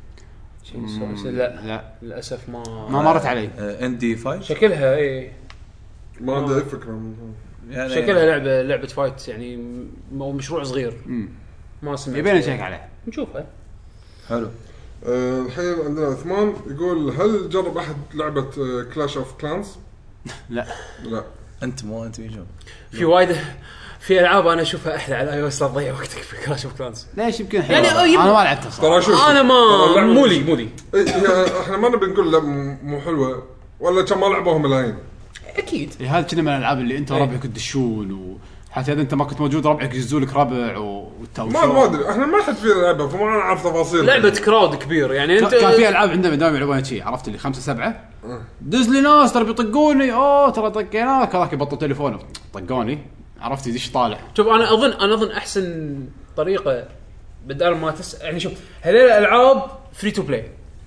C: لا
A: لا
C: للاسف ما
A: ما مرت علي.
B: ان دي فايف
C: شكلها اي
D: ما عندي اي فكره من
B: يعني
C: شكلها لعبه لعبه فايت يعني م- مشروع صغير
A: امم
C: ما سمعت
A: يبينا نشيك عليه.
C: نشوفها.
B: حلو.
D: أه الحين عندنا عثمان يقول هل جرب احد لعبه كلاش اوف كلانز؟
A: لا
D: لا
B: انت مو انت مين
C: في وايد في العاب انا اشوفها احلى على اي او اس تضيع وقتك في كلاش اوف كلانز
A: ليش يمكن حلو
C: يعني
A: يعني
C: يمكن-
A: انا ما لعبتها صراحه.
D: ترى شوف
C: انا ما
D: ترى اللعبة-
C: مو لي مو لي
D: إيه، هي احنا ما نبي نقول لا م- مو حلوه ولا كان ما لعبوها ملايين.
C: اكيد
A: إيه، هذا كنا من الالعاب اللي انت وربعك تدشون وحتى اذا انت ما كنت موجود ربعك يجزوا لك ربع والتوشون.
D: ما ما ادري احنا ما حد فينا لعبه فما نعرف تفاصيل.
C: لعبه كراود كبير يعني انت
A: كان في العاب عندنا دائما يلعبونها شيء عرفت اللي خمسة سبعة دز لي ناس ترى بيطقوني اوه ترى طقيناك هذاك يبطل تليفونه طقوني عرفت يدش طالع.
C: شوف انا اظن انا اظن احسن طريقه بدال ما تس يعني شوف هذول الالعاب فري تو بلاي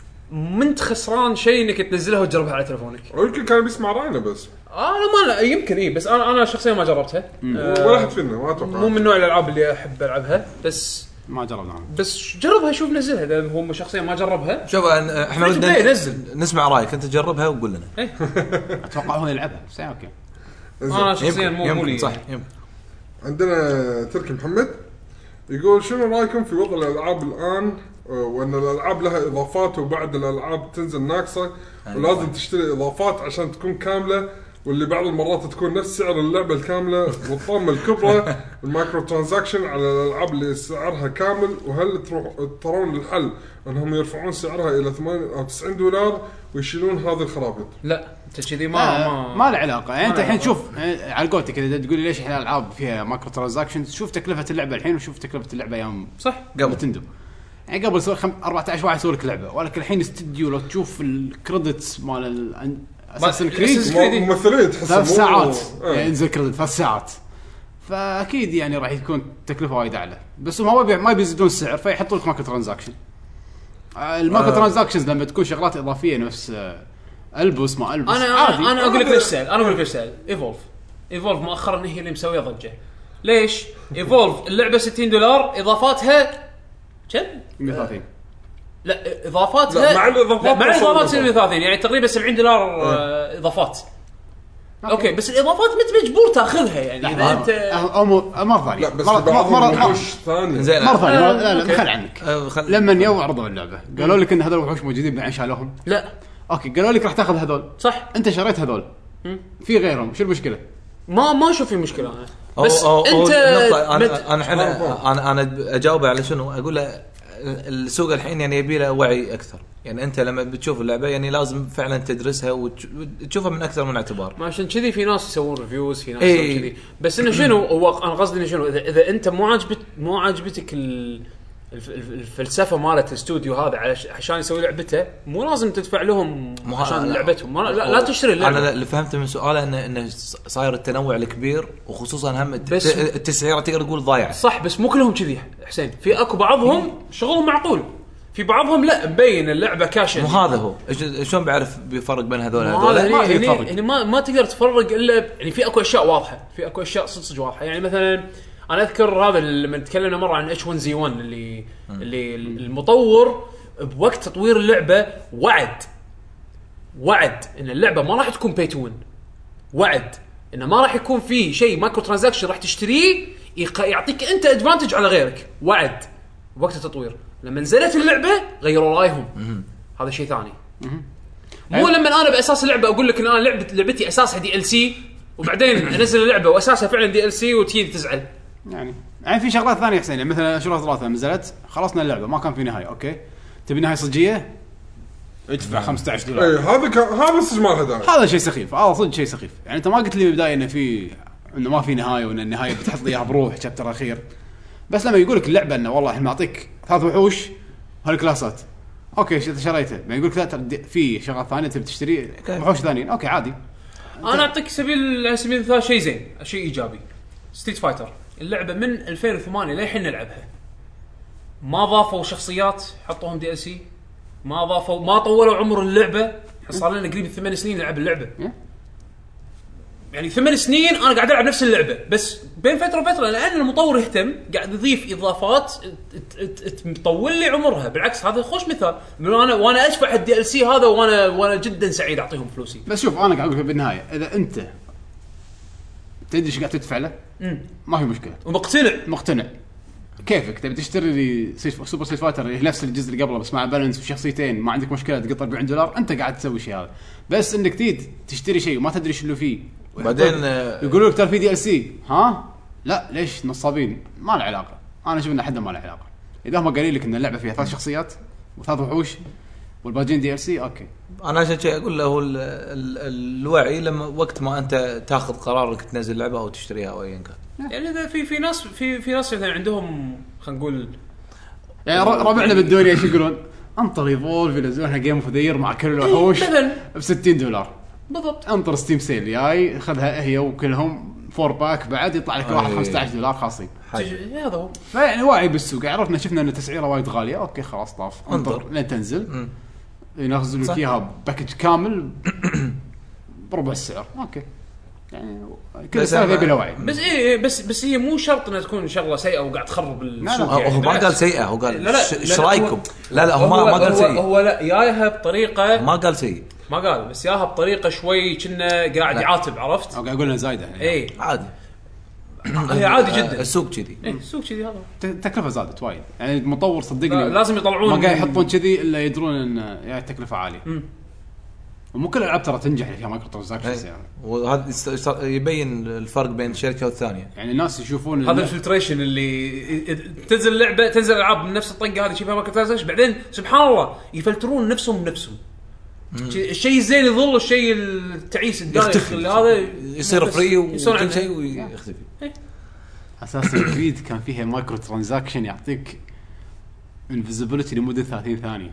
C: من خسران شيء انك تنزلها وتجربها على تليفونك.
D: يمكن كان بيسمع راينا بس
C: انا ما لا يمكن ايه بس انا انا شخصيا ما جربتها أه
D: ولا حد فينا ما اتوقع.
C: مو من نوع الالعاب اللي احب العبها بس
A: ما جربناها
C: بس جربها شوف نزلها اذا هو شخصيا ما جربها.
B: شوف أن- احنا
C: Free to
B: ودنا
C: play، نزل.
B: نسمع رايك انت جربها وقول لنا.
A: اتوقع هو يلعبها بس اوكي.
C: انا شخصيا
B: يمكن-
C: مو مو
B: يمكن
C: لي
B: صح يمكن.
D: عندنا تركي محمد يقول شنو رايكم في وضع الالعاب الان آه، وان الالعاب لها اضافات وبعد الالعاب تنزل ناقصه ولازم تشتري اضافات عشان تكون كامله واللي بعض المرات تكون نفس سعر اللعبه الكامله والطامه الكبرى المايكرو ترانزاكشن على الالعاب اللي سعرها كامل وهل تروح ترون الحل انهم يرفعون سعرها الى ثمانين او تسعين دولار ويشيلون هذه الخرابيط؟
C: لا انت كذي ما
A: ما
C: ما
A: ما له علاقه يعني انت
C: له
A: الحين
C: علاقة.
A: شوف يعني على قولتك اذا تقول لي ليش احنا العاب فيها مايكرو ترانزاكشنز شوف تكلفه اللعبه الحين وشوف تكلفه اللعبه ايام
C: صح
B: قبل
A: نتندو يعني قبل سوى خم... أربعة عشر واحد يسوي لك لعبه ولكن الحين استديو لو تشوف الكريدتس مال اساسن كريد
C: Assassin's Creed.
D: ممثلين تحس
A: ثلاث ساعات
D: آه.
A: يعني ينزل كريدت ثلاث ساعات فاكيد يعني راح يكون تكلفه وايد اعلى بس هم ما بي... ما بيزيدون السعر فيحطوا لك مايكرو ترانزاكشن. المايكرو
B: آه.
A: ترانزاكشنز لما تكون شغلات اضافيه نفس آه، البس ما البس
C: انا
A: عادي.
C: انا, أنا اقول لك ليش سال انا اقول لك ليش سال ايفولف ايفولف مؤخرا هي اللي مسويه ضجه. ليش ايفولف اللعبه ستين دولار اضافاتها كم
A: مية وثلاثين
C: لا اضافاتها
D: لا، مع الإضافات
C: لا، مع
D: توصل
C: الاضافات
D: للمية.
C: مية وثلاثين يعني تقريبا سبعين دولار آه، اضافات. اوكي بس الاضافات انت مجبور تاخذها يعني اذا انت
A: امور مره ثانيه
D: لا بس
A: مره
D: بعضهم
A: مره
D: وحوش ثانيه.
B: زين
A: مره ثانيه
C: آه،
A: لا لا
C: أوكي.
A: خل عنك
B: آه، خل-
A: لما يو عرضوا اللعبه قالوا لك ان هذول الوحوش موجودين بعدين شالوهم
C: لا
A: اوكي قالوا لك راح تاخذ هذول
C: صح
A: انت شريت هذول في غيرهم شو المشكله؟
C: ما ما اشوف في مشكله انا
B: أو
C: بس
B: أو أو
C: انت
B: النقطة
C: مت-
B: انا انا الحين انا انا اجاوب على شنو اقول له السوق الحين يعني يبي له وعي اكثر يعني انت لما بتشوف اللعبه يعني لازم فعلا تدرسها وتش- وتشوفها من اكثر من اعتبار.
C: ما عشان كذي في ناس يسوون ريفيوز في ناس
B: إيه.
C: يسوون كذي بس انه شنو هو انا قصدي انه شنو اذا, إذا انت مو عاجبت مو عاجبتك ال- الف- الف- الفلسفه مالت الاستوديو هذا علش- عشان يسوي لعبته مو لازم تدفع لهم
B: مو
C: عشان
B: لا.
C: لعبتهم ما لا, لا تشتري اللعبه.
B: انا اللي فهمته من سؤاله انه انه صاير التنوع الكبير وخصوصا هم الت-
C: بس-
B: التسعيره تقدر تقول ضايعه.
C: صح بس مو كلهم كذي حسين في اكو بعضهم شغلهم معقول في بعضهم لا مبين اللعبه كاش
B: مو هذا هو إيش- شلون بعرف بيفرق بين هذول
C: هذا
B: هذول
C: يعني
A: ما
C: يعني,
A: يفرق.
C: يعني ما ما تقدر تفرق الا ب- يعني في اكو اشياء واضحه في اكو اشياء صدق صدق واضحه يعني مثلا انا اذكر هذا لما تكلمنا مره عن اتش ون زي ون اللي اللي المطور بوقت تطوير اللعبه وعد وعد ان اللعبه ما راح تكون باي تو وين وعد انه ما راح يكون في شيء مايكرو ترانزاكشن راح تشتريه يق- يعطيك انت ادفانتج على غيرك وعد وقت التطوير لما نزلت اللعبه غيروا رايهم هذا شيء ثاني مو لما انا باساس اللعبه اقول لك ان انا لعبه لعبتي اساسها دي ال سي وبعدين انزل اللعبه واساسها فعلا دي ال سي وتجي تزعل
A: يعني يعني في شغلات ثانيه حسين يعني مثلا شروط ثلاثه نزلت خلصنا اللعبه ما كان في نهايه اوكي تبي نهايه صجيه ادفع خمسة عشر دولار
D: اي هذا كان هذا صدق ما له داعي.
A: هذا شيء سخيف هذا صدق شيء سخيف يعني انت ما قلت لي بالبدايه انه في انه ما في نهايه وان النهايه بتحط لي اياها بروح شابتر اخير بس لما يقول لك اللعبه انه والله احنا نعطيك ثلاث وحوش هالكلاسات اوكي انت شريته ما يقول لك لا ترى في شغلات ثانيه تبي تشتري وحوش ثانيين اوكي عادي
C: انا اعطيك سبيل على سبيل المثال شيء زين شيء ايجابي ستريت فايتر اللعبه من ألفين وثمانية للحين نلعبها ما ضافوا شخصيات حطوهم دي ال سي، ما ضافوا ما طولوا عمر اللعبه. صار لنا قريب ثمان سنين نلعب اللعبه، يعني ثمان سنين انا قاعد العب نفس اللعبه، بس بين فتره وفتره لان المطور يهتم قاعد يضيف اضافات تطول لي عمرها. بالعكس هذا خوش مثال انا وانا ادفع الدي ال سي هذا وانا وانا جدا سعيد اعطيهم فلوسي.
A: بس شوف انا قاعد اقول بالنهايه اذا انت تدري ايش قاعد تدفع له ما في مشكله
C: ومقتنع
A: مقتنع كيفك تبي تشتري لي سوبر ستريت فايتر اللي نفس الجزء اللي قبله بس مع بالانس وشخصيتين ما عندك مشكله تقطع أربعين دولار انت قاعد تسوي شيء هذا. بس انك تيجي تشتري شيء وما تدري شو اللي فيه
B: بعدين
A: يقولوا لك ترى في دي ال سي ها لا ليش نصابين ما له علاقه. انا اشوف ان حدا ما له علاقه اذا هم قالوا لك ان اللعبه فيها ثلاث شخصيات وثلاث وحوش والباقيين دي ال سي اوكي.
B: انا عشان شيء اقول له ال ال الوعي لما وقت ما انت تاخذ قرارك تنزل لعبه او تشتريها او ايا كان.
C: يعني اذا في في ناس في في ناس مثلا عندهم خلينا نقول
A: يعني ربعنا بالدنيا ايش يقولون انطر يفولف ينزلونها جيم اوف ذا يير مع كل الوحوش ب ستين دولار
C: بالضبط.
A: انطر ستيم سيل جاي خذها هي وكلهم فور باك بعد يطلع لك واحد خمسة عشر دولار خاصين.
C: هذا هو
A: فيعني واعي بالسوق عرفنا شفنا ان تسعيره وايد غاليه اوكي خلاص طاف انطر لين تنزل ينزل لك اياها باكج كامل بربع السعر اوكي. يعني كل سنه يبي له وعي.
C: بس ايه بس بس هي مو شرط انها تكون شغله سيئه وقاعد تخرب السوق.
B: هو يعني ما قال سيئه هو قال ايش رايكم. لا لا هو ما قال سيئه
C: هو لا جايها بطريقه
B: ما قال سيئه
C: ما قال بس ياها بطريقه شوي كنا قاعد يعاتب عرفت
A: او قاعد يقول لنا زايده يعني.
C: ايه
B: عادي
C: هي عادي جدا
B: السوق كذي
C: ايه السوق كذي هذا
A: التكلفه زادت وايد يعني المطور صدقني
C: لازم يطلعون
A: ما قاعد يحطون كذي الا يدرون ان يعني التكلفه عاليه. ومو كل الالعاب ترى تنجح فيها مايكرو ترانزاكشنز يعني.
B: وهذا يبين الفرق بين الشركه والثانيه.
A: يعني الناس يشوفون
C: هذا الفلتريشن اللي تنزل لعبه تنزل العاب من نفس الطقه هذه شي فيها مايكرو ترانزاكشن بعدين سبحان الله يفلترون نفسهم بنفسهم. الشيء الزين يظل والشيء التعيس الداخل هذا
B: يصير فري وكل شيء ويختفي.
A: اساسا الجديد كان فيها مايكرو ترانزاكشن يعطيك انفيزيبيليتي لمده ثلاثين ثانيه.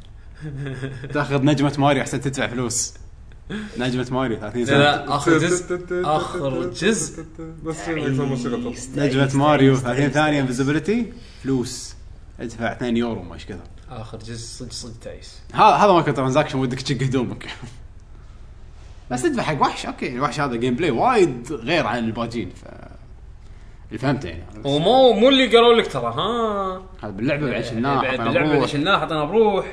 A: تاخذ نجمه ماريو احسن تدفع فلوس. نجمه ماريو ثلاثين ثانيه.
C: لا اخر جزء اخر جزء
D: بس موسيقى
A: نجمه ماريو ثلاثين ثانيه انفيزيبيليتي فلوس ادفع اثنين يورو ما ايش كذا.
C: اخر جزء صدق صدق تعيس.
A: هذا هذا مايكرو ترانزاكشن ودك تشق هدومك. بس تدفع حق وحش اوكي الوحش هذا جيم بلاي وايد غير عن الباجين ف اللي فهمته يعني.
C: ومو مو اللي قالوا لك ترى ها
A: هذا باللعبه بعد شلناه
C: باللعبه اللي شلناه حطينا بروح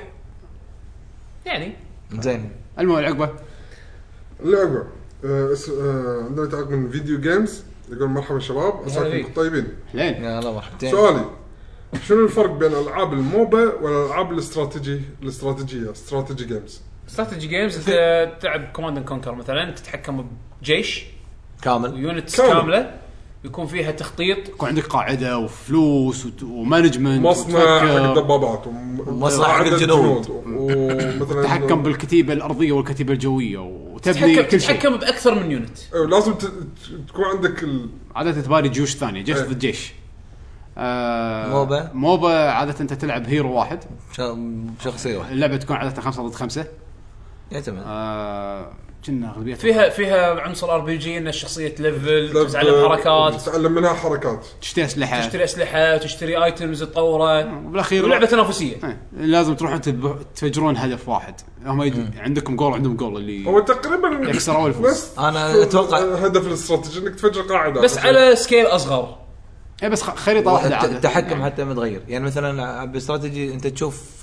C: يعني
B: زين.
A: المهم العقبه
D: اللعبه آه آه عندنا تعاقد من فيديو جيمز يقول مرحبا شباب عساكم طيبين.
A: لين
B: يا الله مرحبتين.
D: سؤالي شنو الفرق بين العاب الموبا والالعاب الاستراتيجي الاستراتيجيه استراتيجي جيمز؟
C: استراتيجي جيمز انت تلعب كوماند اند كونكر مثلا تتحكم بجيش
B: كامل
C: ويونتس كامله يكون فيها تخطيط
A: يكون عندك قاعده وفلوس ومانجمنت
D: مصنع حق الدبابات
B: ومصنع حق الجنود
D: ومثلا
A: تتحكم بالكتيبه الارضيه والكتيبه الجويه وتبني كل شيء
C: تتحكم باكثر من يونت.
D: لازم تكون عندك
A: عاده تباري جيوش ثانيه جيش ضد جيش. آه
B: موبا
A: موبا عاده انت تلعب هيرو واحد
B: شخصيه واحده.
A: اللعبه تكون عاده خمسة ضد خمسة
B: يعتمد
A: آه كنا اغلبيه
C: فيها فيها عنصر ار بي جي ان الشخصيه تلفل تتعلم حركات
D: تتعلم منها حركات
A: تشتري اسلحه
C: تشتري اسلحه تشتري ايتمز تطوره
A: وبالاخير
C: لعبه تنافسيه.
A: لازم تروحون تفجرون هدف واحد هم يج... عندكم جول عندهم جول اللي
D: هو تقريبا
A: يكسروا الفلوس.
B: انا اتوقع
D: هدف الاستراتيجي انك تفجر قاعده
C: بس على سكيل اصغر.
A: اي بس خريطه واحده عاده
B: التحكم يعني. حتى متغير يعني مثلا باستراتيجي انت تشوف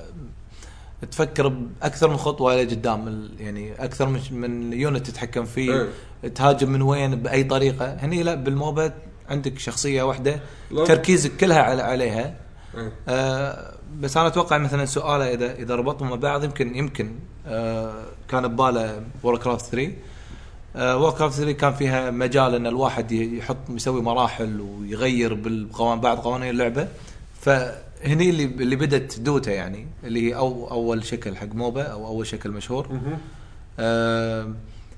B: تفكر باكثر من خطوه الى قدام يعني اكثر من من يونت تتحكم فيه ايه. تهاجم من وين باي طريقه. هني لا بالموبا عندك شخصيه واحده تركيزك كلها على عليها ايه. آه بس انا اتوقع مثلا سؤاله اذا اذا ربطوا مع بعض يمكن يمكن آه كان بباله ووركرافت ثري. آه ووركرافت ثري كان فيها مجال ان الواحد يحط يسوي مراحل ويغير بالقوانين بعض قوانين اللعبه. فهني اللي اللي بدت دوتا يعني اللي هي أو اول شكل حق موبا او اول شكل مشهور. آه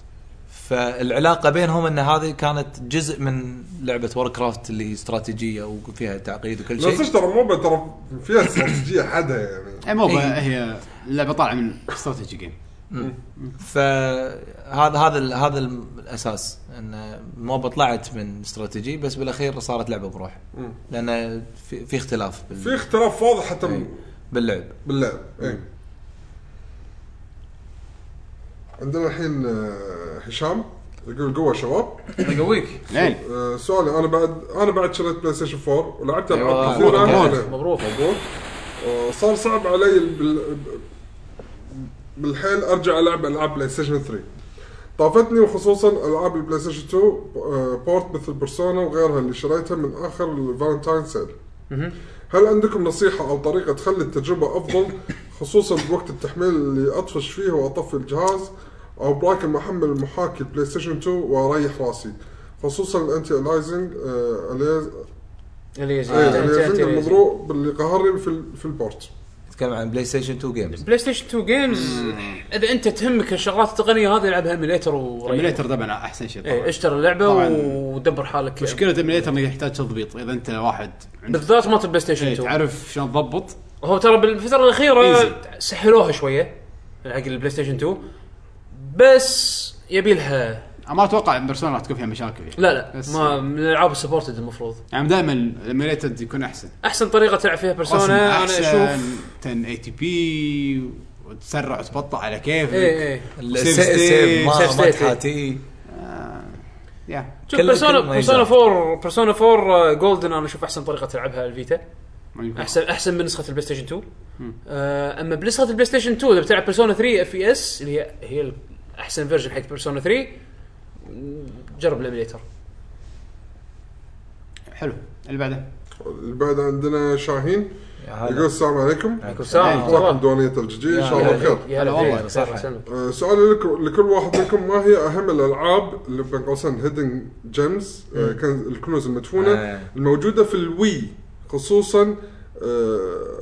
B: فالعلاقه بينهم ان هذه كانت جزء من لعبه ووركرافت اللي هي استراتيجيه وفيها تعقيد وكل شيء.
D: بس ترى موبا ترى فيها استراتيجيه حدها يعني.
A: موبا هي اللعبه طالعه من استراتيجي جيم
B: فهذا هذا ال- هذا ال- الاساس ان ما طلعت من استراتيجي بس بالاخير صارت لعبه بروح لان في, في اختلاف بال-
D: في اختلاف واضح حتى
B: إيه، باللعب.
D: باللعب. اي عندنا الحين آه، هشام يقول قوة شباب.
C: الله يقويك.
A: لين
D: آه، سؤالي انا بعد انا بعد شريت بلاي ستيشن فور ولعبت العاب
B: أيوة.
D: كثيره
B: مبروك.
D: عليه.
C: مبروك.
D: مبروك. آه، صار صعب علي بال... بالحيل ارجع العب العاب بلاي ستيشن ثري. طافتني وخصوصا العاب البلاي ستيشن تو آه، بورت مثل بيرسونا وغيرها اللي شريتها من اخر الفالنتاين سيل. هل عندكم نصيحه او طريقه تخلي التجربه افضل خصوصا بوقت التحميل اللي اطفش فيه واطفي الجهاز او براك المحمل المحاكي بلاي ستيشن تو واريح راسي خصوصا الانتي الايزنج
C: اللي
D: اليزنج المضروب باللي قهرني في ال- في البورت.
B: نتكلم عن بلاي ستيشن تو جيمز.
C: بلاي ستيشن تو جيمز اذا انت تهمك الشغلات التقنيه هذه العبها ايميليتر وريح.
A: ايميليتر طبعا احسن شيء طبعا.
C: ايه اشتري اللعبه
A: طبعاً.
C: ودبر حالك.
A: مشكله ايميليتر انه يحتاج تضبيط اذا انت واحد عندك
C: بالذات مالت البلاي ستيشن
A: إيه،
C: تو
A: تعرف شلون تضبط.
C: هو ترى بالفتره الاخيره
A: Easy.
C: سهلوها شويه حق البلاي ستيشن تو بس يبي لها.
A: ما اتوقع بيرسونا راح تكون فيها مشاكل يعني.
C: لا لا
A: بس-
C: ما من الالعاب السبورتد المفروض
A: يعني دائما الايميليتر يكون احسن.
C: احسن طريقه تلعب فيها
A: رسم
C: بيرسونا انا
A: أحسن،
C: اشوف.
A: عشرة إيه تي بي وتسرع وتبطأ على كيفك.
C: ايه ايه
B: السيف
A: state.
B: سيف ما
C: save
B: ما
C: state.
B: تحاتي.
A: يا
C: شوف
B: كل-
C: بيرسونا
B: كل ما
C: بيرسونا
B: يزال.
C: فور بيرسونا فور جولدن انا اشوف احسن طريقه تلعبها الفيتا.
A: ما ينفع.
C: احسن احسن من نسخه البلاي ستيشن تو. آه اما بنسخه البلاي ستيشن تو اذا بتلعب بيرسونا ثري اف اي اس اللي هي هي احسن فيرجن حق بيرسونا ثري جرب الايميليتر.
A: حلو. اللي بعده
D: اللي بعد عندنا شاهين يقول السلام عليكم.
C: عليكم السلام.
D: اخباركم ديوانية الجديد ان شاء الله بخير.
C: يا
A: هلا والله.
C: والله صح.
D: آه، سؤالي لكم لكل واحد منكم ما هي اهم الالعاب اللي بين قوسين هيدن جيمز كان الكنوز المدفونه
B: آه.
D: الموجوده في الوي خصوصا آه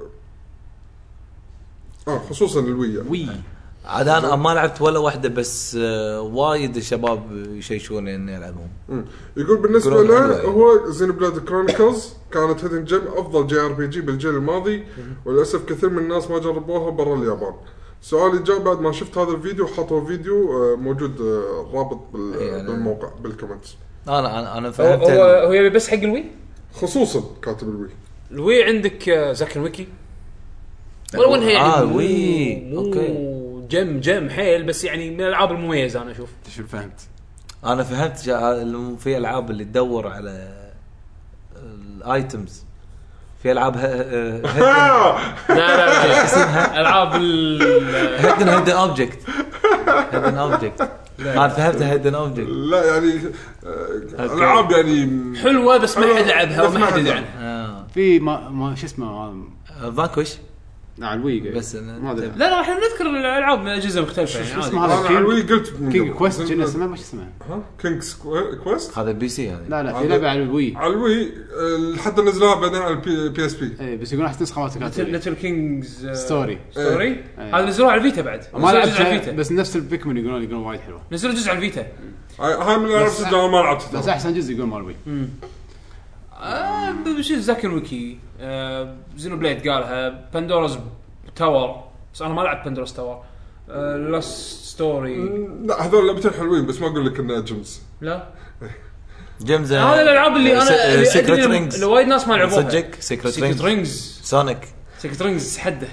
D: اه خصوصا الوي يعني.
A: وي
B: عاد انا ما لعبت ولا واحده بس آه، وايد الشباب يشيشون اني العبهم.
D: مم. يقول بالنسبه
B: يقولون
D: له
B: حلوة يعني.
D: هو زين بلاد كرونيكلز كانت هيدن جيم افضل جي ار بي جي بالجيل الماضي وللاسف كثير من الناس ما جربوها برا اليابان. سؤالي جاء بعد ما شفت هذا الفيديو حطوا فيديو آه، موجود آه، رابط بال-
B: إيه، أنا-
D: بالموقع بالكومنتس
B: انا انا انا
C: هو
B: فهمت
C: هو,
B: ال-
C: هو يبي بس حق الوي.
D: خصوصا كاتب الوي.
C: الوي عندك آه، زاكن ويكي ولو انها يعني
B: آه،
C: مو-
B: وي.
C: مو
B: أوكي.
C: جم جم حيل بس يعني من الالعاب المميزه انا اشوف.
A: شو فهمت؟
B: انا فهمت جا- الم- في العاب اللي تدور على الايتمز في العاب
C: لا لا لا
B: اسمها
C: العاب ال
B: هيدن هيدن اوبجكت هيدن اوبجكت ما فهمت هيدن اوبجكت.
D: لا يعني آه، العاب يعني
C: حلوه بس ما حد لعبها
D: بس
C: وما
D: ما
C: حد
D: حد
C: يدري
D: لعب.
C: عنها.
A: في ما ما شو اسمه
B: فانكوش
A: على الوي
B: بس أنا-
A: ما ادري
C: لا لا احنا نذكر الالعاب من اجهزه مختلفه يعني
A: شو
C: عادي.
A: اسمه
D: انا
A: هذا
D: على الوي
A: كينج
D: قلت
A: كينج كويست كنا اسمه ما شو اسمه.
D: ها كينج كويست
B: هذا البي سي هذا.
A: لا لا في
D: هذا-
A: لعبه على الوي.
D: على الوي آه، حتى نزلوها بعدين على البي بي اس بي.
A: اي بس يقولون راح تنسخ مالتك
C: ليتل ليتل كينجز
A: ستوري.
C: ستوري
A: إيه.
C: هذا نزلوه على الفيتا بعد.
A: ما
C: نزلوا جزء على
A: لعبت
C: الفيتا
A: بس نفس البيكمن يقولون يقولون وايد حلوه.
C: نزلوا جزء على الفيتا.
D: هاي هاي من الالعاب
A: بس-
D: اللي انا ما لعبتها.
A: بس احسن جزء يقول مال الوي.
C: آه بشي زاكن ويكي آه زينو بليد قالها باندوراز تاور بس انا ما لعبت باندوراز تاور. آه لاست ستوري
D: لا هذول لعبتين حلوين بس ما اقول لك انها جيمز.
C: لا
B: جيمز
C: هذه الالعاب اللي انا اللي
B: سيكريت
C: أدري
B: رينجز
C: اللي وايد ناس ما لعبوها.
B: صدق سيكريت
C: سيكريت
B: رينجز
C: رينجز
B: سونيك
C: سيكريت رينجز حده.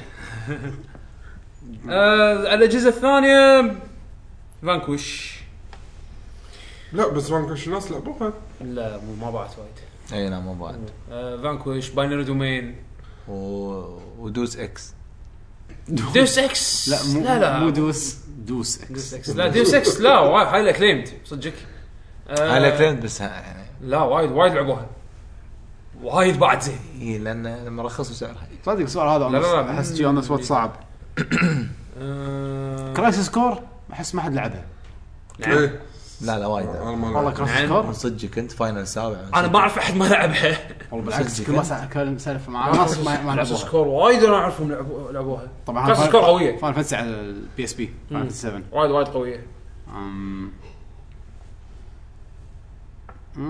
C: آه الاجهزه الثانيه فانكوش.
D: لا بس رانكوش الناس لعبوها.
C: لا مو ما باعت وايد.
B: اي نعم مو بعد
C: آه فانكوش باينري دومين
B: و... ودوس اكس.
C: ديوس اكس.
A: لا مو
C: لا لا
A: مو دوس دوس اكس.
C: ديوس اكس لا ديوس اكس لا وايد هايلي اكليمد صدقك. آه
B: هاي كلمت بس ها- يعني
C: لا وايد وايد لعبوها وايد بعد زين.
B: إيه لان لما رخصوا سعرها.
A: صدق السؤال هذا
C: لا، لا، لا.
A: احس جي اون صوت صعب.
C: آه
A: كرايسيس كور احس ما حد لعبها.
C: نعم.
D: ايه
B: لا لا وايد
D: انا ما
A: والله
D: لعبت.
A: كرايسيس
C: نعم.
A: كور
B: من صدق كنت فاينل سابع
C: انا ما اعرف احد ما لعبها.
A: والله بالعكس
B: صدق
A: كل ما
B: كان؟
A: سا- كل سالفه مع ناس ما ما
C: كرايسيس
A: لعبوها.
C: كور وايد انا اعرفهم لعبو- لعبوها.
A: طبعا
C: كرايسيس كور قويه
A: فان فانتسي على البي اس بي فان فانتسي سبعة.
C: وايد وايد قويه.
A: أم.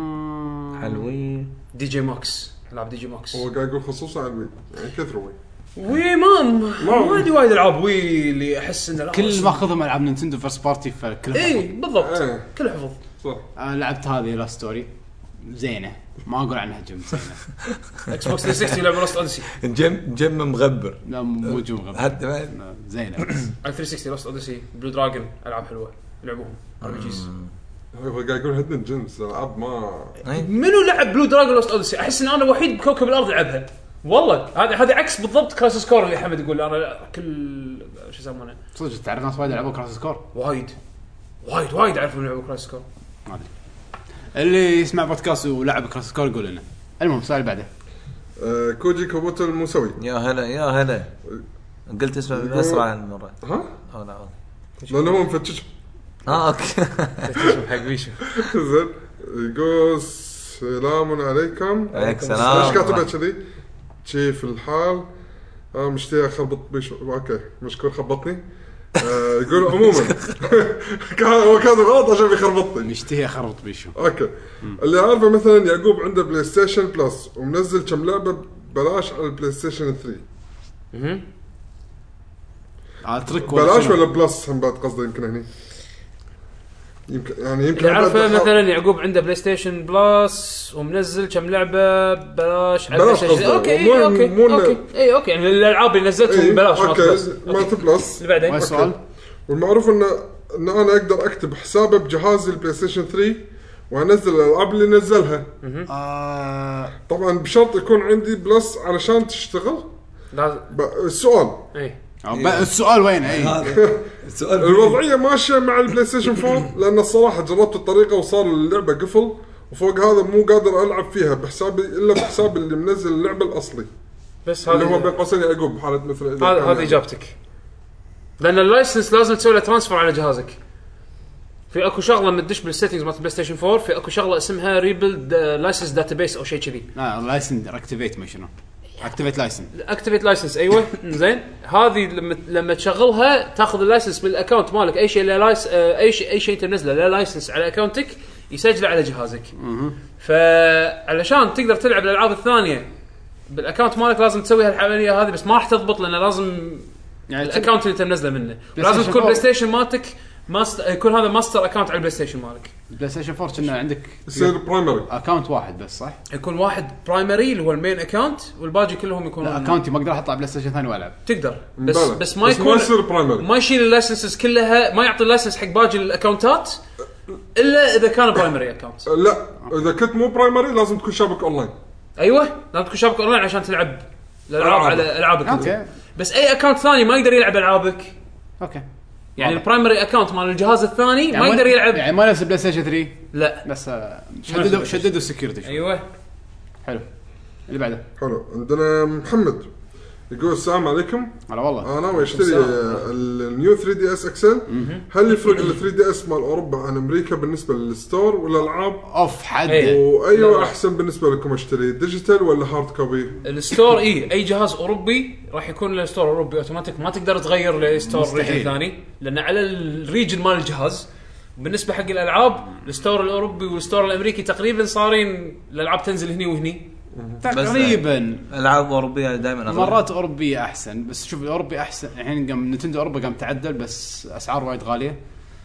A: أم.
B: حلوين.
C: دي جي ماكس لعب دي جي ماكس.
D: هو قاعد يقول خصوصا على الوي يعني كثر وي.
C: وي ما ما عندي وايد العاب وي اللي احس ان
A: كل ما اخذهم العاب نينتندو فيرست بارتي فكلهم
C: اي بالضبط
D: إيه.
C: كل حفظ.
D: صح.
A: انا لعبت هذه لا ستوري زينه ما اقول عنها جيم زينه.
C: اكس بوكس ثلاثمية وستين لعبه لوست اوديسي.
B: جيم جيم مغبر
A: لا مو جيم غير
B: حتى بعد
A: زينه.
C: على ثلاثمية وستين لوست اوديسي بلو دراجون العاب حلوه لعبوهم ار بي جيز.
D: هو قاعد يقول هيدن جيمز العاب ما
C: منو لعب بلو دراجون لوست اوديسي؟ احس ان انا وحيد بكوكب الارض لعبها والله. هذا هذا عكس بالضبط كراس سكور اللي حمد يقول انا كل شو يسمونه
A: صدق تعرف ناس وايد يلعبون كراس سكور
C: وايد وايد وايد اعرفهم يلعبون كراس سكور.
A: ما ادري اللي يسمع بودكاست ولعب كراس سكور يقول لنا. المهم السؤال اللي بعده
D: آه كوجي كوبوتو الموسوي.
B: يا هلا يا هلا قلت اسمه بأسرع المرة.
D: ها
B: أو لا
D: لانه هو مفتش.
B: اه اوكي
C: حق بيشو
D: زين يقول السلام عليكم.
B: عليك السلام.
D: ايش كاتبه كذي كيف الحال؟ اه مشتاق اخربط بيشو. اوكي مشكور خبطني. آه يقول عموما هو كاتب غلط عشان يخربطني.
A: مشتهي اخربط بيشو.
D: اوكي اللي عارفه مثلا يعقوب عنده بلاي ستيشن بلس ومنزل كم لعبه ببلاش على البلاي ستيشن ثلاثة.
C: اها
A: على ترك
D: بلاش ولا بلس هم بعد قصده يمكن هني يمكن يعني يمكن
C: عارفه مثلا يعقوب عنده بلاي ستيشن بلس ومنزل كم لعبه بلاش على
D: بلاش
C: بلاي ستيشن. اوكي
D: مو
C: اوكي
D: مو
C: اوكي اي اوكي يعني الالعاب اللي نزلتهم ببلاش
D: اوكي ما بلس.
C: اللي بعدين
A: السؤال
D: والمعروف ان ان انا اقدر اكتب حسابه بجهازي البلاي ستيشن ثلاثة وانزل الالعاب اللي نزلها.
A: آه
D: طبعا بشرط يكون عندي بلس علشان تشتغل.
C: لازم
D: السؤال
C: اي
A: السؤال وين اي
B: هذا السؤال.
D: الوضعيه ماشيه مع البلاي ستيشن أربعة لان الصراحه جربت الطريقه وصار اللعبه قفل وفوق هذا مو قادر العب فيها بحسابي الا بحساب اللي منزل اللعبه الاصلي
C: بس
D: اللي هو
C: هذا
D: بين قوسين يعقوب بحاله مثل
C: هذا هذه اجابتك. لان اللايسنس لازم تسوي له ترانسفير على جهازك. في اكو شغله لما تدش بالسيتنجز مال بلاي ستيشن أربعة في اكو شغله اسمها ريبيلد لايسنس داتابيس او شيء كذي.
A: لا لايسن اكتيفيت ما شنو اكتيفيت لايسن
C: اكتيفيت لايسنس ايوه زين. هذه لما لما تشغلها تاخذ اللايسنس من الاكونت مالك اي شيء لا لايس اي شيء اي شيء تنزله لا لايسنس على اكونتك يسجله على جهازك. فعلشان تقدر تلعب الالعاب الثانيه بالاكونت مالك لازم تسوي هالعمليه هذه بس ما راح تضبط لان لازم يعني الاكونت اللي تنزله منه لازم تكون بلاي ستيشن مالتك ماستر يكون هذا ماستر اكونت على البلاي ستيشن مالك.
A: البلاي ستيشن أربعة كنا عندك
D: يصير برايمري
A: اكونت واحد بس صح؟
C: يكون واحد برايمري اللي هو المين اكونت والباقي كلهم يكونون
A: اكونتي ما اقدر احط على بلاي ستيشن ثاني والعب.
C: تقدر بس
D: بلد.
C: بس ما
D: بس
C: يكون
D: ما يصير برايمري
C: ما يشيل اللايسنسز كلها ما يعطي اللايسنس حق باقي الاكونتات الا اذا كان برايمري اكونت.
D: لا اذا كنت مو برايمري لازم تكون شابك اونلاين.
C: ايوه لازم تكون شابك اونلاين عشان تلعب الالعاب
D: ألعاب.
C: على العابك.
A: اوكي
C: بس اي اكونت ثاني ما يقدر يلعب العابك.
A: اوكي
C: يعني البرايمري اكونت مال الجهاز الثاني
A: يعني
C: ما يقدر يلعب
A: يعني ما نفس بلاي ستيشن ثلاثة
C: لا
A: بس آه، شددوا شددوا السكيورتي.
C: ايوه
A: حلو اللي بعده.
D: حلو عندنا محمد يقول السلام عليكم.
A: هلا والله
D: انا واشتري النيو ثري دي اس اكسل. هل يفرق ال ثري دي اس مال اوروبا عن امريكا بالنسبه للستور والالعاب؟
A: اوف حد
C: إيه.
D: وايوه
C: لا.
D: احسن بالنسبه لكم اشتري ديجيتال ولا هارد كوبي؟
C: الستور اي اي جهاز اوروبي راح يكون له ستور اوروبي اوتوماتيك ما تقدر تغير لستور ريجن ثاني لان على الريجن مال الجهاز. بالنسبه حق الالعاب الستور الاوروبي والستور الامريكي تقريبا صارين الالعاب تنزل هني وهني
A: تقريبا.
B: العاب اوروبيه دائما
A: مرات اوروبيه احسن بس شوف الاوروبي احسن الحين قام نينتندو اوروبا قام تعدل بس اسعار وايد غاليه.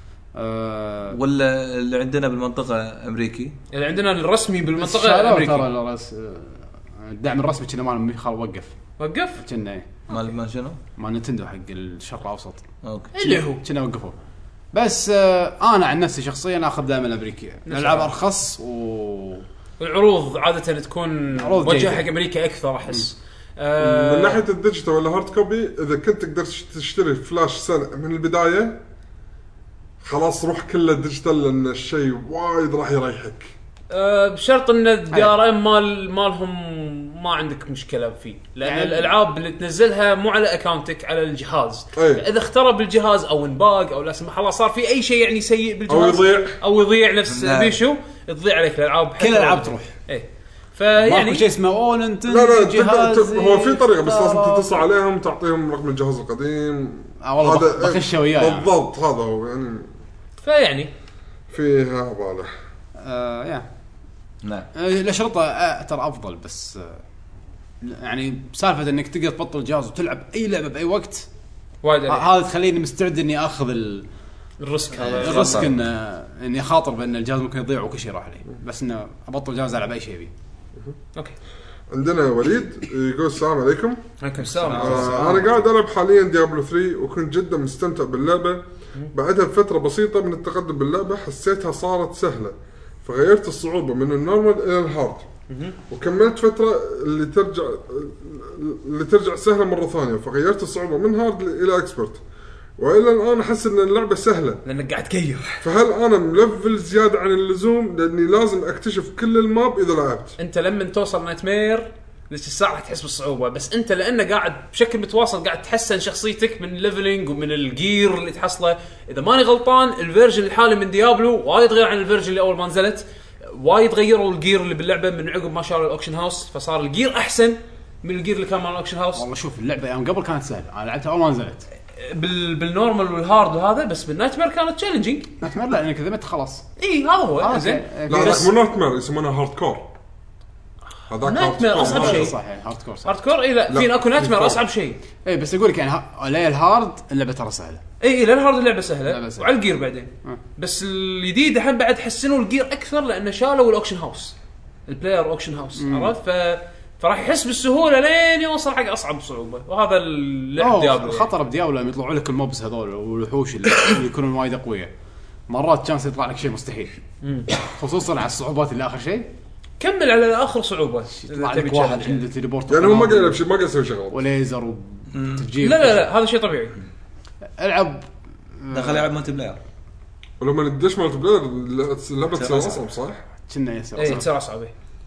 A: أه
B: ولا اللي عندنا بالمنطقه امريكي
C: اللي عندنا الرسمي بالمنطقه الامريكي
A: ترى الرس الدعم الرسمي كنا مال خال وقف
C: وقف
A: كنا
B: مال ما شنو
A: مال نينتندو حق الشرق الاوسط
B: اوكي
C: اللي هو
A: كنا وقفوا. بس آه انا عن نفسي شخصيا اخذ دائما الامريكي الالعاب ارخص و
C: العروض عاده تكون موجهه حق امريكا اكثر احس.
D: آه من ناحيه الديجيتال ولا هارد كوبي اذا كنت تقدر تشتري فلاش سنه من البدايه خلاص روح كله ديجيتال لان الشيء وايد راح يريحك.
C: أه بشرط ان الدي ار ام مال مالهم ما عندك مشكله فيه لان يعني الالعاب اللي تنزلها مو على اكاونتك على الجهاز.
D: أي.
C: اذا اخترب الجهاز او انباق او لا سمح الله صار في اي شيء يعني سيء بالجهاز
D: او يضيع
C: او يضيع نفس بيشو تضيع عليك الالعاب
A: كل الالعاب تروح.
C: اي فيعني
A: ماكو شيء اسمه او نينتندو
D: لا لا
A: جهاز
D: هو في طريقه بس لازم تتصل عليهم وتعطيهم رقم الجهاز القديم.
A: اه والله بخشه وياه
D: بالضبط هذا هو يعني
C: فيعني
D: فيها باله.
A: آه يا
B: نعم
A: الاشرطه آه ترى افضل بس آه يعني سالفه انك تقدر تبطل الجهاز وتلعب اي لعبه باي وقت
C: وايد
A: ه- هذا تخليني مستعد اني اخذ ال-
C: الريسك هذا
A: الريسك ان اني خاطر بان الجهاز ممكن يضيع وكل شيء راح علي، بس انه ابطل الجهاز العب اي شيء بيه.
C: اوكي.
D: عندنا وليد يقول السلام عليكم.
C: عليكم السلام.
D: آه انا قاعد العب حاليا ديابلو ثري وكنت جدا مستمتع باللعبه. بعدها بفتره بسيطه من التقدم باللعبه حسيتها صارت سهله فغيرت الصعوبه من النورمال الى الهارد وكملت فتره اللي ترجع اللي ترجع سهله مره ثانيه فغيرت الصعوبه من هارد الى اكسبرت والى الان احس ان اللعبه سهله
C: لانك قاعد تكيف.
D: فهل انا ملفل زياده عن اللزوم لاني لازم اكتشف كل الماب اذا لعبت؟
C: انت لما توصل نايتمير ليش الساعه تحس بالصعوبه، بس انت لانه قاعد بشكل متواصل قاعد تحسن شخصيتك من الليفلينج ومن الجير اللي تحصله. اذا ماني غلطان الفيرجن الحالي من ديابلو وايد غير عن الفيرجن اللي اول ما نزلت، وايد غيروا الجير اللي باللعبه من عقب ما شاروا الاوكشن هاوس، فصار الجير احسن من الجير اللي كان مال الاوكشن هاوس.
A: والله شوف اللعبه ايام قبل كانت سهله، انا لعبتها اول ما نزلت
C: بال بالنورمال والهارد وهذا، بس بالنايت مير كانت تشالنجينج.
A: نايت مير لا لانك كذبت خلاص.
C: اي هذا هو زين.
D: لا لا مو نايت مير يسمونها هارد كور. هذاك
C: نايت مير اصعب شيء.
A: صحيح هارد كور.
C: هارد كور اي لا, لا. في اكو نايت مير اصعب شيء.
A: اي بس اقول لك يعني ها... ليه الهارد اللعبه ترى سهله.
C: اي لا الهارد اللعبه سهله,
A: اللعبة سهلة.
C: وعلى الجير بعدين
A: أه.
C: بس الجديد الحين بعد حسنوا الجير اكثر لانه شالوا الاوكشن هاوس البلاير اوكشن هاوس عرفت. ف فراح يحس بالسهوله لين يوصل حق اصعب صعوبه، وهذا اللعب ديابلو.
A: خطر بديابلو لما يطلعوا لك الموبس هذول والوحوش اللي يكونون وايد اقوياء مرات كانس يطلع لك شيء مستحيل خصوصا على الصعوبات اللي اخر شيء.
C: كمل على اخر صعوبه
A: يطلع لك واحد عنده تليبورت
D: يعني هو ما قاعد يلعب شيء ما قاعد يسوي شغله
A: وليزر وتفجير.
C: لا لا لا هذا شيء طبيعي.
A: العب
B: دخل يلعب مالتي بلاير
D: ولما ندش مالتي بلاير اللعبه تصير اصعب صح؟
A: كنا يسوي
C: اي تصير اصعب.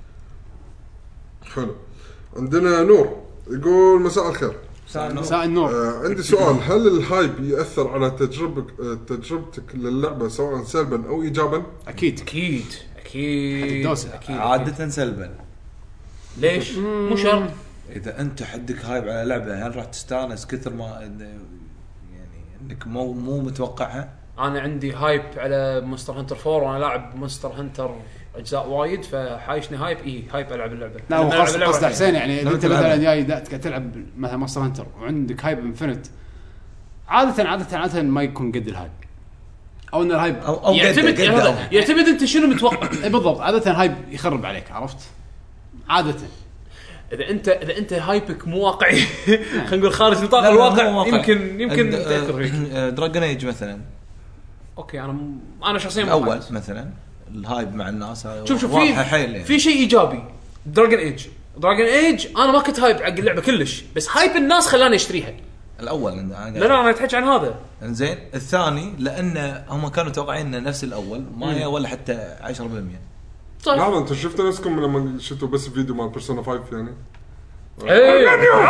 D: حلو. عندنا نور يقول مساء الخير.
A: مساء النور.
D: آه عندي سؤال، هل الهايب يأثر على تجربك آه تجربتك للعبة سواء سلبا أو إيجابا؟
A: أكيد
C: أكيد أكيد
A: أكيد
B: عادة سلبا.
C: ليش؟ مو شرط.
B: إذا أنت حدك هايب على لعبة هل راح تستانس كثر ما يعني إنك مو مو متوقعها؟
C: أنا عندي هايب على مونستر هانتر فور وأنا لاعب مونستر هانتر أجزاء وايد فحايشني هايب. إيه هايب ألعب اللعبة.
A: لا هو قصد قصد حسين يعني إذا أنت مثلا جاي قاعد تلعب مثلا مونستر هانتر وعندك هايب انفنت عادة عادة عادة ما يكون قد الهايب أو إن الهايب
B: أو, أو
C: يعتمد
B: قد قد
C: يعتمد أنت شنو متوقع.
A: إيه بالضبط عادة الهايب يخرب عليك عرفت عادة.
C: إذا أنت إذا أنت هايبك مو واقعي خلينا نقول خارج نطاق الواقع يمكن يمكن تأثر فيك.
B: دراجون ايج مثلا.
C: أوكي أنا م... أنا شخصيا
B: أول مثلا الهايب مع الناس
C: شوف شوف في يعني. في شيء إيجابي دراجون ايج دراجون ايج أنا ما كنت هايب حق اللعبة كلش بس هايب الناس خلاني أشتريها.
B: الأول
C: لا لا أنا أتحكي عن هذا.
B: إنزين الثاني لأن هم كانوا متوقعين إن نفس الأول ما هي ولا حتى عشرة بالمية.
C: طيب.
D: لا أنتوا شفتوا نفسكم لما شفتوا بس فيديو مال بيرسونا فايف يعني.
C: إيه.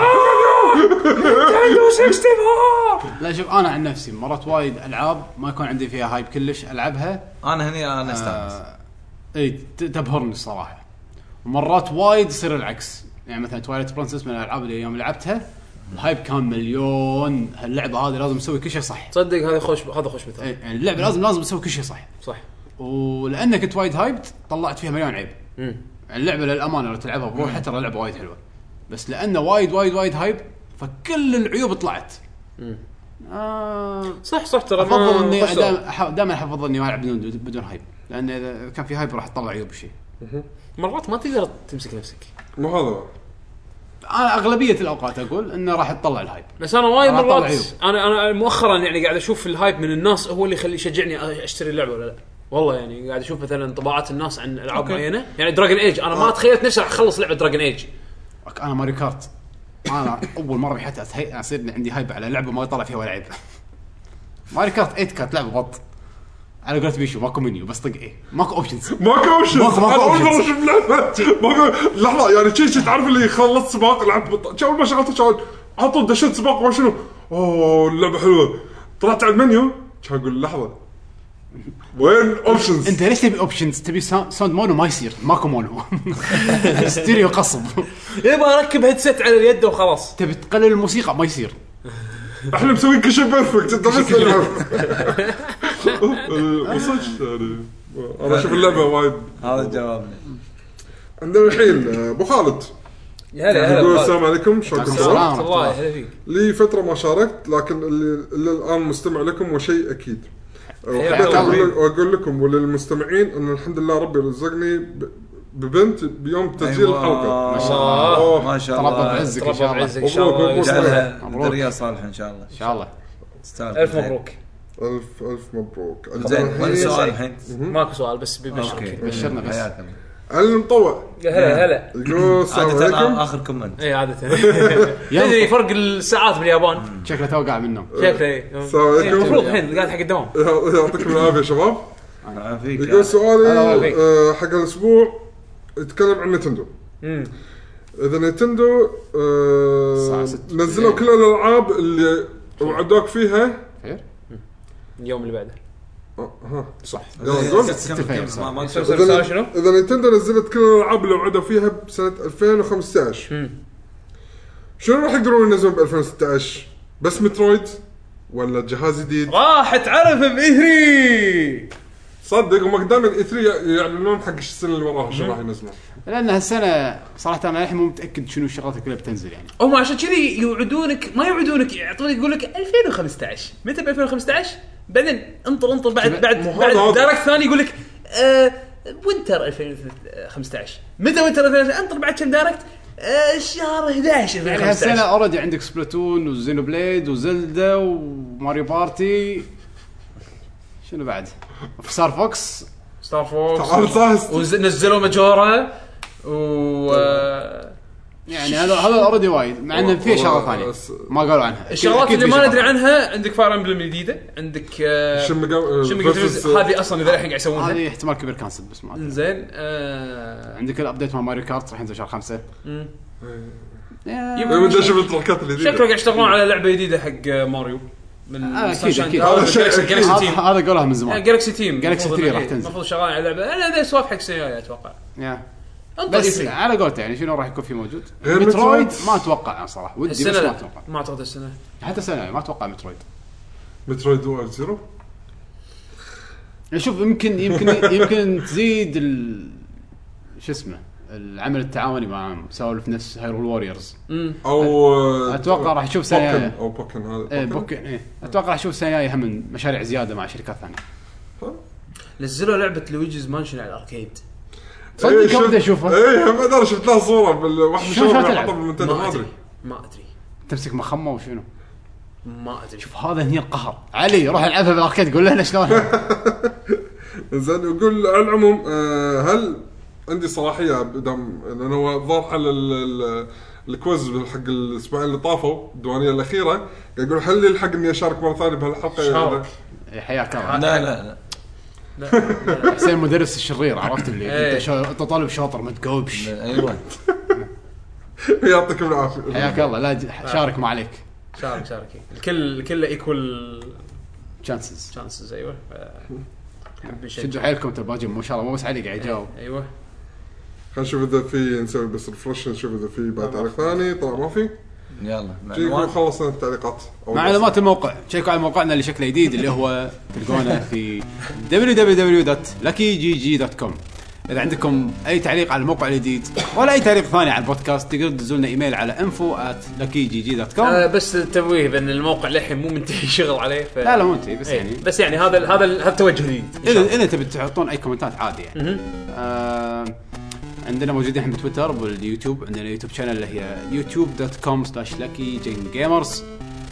A: لا شوف أنا عن نفسي مرات وايد ألعاب ما يكون عندي فيها هايب كلش ألعبها.
B: أنا هني أنا استانس.
A: آه إيه تبهرني الصراحة. ومرات وايد يصير العكس يعني مثلا تويلايت برنسس من الألعاب اللي يوم لعبتها الهايب كان مليون. هاللعبة هذه لازم نسوي كل شيء صح.
C: تصدق هذا خوش هذا خوش مثال.
A: إيه يعني اللعبة لازم لازم نسوي كل شيء صح.
C: صح.
A: ولأنك كنت وايد هايبت طلعت فيها مليون عيب.
C: امم
A: اللعبة للأمانة لو تلعبها بروحها ترى لعبة وايد حلوة بس لأنه وايد وايد وايد هايب فكل العيوب طلعت.
C: امم
A: آه
C: صح صح ترى
A: افضل اني دائما احفظ اني العب بدون بدون هايب لان اذا كان في هايب راح تطلع عيوب الشيء.
C: مرات ما تقدر تمسك نفسك.
D: مو هذا
A: انا اغلبيه الاوقات اقول انه راح تطلع الهايب
C: بس انا وايد مرات انا انا مؤخرا يعني قاعد اشوف الهايب من الناس هو اللي يخلي يشجعني اشتري اللعبه ولا لا. والله يعني قاعد اشوف مثلا انطباعات الناس عن العاب معينه يعني دراجون ايج انا ما تخيلت نفسي راح اخلص لعبه دراجون ايج.
A: انا ماريو كارت انا اول مره بحياتي أتهي... اصير عندي هايب على لعبه ما يطلع فيها ولا عيب. ماريو كارت ثمانية كانت لعبه بط على قولت بيشو ماكو منيو بس طق ايه ماكو اوبشنز
D: ماكو اوبشنز.
A: انا
D: اول مره اشوف لعبه ماكو لحظه يعني شيء شيء تعرف اللي خلص سباق لعب بط اول ما شغلت شغل عطوا دشت سباق ما شنو اوه اللعبه حلوه طلعت على المنيو كان اقول لحظه وين اوبشنز.
A: انت ليش تبي اوبشنز تبي ساوند مونو ما يصير ماكو مونو ستيريو قصب
C: يبغى اركب هيدسيت على اليد وخلاص.
A: تبي تقلل الموسيقى ما يصير.
D: احنا مسوين كل شيء بيرفكت انت بس العب وصدق يعني انا اشوف اللعبه وايد.
B: هذا جوابنا.
D: عندنا الحين ابو خالد
C: يا هلا
D: يقول
C: هلا
D: السلام عليكم شلونكم؟
A: السلام.
C: الله هلا فيك.
D: لي فترة ما شاركت لكن اللي, اللي الآن مستمع لكم وشيء أكيد.
C: حياك الله.
D: وأقول, وأقول لكم وللمستمعين أن الحمد لله ربي رزقني ب- ببنت بيوم تسجيل
B: أيوة.
D: الحلقة.
B: ما
C: شاء الله.
D: أوه.
B: ما شاء
A: تربى
B: الله
A: بعزك ان شاء
C: تربى
A: الله.
C: بعزك ان شاء
D: مبروك،
C: الله.
D: مبروك.
B: جعلها
A: مبروك.
B: ذريه صالحه ان شاء الله.
A: ان شاء الله.
B: تستاهل.
C: الف مبروك.
D: ألف ألف مبروك.
B: زين وين
D: الحين-
B: السؤال الحين؟
C: ماكو سؤال بس ببشرك.
B: اوكي
A: بشرنا بس.
B: حياك الله.
D: علي المطوع
C: يا هلا هلا.
D: يقول السلام
B: عادة
D: عليكم.
B: اخر كومنت.
C: اي عاده تدري فرق الساعات باليابان
A: شكله توقع منهم.
C: شكله اي
D: السلام عليكم.
C: المفروض الحين قاعد حق الدوام.
D: يعطيكم العافية شباب.
B: عافيك.
D: يقول سؤالي
C: الله يعافيك.
D: آه، حق الأسبوع يتكلم عن نينتندو.
C: امم
D: إذا نينتندو آه،
A: الساعة ستة.
D: نزلوا كل الألعاب اللي وعدوك فيها.
A: خير.
C: اليوم اللي بعده
D: آه، ها
A: صح.
D: يلا قول.
B: ما ما
C: سؤال شنو؟
D: إذا نينتندو نزلت كل الألعاب اللي وعدوا فيها بسنة ألفين وخمسة عشر
C: امم
D: شنو راح يقدرون ينزلون ب ألفين وستة عشر؟ بس مترويد ولا جهاز جديد؟
C: راح تعرف بإثري.
D: صدق هم قدام الاي ثلاثة يعلنون حق السنة اللي وراها شو راح ينزلون.
A: لان هالسنه صراحه انا الحين مو متاكد شنو الشغلات كلها بتنزل يعني.
C: هم عشان كذي يوعدونك ما يوعدونك يعطونك يقول لك ألفين وخمسة عشر متى ب ألفين وخمسة عشر بعدين انطر انطر بعد بعد
D: مو
C: بعد
D: هذا.
C: دايركت ثاني يقول لك آه وينتر ألفين وخمسة عشر متى وينتر ألفين وخمسة عشر انطر بعد كم دايركت آه شهر أحد عشر
A: يعني
C: ألفين
A: هالسنه
C: وخمسة عشر.
A: اوريدي عندك سبلاتون وزينو بليد وزلدا وماريو بارتي. شنو بعد؟ ستار فوكس.
C: ستار فوكس
D: تعال صاحس.
C: ونزلوا ماجورا و آه،
A: يعني هذا هذا اوريدي وايد مع انه في شغله ثانيه ما قالوا عنها.
C: الشغلات
A: أكيد
C: اللي
A: في
C: ما
A: شغلات.
C: ندري عنها عندك فاير امبلم الجديده عندك آه،
D: شم قو-
C: شم
D: versus-
C: هذه اصلا اذا الحين قاعد يسوونها
A: هذه احتمال كبير كانسل بس ما أدري.
C: زين آه،
A: عندك الابديت مال ماريو كارت راح ينزل شهر خمسة.
C: مم.
A: يا-
C: يبقى-
D: بدي اشوف التركات الجديدة.
C: شكله قاعد يشتغلون على لعبه جديده حق ماريو من
A: آه، أكيد، أكيد.
D: هذا شيء
C: جالكسي
D: أكيد.
C: جالكسي
A: هذا
C: تيم
A: هذا قولها من زمان.
C: جالكسي تيم
A: Galaxy ثري راح تنزل.
C: المفروض شغالين على لعبه انا ذا سوالف حق سنه اتوقع
A: يا.
C: انطر
A: بس
C: يفرق.
A: على قولته يعني شنو راح يكون في موجود.
D: غير
A: مترويد
D: مترويد؟
A: ما اتوقع انا صراحه ودي بس
C: السنه
A: ما
C: لا
A: اتوقع.
C: ما اعتقد السنه
A: حتى سنه ما اتوقع مترويد.
D: مترويد دو زيرو.
A: شوف يمكن يمكن يمكن تزيد ال شو اسمه العمل التعاوني مع سوالف نفس هايرول ووريرز.
C: امم
D: او
A: اتوقع راح نشوف سنه
D: بوكن
A: جايه.
D: او بوكن هذا
A: ايه بوكن ايه اتوقع راح نشوف سنه جايه هم مشاريع زياده مع شركات ثانيه.
C: نزلوا لعبه لويجيز مانشن على الاركيد
A: صدق كم بدي اشوفها.
D: ايه ما ادري شفت لها صوره بالواحد من
A: شلون
D: الشباب
A: تلعب؟
D: حطها بالمنتدى ما ادري.
C: ما ادري
A: تمسك مخمه وشنو.
C: ما ادري
A: شوف هذا هني القهر. علي روح العبها بالاركيد قول لنا شلون.
D: زين يقول على العموم آه، هل عندي صلاحيه بدم لانه هو ظهر حل ال- ال- الكويز حق الاسبوعين اللي طافوا الديوانيه الاخيره قاعد يقول هل لي الحق اني اشارك مره ثانيه بهالحلقه؟
C: شارك.
A: إيه، حياك الله.
B: لا لا لا
A: حسين المدرس الشرير عرفت اللي
C: إيه.
A: انت شو... انت طالب شاطر ما تجاوبش.
B: ايوه
D: يعطيكم العافيه.
A: حياك الله لا ج- شارك ما عليك.
C: شارك شارك الكل الكل ايكوال
A: تشانسز.
C: شانسز ايوه حب
A: شدوا حيلكم تباجي ما شاء الله مو بس علي قاعد يجاوب.
C: ايوه
D: خلينا نشوف اذا في نسوي بس ريفرش نشوف اذا في بعد تعليق ثاني. طبعا ما في
B: يلا
D: شيء يقول
B: معنوان.
D: خلصنا التعليقات أو
A: معلومات الموقع شيكوا على موقعنا اللي شكله جديد اللي هو تلقونه في دبليو دبليو دبليو دوت لاكي جي جي دوت كوم. اذا عندكم اي تعليق على الموقع الجديد ولا اي تعليق ثاني على البودكاست تقدروا تدزوا لنا ايميل على انفو آت لاكي جي جي دوت كوم.
C: آه بس التنويه بان الموقع للحين مو منتهي شغل عليه ف...
A: لا لا مو انتي بس
C: إيه،
A: يعني
C: بس يعني هذا ال- هذا ال- هذا التوجه جديد إن شاء الله.
A: اذا اذا تبي تحطون اي كومنتات عادي يعني.
C: مهم.
A: آه عندنا موجودين احنا بتويتر واليوتيوب. عندنا يوتيوب شانل اللي هي يوتيوب دوت كوم سلاش لاكي جين جيمرز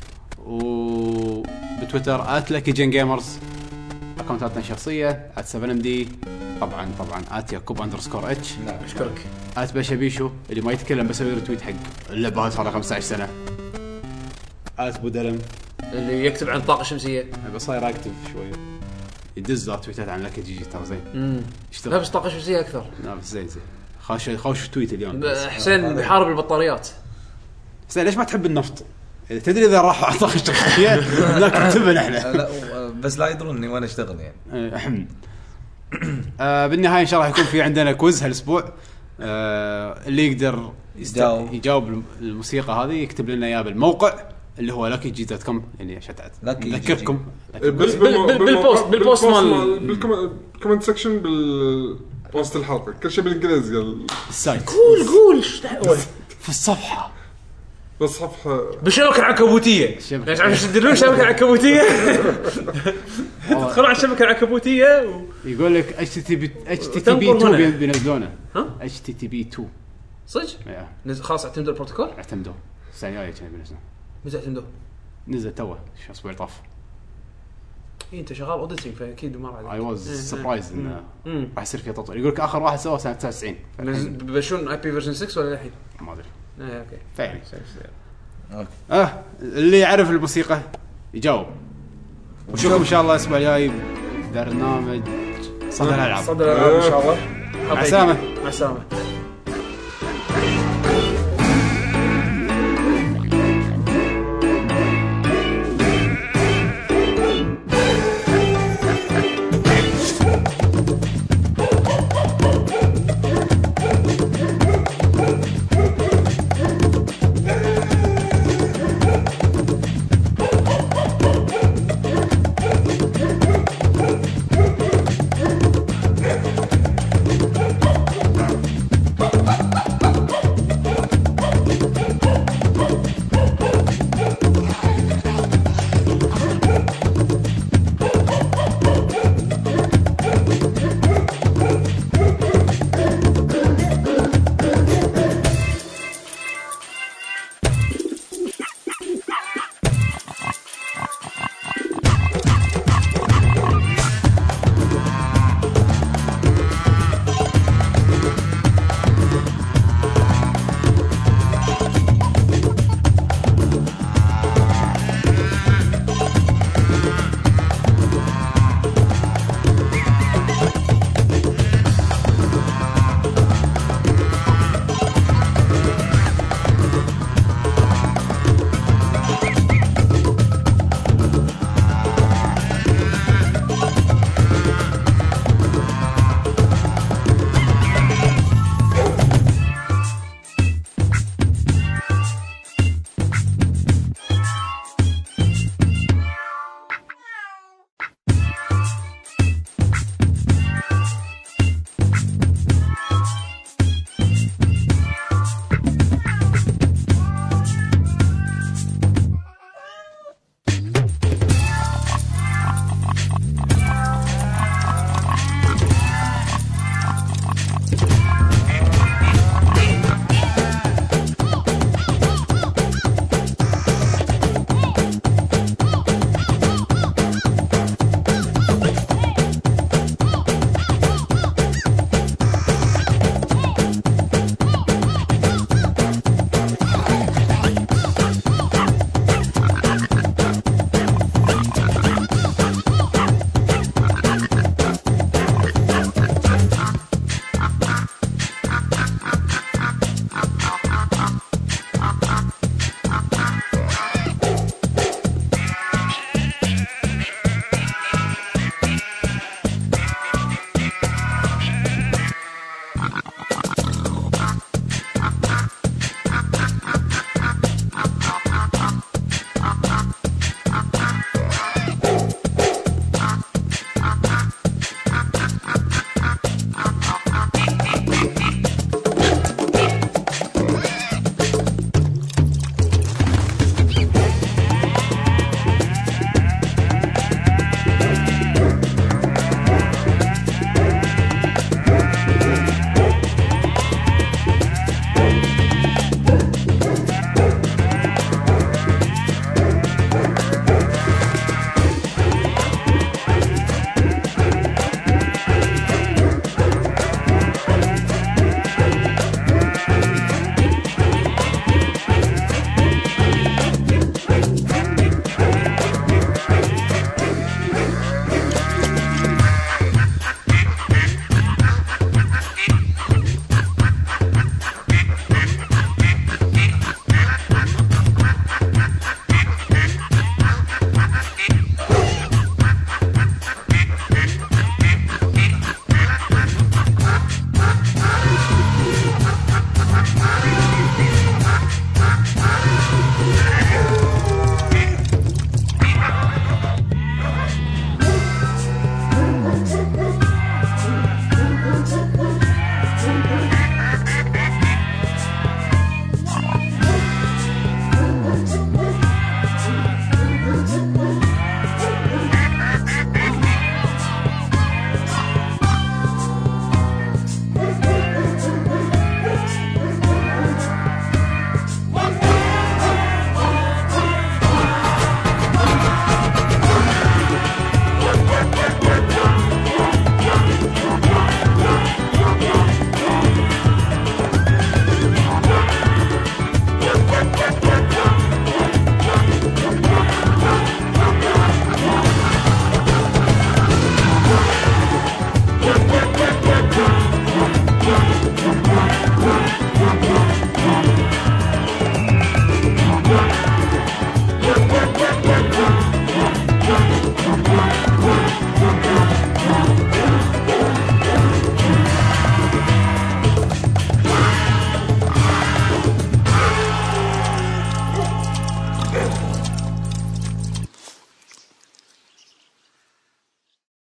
A: وبتويتر آت لاكي جين جيمرز. اكونتاتنا الشخصيه آت سفن ام دي طبعا طبعا آت يعقوب اندرسكور اتش
C: اشكرك
A: آت بشبيشو اللي ما يتكلم بس يسوي ريتويت حق اللعبه صار له خمسة عشر سنه. آت بودلم
C: اللي يكتب عن طاقه شمسيه
A: بس صاير اكتف شويه يدز تويتات عن لاكي جي جي ترى زين
C: امم
A: يشتغل.
C: لا بس طاقه شمسيه اكثر
A: لا بس زين زين خاش خاش تويت اليوم.
C: حسين بيحارب البطاريات
A: زين ليش ما تحب النفط؟ إذا تدري اذا راح اعطاك شخصيه هناك كتبنا احنا.
B: لا بس لا يدروني وانا اشتغل يعني.
A: آه بالنهايه ان شاء الله يكون في عندنا كويز هالاسبوع. آه اللي يقدر يست...
B: يجاوب.
A: يجاوب الموسيقى هذه يكتب لنا اياها بالموقع اللي هو لاكي جي دوت كوم يعني عشان نذكركم.
D: بال-
C: بال-
D: بالم-
C: بال- بالبوست- بالبوست مال-
D: بالكومنت سكشن بالبوست الحلقه كل شيء بالانجليزي قال
A: السايت
C: قول قول ايش دعوه
A: في الصفحه
D: بس صفحه
C: بالشبكه العنكبوتيه
A: الشبكة.
C: يعني عشان تدرون الشبكه العنكبوتيه تدخلوا على الشبكه العنكبوتيه و...
A: يقول لك اتش تي بي اتش تي بي
C: وتنقر هنا.
A: اثنين بينزلونه
C: ها؟
A: اتش تي بي اثنين
C: صدق
A: يا
C: نزل خلاص اعتمدوا البروتوكول
A: اعتمدوا السنه الجايه كانوا بينزلون
C: متى اعتمدوا
A: نزل توه شو الاسبوع طاف
C: إيه انت شغال اوديتنج فاكيد ما راح
A: اي واز سربرايز انه
C: مم.
A: راح يصير فيه تطوير يقول لك اخر واحد سوى سنه تسعة وتسعين فالحين
C: بشون اي بي فيرجن ستة ولا الحين
A: ما ادري
C: ايه اوكي
A: فعلا
B: اوكي
A: اه اللي يعرف الموسيقى يجاوب وشوفكم ان شاء الله الاسبوع الجاي برنامج صدى الالعاب
C: صدر الالعاب ان شاء الله
A: مع السلامه
C: مع السلامه